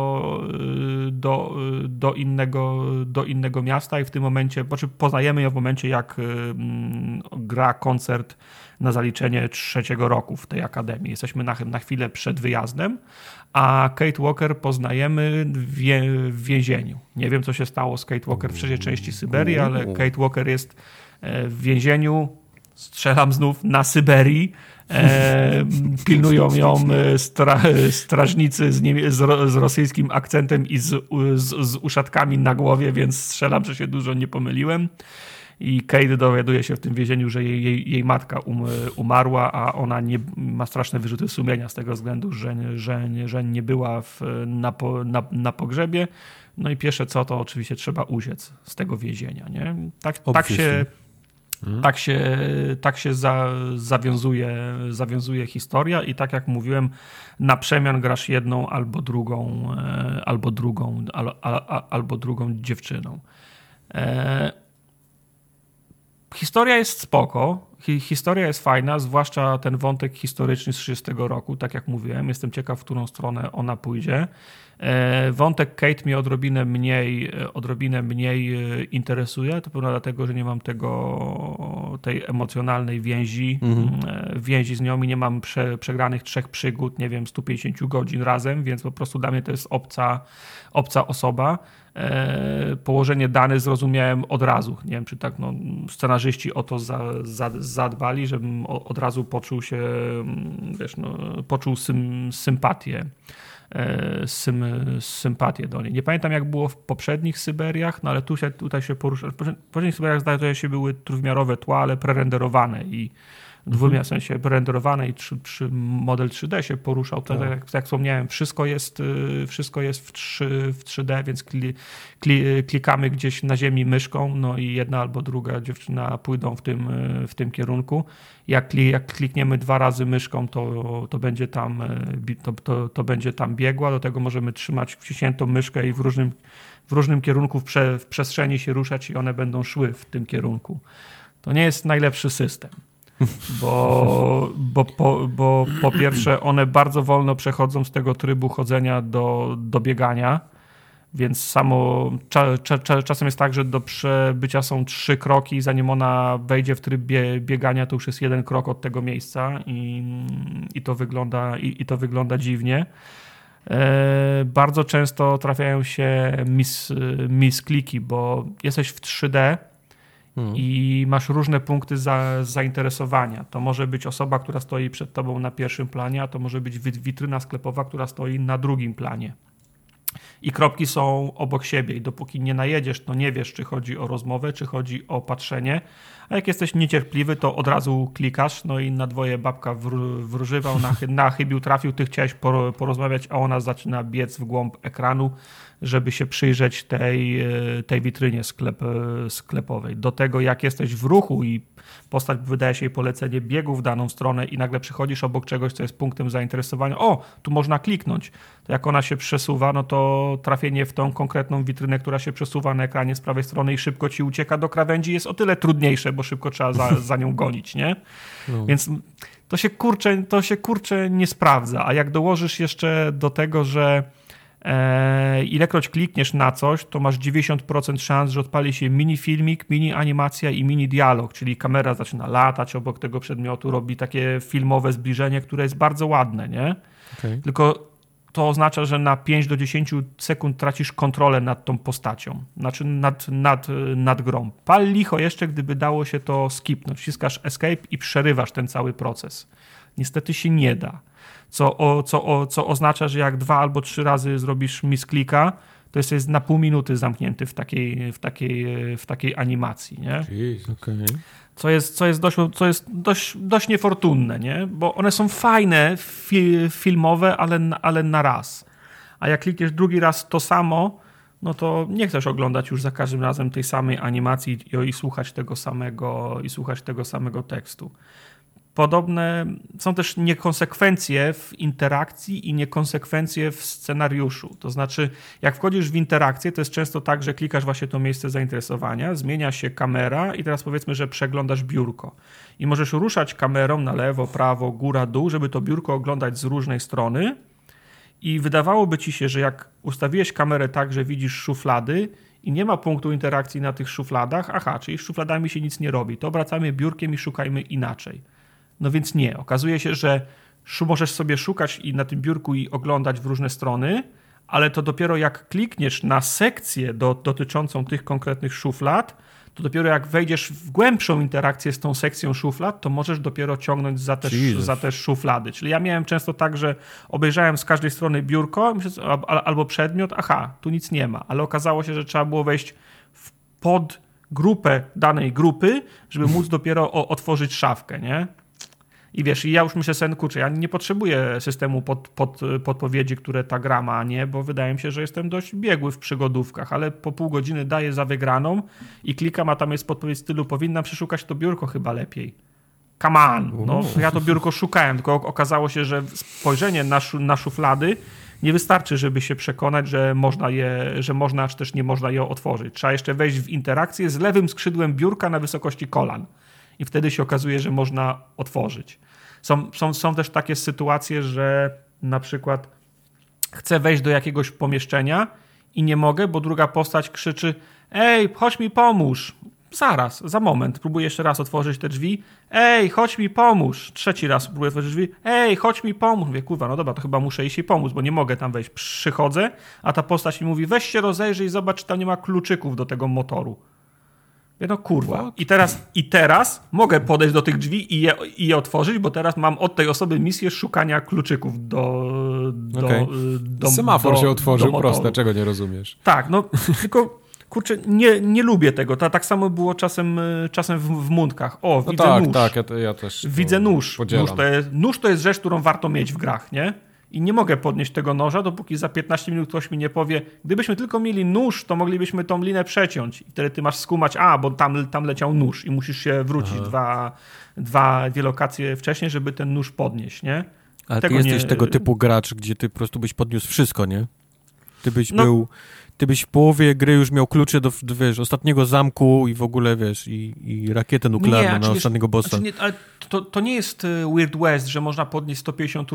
do innego miasta i w tym momencie, poznajemy ją w momencie, jak gra koncert na zaliczenie 3. roku w tej akademii. Jesteśmy na chwilę przed wyjazdem, a Kate Walker poznajemy w więzieniu. Nie wiem, co się stało z Kate Walker w trzeciej części Syberii, ale Kate Walker jest w więzieniu, strzelam znów, na Syberii. Pilnują ją strażnicy z rosyjskim akcentem i z uszatkami na głowie, więc strzelam, że się dużo nie pomyliłem. I Kate dowiaduje się w tym więzieniu, że jej matka umarła, a ona ma straszne wyrzuty sumienia z tego względu, że nie była na pogrzebie. No i pierwsze co, to oczywiście trzeba uciec z tego więzienia. Nie? Tak się zawiązuje historia i tak jak mówiłem, na przemian grasz jedną albo drugą dziewczyną. Historia jest spoko, historia jest fajna, zwłaszcza ten wątek historyczny z 30 roku, tak jak mówiłem. Jestem ciekaw, w którą stronę ona pójdzie. Wątek Kate mnie odrobinę mniej interesuje, to pewno dlatego, że nie mam tej emocjonalnej więzi z nią i nie mam przegranych 3 przygód, nie wiem, 150 godzin razem, więc po prostu dla mnie to jest obca osoba. Położenie Dany zrozumiałem od razu. Nie wiem, czy tak scenarzyści o to zadbali, żebym od razu poczuł się, poczuł sympatię do niej. Nie pamiętam, jak było w poprzednich Syberiach, no ale tutaj się porusza. W poprzednich Syberiach zdaje się były trójwymiarowe tła, ale prerenderowane i w sensie prerenderowane i model 3D się poruszał. Tak jak wspomniałem, wszystko jest w 3D, więc klikamy gdzieś na ziemi myszką, no i jedna albo druga dziewczyna pójdą w tym kierunku. Jak klikniemy 2 razy myszką, to będzie tam biegła. Do tego możemy trzymać wciśniętą myszkę i w różnym kierunku w przestrzeni się ruszać i one będą szły w tym kierunku. To nie jest najlepszy system. Bo po pierwsze one bardzo wolno przechodzą z tego trybu chodzenia do biegania, Więc czasem jest tak, że do przebycia są 3 kroki, zanim ona wejdzie w tryb biegania, to już jest 1 krok od tego miejsca i to wygląda dziwnie. Bardzo często trafiają się miskliki, bo jesteś w 3D i masz różne punkty zainteresowania. To może być osoba, która stoi przed tobą na pierwszym planie, a to może być witryna sklepowa, która stoi na drugim planie. I kropki są obok siebie i dopóki nie najedziesz, to nie wiesz, czy chodzi o rozmowę, czy chodzi o patrzenie. A jak jesteś niecierpliwy, to od razu klikasz, no i na dwoje babka wróżywał, na chybił trafił, ty chciałeś porozmawiać, a ona zaczyna biec w głąb ekranu, żeby się przyjrzeć tej witrynie sklepowej. Do tego, jak jesteś w ruchu i postać wydaje się jej polecenie biegu w daną stronę i nagle przychodzisz obok czegoś, co jest punktem zainteresowania, tu można kliknąć. To jak ona się przesuwa, no to trafienie w tą konkretną witrynę, która się przesuwa na ekranie z prawej strony i szybko ci ucieka do krawędzi, jest o tyle trudniejsze, bo szybko trzeba za nią gonić, nie? No. Więc to się kurczę nie sprawdza. A jak dołożysz jeszcze do tego, że ilekroć klikniesz na coś, to masz 90% szans, że odpali się mini filmik, mini animacja i mini dialog, czyli kamera zaczyna latać obok tego przedmiotu, robi takie filmowe zbliżenie, które jest bardzo ładne, nie? Okay. Tylko to oznacza, że na 5 do 10 sekund tracisz kontrolę nad tą postacią, znaczy nad grą. Pal licho jeszcze, gdyby dało się to skipnąć. Wciskasz escape i przerywasz ten cały proces. Niestety się nie da. Co oznacza, że jak 2 albo 3 razy zrobisz misklika, to jest na pół minuty zamknięty w takiej animacji, nie? Okay. Co jest dość niefortunne, nie? Bo one są fajne, filmowe, ale na raz. A jak klikniesz drugi raz to samo, no to nie chcesz oglądać już za każdym razem tej samej animacji i słuchać tego samego tekstu. Podobne są też niekonsekwencje w interakcji i niekonsekwencje w scenariuszu. To znaczy, jak wchodzisz w interakcję, to jest często tak, że klikasz właśnie to miejsce zainteresowania, zmienia się kamera i teraz powiedzmy, że przeglądasz biurko. I możesz ruszać kamerą na lewo, prawo, góra, dół, żeby to biurko oglądać z różnej strony. I wydawałoby ci się, że jak ustawiłeś kamerę tak, że widzisz szuflady i nie ma punktu interakcji na tych szufladach, czyli z szufladami się nic nie robi, to obracamy biurkiem i szukajmy inaczej. No więc nie. Okazuje się, że możesz sobie szukać i na tym biurku i oglądać w różne strony, ale to dopiero jak klikniesz na sekcję dotyczącą tych konkretnych szuflad, to dopiero jak wejdziesz w głębszą interakcję z tą sekcją szuflad, to możesz dopiero ciągnąć za te szuflady. Czyli ja miałem często tak, że obejrzałem z każdej strony biurko albo przedmiot, tu nic nie ma, ale okazało się, że trzeba było wejść w podgrupę danej grupy, żeby móc dopiero otworzyć szafkę, nie? I wiesz, ja już myślę sobie, kurczę, ja nie potrzebuję systemu podpowiedzi, które ta gra ma, nie? Bo wydaje mi się, że jestem dość biegły w przygodówkach, ale po pół godziny daję za wygraną i klikam, a tam jest podpowiedź w stylu, powinnam przeszukać to biurko chyba lepiej. Come on! No, ja to biurko szukałem, tylko okazało się, że spojrzenie na szuflady nie wystarczy, żeby się przekonać, że można, czy też nie można je otworzyć. Trzeba jeszcze wejść w interakcję z lewym skrzydłem biurka na wysokości kolan. I wtedy się okazuje, że można otworzyć. Są też takie sytuacje, że na przykład chcę wejść do jakiegoś pomieszczenia i nie mogę, bo druga postać krzyczy: ej, chodź mi pomóż. Zaraz, za moment. Próbuję jeszcze raz otworzyć te drzwi. Ej, chodź mi pomóż. Trzeci raz próbuję otworzyć drzwi. Ej, chodź mi pomóż. Mówię, kurwa, no dobra, to chyba muszę jej pomóc, bo nie mogę tam wejść. Przychodzę, a ta postać mi mówi: weź się rozejrzyj i zobacz, czy tam nie ma kluczyków do tego motoru. No kurwa. I teraz mogę podejść do tych drzwi i je otworzyć, bo teraz mam od tej osoby misję szukania kluczyków do Semafor się otworzył, proste, czego nie rozumiesz. Tak, no tylko kurczę, nie lubię tego. Tak samo było czasem w Mundkach. Widzę nóż. Tak, ja też widzę nóż. Podzielam. Nóż to jest rzecz, którą warto mieć w grach, nie? I nie mogę podnieść tego noża, dopóki za 15 minut ktoś mi nie powie: gdybyśmy tylko mieli nóż, to moglibyśmy tą linę przeciąć. I wtedy ty masz skumać, bo tam leciał nóż i musisz się wrócić dwie lokacje wcześniej, żeby ten nóż podnieść, nie? Ale ty jesteś tego typu gracz, gdzie ty po prostu byś podniósł wszystko, nie? ty byś w połowie gry już miał klucze do wiesz, ostatniego zamku i w ogóle, wiesz, i rakietę nuklearną na ostatniego bossa. Ale to nie jest Weird West, że można podnieść 150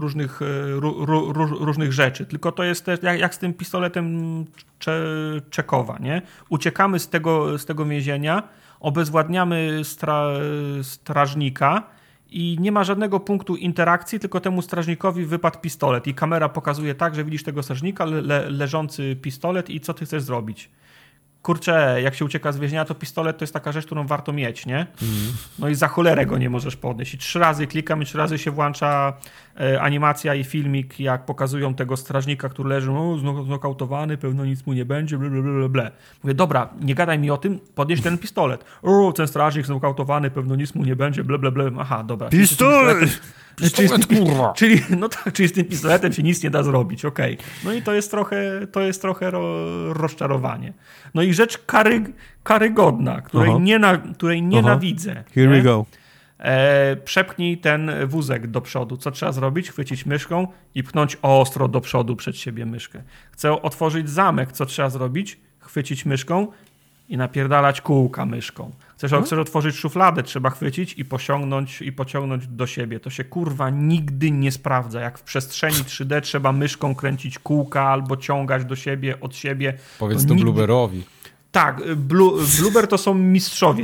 różnych rzeczy, tylko to jest też jak z tym pistoletem Czekowa, nie? Uciekamy z tego więzienia, obezwładniamy strażnika i nie ma żadnego punktu interakcji, tylko temu strażnikowi wypadł pistolet i kamera pokazuje tak, że widzisz tego strażnika, leżący pistolet i co ty chcesz zrobić? Kurczę, jak się ucieka z więzienia, to pistolet to jest taka rzecz, którą warto mieć, nie? No i za cholerę go nie możesz podnieść. I 3 razy klikam i 3 razy się włącza animacja i filmik, jak pokazują tego strażnika, który leży, znokautowany, pewno nic mu nie będzie, blablabla. Mówię, dobra, nie gadaj mi o tym, podnieś ten pistolet. Ten strażnik znokautowany, pewno nic mu nie będzie, blablabla. Aha, dobra. Pistolet! Kurwa! Czyli z tym pistoletem się nic nie da zrobić, okej. No i to jest trochę rozczarowanie. No i rzecz karygodna, której nienawidzę. Here we go. Przepchnij ten wózek do przodu. Co trzeba zrobić? Chwycić myszką i pchnąć ostro do przodu przed siebie myszkę. Chcę otworzyć zamek. Co trzeba zrobić? Chwycić myszką i napierdalać kółka myszką. Chcesz otworzyć szufladę, trzeba chwycić i pociągnąć do siebie. To się kurwa nigdy nie sprawdza. Jak w przestrzeni 3D trzeba myszką kręcić kółka albo ciągać do siebie, od siebie. Powiedz to Blueberowi. Tak, Blueber to są mistrzowie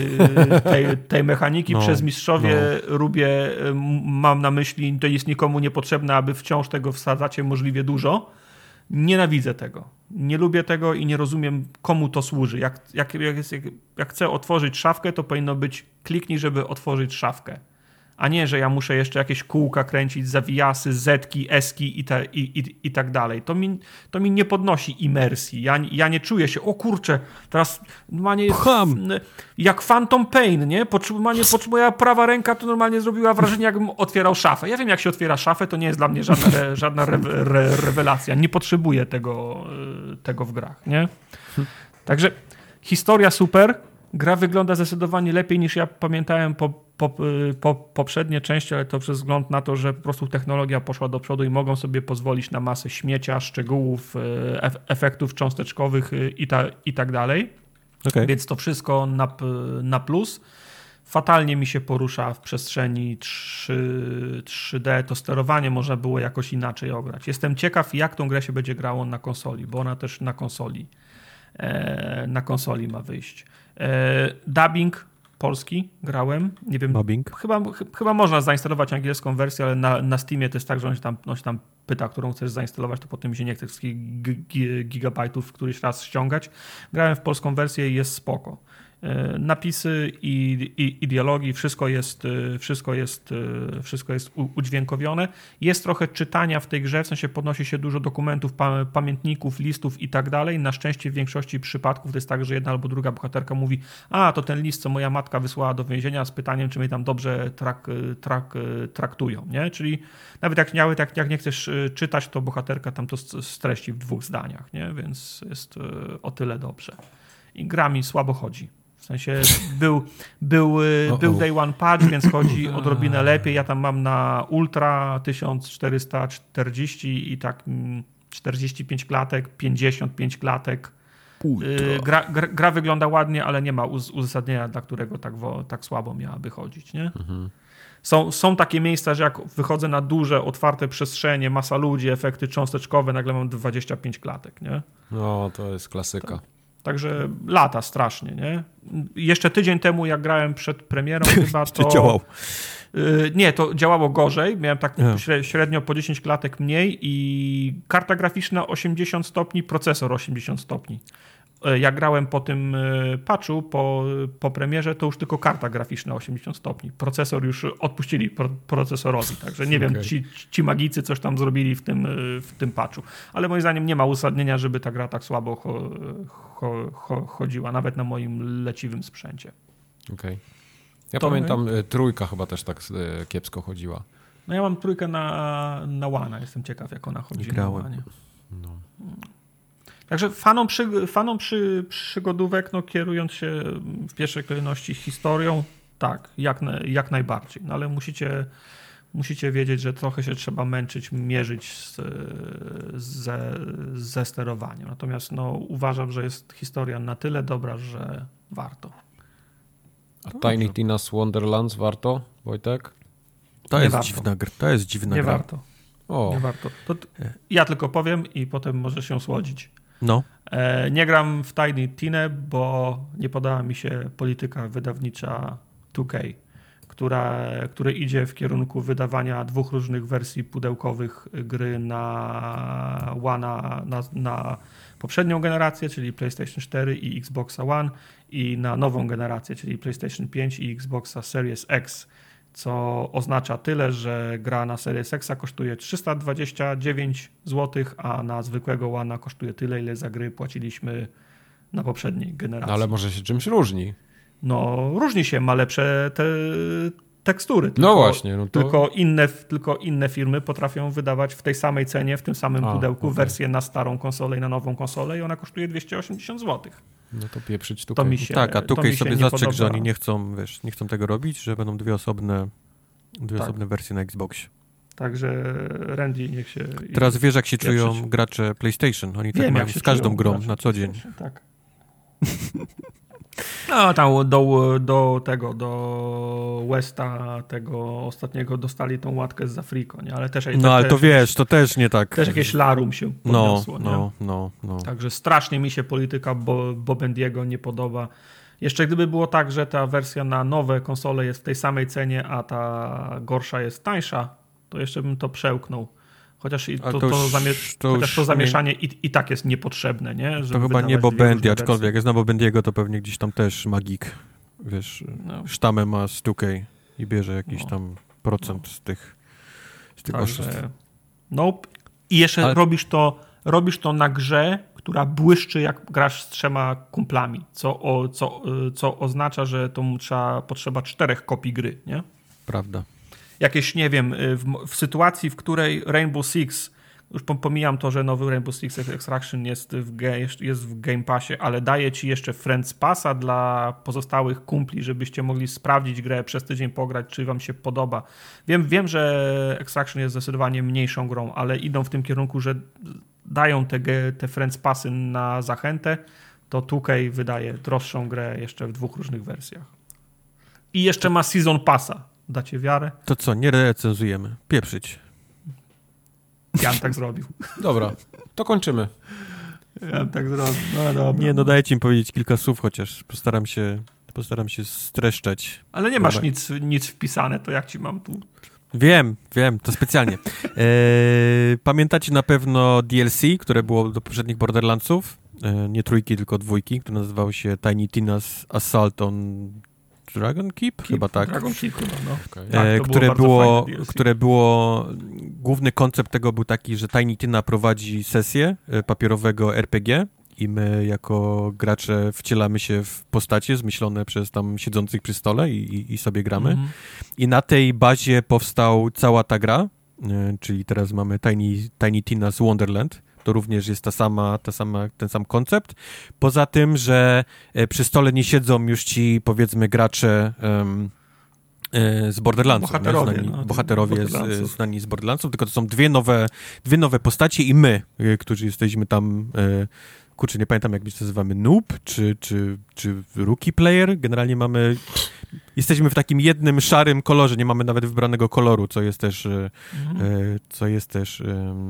tej mechaniki. Przez mistrzowie mam na myśli, to jest nikomu niepotrzebne, aby wciąż tego wsadzacie możliwie dużo. Nienawidzę tego. Nie lubię tego i nie rozumiem, komu to służy. Jak chcę otworzyć szafkę, to powinno być kliknij, żeby otworzyć szafkę. A nie, że ja muszę jeszcze jakieś kółka kręcić, zawijasy, zetki, eski i tak dalej. To mi nie podnosi imersji. Ja nie czuję się, o kurczę, teraz normalnie jak Phantom Pain, nie? Moja prawa ręka to normalnie zrobiła wrażenie, jakbym otwierał szafę. Ja wiem, jak się otwiera szafę, to nie jest dla mnie żadna rewelacja. Nie potrzebuję tego w grach, nie? Także historia super. Gra wygląda zdecydowanie lepiej niż ja pamiętałem poprzednie części, ale to przez wzgląd na to, że po prostu technologia poszła do przodu i mogą sobie pozwolić na masę śmiecia, szczegółów, efektów cząsteczkowych i tak dalej. Okay. Więc to wszystko na plus. Fatalnie mi się porusza w przestrzeni 3D. To sterowanie można było jakoś inaczej ograć. Jestem ciekaw, jak tą grę się będzie grało na konsoli, bo ona też na konsoli ma wyjść. Dubbing polski grałem, nie wiem, chyba można zainstalować angielską wersję, ale na Steamie to jest tak, że on się tam pyta, którą chcesz zainstalować, to potem mi się nie chce wszystkich gigabajtów któryś raz ściągać. Grałem w polską wersję i jest spoko. Napisy i dialogi, wszystko jest udźwiękowione. Jest trochę czytania w tej grze, w sensie podnosi się dużo dokumentów, pamiętników, listów i tak dalej. Na szczęście w większości przypadków to jest tak, że jedna albo druga bohaterka mówi, to ten list, co moja matka wysłała do więzienia z pytaniem, czy mnie tam dobrze traktują, nie? Czyli nawet jak nie chcesz czytać, to bohaterka tam to streści w 2 zdaniach, nie? Więc jest o tyle dobrze. I gra mi słabo chodzi. W sensie był day one patch, więc chodzi odrobinę lepiej. Ja tam mam na Ultra 1440 i tak 45 klatek, 55 klatek. Gra wygląda ładnie, ale nie ma uzasadnienia, dla którego tak słabo miałaby chodzić, nie? Mhm. Są takie miejsca, że jak wychodzę na duże, otwarte przestrzenie, masa ludzi, efekty cząsteczkowe, nagle mam 25 klatek, nie? No, to jest klasyka. Także lata strasznie, nie? Jeszcze tydzień temu, jak grałem przed premierą, chyba to... działał? Nie, to działało gorzej. Miałem tak średnio po 10 klatek mniej i karta graficzna 80 stopni, procesor 80 stopni. Jak grałem po tym patchu, po premierze, to już tylko karta graficzna 80 stopni. Procesor już odpuścili procesorowi, także nie wiem, ci magicy coś tam zrobili w tym patchu. Ale moim zdaniem nie ma uzasadnienia, żeby ta gra tak słabo chodziła, nawet na moim leciwym sprzęcie. Okej. Ja pamiętam, 3 chyba też tak kiepsko chodziła. No ja mam 3 na One. Jestem ciekaw, jak ona chodzi na One. No. Także fanom przygodówek, kierując się w pierwszej kolejności historią, tak, jak najbardziej. No ale musicie wiedzieć, że trochę się trzeba męczyć, mierzyć ze sterowaniem. Natomiast uważam, że jest historia na tyle dobra, że warto. A Tiny Tina's Wonderlands warto, Wojtek? To jest dziwna Nie gra. warto. Nie warto. Ja tylko powiem i potem możesz się słodzić. No. Nie gram w Tiny Tinę, bo nie podoba mi się polityka wydawnicza 2K, które idzie w kierunku wydawania 2 różnych wersji pudełkowych gry na poprzednią generację, czyli PlayStation 4 i Xboxa One, i na nową generację, czyli PlayStation 5 i Xboxa Series X, co oznacza tyle, że gra na Series X kosztuje 329 zł, a na zwykłego One'a kosztuje tyle, ile za gry płaciliśmy na poprzedniej generacji. No, ale może się czymś różni. Różni się, ma lepsze te tekstury. Właśnie. Tylko inne firmy potrafią wydawać w tej samej cenie, w tym samym pudełku wersję na starą konsolę i na nową konsolę i ona kosztuje 280 zł. No to pieprzyć tu. Tak, a Tukej sobie zastrzegł, że oni nie chcą tego robić, że będą dwie osobne wersje na Xboxie. Także Randy niech się... Teraz wiesz, jak się czują gracze PlayStation. Oni tak mają z każdą grą na co dzień. Tak. No tam do Westa tego ostatniego dostali tą łatkę z Afriko, nie? Ale też... ale to wiesz, to też nie tak... Też jakieś larum się podniosło, No. Także strasznie mi się polityka Bobendiego nie podoba. Jeszcze gdyby było tak, że ta wersja na nowe konsole jest w tej samej cenie, a ta gorsza jest tańsza, to jeszcze bym to przełknął. Chociaż to zamieszanie i tak jest niepotrzebne, nie? To chyba nie Bobendi, aczkolwiek jak znam Bobendiego, to pewnie gdzieś tam też magik, wiesz, sztamę ma z 2K i bierze jakiś tam procent z tych oszustw. I jeszcze robisz to na grze, która błyszczy, jak grasz z 3 kumplami, co oznacza, że to potrzeba 4 kopii gry, nie? Prawda. Jakieś, nie wiem, w sytuacji, w której Rainbow Six, już pomijam to, że nowy Rainbow Six Extraction jest w Game Passie, ale daje ci jeszcze Friends Passa dla pozostałych kumpli, żebyście mogli sprawdzić grę, przez tydzień pograć, czy wam się podoba. Wiem, że Extraction jest zdecydowanie mniejszą grą, ale idą w tym kierunku, że dają te Friends Passy na zachętę, to 2K wydaje droższą grę jeszcze w 2 różnych wersjach. I jeszcze ma Season Passa. Dacie wiarę? To co, nie recenzujemy. Pieprzyć. Ja bym tak zrobił. Dobra, to kończymy. Ja bym tak zrobił. No dobra. Nie, dajcie mi powiedzieć kilka słów, chociaż postaram się streszczać. Ale nie masz nic wpisane, to jak ci mam tu... Wiem, to specjalnie. Pamiętacie na pewno DLC, które było do poprzednich Borderlandsów. Nie 3, tylko 2, które nazywało się Tiny Tina's Assault on Dragon Keep? Chyba tak. Dragon Keep chyba, no. Okay. Tak, które było... Główny koncept tego był taki, że Tiny Tina prowadzi sesję papierowego RPG i my jako gracze wcielamy się w postacie zmyślone przez tam siedzących przy stole i sobie gramy. I na tej bazie powstał cała ta gra, czyli teraz mamy Tiny Tina's Wonderland. To również jest ten sam koncept. Poza tym, że przy stole nie siedzą już ci, powiedzmy, gracze z Borderlandsów. Bohaterowie znani z Borderlandsów, tylko to są dwie nowe postacie i my, którzy jesteśmy tam... Kurczę, nie pamiętam, jak my się nazywamy, noob, czy rookie player. Generalnie jesteśmy w takim jednym szarym kolorze, nie mamy nawet wybranego koloru, co jest też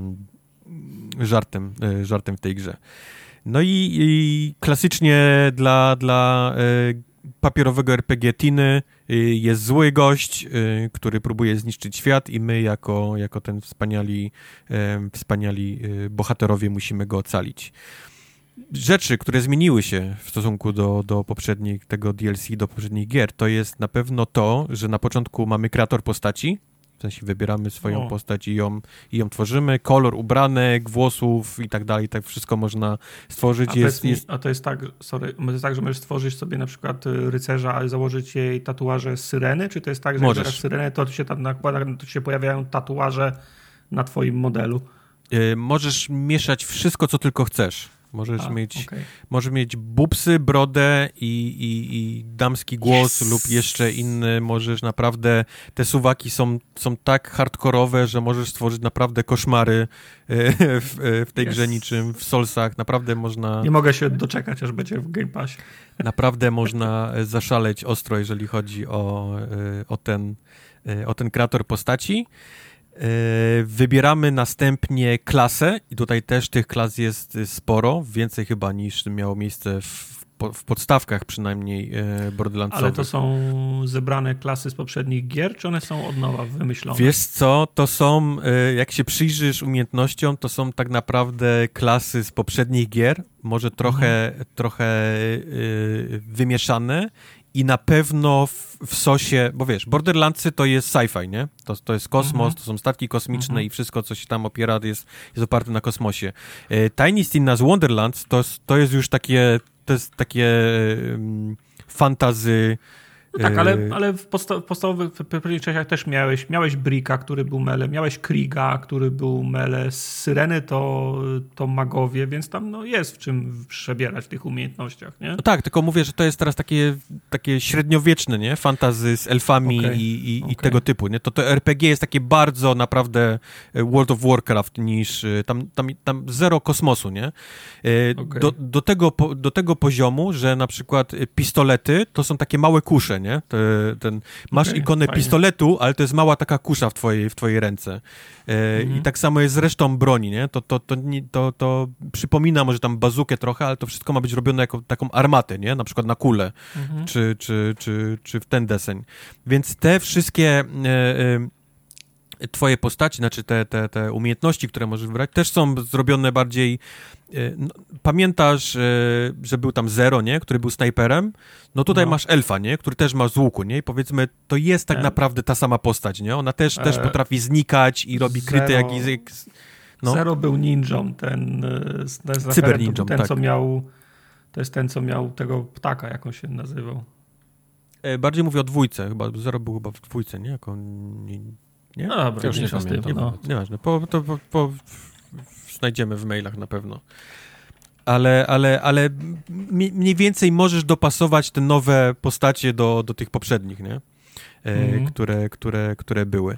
żartem w tej grze. No i klasycznie dla papierowego RPG Tiny jest zły gość, który próbuje zniszczyć świat i my jako ten wspaniali bohaterowie musimy go ocalić. Rzeczy, które zmieniły się w stosunku do tego DLC, do poprzednich gier, to jest na pewno to, że na początku mamy kreator postaci, w sensie wybieramy swoją postać i ją tworzymy, kolor ubranek, włosów i tak dalej, tak wszystko można stworzyć. A to jest tak, że możesz stworzyć sobie na przykład rycerza i założyć jej tatuaże z syreny, czy to jest tak, że jak wybierasz syrenę, to się tam nakłada, to się pojawiają tatuaże na twoim modelu? Możesz mieszać wszystko, co tylko chcesz. Możesz mieć bubsy, brodę i damski głos lub jeszcze inny. Możesz naprawdę, te suwaki są tak hardkorowe, że możesz stworzyć naprawdę koszmary w tej grze niczym w Soulsach. Naprawdę można... Nie mogę się doczekać, aż będzie w Game Passie. Naprawdę można zaszaleć ostro, jeżeli chodzi o ten kreator postaci. Wybieramy następnie klasę i tutaj też tych klas jest sporo, więcej chyba niż miało miejsce w podstawkach przynajmniej borderlandsowych. Ale to są zebrane klasy z poprzednich gier, czy one są od nowa wymyślone? Wiesz co, to są, jak się przyjrzysz umiejętnościom, to są tak naprawdę klasy z poprzednich gier, może trochę wymieszane. I na pewno w sosie, bo wiesz, Borderlandsy to jest sci-fi, nie? To jest kosmos, to są statki kosmiczne i wszystko, co się tam opiera, jest oparte na kosmosie. Tiny Tina's Wonderlands to jest już takie, fantasy. No tak, ale w podstawowych pierwszych częściach też miałeś Bricka, który był mele, miałeś Kriega, który był mele, Syreny to magowie, więc tam jest w czym przebierać w tych umiejętnościach, nie? No tak, tylko mówię, że to jest teraz takie średniowieczne, nie? Fantasy z elfami i tego typu, nie? To RPG jest takie bardzo naprawdę World of Warcraft niż tam zero kosmosu, nie? Do tego poziomu, że na przykład pistolety to są takie małe kusze, nie? Masz ikonę pistoletu, ale to jest mała taka kusza w twojej ręce. I tak samo jest z resztą broni, nie? To przypomina może tam bazukę trochę, ale to wszystko ma być robione jako taką armatę, nie? Na przykład na kulę, czy w ten deseń. Więc te wszystkie twoje postaci, znaczy te umiejętności, które możesz wybrać, też są zrobione bardziej... Pamiętasz, że był tam Zero, nie? Który był snajperem? No tutaj masz elfa, nie? Który też ma z łuku, nie? I powiedzmy, to jest tak naprawdę ta sama postać, nie? Ona też potrafi znikać i robi kryty jak... Zero był ninją, ten cyberninją, ten tak. Co miał... To jest ten, co miał tego ptaka, jak on się nazywał. Bardziej mówię o dwójce, chyba. Zero był chyba w dwójce, nie? Nie? No dobra, już nie pamiętam. Nieważne, znajdziemy w mailach na pewno. Ale mniej więcej możesz dopasować te nowe postacie do tych poprzednich, nie? Które były.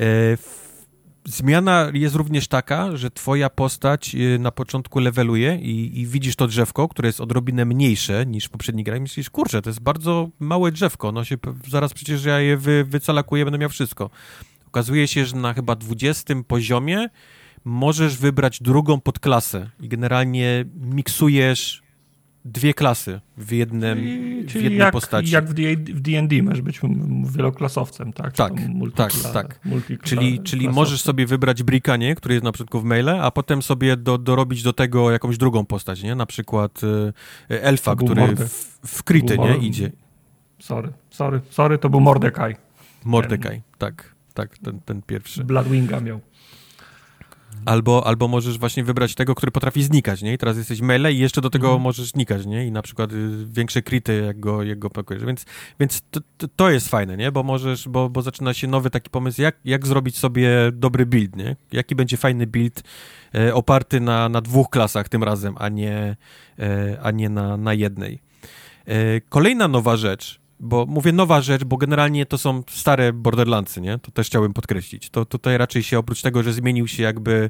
Zmiana jest również taka, że twoja postać na początku leveluje i widzisz to drzewko, które jest odrobinę mniejsze niż w poprzedniej grach i myślisz, kurczę, to jest bardzo małe drzewko, zaraz przecież ja je wycalakuję, będę miał wszystko. Okazuje się, że na chyba 20 poziomie możesz wybrać drugą podklasę i generalnie miksujesz dwie klasy w jednej postaci. Jak w D&D możesz być wieloklasowcem, tak? Tak. Czyli możesz sobie wybrać Bricka, nie? Który jest na przykład w maile, a potem sobie dorobić do tego jakąś drugą postać, nie? Na przykład elfa, który w kryty, nie? Idzie. Sorry, to był Mordekaj. Tak, ten pierwszy. Bloodwinga miał. Albo możesz właśnie wybrać tego, który potrafi znikać, nie? I teraz jesteś melee i jeszcze do tego możesz znikać, nie? I na przykład większe kryty, jak go pakujesz. Więc to jest fajne, nie? Bo zaczyna się nowy taki pomysł, jak zrobić sobie dobry build, nie? Jaki będzie fajny build oparty na dwóch klasach tym razem, a nie na jednej. Kolejna nowa rzecz, bo mówię nowa rzecz, bo generalnie to są stare Borderlandsy, nie? To też chciałbym podkreślić. To tutaj raczej się oprócz tego, że zmienił się jakby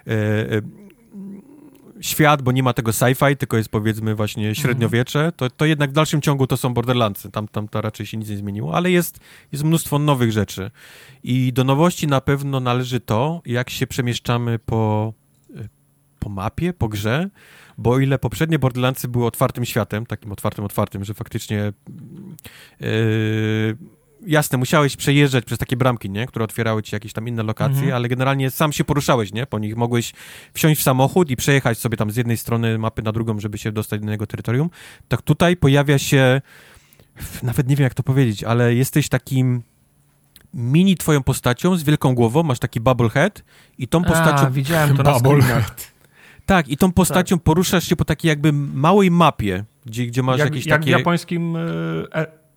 świat, bo nie ma tego sci-fi, tylko jest powiedzmy właśnie średniowiecze, to jednak w dalszym ciągu to są Borderlandsy. Tam to raczej się nic nie zmieniło, ale jest mnóstwo nowych rzeczy. I do nowości na pewno należy to, jak się przemieszczamy po mapie, po grze, bo o ile poprzednie Borderlandsy były otwartym światem, takim otwartym, że faktycznie jasne, musiałeś przejeżdżać przez takie bramki, nie? Które otwierały ci jakieś tam inne lokacje, ale generalnie sam się poruszałeś, nie? Po nich mogłeś wsiąść w samochód i przejechać sobie tam z jednej strony mapy na drugą, żeby się dostać do innego terytorium. Tak tutaj pojawia się, nawet nie wiem jak to powiedzieć, ale jesteś takim mini twoją postacią z wielką głową, masz taki bubblehead i tą postacią... widziałem to na screenach. Tak, i tą postacią poruszasz się po takiej jakby małej mapie, gdzie masz jakieś takie... Jak w japońskim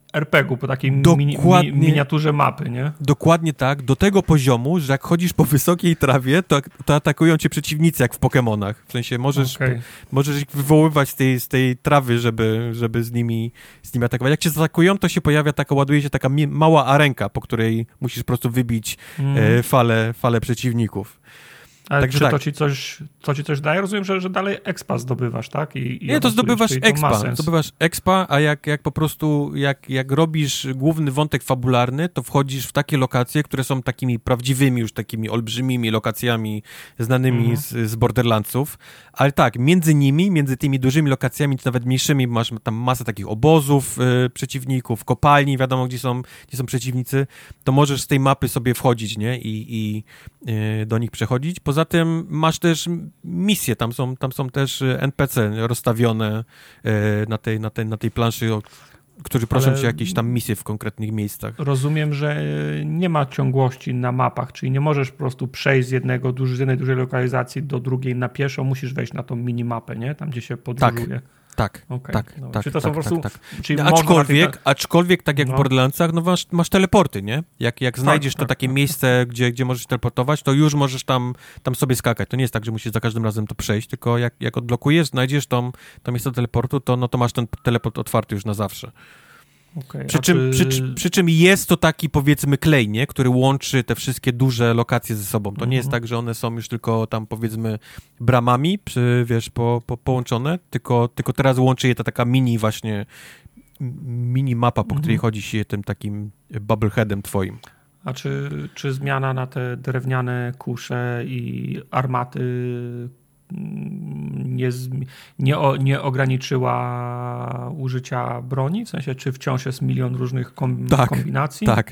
RPG-u, po takiej miniaturze mapy, nie? Dokładnie tak, do tego poziomu, że jak chodzisz po wysokiej trawie, to atakują cię przeciwnicy, jak w Pokemonach. W sensie możesz ich wywoływać z tej trawy, żeby z nimi atakować. Jak cię zaatakują, to się pojawia ładuje się taka mała arenka, po której musisz po prostu wybić falę przeciwników. Ale także czy to ci coś daje? Rozumiem, że dalej expa zdobywasz, tak? Nie, to zdobywasz expa, a jak po prostu, jak robisz główny wątek fabularny, to wchodzisz w takie lokacje, które są takimi prawdziwymi, już takimi olbrzymimi lokacjami znanymi z Borderlandsów, ale tak, między tymi dużymi lokacjami, czy nawet mniejszymi, masz tam masę takich obozów przeciwników, kopalni, wiadomo, gdzie są przeciwnicy, to możesz z tej mapy sobie wchodzić, nie? I do nich przechodzić. Poza tym masz też misje, tam są też NPC rozstawione na tej planszy, którzy proszą cię jakieś tam misje w konkretnych miejscach. Rozumiem, że nie ma ciągłości na mapach, czyli nie możesz po prostu przejść z jednej dużej lokalizacji do drugiej na pieszo, musisz wejść na tą minimapę, nie? Tam, gdzie się podróżuje. Tak. Czy to są po prostu... Czyli aczkolwiek tak jak w Borderlandsach, no masz teleporty, nie? Jak znajdziesz takie miejsce, gdzie możesz teleportować, to już możesz tam sobie skakać. To nie jest tak, że musisz za każdym razem to przejść, tylko jak odblokujesz, znajdziesz to miejsce teleportu, to masz ten teleport otwarty już na zawsze. Okay. Przy czym jest to taki, powiedzmy, klej, nie? Który łączy te wszystkie duże lokacje ze sobą. To nie jest tak, że one są już tylko tam, powiedzmy, bramami, połączone, tylko teraz łączy je ta taka mini mapa, po której chodzi się tym takim bubbleheadem twoim. A czy zmiana na te drewniane kusze i armaty nie ograniczyła użycia broni? W sensie, czy wciąż jest milion różnych kombinacji? Tak.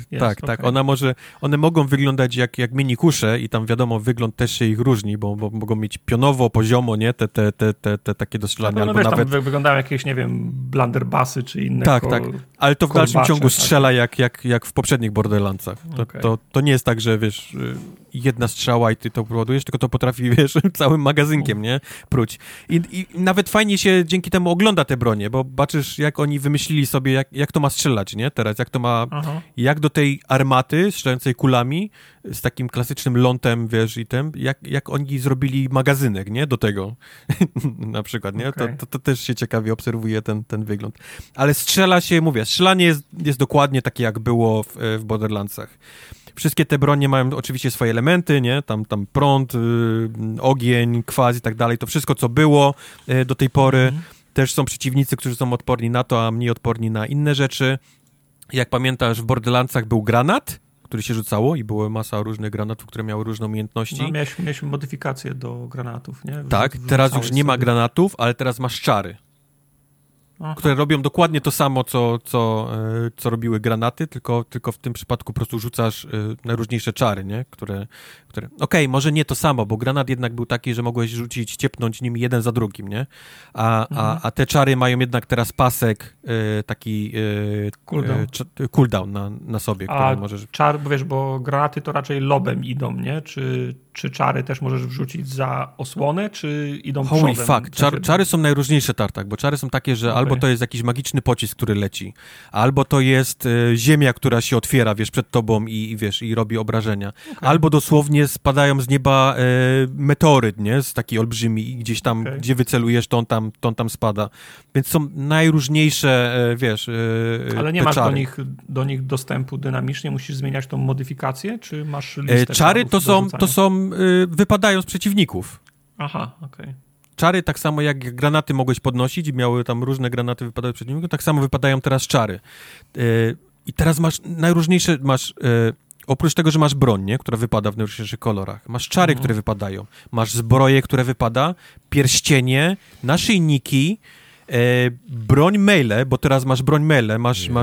One mogą wyglądać jak mini kusze i tam wiadomo, wygląd też się ich różni, bo mogą mieć pionowo, poziomo, nie? Te takie do strzelania. No, wiesz, nawet... tam wyglądają jakieś, nie wiem, blunderbusy czy inne. Tak. Ale to w dalszym ciągu strzela jak w poprzednich Borderlandsach. To nie jest tak, że wiesz, jedna strzała i ty to ładujesz, tylko to potrafi, wiesz, całym magazynkiem, nie? Pruć. I nawet fajnie się dzięki temu ogląda te bronie, bo baczysz, jak oni wymyślili sobie, jak to ma strzelać, nie? Teraz, jak to ma... Jak do tej armaty strzelającej kulami z takim klasycznym lądem, wiesz, i tym, jak oni zrobili magazynek, nie? Do tego. Na przykład, nie? To też się ciekawie obserwuje ten wygląd. Ale strzelanie jest dokładnie takie, jak było w Borderlandsach. Wszystkie te bronie mają oczywiście swoje elementy, nie? Tam prąd, ogień, kwas i tak dalej. To wszystko, co było do tej pory. Też są przeciwnicy, którzy są odporni na to, a mniej odporni na inne rzeczy. Jak pamiętasz, w Borderlandsach był granat, który się rzucało i była masa różnych granatów, które miały różne umiejętności. No, mieliśmy modyfikacje do granatów, nie? Tak, teraz już nie ma granatów, ale teraz masz czary. Które robią dokładnie to samo, co robiły granaty, tylko w tym przypadku po prostu rzucasz najróżniejsze czary, nie? Które... Okej, może nie to samo, bo granat jednak był taki, że mogłeś rzucić, ciepnąć nim jeden za drugim, nie? A te czary mają jednak teraz pasek taki cooldown na sobie, który możesz... bo granaty to raczej lobem idą, nie? Czy czary też możesz wrzucić za osłonę, czy idą przodem? Holy fuck, czary są najróżniejsze, Tartak, bo czary są takie, że albo to jest jakiś magiczny pocisk, który leci, albo to jest ziemia, która się otwiera, wiesz, przed tobą i wiesz, i robi obrażenia. Albo dosłownie spadają z nieba meteoryt, nie? Z taki olbrzymi i gdzieś tam, gdzie wycelujesz, to on tam spada. Więc są najróżniejsze, wiesz, ale nie masz do nich dostępu dynamicznie, musisz zmieniać tą modyfikację, czy masz listę czary to są wypadają z przeciwników. Aha, okej. Czary, tak samo jak granaty mogłeś podnosić i miały tam różne granaty wypadały z przeciwników, tak samo wypadają teraz czary. I teraz masz najróżniejsze, oprócz tego, że masz broń, nie? Która wypada w najróżniejszych kolorach. Masz czary, które wypadają. Masz zbroję, które wypada, pierścienie, naszyjniki, broń melee, bo teraz masz broń melee,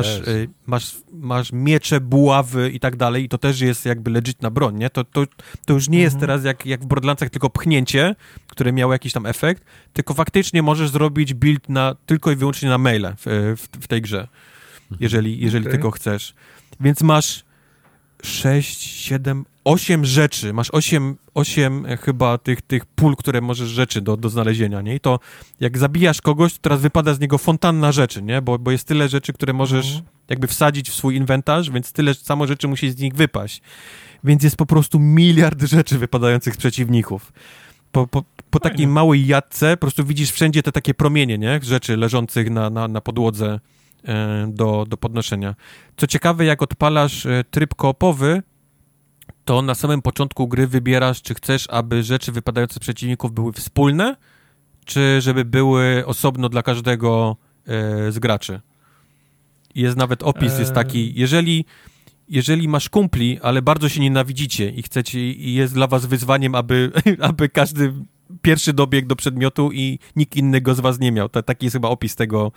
masz miecze, buławy i tak dalej i to też jest jakby legitna broń, nie? To już nie jest teraz jak w Borderlandsach tylko pchnięcie, które miało jakiś tam efekt, tylko faktycznie możesz zrobić build tylko i wyłącznie na melee w tej grze, jeżeli tylko chcesz. Więc masz 6, 7, 8 rzeczy, masz 8 chyba tych pól, które możesz rzeczy do znalezienia, nie? I to jak zabijasz kogoś, to teraz wypada z niego fontanna rzeczy, nie? Bo jest tyle rzeczy, które możesz jakby wsadzić w swój inwentarz, więc tyle samo rzeczy musi z nich wypaść. Więc jest po prostu miliard rzeczy wypadających z przeciwników. Po takiej małej jatce po prostu widzisz wszędzie te takie promienie, nie? Rzeczy leżących na podłodze do podnoszenia. Co ciekawe, jak odpalasz tryb koopowy, to na samym początku gry wybierasz, czy chcesz, aby rzeczy wypadające z przeciwników były wspólne, czy żeby były osobno dla każdego z graczy. Jest nawet opis, jest taki, jeżeli masz kumpli, ale bardzo się nienawidzicie i chcecie, i jest dla was wyzwaniem, aby każdy pierwszy dobiegł do przedmiotu i nikt inny go z was nie miał. Taki jest chyba opis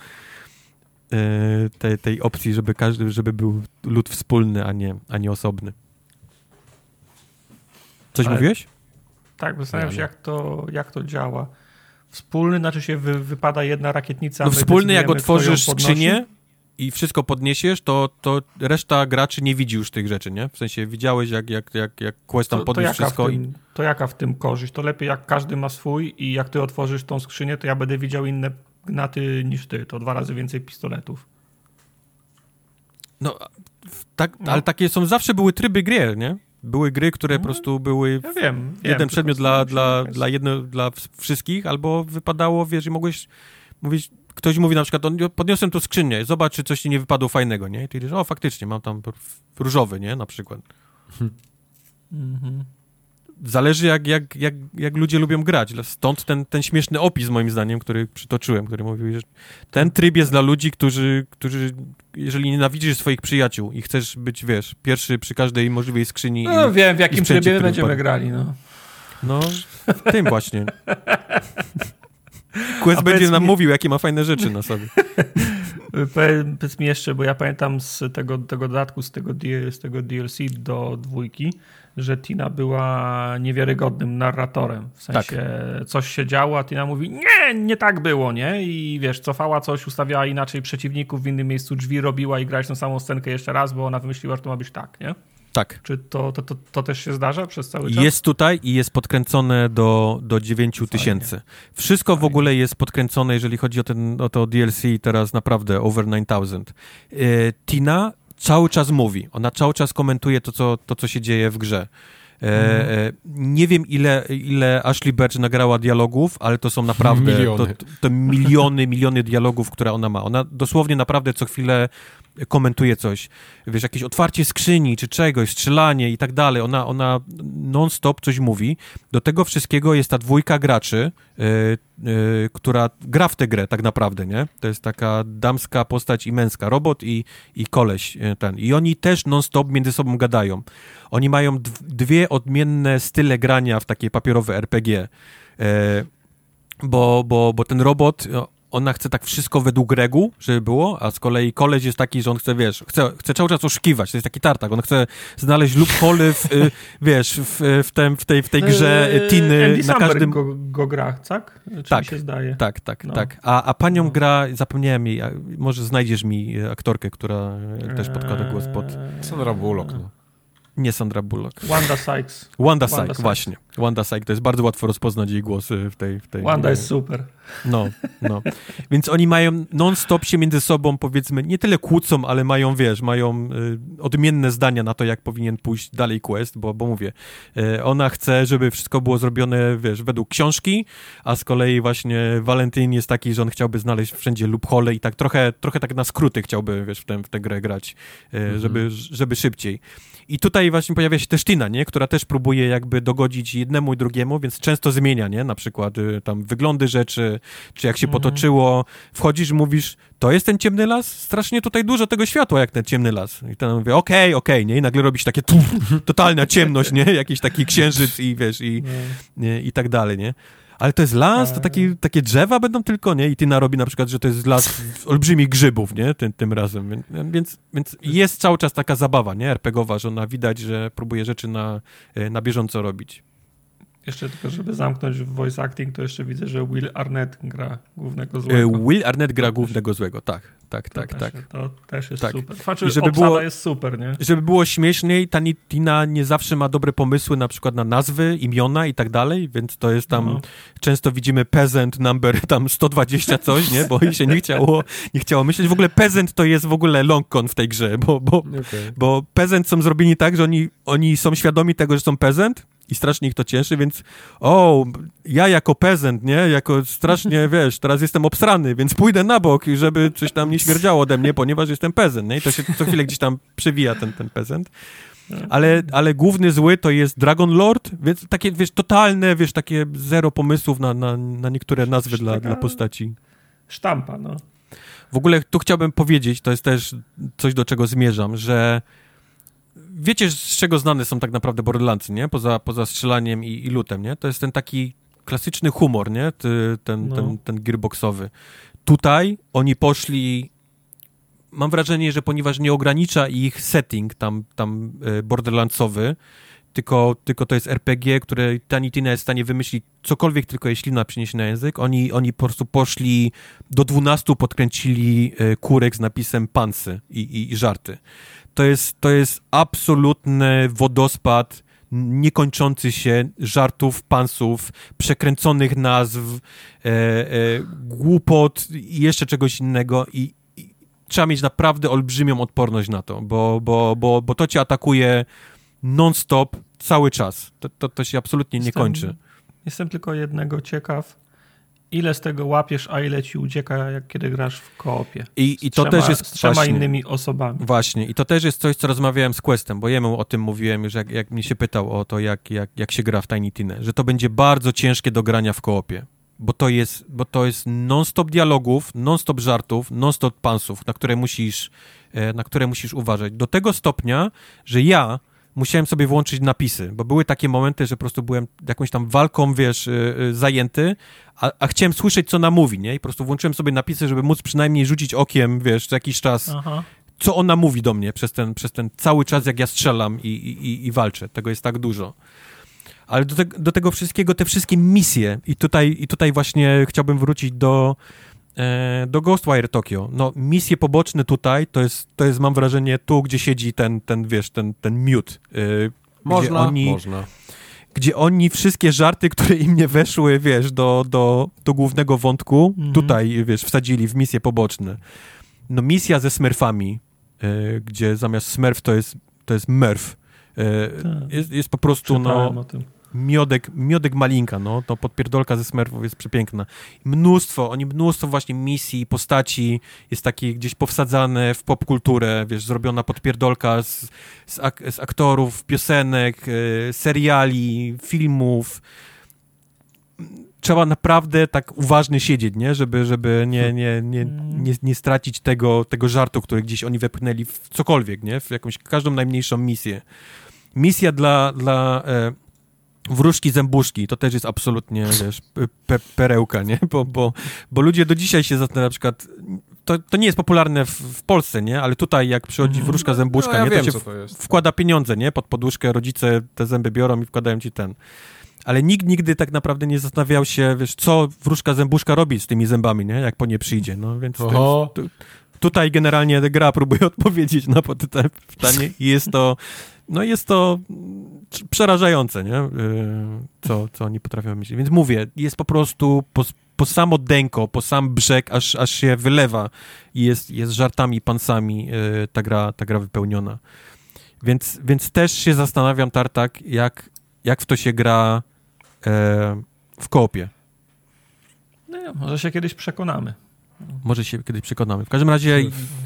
tej opcji, żeby był lud wspólny, a nie osobny. Coś mówiłeś? Tak, zastanawiam się, jak to działa. Wspólny, znaczy się wypada jedna rakietnica. No wspólny, jak otworzysz skrzynię i wszystko podniesiesz, to reszta graczy nie widzi już tych rzeczy, nie? W sensie widziałeś, jak quest tam podniósł wszystko. To jaka w tym korzyść? To lepiej, jak każdy ma swój i jak ty otworzysz tą skrzynię, to ja będę widział inne gnaty niż ty. To 2 razy więcej pistoletów. No, tak, ale takie zawsze były tryby gier, nie? Były gry, które po prostu były jeden przedmiot dla wszystkich, albo wypadało, wiesz, i mogłeś mówić, ktoś mówi na przykład, podniosłem tu skrzynię, zobacz, czy coś ci nie wypadło fajnego, nie? I ty mówisz, faktycznie, mam tam różowy, nie? Na przykład. Zależy, jak ludzie lubią grać. Stąd ten śmieszny opis, moim zdaniem, który przytoczyłem, który mówił, że ten tryb jest dla ludzi, którzy jeżeli nienawidzisz swoich przyjaciół i chcesz być, wiesz, pierwszy przy każdej możliwej skrzyni. No wiem, w jakim trybie będziemy grali, no. No, w tym właśnie. Quest będzie nam mówił, jakie ma fajne rzeczy na sobie. Powiedz mi jeszcze, bo ja pamiętam z tego dodatku, z tego DLC do 2, że Tina była niewiarygodnym narratorem. W sensie coś się działo, a Tina mówi, nie tak było, nie? I wiesz, cofała coś, ustawiała inaczej przeciwników, w innym miejscu drzwi robiła i grać tą samą scenkę jeszcze raz, bo ona wymyśliła, że to ma być tak, nie? Tak. Czy to też się zdarza przez cały czas? Jest tutaj i jest podkręcone do 9000. Wszystko w ogóle jest podkręcone, jeżeli chodzi o to DLC, teraz naprawdę over 9000. Tina cały czas mówi, ona cały czas komentuje to co się dzieje w grze. Nie wiem, ile Ashley Birch nagrała dialogów, ale to są naprawdę to miliony dialogów, które ona ma. Ona dosłownie naprawdę co chwilę komentuje coś. Wiesz, jakieś otwarcie skrzyni, czy czegoś, strzelanie i tak dalej. Ona non-stop coś mówi. Do tego wszystkiego jest ta 2 graczy, która gra w tę grę tak naprawdę, nie? To jest taka damska postać i męska. Robot i koleś ten. I oni też non-stop między sobą gadają. Oni mają 2 odmienne style grania w takie papierowe RPG. Bo ten robot, ona chce tak wszystko według reguł, żeby było, a z kolei koleś jest taki, że on chce, wiesz, chce cały czas oszukiwać. To jest taki tartak. On chce znaleźć loophole w tej grze Tiny. Andy Samberg go gra, tak? Czy mi się zdaje? Tak. A panią gra, zapomniałem jej, może znajdziesz mi aktorkę, która też podkłada głos pod... Sandra Bullock, no. Nie Sandra Bullock. Wanda Sykes. Wanda Sykes, właśnie. Wanda Sykes, to jest bardzo łatwo rozpoznać jej głos w tej... Wanda jest super. No. Więc oni mają non-stop się między sobą, powiedzmy, nie tyle kłócą, ale mają odmienne zdania na to, jak powinien pójść dalej quest, bo mówię, ona chce, żeby wszystko było zrobione, wiesz, według książki, a z kolei właśnie Valentyn jest taki, że on chciałby znaleźć wszędzie loophole i tak trochę tak na skróty chciałby, wiesz, w tę grę grać, żeby szybciej. I tutaj właśnie pojawia się też Tina, nie? Która też próbuje jakby dogodzić jednemu i drugiemu, więc często zmienia, nie? Na przykład tam wyglądy rzeczy, czy jak się potoczyło. Wchodzisz i mówisz, to jest ten ciemny las? Strasznie tutaj dużo tego światła, jak ten ciemny las. I ten mówi, okej, nie? I nagle robisz takie totalna ciemność, nie? Jakiś taki księżyc i wiesz, i tak dalej, nie? Ale to jest las, to takie drzewa będą tylko, nie? I Tina robi na przykład, że to jest las olbrzymich grzybów, nie? Tym razem. Więc jest cały czas taka zabawa, nie? RPGowa, że ona widać, że próbuje rzeczy na bieżąco robić. Jeszcze tylko, żeby zamknąć voice acting, to jeszcze widzę, że Will Arnett gra głównego złego. Will Arnett gra głównego złego, tak. To też jest tak. super. Znaczy, I żeby obsada jest super, nie? Żeby było śmieszniej, Tiny Tina nie zawsze ma dobre pomysły na przykład na nazwy, imiona i tak dalej, więc to jest tam, często widzimy peasant number tam 120 coś, nie? Bo się nie chciało myśleć. W ogóle peasant to jest w ogóle long con w tej grze, bo peasant są zrobieni tak, że oni są świadomi tego, że są peasant, i strasznie ich to cieszy, więc ja jako peasant, nie, jako strasznie, wiesz, teraz jestem obsrany, więc pójdę na bok, żeby coś tam nie śmierdziało ode mnie, ponieważ jestem peasant, nie, i to się co chwilę gdzieś tam przewija ten peasant. Ale główny zły to jest Dragon Lord, więc takie, wiesz, totalne, wiesz, takie zero pomysłów na niektóre nazwy dla postaci. Sztampa, no. W ogóle tu chciałbym powiedzieć, to jest też coś, do czego zmierzam, że wiecie, z czego znane są tak naprawdę Borderlandsy, nie? Poza strzelaniem i lootem, nie? To jest ten taki klasyczny humor, nie? Ten gearboxowy. Tutaj oni poszli... Mam wrażenie, że ponieważ nie ogranicza ich setting tam borderlandsowy, tylko to jest RPG, które Tiny Tina jest w stanie wymyślić cokolwiek, tylko jeśli przynieść na język. Oni po prostu poszli do 12, podkręcili kurek z napisem pansy i żarty. To jest absolutny wodospad niekończący się żartów, pansów, przekręconych nazw, głupot i jeszcze czegoś innego i trzeba mieć naprawdę olbrzymią odporność na to, bo to cię atakuje non-stop cały czas. To się absolutnie nie kończy. Jestem tylko jednego ciekaw. Ile z tego łapiesz, a ile ci ucieka, kiedy grasz w koopie? I to też jest z trzema innymi osobami. Właśnie. I to też jest coś, co rozmawiałem z Questem, bo jemu o tym mówiłem już, jak mnie się pytał o to, jak się gra w Tiny Tinę, że to będzie bardzo ciężkie do grania w koopie. Bo to jest non-stop dialogów, non-stop żartów, non-stop pansów, na które musisz uważać. Do tego stopnia, że ja musiałem sobie włączyć napisy, bo były takie momenty, że po prostu byłem jakąś tam walką, wiesz, zajęty, a chciałem słyszeć, co ona mówi, nie? I po prostu włączyłem sobie napisy, żeby móc przynajmniej rzucić okiem, wiesz, co jakiś czas, co ona mówi do mnie przez ten cały czas, jak ja strzelam i walczę. Tego jest tak dużo. Ale do tego wszystkiego, te wszystkie misje i tutaj właśnie chciałbym wrócić do Ghostwire Tokyo. No, misje poboczne tutaj, to jest mam wrażenie tu, gdzie siedzi ten miód. Można. Gdzie oni wszystkie żarty, które im nie weszły, wiesz, do głównego wątku, tutaj, wiesz, wsadzili w misje poboczne. No, misja ze Smurfami, gdzie zamiast Smurf to jest Murph. Jest po prostu, no... Miodek malinka, no, to podpierdolka ze Smurfów jest przepiękna. Mnóstwo właśnie misji, postaci jest takie gdzieś powsadzane w popkulturę, wiesz, zrobiona podpierdolka z aktorów, piosenek, seriali, filmów. Trzeba naprawdę tak uważnie siedzieć, nie? Żeby nie stracić tego żartu, który gdzieś oni wepchnęli w cokolwiek, nie? W jakąś każdą najmniejszą misję. Misja dla Wróżki Zębuszki, to też jest absolutnie, wiesz, perełka, nie? Bo ludzie do dzisiaj się zastanawiają, na przykład, to nie jest popularne w Polsce, nie? Ale tutaj jak przychodzi Wróżka Zębuszka, nie? To się wkłada pieniądze, nie? Pod poduszkę, rodzice te zęby biorą i wkładają ci ten. Ale nikt nigdy tak naprawdę nie zastanawiał się, wiesz, co Wróżka Zębuszka robi z tymi zębami, nie? Jak po nie przyjdzie, no więc tutaj generalnie gra próbuje odpowiedzieć na te pytanie i jest to przerażające, nie? Co oni potrafią myśleć. Więc mówię, jest po prostu po samo denko, po sam brzeg, aż się wylewa i jest żartami, pansami ta gra wypełniona. Więc też się zastanawiam, Tartak, jak w to się gra w koopie. No ja, może się kiedyś przekonamy. W każdym razie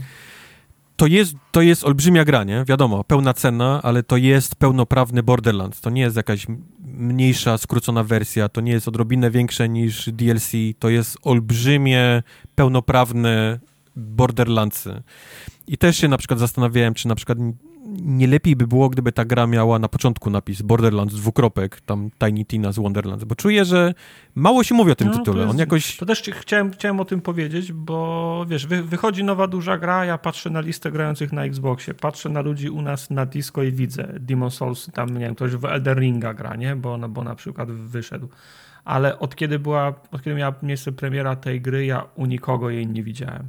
to jest olbrzymia gra, nie? Wiadomo, pełna cena, ale to jest pełnoprawny Borderlands. To nie jest jakaś mniejsza, skrócona wersja, to nie jest odrobinę większe niż DLC, to jest olbrzymie, pełnoprawne Borderlandsy. I też się na przykład zastanawiałem, czy na przykład nie lepiej by było, gdyby ta gra miała na początku napis Borderlands , tam Tiny Tina's Wonderlands, bo czuję, że mało się mówi o tym tytule. On jakoś... To też chciałem o tym powiedzieć, bo wiesz, wychodzi nowa duża gra, ja patrzę na listę grających na Xboxie, patrzę na ludzi u nas na Disco i widzę Demon's Souls, tam nie wiem, ktoś w Elden Ringa gra, nie? Bo na przykład wyszedł. Ale od kiedy miała miejsce premiera tej gry, ja u nikogo jej nie widziałem.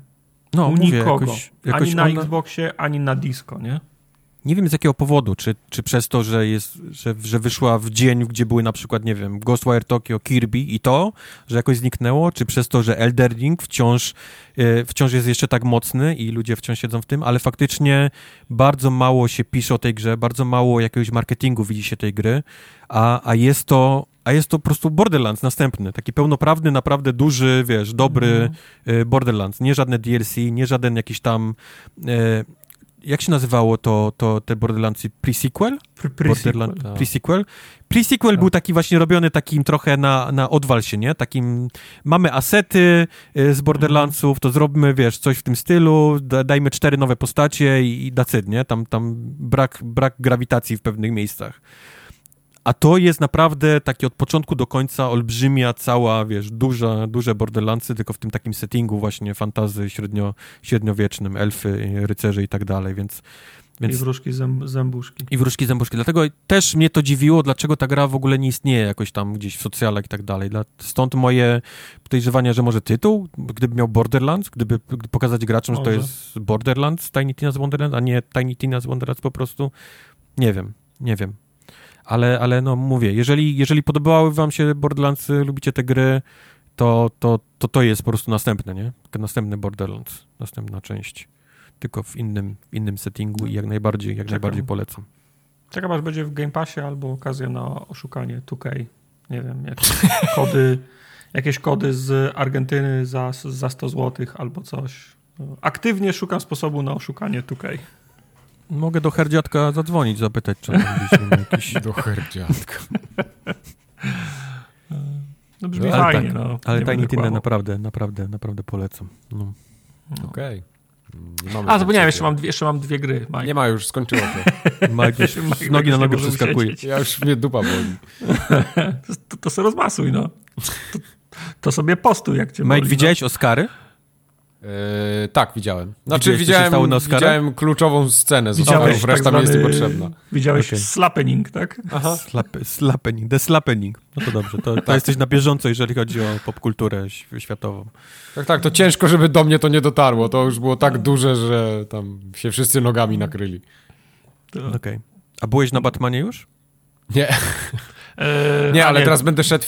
No, U mówię, nikogo. jakoś Ani na ona... Xboxie, ani na disco, nie? Nie wiem z jakiego powodu, czy przez to, że wyszła w dzień, gdzie były na przykład, nie wiem, Ghostwire Tokyo, Kirby i to, że jakoś zniknęło, czy przez to, że Elden Ring wciąż jest jeszcze tak mocny i ludzie wciąż siedzą w tym, ale faktycznie bardzo mało się pisze o tej grze, bardzo mało jakiegoś marketingu widzi się tej gry, a jest to po prostu Borderlands następny, taki pełnoprawny, naprawdę duży, wiesz, dobry Borderlands, nie żadne DLC, nie żaden jakiś tam... Jak się nazywało te Borderlandsy? Pre-sequel? Pre-sequel. Pre-sequel był taki właśnie robiony takim trochę na odwal się, nie? Takim, mamy asety z Borderlandsów, to zróbmy, wiesz, coś w tym stylu, dajmy 4 nowe postacie i that's it, nie? Tam brak grawitacji w pewnych miejscach. A to jest naprawdę taki od początku do końca olbrzymia, cała, wiesz, duże Borderlandsy, tylko w tym takim settingu właśnie fantasy średniowiecznym, elfy, rycerze i tak dalej, więc... I wróżki zębuszki. I wróżki zębuszki. Dlatego też mnie to dziwiło, dlaczego ta gra w ogóle nie istnieje jakoś tam gdzieś w socjalach i tak dalej. Stąd moje podejrzewania, że może tytuł, gdyby miał Borderlands, gdyby pokazać graczom, że to jest Borderlands, Tiny Tina's Wonderland, a nie Tiny Tina's Wonderlands po prostu. Nie wiem. Ale no mówię, jeżeli podobały wam się Borderlandsy, lubicie te gry, to jest po prostu następne, nie? Następny Borderlands, następna część. Tylko w innym settingu i jak najbardziej polecam. Czekam, aż będzie w Game Passie albo okazja na oszukanie 2K. Nie wiem, jakieś kody z Argentyny za 100 zł albo coś. Aktywnie szukam sposobu na oszukanie 2K. Mogę do herdziatka zadzwonić, zapytać, czy tam gdzieś jakiś... Do herdziatka. No brzmi fajnie, tak, no. Ale Tiny Tina naprawdę polecam. No. Okej. Zapomniałem, jeszcze mam 2 gry, Mike. Nie ma, już skończyło się. Mike z nogi na nogę przeskakuje. Ja już mnie dupa boli. To sobie rozmasuj, no. To sobie postuj, jak cię Mike, boli, widziałeś Oscary? Tak, widziałem. Znaczy widziałem kluczową scenę z Oscarów, reszta mi jest niepotrzebna. Widziałeś slappening, tak? Aha. Slappening, the slappening. No to dobrze, to jesteś na bieżąco, jeżeli chodzi o popkulturę światową. Tak, to ciężko, żeby do mnie to nie dotarło. To już było tak duże, że tam się wszyscy nogami nakryli. Okej. A byłeś na Batmanie już? Nie. Ale teraz będę szedł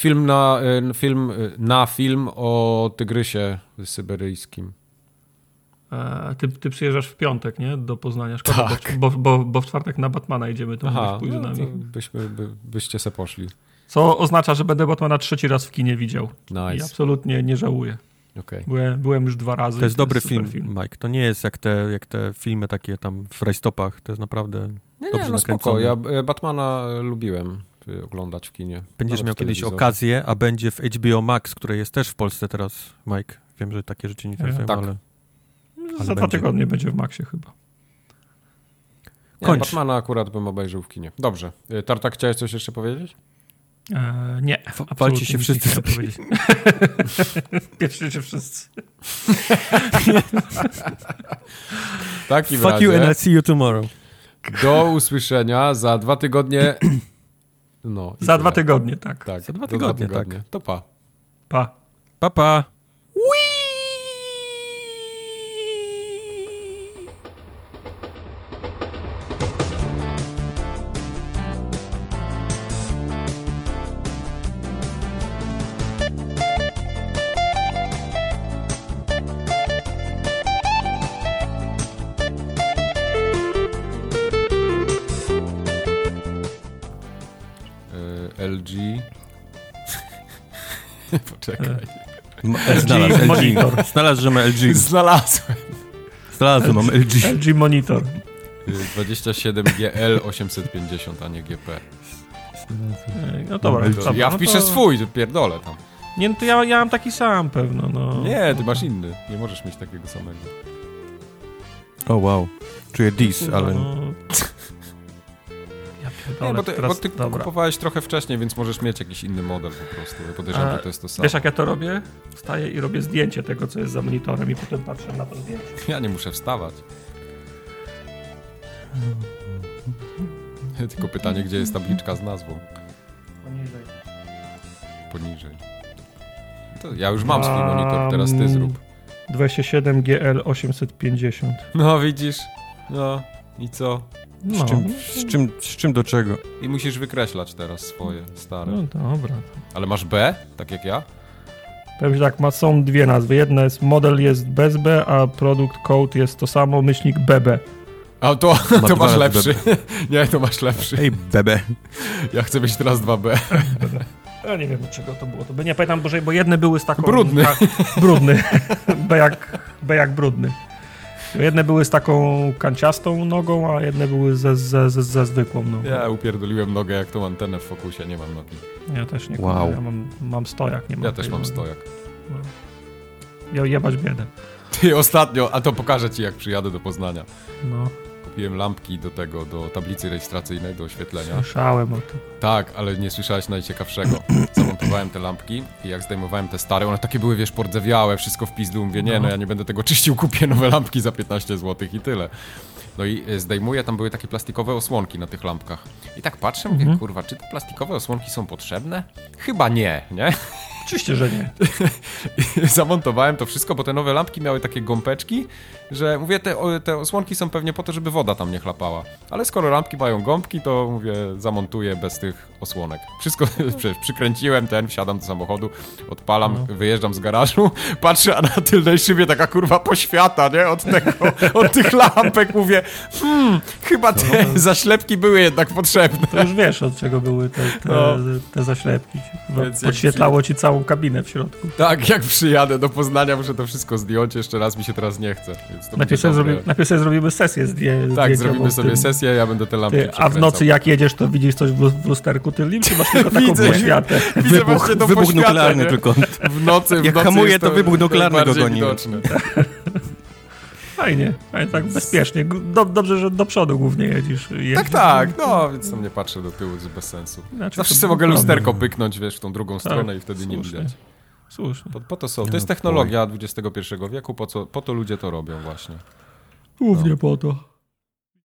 film o tygrysie syberyjskim. Ty przyjeżdżasz w piątek, nie? Do Poznania. Szkoda, tak. Bo w czwartek na Batmana idziemy, to pójść z nami. Byście se poszli. Co oznacza, że będę Batmana 3 raz w kinie widział. Nice. I absolutnie nie żałuję. Okay. Byłem już 2 razy. To jest dobry film, Mike. To nie jest jak te filmy takie tam w rajstopach. To jest naprawdę dobrze nakręcone. Ja Batmana lubiłem oglądać w kinie. Będziesz miał kiedyś okazję, a będzie w HBO Max, które jest też w Polsce teraz, Mike. Wiem, że takie rzeczy nie trafiają, tak. ale za 2 tygodnie będzie w Maxie chyba. Batmana akurat bym obejrzał w kinie. Dobrze. Tartak, chciałeś coś jeszcze powiedzieć? Nie. Walcie się wszyscy. Pieprzycie wszyscy. Takim Fuck razie, you and I'll see you tomorrow. Do usłyszenia za 2 tygodnie. Za 2 tygodnie, tak. Za 2 tygodnie, tak. To pa. Pa. Pa, pa. LG. Poczekaj. Znalazł, że ma LG. Znalazłem, mam LG. LG Monitor. 27GL 850, a nie GP. No dobra. Ja wpiszę swój, ty pierdolę tam. Nie, no to ja mam taki sam pewno. No. Nie, ty masz inny. Nie możesz mieć takiego samego. O wow. Czuję dis, ale... Nie, bo ty kupowałeś trochę wcześniej, więc możesz mieć jakiś inny model po prostu. Ja podejrzewam, że to jest to samo. Wiesz, jak ja to robię? Wstaję i robię zdjęcie tego, co jest za monitorem i potem patrzę na to zdjęcie. Ja nie muszę wstawać. Tylko pytanie, gdzie jest tabliczka z nazwą? Poniżej. To ja już mam swój monitor, teraz ty zrób. 27 GL 850. No widzisz, no i co? No, Z czym do czego? I musisz wykreślać teraz swoje stare. no dobra. Ale masz B, tak jak ja? Powiem, że tak, są dwie nazwy. Jedna jest, model jest bez B, a produkt code jest to samo, myślnik BB. A to dwa masz razy lepszy. Nie, to masz lepszy. Ej, bebe. Ja chcę mieć teraz 2B. Ja nie wiem, od czego to było. To by nie pamiętam, bo jedne były z taką... Brudny. Brudny. B jak brudny. Jedne były z taką kanciastą nogą, a jedne były ze zwykłą nogą. Ja upierdoliłem nogę jak tą antenę w fokusie, nie mam nogi. Ja też nie. Wow. Ja mam stojak, nie mam. Ja też tej mam nogi. stojak. No. Ja jebać biedę. Ty ostatnio, a to pokażę ci jak przyjadę do Poznania. No, Kupiłem lampki do tablicy rejestracyjnej, do oświetlenia. słyszałem o tym. Tak, ale nie słyszałeś najciekawszego. Zamontowałem te lampki i jak zdejmowałem te stare, one takie były, wiesz, pordzewiałe, wszystko w pizdu. Mówię, nie, no ja nie będę tego czyścił, kupię nowe lampki za 15 zł i tyle. No i zdejmuję, tam były takie plastikowe osłonki na tych lampkach. I tak patrzę, mówię, kurwa, czy te plastikowe osłonki są potrzebne? Chyba nie, nie? Oczywiście, że nie. I zamontowałem to wszystko, bo te nowe lampki miały takie gąbeczki, że mówię, te osłonki są pewnie po to, żeby woda tam nie chlapała. Ale skoro lampki mają gąbki, to mówię, zamontuję bez tych osłonek. Wszystko przykręciłem, wsiadam do samochodu, odpalam, wyjeżdżam z garażu, patrzę, a na tylnej szybie taka kurwa poświata, nie? Od tych lampek mówię, chyba te zaślepki były jednak potrzebne. To już wiesz, od czego były te zaślepki. Więc jak Podświetlało ci całą kabinę w środku. Tak, jak przyjadę do Poznania, muszę to wszystko zdjąć, jeszcze raz mi się teraz nie chce. Więc to Najpierw sobie zrobimy sesję Tak, zrobimy sobie sesję, ja będę te lampki a w nocy jak jedziesz, to widzisz coś w lusterku tylnym, czy masz tylko taką poświatę? Widzę właśnie to Wybuch poświatę, nuklearny nie? tylko. W nocy Jak hamuje, jest to wybuch nuklearny go najbardziej goni. widoczny. Fajnie, tak bezpiecznie. Dobrze, że do przodu głównie jedziesz. Tak, no, więc tam nie patrzę do tyłu, to bez sensu. Znaczy, Zawsze to sobie mogę problem. lusterko pyknąć, wiesz, w tą drugą stronę i wtedy nie słusznie. widać. Słusznie. Po to są. To jest technologia XXI wieku, po to ludzie to robią właśnie. Głównie po to.